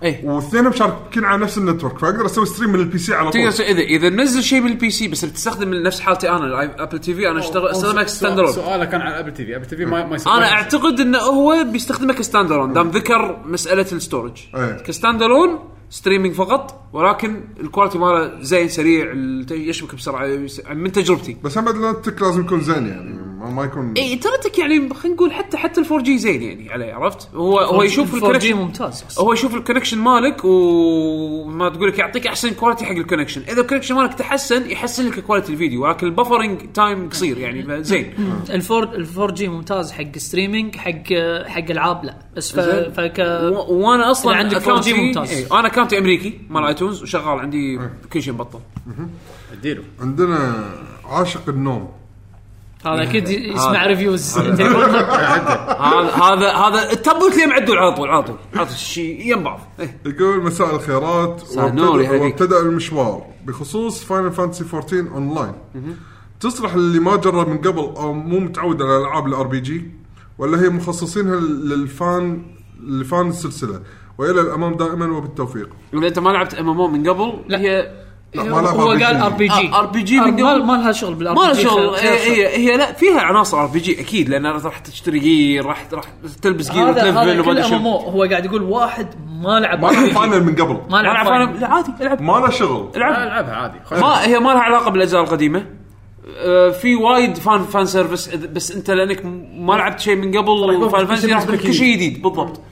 S4: ايه
S2: واثنين مشاركين على نفس النتورك، فاقدر اسوي ستريم من البي سي على طول.
S5: تقدر اذا اذا نزل شيء من البي سي بس تستخدم نفس حالتي انا ابل تي في، انا اشتغل استخدمك ستاندرون.
S1: سؤاله كان على ابل تي في، ابل تي في ما ما
S5: انا اعتقد انه هو بيستخدمك ستاندرون دام ذكر مساله الستورج كستاندرون ستريمينج فقط، ولكن الكواليتي ماله زين سريع يشبك بسرعه من تجربتي.
S2: بس هم النتك لازم يكون زين يعني ما يكون
S5: اي ترتك يعني خلينا نقول حتى حتى الفور جي زين يعني عليه، عرفت؟ هو هو يشوف الكونكشن
S3: ممتاز،
S5: هو يشوف الكونكشن مالك وما تقول لك يعطيك احسن كواليتي حق الكونكشن. اذا الكونكشن مالك تحسن يحسن لك كواليتي الفيديو، ولكن البفرنج تايم قصير يعني زين.
S3: الفور الفور جي ممتاز حق ستريمينج، حق حق العاب لا بس فك
S5: وانا اصلا
S3: عندك فور جي ممتاز.
S5: ايه انا كانت امريكي مال ايتونز وشغال عندي كل شيء مبطل.
S1: اديله
S2: عندنا عاشق النوم،
S3: هذا اكيد يسمع ريفيوز.
S5: هذا هذا هذا التابوت اللي معدول على طول على طول على طول شيء يم بعض.
S2: يقول مساء الخيرات، وابتدأ المشوار بخصوص فاينل فانتسي فورتين اونلاين. تصلح اللي ما جرب من قبل او مو متعود على العاب الار بي جي، ولا هي مخصصينها للفان لفان السلسله؟ والى الامام دائما وبالتوفيق.
S5: اذا انت ما لعبت ام ام او من قبل
S3: لا.
S5: هي
S3: هو قال ار بي جي
S5: ار بي جي من قبل
S3: ما لها شغل بالار
S5: ما
S3: بي جي،
S5: لها شغل. هي هي لا فيها عناصر ار بي جي اكيد، لان راح تشتري جير، راح راح تلبس جير
S3: وتلفل وما ادري. هو قاعد يقول واحد ما لعب
S2: ما لعب فاينل من قبل،
S3: ما لعب فاينل.
S5: لا عادي العب،
S2: ما له شغل،
S1: العبها عادي.
S5: ما هي ما لها علاقه بالاجزاء القديمه. في وايد فان فان سيرفيس، بس انت لانك ما لعبت شيء من قبل فاينل فانتسي راح كل شيء جديد بالضبط.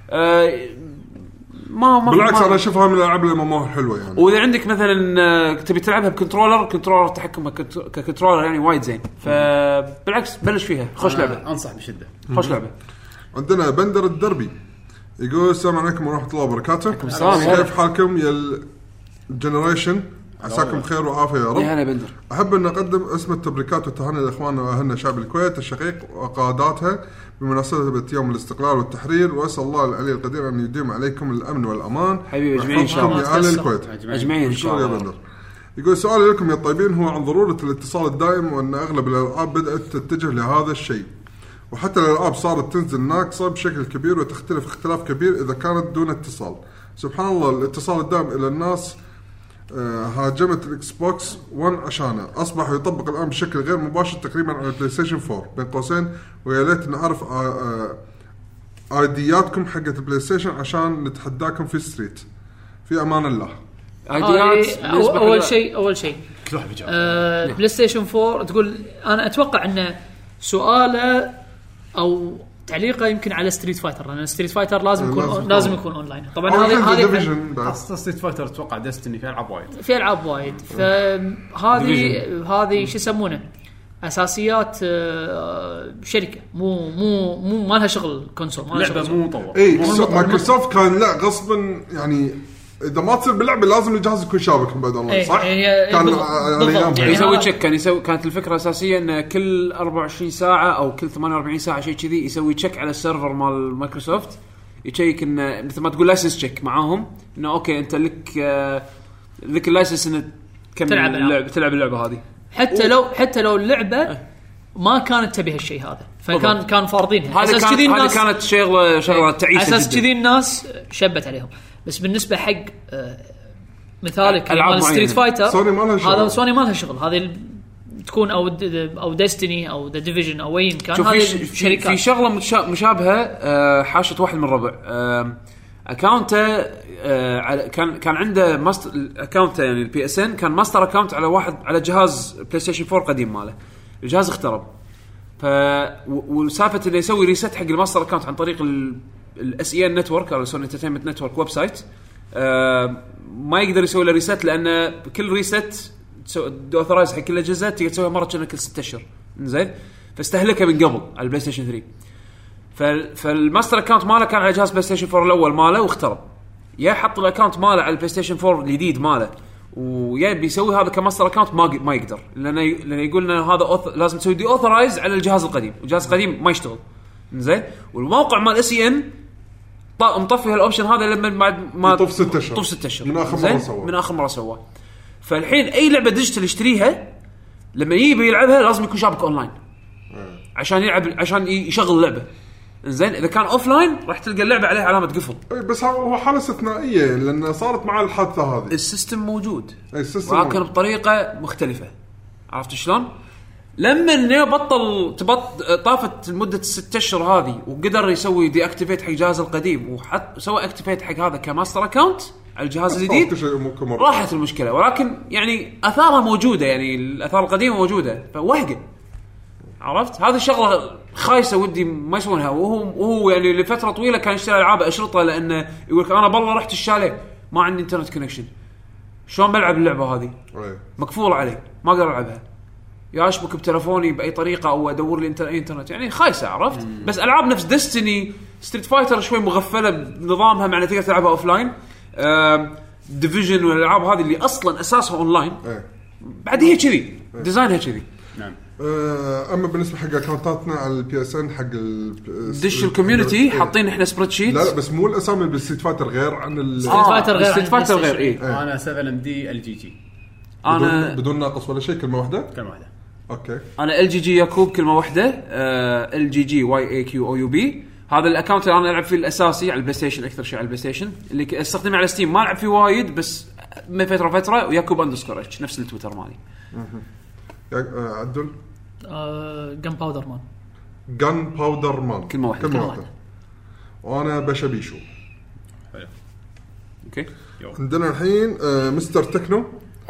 S5: ما ما
S2: بالعكس
S5: ما
S2: انا اشوفها من الالعاب الاماميه حلوه يعني.
S5: واذا عندك مثلا تبي تلعبها بكنترولر، كنترولر تحكمها ككنترولر يعني وايد زين، فبالعكس بلش فيها خوش لعبه،
S1: انصح بشده
S5: خوش لعبه.
S2: عندنا بندر الدربي يقول السلام عليكم ورحمه الله وبركاته. كيف حالكم يا الجنريشن؟ عساكم خير وعافيه يا رب.
S5: يا بندر.
S2: احب ان اقدم اسم التبريكات والتهاني لاخواننا واهلنا شعب الكويت الشقيق وقاداتها بمناسبه يوم الاستقلال والتحرير، واسال الله العلي القدير ان يديم عليكم الامن والامان
S5: حبيبي اجمعين ان شاء الله
S2: يا اهل الكويت
S5: اجمعين ان شاء الله.
S2: يا بندر يقول سؤالي لكم يا طيبين هو عن ضروره الاتصال الدائم، وان اغلب الالعاب بدات تتجه لهذا الشيء، وحتى الالعاب صارت تنزل ناقصه بشكل كبير وتختلف اختلاف كبير اذا كانت دون اتصال. سبحان الله الاتصال الدائم الى الناس هاجمت الاكس بوكس ون عشانه، اصبح يطبق الان بشكل غير مباشر تقريبا على البلاي ستيشن فور بين قوسين، ويا ليت نعرف ايدياتكم حقت البلاي ستيشن عشان نتحداكم في ستريت. في امان الله.
S3: ايديات اول شيء اول شيء آه بلاي ستيشن فور تقول انا اتوقع انه سؤاله او تعليقه يمكن على ستريت فايتر، لان ستريت فايتر لازم يكون لازم يكون اونلاين. طبعا هذه هذه
S1: اصلا ستريت فايتر اتوقع ديستني في العاب وايد
S3: في العاب وايد، فهذه هذه شو يسمونه اساسيات شركه، مو مو مو ما لها شغل كونسول، ما لها شغل
S1: مو مطور.
S2: اي مايكروسوفت كان لا غصبا يعني اذا ما تصير باللعبه لازم الجهاز يكون شابك من بعد اونلاين صح. كان
S3: يعني
S5: يسوي تشيك، كان يسوي كانت الفكره اساسيه ان كل أربعة وعشرين ساعه او كل ثمانية وأربعين ساعه شيء كذي يسوي تشيك على السيرفر مال مايكروسوفت، يشيك انه مثل ما تقول لايسنس تشيك معاهم انه اوكي انت لك آه لك اللايسنس ان تكمل
S3: تلعب
S5: اللعبه تلعب اللعبه هذه،
S3: حتى لو حتى لو اللعبه ما كانت تبي هالشيء هذا، فكان بالضبط. كان فارضينها
S5: هذه كان الناس كانت شغله شغله تعيسه
S3: اساس كذي الناس شبت عليهم. بس بالنسبه حق آه مثالك مال ستريت فايتر هذا سوني ما لها شغل، هذه تكون او او ديستني او ذا ديفيجن او وين كان. هذه
S5: شركات في شغله مشابهه حاشت واحد من الربع اكاونته كان كان عنده ماستر اكاونته يعني البي اس ان كان ماستر اكاونت على واحد على جهاز بلاي ستيشن فور قديم ماله، الجهاز اخترب ف والسالفه اللي يسوي ريست حق الماستر اكاونت عن طريق الاس اي ان نتورك او سوني انترتينمنت نتورك ويب سايت ما يقدر يسوي له ريست، لأن كل ريست اوثرايز حق كل الاجهزه تقدر تسويها مره كل ستة اشهر زين، فاستهلكها من قبل على البلاي ستيشن ثري. فالماستر اكاونت ماله كان على جهاز بلاي ستيشن فور الاول ماله واخترب، يا حط الاكاونت ماله على البلاي ستيشن فور الجديد ماله ويا بيسوي هذا كماستر اكاونت ما ما يقدر، لانه لانه يقول لنا هذا أوث... لازم تسوي دي اوثرايز على الجهاز القديم، والجهاز القديم ما يشتغل زين. والموقع مال اس اي ان مطفي هالاوبشن هذا لما بعد ما
S2: طف ستة اشهر
S5: طف ستة اشهر
S2: من اخر مره سواه
S5: من اخر مره سواه. فالحين اي لعبه ديجيتال يشتريها لما يجي يلعبها لازم يكون شابك اونلاين عشان يلعب عشان يشغل اللعبه زين اذا كان اوف لاين راح تلقى اللعبه عليها علامه قفل.
S2: اي بس هو حاله استثنائيه لان صارت مع الحادثه هذه.
S5: السيستم موجود
S2: السيستم
S5: ولكن بطريقه مختلفه. عرفت شلون؟ لما انه بطل تبط طافت لمده ستة اشهر هذه وقدر يسوي دي اكتيفيت حق جهاز القديم وحط سوى اكتيفيت حق هذا كماستر اكاونت على الجهاز الجديد راحت المشكله. ولكن يعني اثارها موجوده يعني الاثار القديمه موجوده فوهقه. عرفت هذه الشغله خايسه ودي ما يسوونها. وهو وهو يعني لفتره طويله كان يشتري العاب اشرطه لانه يقول لك انا بالله رحت الشاليه ما عندي انترنت كونكشن شلون بلعب اللعبه هذه مقفول علي ما اقدر العبها يا اشبك بتلفوني باي طريقه او ادور لي انترنت يعني خايسه. عرفت مم. بس العاب نفس ديستني ستريت فايتر شوي مغفله بنظامها مع تقدر تلعبها اوف لاين. ديفيجن والالعاب هذه اللي اصلا اساسها اون لاين بعد هي كذي ديزاينها كذي.
S1: نعم.
S2: اما بالنسبه حق اكونتاتنا على البي اس ان حق
S5: دش الكوميونتي حاطين احنا سبريد شيت.
S2: لا لا بس مو الاسامي بالستريت فايتر غير عن
S3: الستريت فايتر غير
S5: الستريت فايتر غير اي
S1: انا سبعة ام دي ال جي جي
S2: انا بدون, بدون ناقص ولا شيء كلمه واحده
S1: كلمه واحده.
S2: اوكي
S5: انا ال جي جي ياكوب كلمه واحده ال جي جي واي اي كيو او يو بي. هذا الاكونت اللي انا العب فيه الاساسي على البلاي ستيشن اكثر شيء على البلاي ستيشن اللي استخدمه على ستيم ما العب فيه وايد بس من فتره فتره وياكوب اندرسكور اتش نفس التويتر مالي.
S2: يا عدل
S3: جن باودر مان
S2: جن باودر مان
S5: كلمه واحده
S2: كلمه واحده. وانا بشبيشو.
S5: اوكي
S2: عندنا الحين مستر تكنو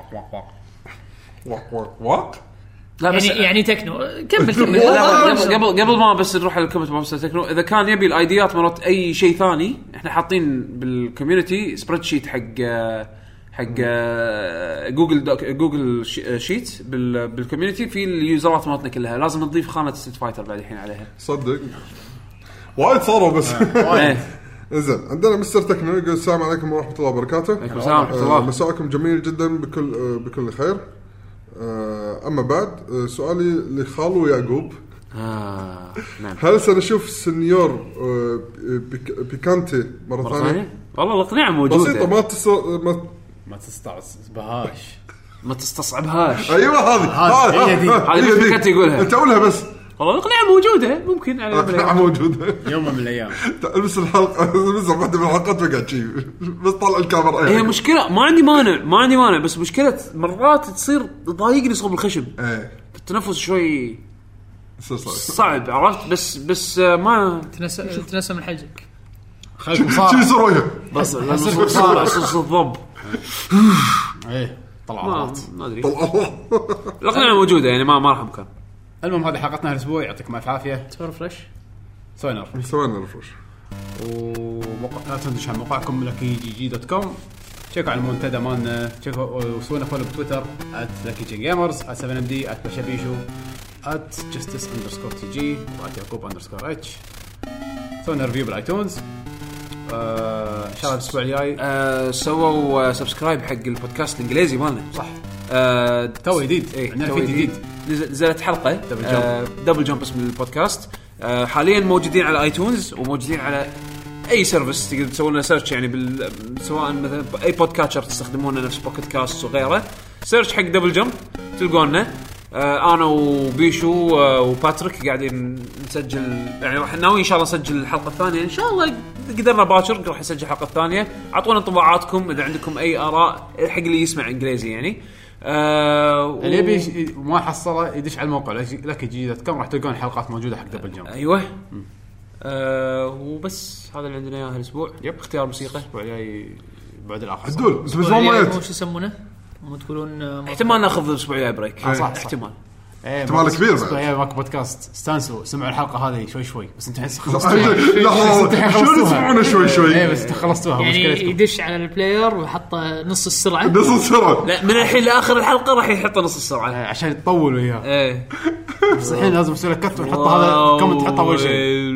S2: واق واق واق
S3: لا بس يعني يعني تكنو كمل كمل
S5: قبل قبل ما بس نروح على الكومنت مال مستر تكنو. اذا كان يبي الايديات مرات اي شيء ثاني احنا حاطين بالكوميونتي سبريد شيت حق حق جوجل دوك جوجل شيت بالكوميونتي في اليوزرات مالتنا كلها لازم نضيف خانه ستريت فايتر بعد الحين عليها.
S2: صدق وايد صاروا بس زين. عندنا مستر تكنو يقول السلام عليكم ورحمه الله وبركاته.
S5: عليكم السلام ورحمه الله.
S2: مساءكم جميل جدا بكل بكل خير. اما بعد سؤالي لخالو يعقوب
S5: آه، نعم.
S2: هل سنشوف سنيور بيكانتي مره ثانيه؟
S5: والله الاقناع موجوده
S2: بسيطه ما تس... ما
S1: ما تستصعبهاش
S5: ما تستصعبهاش.
S2: ايوه هذه
S5: هذه هذه هذه بيكانتي يقولها
S2: انت قولها بس.
S5: والله الاقناع موجوده ممكن على
S2: الاقناع موجوده
S1: يوم من الايام.
S2: بس الحلقه بس واحده من الحلقات بقى شيء بس طلع الكاميرا.
S5: هي مشكله ما عندي مانع ما عندي مانع بس مشكله مرات تصير تضايقني صوب الخشب.
S2: ايه
S5: التنفس شوي صعب. عرفت بس بس ما
S3: تنسم تنسم من حجك
S1: خليكم صار
S2: شو سرويه
S5: بس صار صوص الضب.
S1: ايه طلع غلط
S5: ما ادري. الاقنعه موجوده يعني ما ما راح مكان.
S1: المهم هذه حلقتنا الاسبوع يعطيكم الف عافيه.
S3: سوي فريش
S1: سوي نرف
S2: سوي نرفش
S1: وموقع لا تنسوا على موقعكم لكي جي جي دوت كوم. تشيكوا على المنتدى مالنا تشيكوا وسوونا فولو بتويتر @luckyjamers @7md @بشبيشو @justice_tg و@يعقوب_h. سوينا ريفيو بالايتونز ان شاء الله الاسبوع الجاي.
S5: أه سووا سبسكرايب حق البودكاست الانجليزي مالنا
S1: صح.
S5: أه
S1: تو جديد
S5: ايه
S1: عندنا في جديد
S5: نزلت حلقه دبل جمب, أه دبل جمب اسم البودكاست. أه حاليا موجودين على ايتونز وموجودين على اي سيرفيس تقدر تسوي لنا سيرش يعني بال... سواء مثلا اي بودكاتشر تستخدمونه نفس بوكيت كاست وغيره سيرش حق دبل جمب تلقونا. آه انا وبيشو آه وباتريك قاعدين نسجل يعني راح ناوي ان شاء الله نسجل الحلقه الثانيه ان شاء الله قدرنا باكر راح نسجل الحلقه الثانيه. اعطونا انطباعاتكم اذا عندكم اي اراء حق اللي يسمع انجليزي يعني. آه
S1: اللي يبي ما حصله يدش على الموقع لك جي دوت كوم راح تلقون حلقات موجوده حق دبل جمب.
S5: ايوه آه وبس هذا اللي عندنا اياه الاسبوع. يب اختيار موسيقى الاسبوع الجاي بعد الاخر
S2: دول بس ما
S3: شو يسمونه مو تقولون
S5: احتمال ناخذ اسبوع الجاي بريك.
S1: آه صح
S5: احتمال
S2: احتمال كبير
S1: اسبوع الجاي ماكو بودكاست استانسوا سمعوا الحلقه هذه شوي شوي بس انتم هسه
S2: خلصتوها. شو تسمعونه شوي شوي
S1: ايه بس خلصتوها
S3: يعني يدش على البلاير ويحط نص السرعه
S2: نص السرعه.
S5: لا من الحين لاخر الحلقه راح يحط نص السرعه
S1: عشان يطول وياه.
S5: ايه
S1: بس الحين لازم نسوي لك كت ونحط هذا كومنت تحطه اول شيء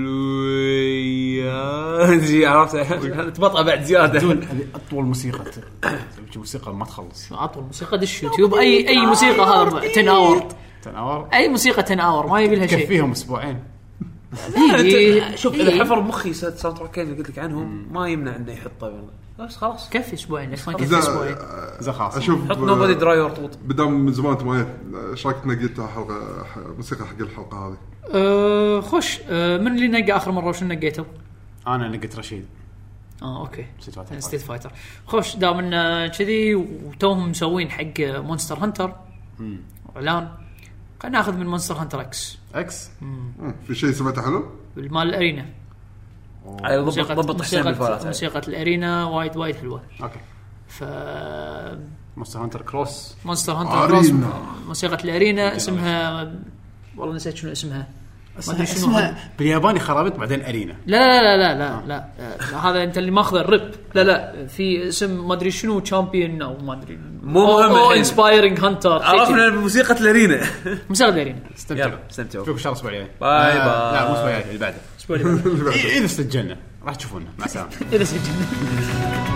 S5: زي عرفت تبطأ بعد زياده.
S1: هذه اطول موسيقى موسيقى ما تخلص.
S3: اطول موسيقى دش يوتيوب اي اي موسيقى هذا عشرة اور
S1: عشرة اور
S3: اي موسيقى عشرة اور ما يبي لها شيء
S1: كفيهم اسبوعين.
S5: شوف اذا حفر مخي ساوند تراكين اللي قلت لك عنهم ما يمنع انه يحطه والله
S3: بس خلاص كفي اسبوعين ليش ما كفي اسبوعين
S1: اذا خلاص
S2: اشوف
S5: حط نوبادي دراي ورطوط
S2: بدام من زمان تمايت ايش رايك نقيت حلقه موسيقى حق الحلقه هذه
S3: أه خوش أه من اللي نقى اخر مره وش نقيته
S1: انا نقيت رشيد
S3: اه اوكي ستيت فايتر خوش دام ان كذي وتوهم مسوين حق مونستر هانتر اعلان خلينا ناخذ من مونستر هانتر اكس
S1: اكس
S2: في شيء سمعته حلو
S3: بالمال الارينا
S5: اي ضبط ضبط حسين بالفارات
S3: موسيقى الارينا وايد وايد حلوه
S1: اوكي
S3: ف
S1: مونستر هانتر كروس
S3: مونستر هانتر كروس موسيقى الارينا اسمها والله نسيت شنو اسمها
S1: ما ادري شنو بالياباني خرابط بعدين ارينا
S3: لا لا لا لا لا, لا, لا هذا انت اللي ماخذ الرب لا لا في اسم ما ادري شنو تشامبيون او ما ادري
S5: مو مهم
S3: انسبايرنج هانتر
S5: عرفنا موسيقى الارينا
S3: موسيقى الارينا
S1: استمتعوا
S5: استمتعوا
S1: شوفوا شهر اسبوع الجاي
S5: باي باي
S1: لا مو اسبوع اللي بعده
S3: الاسبوع اللي بعده
S1: اذا سجلنا راح تشوفونا مع السلامه
S3: اذا سجلنا